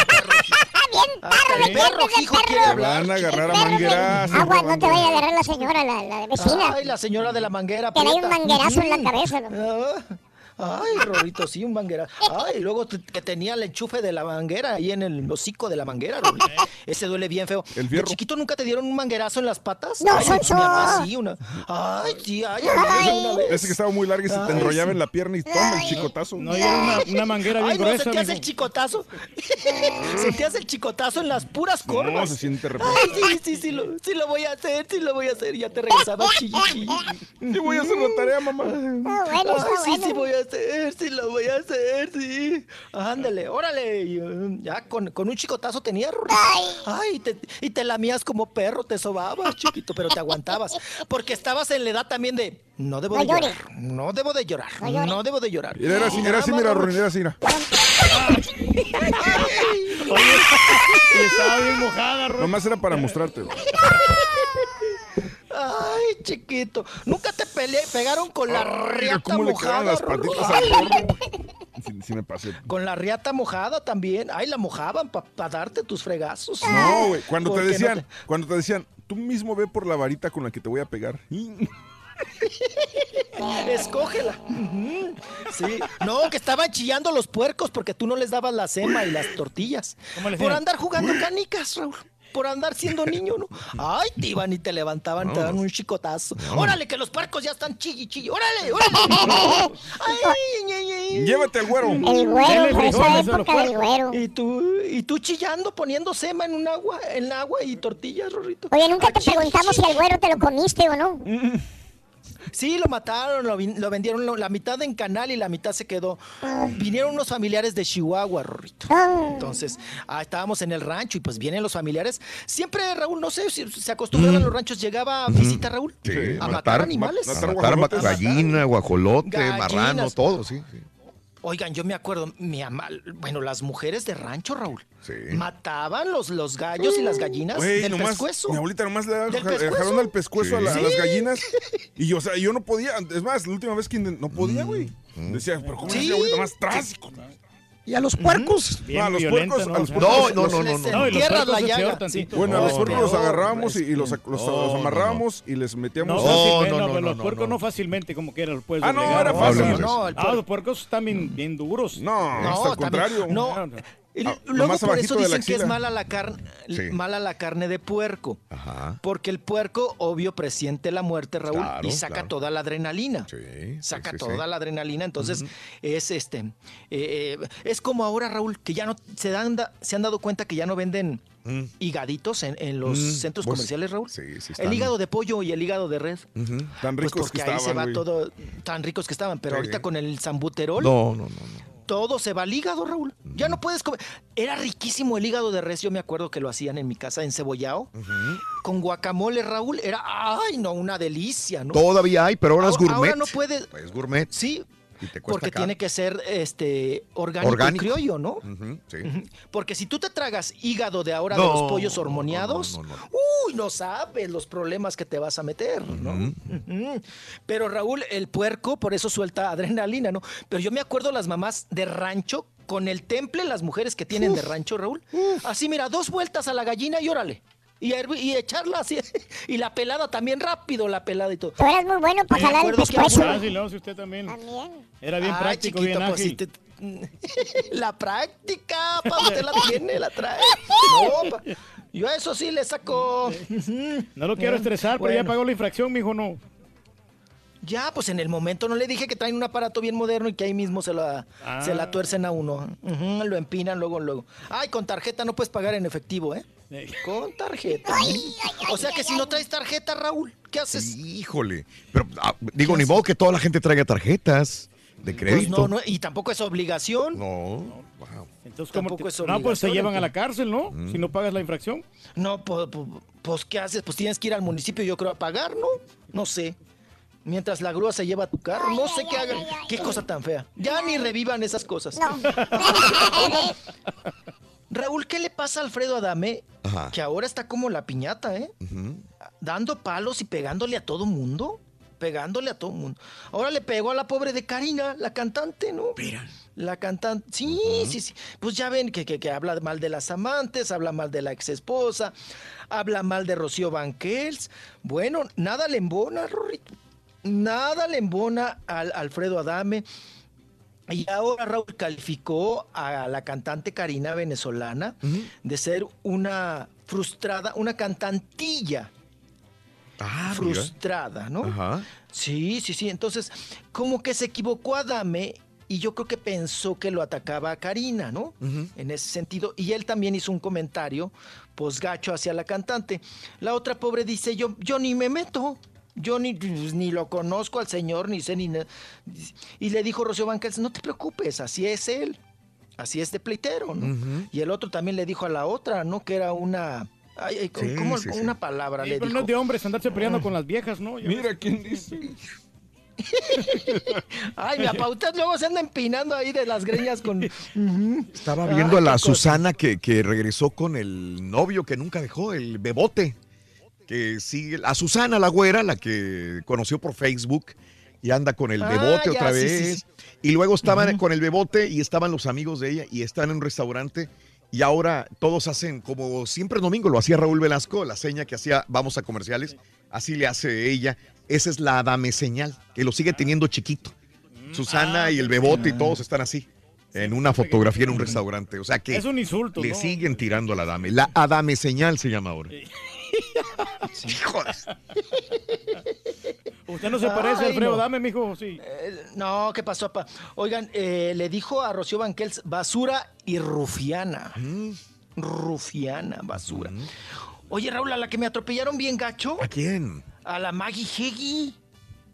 ¡Perro, hijo! quiere hablar. Van a agarrar a mangueras. Agua, no te vaya a agarrar la señora, la vecina. Ay, la señora de la manguera. Te da un manguerazo en la cabeza, ¿no? Ay, Rorrito, sí, un manguera. Ay, luego que tenía el enchufe de la manguera ahí en el hocico de la manguera, Rorrito. Ese duele bien feo. El fierro. ¿De chiquito nunca te dieron un manguerazo en las patas? No, ay, son. Mi mamá sí, una. Ay, sí, una vez. Ese que estaba muy largo y se te enrollaba en la pierna y toma el chicotazo. No, y era una manguera bien gruesa. ¿Sentías el chicotazo? ¿Sentías el chicotazo en las puras corvas? No, se siente Ay, sí lo voy a hacer, Ya te regresaba chilli. Yo voy a hacer la tarea, mamá. Bueno, sí voy a hacer, sí lo voy a hacer, sí. Ándale, órale. Ya con un chicotazo tenías. Ay, y te lamías como perro, te sobabas, chiquito, pero te aguantabas. Porque estabas en la edad también de no debo de llorar. Era así, mira, Ronnie, era así, mira. Oye, estaba bien mojada, Ronnie. Nomás era para mostrarte. Ay, chiquito. Nunca te pegaron con la riata ¿cómo mojada. Le las patitas al gorro? Sí me pasé. Con la riata mojada también. Ay, la mojaban para darte tus fregazos. No, güey. Cuando te decían, tú mismo ve por la varita con la que te voy a pegar. Escógela. Sí. No, que estaban chillando los puercos porque tú no les dabas la sema y las tortillas. Por andar jugando canicas, Raúl. Por andar siendo niño, ¿no? Ay, te iban y te levantaban, te dan un chicotazo. Órale, que los puercos ya están chilli. Órale. Ay, llévate al güero. El güero, esa época del güero. Y tú chillando, poniendo sema en agua y tortillas, Rorrito. Oye, nunca te preguntamos si al güero te lo comiste o no. Sí, lo mataron, lo vendieron la mitad en canal y la mitad se quedó. Vinieron unos familiares de Chihuahua, Rorrito. Entonces, estábamos en el rancho y pues vienen los familiares. Siempre, Raúl, no sé si se acostumbraban los ranchos, llegaba a visita, Raúl, a matar animales. A matar gallina, guajolote, marrano, todo, sí. Oigan, yo me acuerdo, las mujeres de rancho, Raúl, mataban los gallos y las gallinas del pescuezo. Mi abuelita nomás le daba jalón al pescuezo a las gallinas. Y o sea, yo no podía. Es más, la última vez que no podía, güey. Decía, pero ¿cómo es mi abuelita más trágico? ¿Y a los puercos? No, a los puercos. No. Entierras la llaga. Bueno, a los puercos los agarrábamos y los amarrábamos y les metíamos. No, los puercos no fácilmente, como que era los puercos. No, era fácil. Los puercos están bien duros. No, hasta al contrario. Luego por eso dicen que es mala la carne de puerco. Ajá. Porque el puerco, obvio, presiente la muerte, Raúl, y saca toda la adrenalina. Saca toda la adrenalina. Entonces, es como ahora, Raúl, que ya no se han dado cuenta que ya no venden higaditos en los centros comerciales, Raúl. El hígado de pollo y el hígado de red. Tan ricos que estaban. Ahí se va todo, tan ricos que estaban. Pero ahorita con el sambuterol. No. Todo se va al hígado, Raúl. Ya no puedes comer. Era riquísimo el hígado de res. Yo me acuerdo que lo hacían en mi casa, encebollado. Con guacamole, Raúl. Era, una delicia, ¿no? Todavía hay, pero ahora es gourmet. Ahora no puede. Es gourmet. Sí. Porque tiene que ser orgánico y criollo, ¿no? Porque si tú te tragas hígado de ahora de los pollos hormoneados, no sabes los problemas que te vas a meter, ¿no? Pero Raúl, el puerco por eso suelta adrenalina, ¿no? Pero yo me acuerdo las mamás de rancho con el temple, las mujeres que tienen de rancho, Raúl. Así, mira, 2 vueltas a la gallina y órale. Y echarla así. Y la pelada también, rápido la pelada y todo. Tú eres muy bueno para jalar el pescuezo. Fácil, ¿no? Si usted también. Era bien práctico, chiquito, bien ágil. La práctica, usted la tiene, la trae. No, yo a eso sí le saco. No lo quiero estresar, pero ya pagó la infracción, mijo, no. Ya, pues en el momento no le dije que traen un aparato bien moderno y que ahí mismo se la tuercen a uno. Lo empinan luego. Ay, con tarjeta no puedes pagar en efectivo, ¿eh? Con tarjeta. O sea que si no traes tarjeta, Raúl, ¿qué haces? Híjole. Pero ni modo que toda la gente traiga tarjetas de crédito. Pues no, y tampoco es obligación. No. Wow. Entonces, tampoco es obligación. No, pues te llevan a la cárcel, ¿no? Si no pagas la infracción. No, pues ¿qué haces? Pues tienes que ir al municipio, yo creo, a pagar, ¿no? No sé. Mientras la grúa se lleva a tu carro, no sé qué hagan. Qué cosa tan fea. Ya ni revivan esas cosas. No. Raúl, ¿qué le pasa a Alfredo Adame? Que ahora está como la piñata, ¿eh? Dando palos y pegándole a todo mundo. Ahora le pegó a la pobre de Karina, la cantante, ¿no? Mira. La cantante, sí. Pues ya ven que habla mal de las amantes, habla mal de la exesposa, habla mal de Rocío Banquels. Bueno, nada le embona, Rorrito. Nada le embona al Alfredo Adame. Y ahora Raúl calificó a la cantante Karina, venezolana, de ser una frustrada, una cantantilla. Frustrada, ¿no? Ajá. Sí. Entonces, como que se equivocó Adame y yo creo que pensó que lo atacaba a Karina, ¿no? En ese sentido. Y él también hizo un comentario, pues gacho hacia la cantante. La otra pobre dice, yo ni me meto. Yo ni lo conozco al señor, ni sé ni nada. Y le dijo Rocío Banquels, no te preocupes, así es él. Así es de pleitero, ¿no? Y el otro también le dijo a la otra, ¿no? Que era una... ¿Cómo una palabra le dijo? Pero no es de hombres andarse peleando con las viejas, ¿no? Mira quién dice. Ay, mi apautas luego se anda empinando ahí de las greñas con... Estaba viendo a la Susana que regresó con el novio que nunca dejó, el bebote. Que sigue a Susana, la güera, la que conoció por Facebook y anda con el bebote otra vez. Sí. Y luego estaban con el bebote y estaban los amigos de ella y están en un restaurante y ahora todos hacen como siempre el domingo lo hacía Raúl Velasco, la seña que hacía vamos a comerciales, así le hace ella. Esa es la Adame señal, que lo sigue teniendo chiquito. Susana y el bebote y todos están así. En una fotografía en un restaurante. O sea que es un insulto, le siguen tirando a la Adame. La Adame señal se llama ahora. Hijos. ¿Usted no se parece a Alfredo Adame, mijo? Sí. No, ¿qué pasó, papá? Oigan, le dijo a Rocío Banquels basura y rufiana. Rufiana, basura. Oye, Raúl, a la que me atropellaron bien gacho. ¿A quién? A la Maggie Heggie.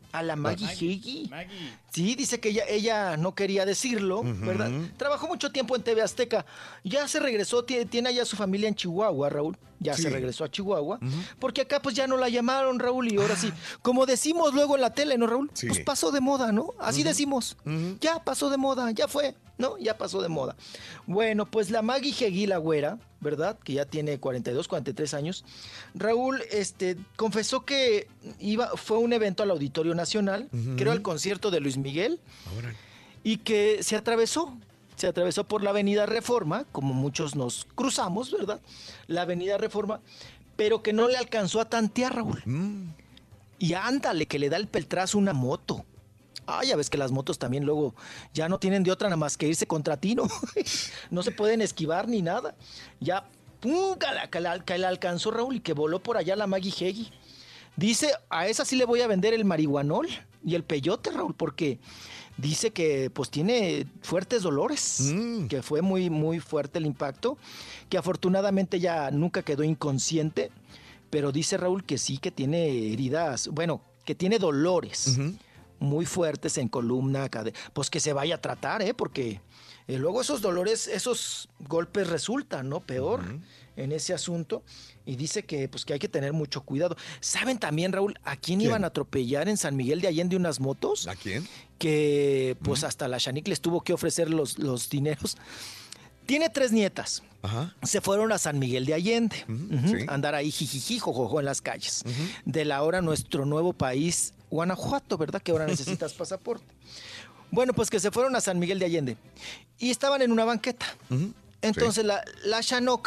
A la Maggie Heggie. Sí, dice que ella no quería decirlo, ¿verdad? Trabajó mucho tiempo en TV Azteca. Ya se regresó, tiene allá su familia en Chihuahua, Raúl. Ya se regresó a Chihuahua. Porque acá pues ya no la llamaron, Raúl. Y ahora sí, como decimos luego en la tele, ¿no, Raúl? Sí. Pues pasó de moda, ¿no? Así decimos. Ya pasó de moda, ya fue, ¿no? Ya pasó de moda. Bueno, pues la Maggie Heggie, la güera, ¿verdad? Que ya tiene 42, 43 años. Raúl, confesó que fue un evento al Auditorio Nacional, creo al concierto de Luis Miguel, y que se atravesó por la Avenida Reforma, como muchos nos cruzamos, ¿verdad? La Avenida Reforma, pero que no le alcanzó a tantear, Raúl. Y ándale, que le da el peltrazo una moto. Ya ves que las motos también luego ya no tienen de otra nada más que irse contra ti, ¿no? No se pueden esquivar ni nada. Ya, ¡pum! Que la alcanzó, Raúl, y que voló por allá la Maggie Heggie. Dice, a esa sí le voy a vender el marihuanol y el peyote, Raúl, porque dice que pues tiene fuertes dolores, que fue muy, muy fuerte el impacto, que afortunadamente ya nunca quedó inconsciente, pero dice Raúl que sí, que tiene heridas, bueno, que tiene dolores muy fuertes en columna, pues que se vaya a tratar, porque luego esos dolores, esos golpes resultan, ¿no? Peor en ese asunto. Y dice que pues que hay que tener mucho cuidado. ¿Saben también, Raúl, a quién iban a atropellar en San Miguel de Allende unas motos? ¿A quién? Que pues hasta la Shanique les tuvo que ofrecer los dineros. Tiene 3 nietas. Se fueron a San Miguel de Allende. Andar ahí jijiji, jojojo en las calles. De la hora nuestro nuevo país, Guanajuato, ¿verdad? Que ahora necesitas pasaporte. Bueno, pues que se fueron a San Miguel de Allende. Y estaban en una banqueta. Entonces la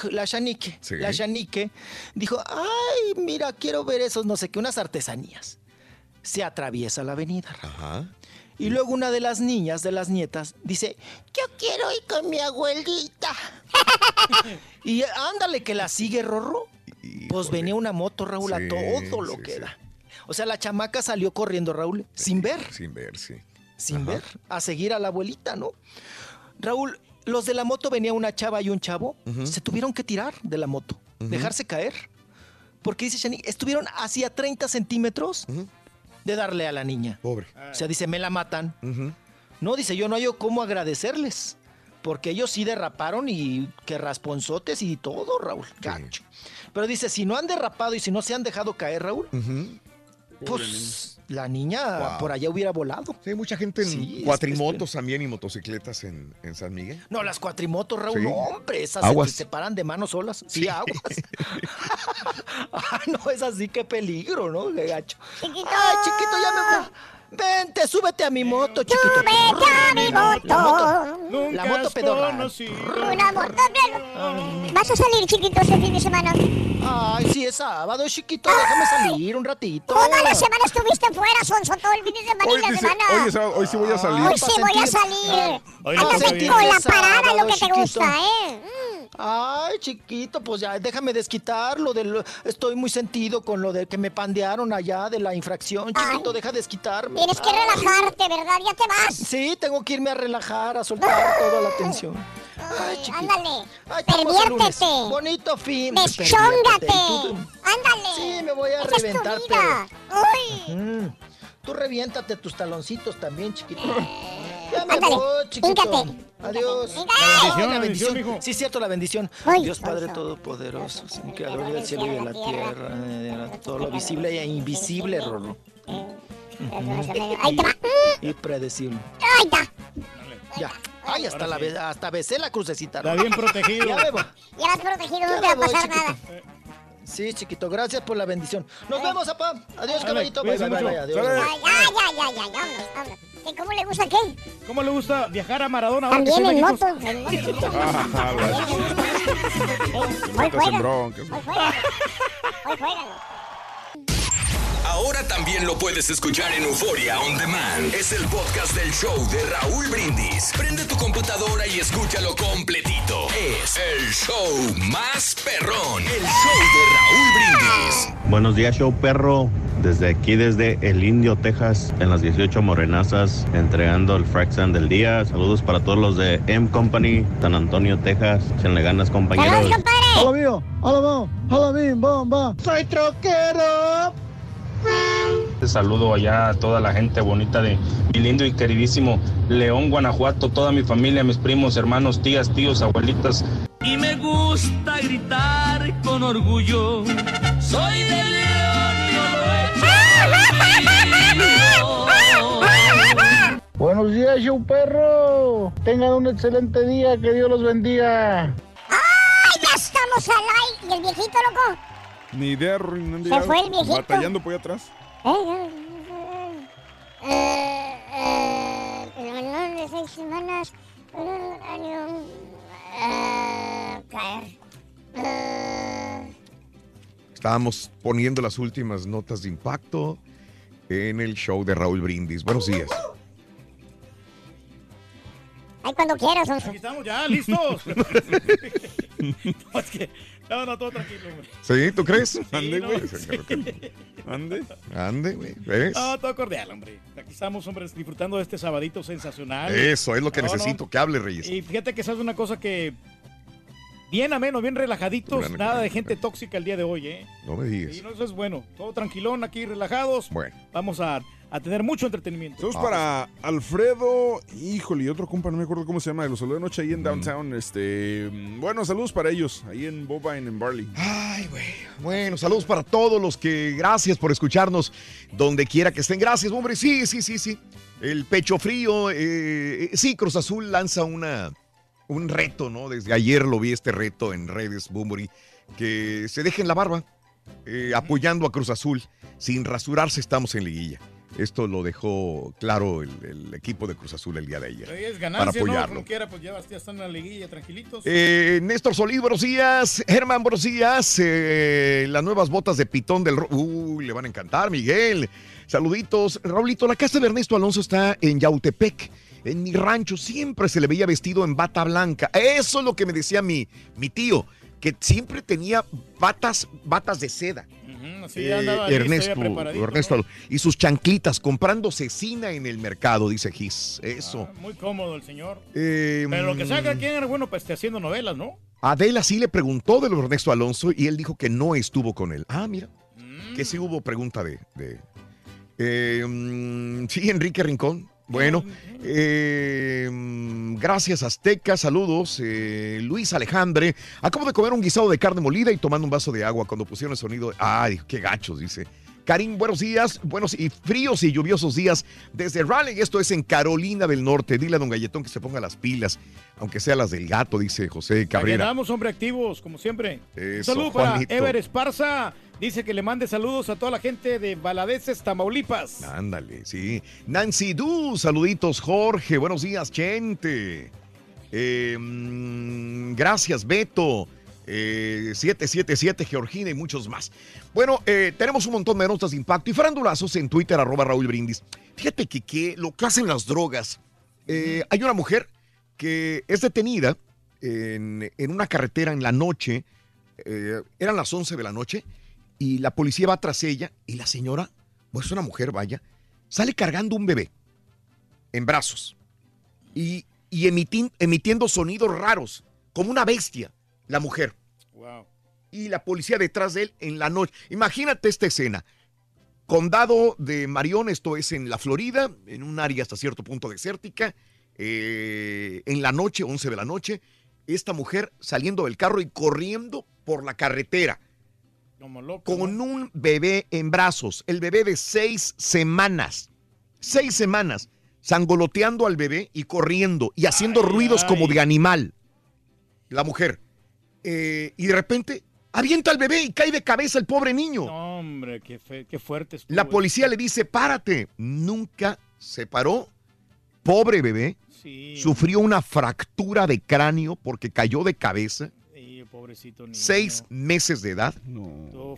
Shanique dijo, ay, mira, quiero ver esos, no sé qué, unas artesanías. Se atraviesa la avenida. Y luego una de las niñas, de las nietas, dice, yo quiero ir con mi abuelita. Y ándale, que la sigue, Rorro. Pues venía una moto, Raúl, a todo lo que da. O sea, la chamaca salió corriendo, Raúl, sin ver. Sin ver, sí. Sin ver, a seguir a la abuelita, ¿no? Raúl, los de la moto, venía una chava y un chavo, se tuvieron que tirar de la moto, dejarse caer. Porque dice Shani, estuvieron hacia 30 centímetros de darle a la niña. Pobre. O sea, dice, me la matan. No, dice, yo no hay cómo agradecerles. Porque ellos sí derraparon y que rasponzotes y todo, Raúl. Gacho. Pero dice, si no han derrapado y si no se han dejado caer, Raúl, pues la niña por allá hubiera volado. Sí, hay mucha gente en cuatrimotos también y motocicletas en San Miguel. No, las cuatrimotos, Raúl, no, hombre, esas se paran de manos solas. Sí, aguas. No, es así, qué peligro, ¿no? Qué gacho. Chiquito. Ay, chiquito, ya me voy. Vente, súbete a mi moto, chiquito. Súbete a mi moto. La moto pedorra. Una moto pedorra. ¿Vas a salir, chiquito, este fin de semana? Ay, sí, es sábado, chiquito. Déjame salir un ratito. Toda la semana estuviste fuera, Sonso, todo el fin de semana y la semana. Hoy sí voy a salir. Hoy sí voy a salir. Andas aquí con la parada, lo que te gusta, Ay, chiquito, pues ya déjame desquitar estoy muy sentido con lo de que me pandearon allá de la infracción, chiquito, deja desquitarme. Tienes que relajarte, ¿verdad? Ya te vas. Sí, tengo que irme a relajar, a soltar toda la tensión. Ay, chiquito. Ándale, ay, perviértete. Bonito fin. Deschóngate. Ándale. Sí, me voy a esa reventar, es tu vida. pero... Tú reviéntate tus taloncitos también, chiquito. Ya me Ándale, voy, chiquito. híncate. Adiós. La bendición. Sí, cierto, la bendición. Ay, Dios Padre Todopoderoso, creador del cielo y de la tierra, de todo lo visible e invisible, Rorro. Ahí te va. Y predecible. Ahí está. Ya. Ay, hasta besé la crucecita. Está bien protegido. Ya me voy. Ya vas protegido, no te va a pasar nada. Sí, chiquito, gracias por la bendición. Nos vemos, papá. Adiós, Dale, caballito. Bye, cuídese bye, mucho. bye, adiós. Ya, vámonos. ¿Cómo le gusta a qué? ¿Cómo le gusta viajar a Maradona? Ahora También que en soy moto. Hoy juegan. Hoy juegan. Ahora también lo puedes escuchar en Euforia On Demand. Es el podcast del show de Raúl Brindis. Prende tu computadora y escúchalo completito. Es el show más perrón. El show de Raúl Brindis. Buenos días, show perro. Desde aquí, desde El Indio, Texas, en las 18 Morenazas, entregando el frac sand del día. Saludos para todos los de M Company, San Antonio, Texas. Echenle ganas, compañeros. ¡Saludos, compadre! ¡Hola, mío! ¡Hola, mío! ¡Hola, mío! ¡Bomba! ¡Soy troquero! Saludo allá a toda la gente bonita de mi lindo y queridísimo León, Guanajuato, toda mi familia, mis primos, hermanos, tías, tíos, abuelitas. Y me gusta gritar con orgullo, soy de León, no lo he hecho. Buenos días, show perro. Tengan un excelente día, que Dios los bendiga. ¡Ay, ya estamos al aire! ¿Y el viejito, loco? Ni idea, Ruin. Se fue el viejito. Batallando por allá atrás. De 6 semanas. Estábamos poniendo las últimas notas de impacto en el show de Raúl Brindis. Buenos días. Ay, cuando quieras, Sonso. Aquí estamos ya, listos. No, todo tranquilo, güey. ¿Sí? ¿Tú crees? Ande, güey. Ande, güey. ¿Ves? No, todo cordial, hombre. Aquí estamos, hombre, disfrutando de este sabadito sensacional. Eso es lo que necesito, que hable, Reyes. Y fíjate que esa es una cosa que... Bien ameno, bien relajaditos, nada de gente tóxica el día de hoy, ¿eh? No me digas. Y no, eso es bueno. Todo tranquilón aquí, relajados. Bueno. Vamos a tener mucho entretenimiento. Saludos para Alfredo, híjole, y otro compa, no me acuerdo cómo se llama, los saludé anoche ahí en Downtown. Bueno, saludos para ellos, ahí en Bovine, en Barley. Ay, güey. Bueno, saludos para todos los que, gracias por escucharnos donde quiera que estén. Gracias, hombre. Sí. El pecho frío. Sí, Cruz Azul lanza un reto, ¿no? Desde ayer lo vi este reto en redes, Bumbury, que se dejen la barba, apoyando a Cruz Azul. Sin rasurarse estamos en liguilla. Esto lo dejó claro el equipo de Cruz Azul el día de ayer. Es ganancia, para apoyarlo. ¿no? Como quiera, pues ya están en la liguilla, tranquilitos. Néstor Solís, buenos días. Germán, buenos días. Las nuevas botas de pitón del... le van a encantar, Miguel. Saluditos. Raulito, la casa de Ernesto Alonso está en Yautepec. En mi rancho siempre se le veía vestido en bata blanca. Eso es lo que me decía mi tío, que siempre tenía batas de seda. Así andaba Ernesto, ¿no? Y sus chanclitas, comprando cecina en el mercado, dice Gis. Eso. Muy cómodo el señor. Pero lo que saca, ¿quién era bueno? Pues haciendo novelas, ¿no? Adela sí le preguntó de lo Ernesto Alonso y él dijo que no estuvo con él. Ah, mira. Que sí hubo pregunta de sí, Enrique Rincón. Bueno, gracias Azteca, saludos. Luis Alejandre, acabo de comer un guisado de carne molida y tomando un vaso de agua cuando pusieron el sonido. Ay, qué gachos, dice. Karim, buenos días, buenos y fríos y lluviosos días desde Raleigh, esto es en Carolina del Norte. Dile a don Galletón que se ponga las pilas, aunque sea las del gato, dice José Cabrera. Quedamos, hombre, activos, como siempre. Eso, saludo para Juanito. Ever Esparza. Dice que le mande saludos a toda la gente de Baladeces, Tamaulipas. Ándale, sí. Nancy Du, saluditos, Jorge. Buenos días, gente. Gracias, Beto. 777, Georgina y muchos más. Bueno, tenemos un montón de notas de impacto y farandulazos en Twitter, @RaúlBrindis. Fíjate que lo que hacen las drogas. Hay una mujer que es detenida en una carretera en la noche. Eran las 11 de la noche. Y la policía va tras ella y la señora, pues es una mujer, vaya, sale cargando un bebé en brazos y emitiendo sonidos raros, como una bestia, la mujer. Wow. Y la policía detrás de él en la noche. Imagínate esta escena. Condado de Marion, esto es en la Florida, en un área hasta cierto punto desértica, en la noche, 11 de la noche, esta mujer saliendo del carro y corriendo por la carretera. Como loco, con ¿no? un bebé en brazos, el bebé de 6 semanas. 6 semanas, zangoloteando al bebé y corriendo y haciendo ruidos como de animal. La mujer. Y de repente avienta al bebé y cae de cabeza el pobre niño. No, hombre, qué fuerte estuvo. La policía le dice, párate. Nunca se paró. Pobre bebé. Sí. Sufrió una fractura de cráneo porque cayó de cabeza. Pobrecito niño. 6 meses de edad. No.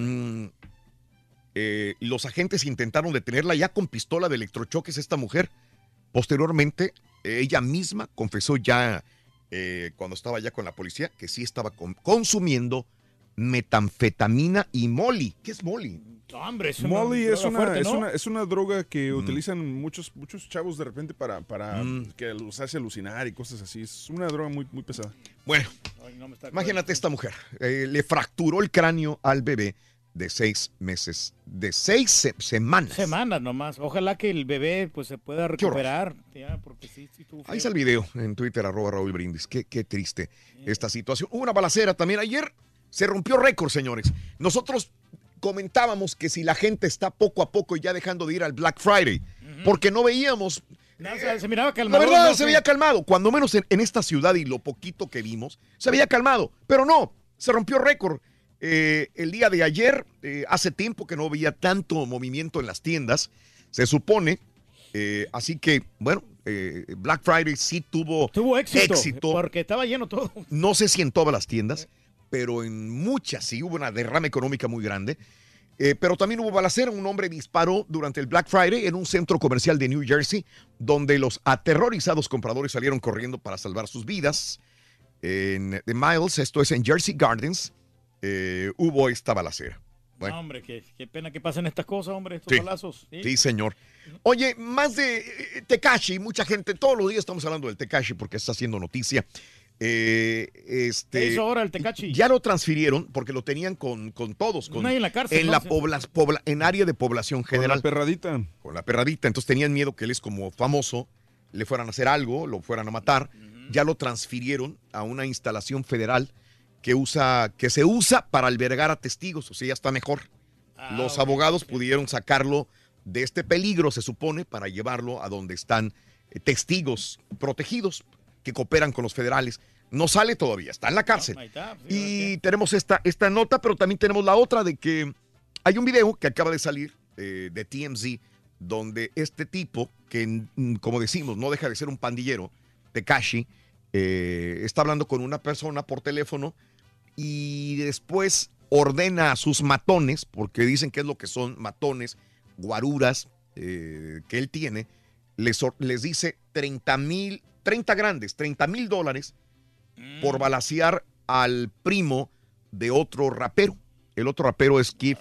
Los agentes intentaron detenerla ya con pistola de electrochoques esta mujer. Posteriormente, ella misma confesó ya cuando estaba ya con la policía que sí estaba consumiendo metanfetamina y Molly. ¿Qué es Molly? No, hombre, Molly es fuerte, ¿no? es una droga que utilizan muchos chavos de repente para que los hace alucinar y cosas así. Es una droga muy, muy pesada. Bueno, imagínate esta mujer. Le fracturó el cráneo al bebé de 6 meses, de 6 semanas. Semanas nomás. Ojalá que el bebé pues se pueda recuperar. Ya, porque sí estuvo feo. Ahí está el video en Twitter, @Raúl Brindis. Qué triste esta situación. Hubo una balacera también ayer. Se rompió récord, señores. Nosotros comentábamos que si la gente está poco a poco ya dejando de ir al Black Friday, porque no veíamos... Se miraba calmado. La verdad, se veía calmado. Cuando menos en esta ciudad y lo poquito que vimos, se veía calmado. Pero no, se rompió récord. El día de ayer, hace tiempo que no veía tanto movimiento en las tiendas, se supone. Así que, bueno, Black Friday sí tuvo éxito. Porque estaba lleno todo. No sé si en todas las tiendas, pero en muchas sí hubo una derrama económica muy grande. Pero también hubo balacera. Un hombre disparó durante el Black Friday en un centro comercial de New Jersey, donde los aterrorizados compradores salieron corriendo para salvar sus vidas. En The Miles, esto es en Jersey Gardens, hubo esta balacera. Bueno. No, hombre, qué pena que pasen estas cosas, hombre, estos balazos. Sí, señor. Oye, más de Tekashi, mucha gente, todos los días estamos hablando del Tekashi porque está haciendo noticia. ¿Qué hizo ahora el Tekashi? Ya lo transfirieron porque lo tenían con todos. No hay en la cárcel. En área de población general. Con la perradita. Entonces tenían miedo que él es como famoso, le fueran a hacer algo, lo fueran a matar. Ya lo transfirieron a una instalación federal que se usa para albergar a testigos, o sea, ya está mejor. Los abogados pudieron sacarlo de este peligro, se supone, para llevarlo a donde están testigos protegidos que cooperan con los federales. No sale todavía, está en la cárcel. Y tenemos esta nota, pero también tenemos la otra de que hay un video que acaba de salir de TMZ, donde este tipo, que como decimos, no deja de ser un pandillero, Tekashi, está hablando con una persona por teléfono y después ordena a sus matones, porque dicen que es lo que son matones, guaruras que él tiene, les dice $30,000 por balacear al primo de otro rapero. El otro rapero es Chief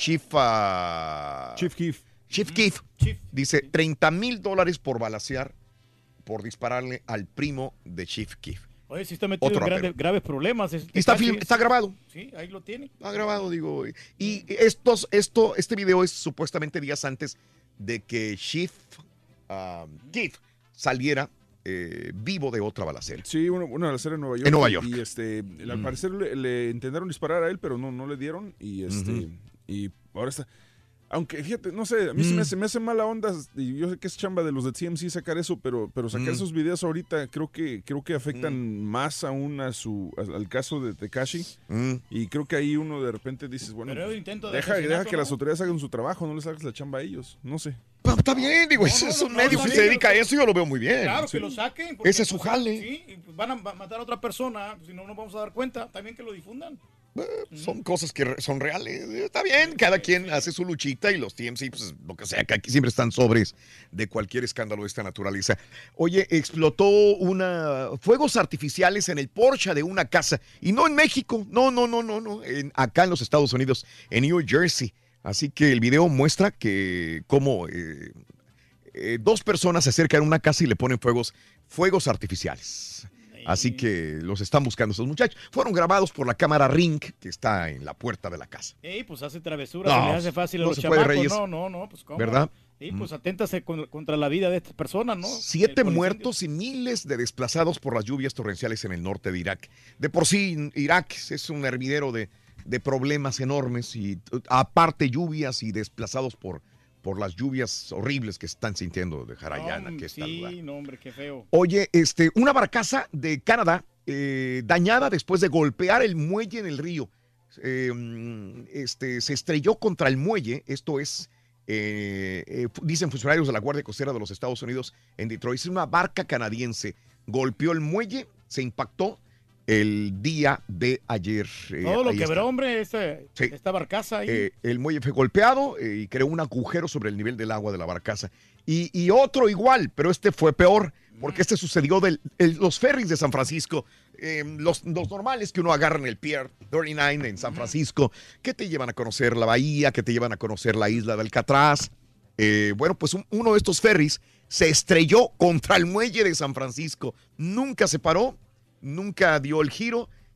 Keef. Dice $30,000 por balacear, por dispararle al primo de Chief Keef. Oye, si está metido en graves problemas. Está grabado. Sí, ahí lo tiene. Está grabado, digo. Y este video es supuestamente días antes de que Chief Keef saliera vivo de otra balacera. Sí, una balacera en Nueva York. En Nueva York. Y al parecer le intentaron disparar a él, pero no le dieron. Y ahora está... Aunque, fíjate, no sé, a mí se me hace mala onda, y yo sé que es chamba de los de TMZ sacar eso, pero sacar esos videos ahorita creo que afectan más aún al caso de Tekashi, y creo que ahí uno de repente dices, bueno, deja que las autoridades hagan su trabajo, no les hagas la chamba a ellos, no sé. Está bien, digo, es un medio que se dedica a eso, yo lo veo muy bien. Claro, que lo saquen. Ese es su jale. Sí, van a matar a otra persona, si no nos vamos a dar cuenta, también que lo difundan. Son cosas que son reales. Está bien, cada quien hace su luchita y los TMZ, pues lo que sea, que aquí siempre están sobres de cualquier escándalo de esta naturaleza. Oye, explotó fuegos artificiales en el porche de una casa, y no en México, no, acá en los Estados Unidos, en New Jersey. Así que el video muestra que cómo 2 personas se acercan a una casa y le ponen fuegos artificiales. Así que los están buscando esos muchachos. Fueron grabados por la cámara Ring, que está en la puerta de la casa. Pues hace travesuras, se le hace fácil a los chamacos. No, pues ¿cómo? ¿Verdad? Pues aténtase contra la vida de estas personas, ¿no? 7 muertos y miles de desplazados por las lluvias torrenciales en el norte de Irak. De por sí, Irak es un hervidero de problemas enormes, y aparte lluvias y desplazados por las lluvias horribles que están sintiendo de Jarayana, que está lugar. Sí, no, hombre, qué feo. Oye, una barcaza de Canadá dañada después de golpear el muelle en el río. Se estrelló contra el muelle, esto es, dicen funcionarios de la Guardia Costera de los Estados Unidos en Detroit. Es una barca canadiense, golpeó el muelle, se impactó el día de ayer. Todo lo quebró, hombre, esta barcaza ahí. El muelle fue golpeado y creó un agujero sobre el nivel del agua de la barcaza. Y otro igual, pero este fue peor, porque este sucedió los ferries de San Francisco, los normales que uno agarra en el Pier 39 en San Francisco, que te llevan a conocer la bahía, que te llevan a conocer la isla de Alcatraz. Bueno, pues uno de estos ferries se estrelló contra el muelle de San Francisco. Nunca se paró, nunca dio el giro,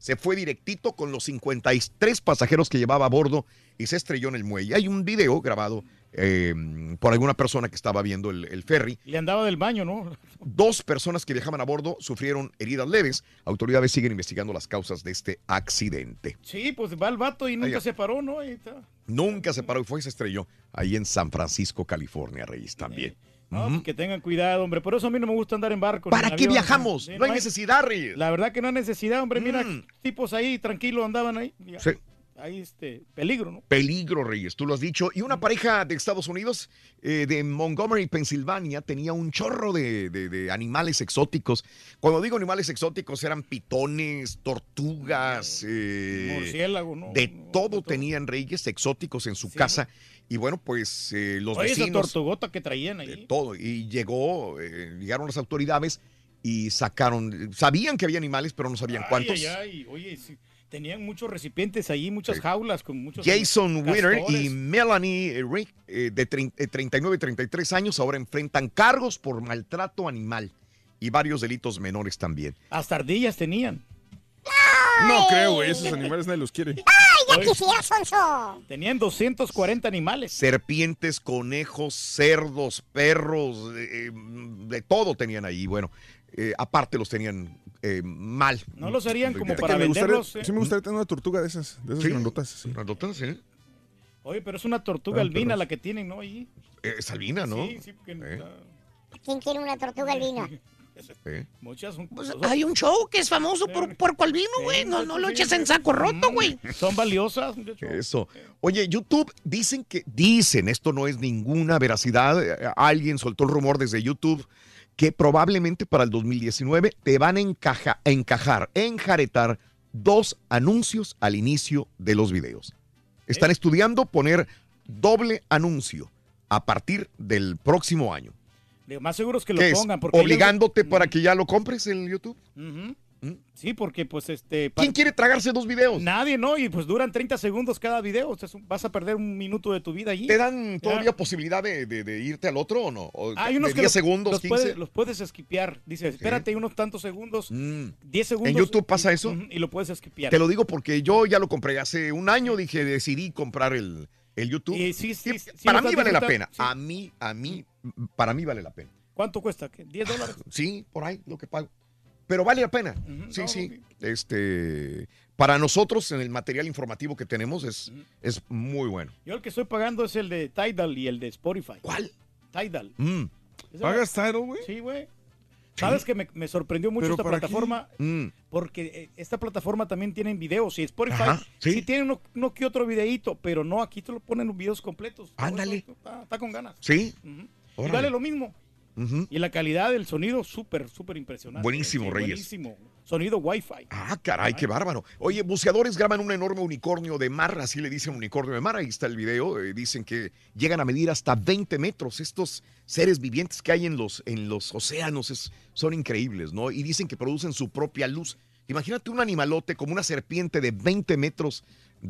se fue directito con los 53 pasajeros que llevaba a bordo y se estrelló en el muelle. Hay un video grabado por alguna persona que estaba viendo el ferry. Le andaba del baño, ¿no? 2 personas que viajaban a bordo sufrieron heridas leves. Autoridades siguen investigando las causas de este accidente. Sí, pues va el vato y nunca se paró, ¿no? Ahí está. Nunca se paró y se estrelló ahí en San Francisco, California, Reyes, también. No, pues que tengan cuidado, hombre. Por eso a mí no me gusta andar en barco. ¿Para qué avión, viajamos? ¿no? No hay necesidad, Reyes. La verdad que no hay necesidad, hombre. Mira, tipos ahí tranquilos andaban ahí. Sí. Ahí peligro, ¿no? Peligro, Reyes, tú lo has dicho. Y una pareja de Estados Unidos, de Montgomery, Pensilvania, tenía un chorro de animales exóticos. Cuando digo animales exóticos, eran pitones, tortugas, murciélago, ¿no? De todo tenían, Reyes, exóticos en su casa. Y bueno, pues los vecinos... esa tortugota que traían ahí. De todo. Y llegaron las autoridades y sabían que había animales, pero no sabían cuántos. Oye, sí. Tenían muchos recipientes ahí, muchas jaulas con muchos Jason castores. Winter y Melanie Rick, de 39 y 33 años, ahora enfrentan cargos por maltrato animal y varios delitos menores también. Hasta ardillas tenían. No creo, güey, esos animales nadie los quiere. ¡Ay, ya quisiera, Sonso! Tenían 240 animales. Serpientes, conejos, cerdos, perros, de todo tenían ahí. Bueno, aparte los tenían mal. No los harían como para me venderlos. Sí me gustaría tener una tortuga de esas grandotas. Sí. Grandotas, sí. Oye, pero es una tortuga albina la que tienen, ¿no? Allí. Es albina, ¿no? Sí, porque... ¿Quién quiere una tortuga albina? Muchas son... Pues hay un show que es famoso por puerco albino, güey. No lo eches en saco roto, güey. Son valiosas. Eso. Oye, YouTube, dicen, esto no es ninguna veracidad. Alguien soltó el rumor desde YouTube que probablemente para el 2019 te van a enjaretar 2 anuncios al inicio de los videos. Están estudiando poner doble anuncio a partir del próximo año. Lo más seguro es que lo pongan. Porque ¿obligándote para que ya lo compres en YouTube? Sí, porque pues ¿quién quiere tragarse 2 videos? Nadie, ¿no? Y pues duran 30 segundos cada video. O sea, vas a perder un minuto de tu vida allí. ¿Te dan todavía posibilidad de irte al otro o no? Hay unos de 10 segundos, 15. Los puedes esquipear. Dice, espérate hay unos tantos segundos. 10 segundos. ¿En YouTube pasa eso? Y lo puedes esquipear. Te lo digo porque yo ya lo compré hace un año. Decidí comprar el YouTube. Sí, para mí vale la pena. Para mí vale la pena. ¿Cuánto cuesta? ¿$10? Sí, por ahí lo que pago. Pero vale la pena. Sí. Para nosotros, en el material informativo que tenemos, es muy bueno. Yo el que estoy pagando es el de Tidal y el de Spotify. ¿Cuál? Tidal. ¿Pagas Tidal, güey? Sí, güey. ¿Sabes que me sorprendió mucho esta plataforma? Porque esta plataforma también tiene videos. Y Spotify sí tiene uno que otro videíto, pero no, aquí te lo ponen los videos completos. Ándale. Está con ganas. Sí. Y vale lo mismo. Y la calidad del sonido, súper impresionante. Buenísimo, Reyes. Buenísimo. Sonido Wi-Fi. Caray, qué bárbaro. Oye, buceadores graban un enorme unicornio de mar, así le dicen unicornio de mar. Ahí está el video. Dicen que llegan a medir hasta 20 metros. Estos seres vivientes que hay en los océanos son increíbles, ¿no? Y dicen que producen su propia luz. Imagínate un animalote como una serpiente de 20 metros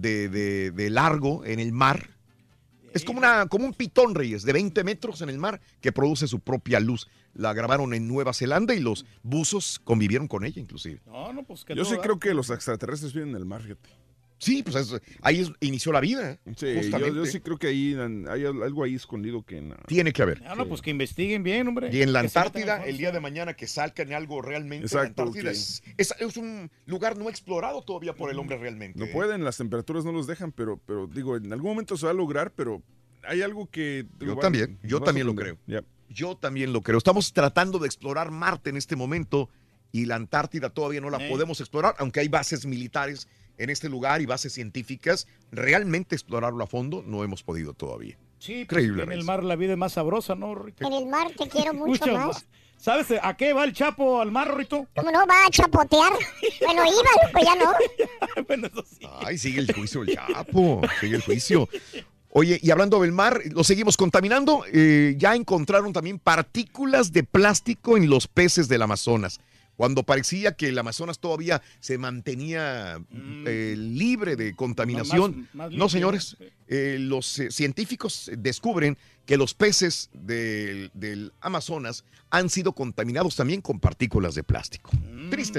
de largo en el mar. Es como un pitón, Reyes, de 20 metros en el mar que produce su propia luz. La grabaron en Nueva Zelanda y los buzos convivieron con ella, inclusive. Pues yo sí creo que los extraterrestres viven en el mar, fíjate. Sí, pues ahí inició la vida. Sí, yo sí creo que ahí hay algo ahí escondido que... Tiene que haber. Pues que investiguen bien, hombre. Y en la Antártida, el día de mañana que salgan algo realmente. Exacto. La Antártida es un lugar no explorado todavía por el hombre realmente. No pueden, las temperaturas no los dejan, pero digo, en algún momento se va a lograr, pero hay algo que... Yo también lo creo. Yeah. Yo también lo creo. Estamos tratando de explorar Marte en este momento y la Antártida todavía no la podemos explorar, aunque hay bases militares en este lugar y bases científicas. Realmente explorarlo a fondo no hemos podido todavía. Sí, increíble. En el mar la vida es más sabrosa, ¿no, Rito? En el mar te quiero mucho más. ¿Sabes a qué va el Chapo al mar, Rito? ¿Cómo no? Va a chapotear. Bueno, iba, pues ya no. Bueno, eso sí. Ay, sigue el juicio del Chapo. Sigue el juicio. Oye, y hablando del mar, lo seguimos contaminando. Ya encontraron también partículas de plástico en los peces del Amazonas. Cuando parecía que el Amazonas todavía se mantenía libre de contaminación. Más no, señores, los científicos descubren que los peces del Amazonas han sido contaminados también con partículas de plástico. Triste, ¿no?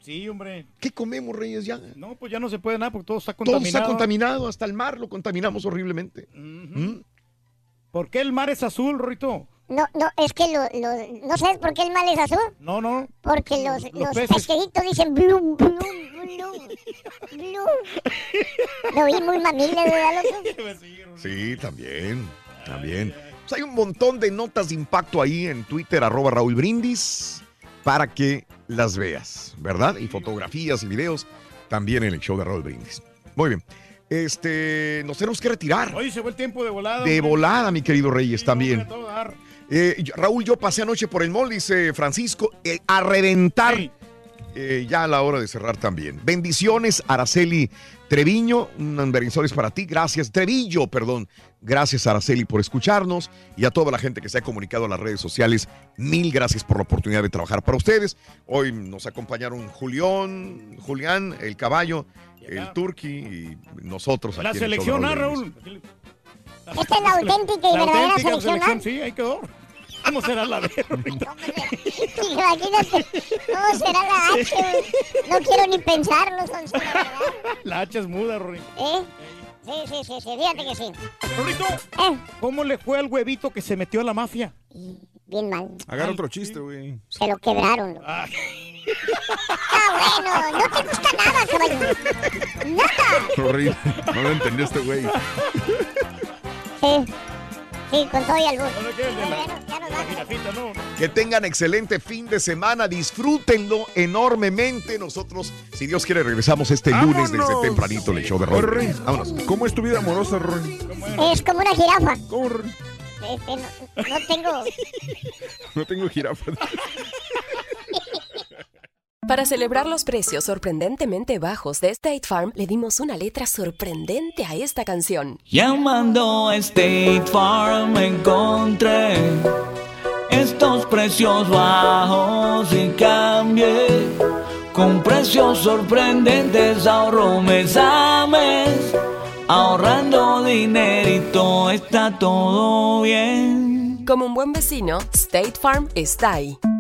Sí, hombre. ¿Qué comemos, Reyes, ya? No, pues ya no se puede nada porque todo está contaminado. Todo está contaminado, hasta el mar lo contaminamos horriblemente. ¿Por qué el mar es azul, Rorrito? No, es que ¿no sabes por qué el mar es azul? No. Porque los pesqueritos dicen blum, blum, blum, blum. Lo oí muy mamila, ¿verdad, loco? Sí, también. Pues hay un montón de notas de impacto ahí en Twitter, @RaúlBrindis, para que las veas, ¿verdad? Y fotografías y videos también en el show de Raúl Brindis. Muy bien. Nos tenemos que retirar. Hoy se fue el tiempo de volada. De hombre. volada, mi querido Reyes, también. No, Raúl, yo pasé anoche por el mall, dice Francisco, a reventar. Sí. Ya a la hora de cerrar también. Bendiciones, Araceli Treviño, bendiciones para ti. Gracias, Trevillo, perdón. Gracias, Araceli, por escucharnos y a toda la gente que se ha comunicado en las redes sociales. Mil gracias por la oportunidad de trabajar para ustedes. Hoy nos acompañaron Julián, el Caballo, el Turqui y nosotros aquí. La selección, Raúl. Esta es la auténtica y verdadera selección. Sí, ahí quedó. ¿Cómo será la B? Imagínate, ¿cómo será la H? No quiero ni pensarlo, Sonso, la verdad. La H es muda, Rory. Sí, fíjate que sí. Rorito, ¿cómo le fue al huevito que se metió a la mafia? Bien mal. Agarra otro chiste, güey. Se lo quebraron. Bueno, no te gusta nada, caballo. Nada. Horrible. No lo entendiste, güey. Sí, con todo y albur. Que tengan excelente fin de semana, disfrútenlo enormemente. Nosotros, si Dios quiere, regresamos este lunes desde tempranito en el show de Rory. Vámonos. ¿Cómo es tu vida amorosa, Rory? Es como una jirafa. ¿Cómo, Rory? No tengo jirafa. Para celebrar los precios sorprendentemente bajos de State Farm, le dimos una letra sorprendente a esta canción. Llamando a State Farm encontré estos precios bajos y cambié. Con precios sorprendentes ahorro mes a mes. Ahorrando dinerito está todo bien. Como un buen vecino, State Farm está ahí.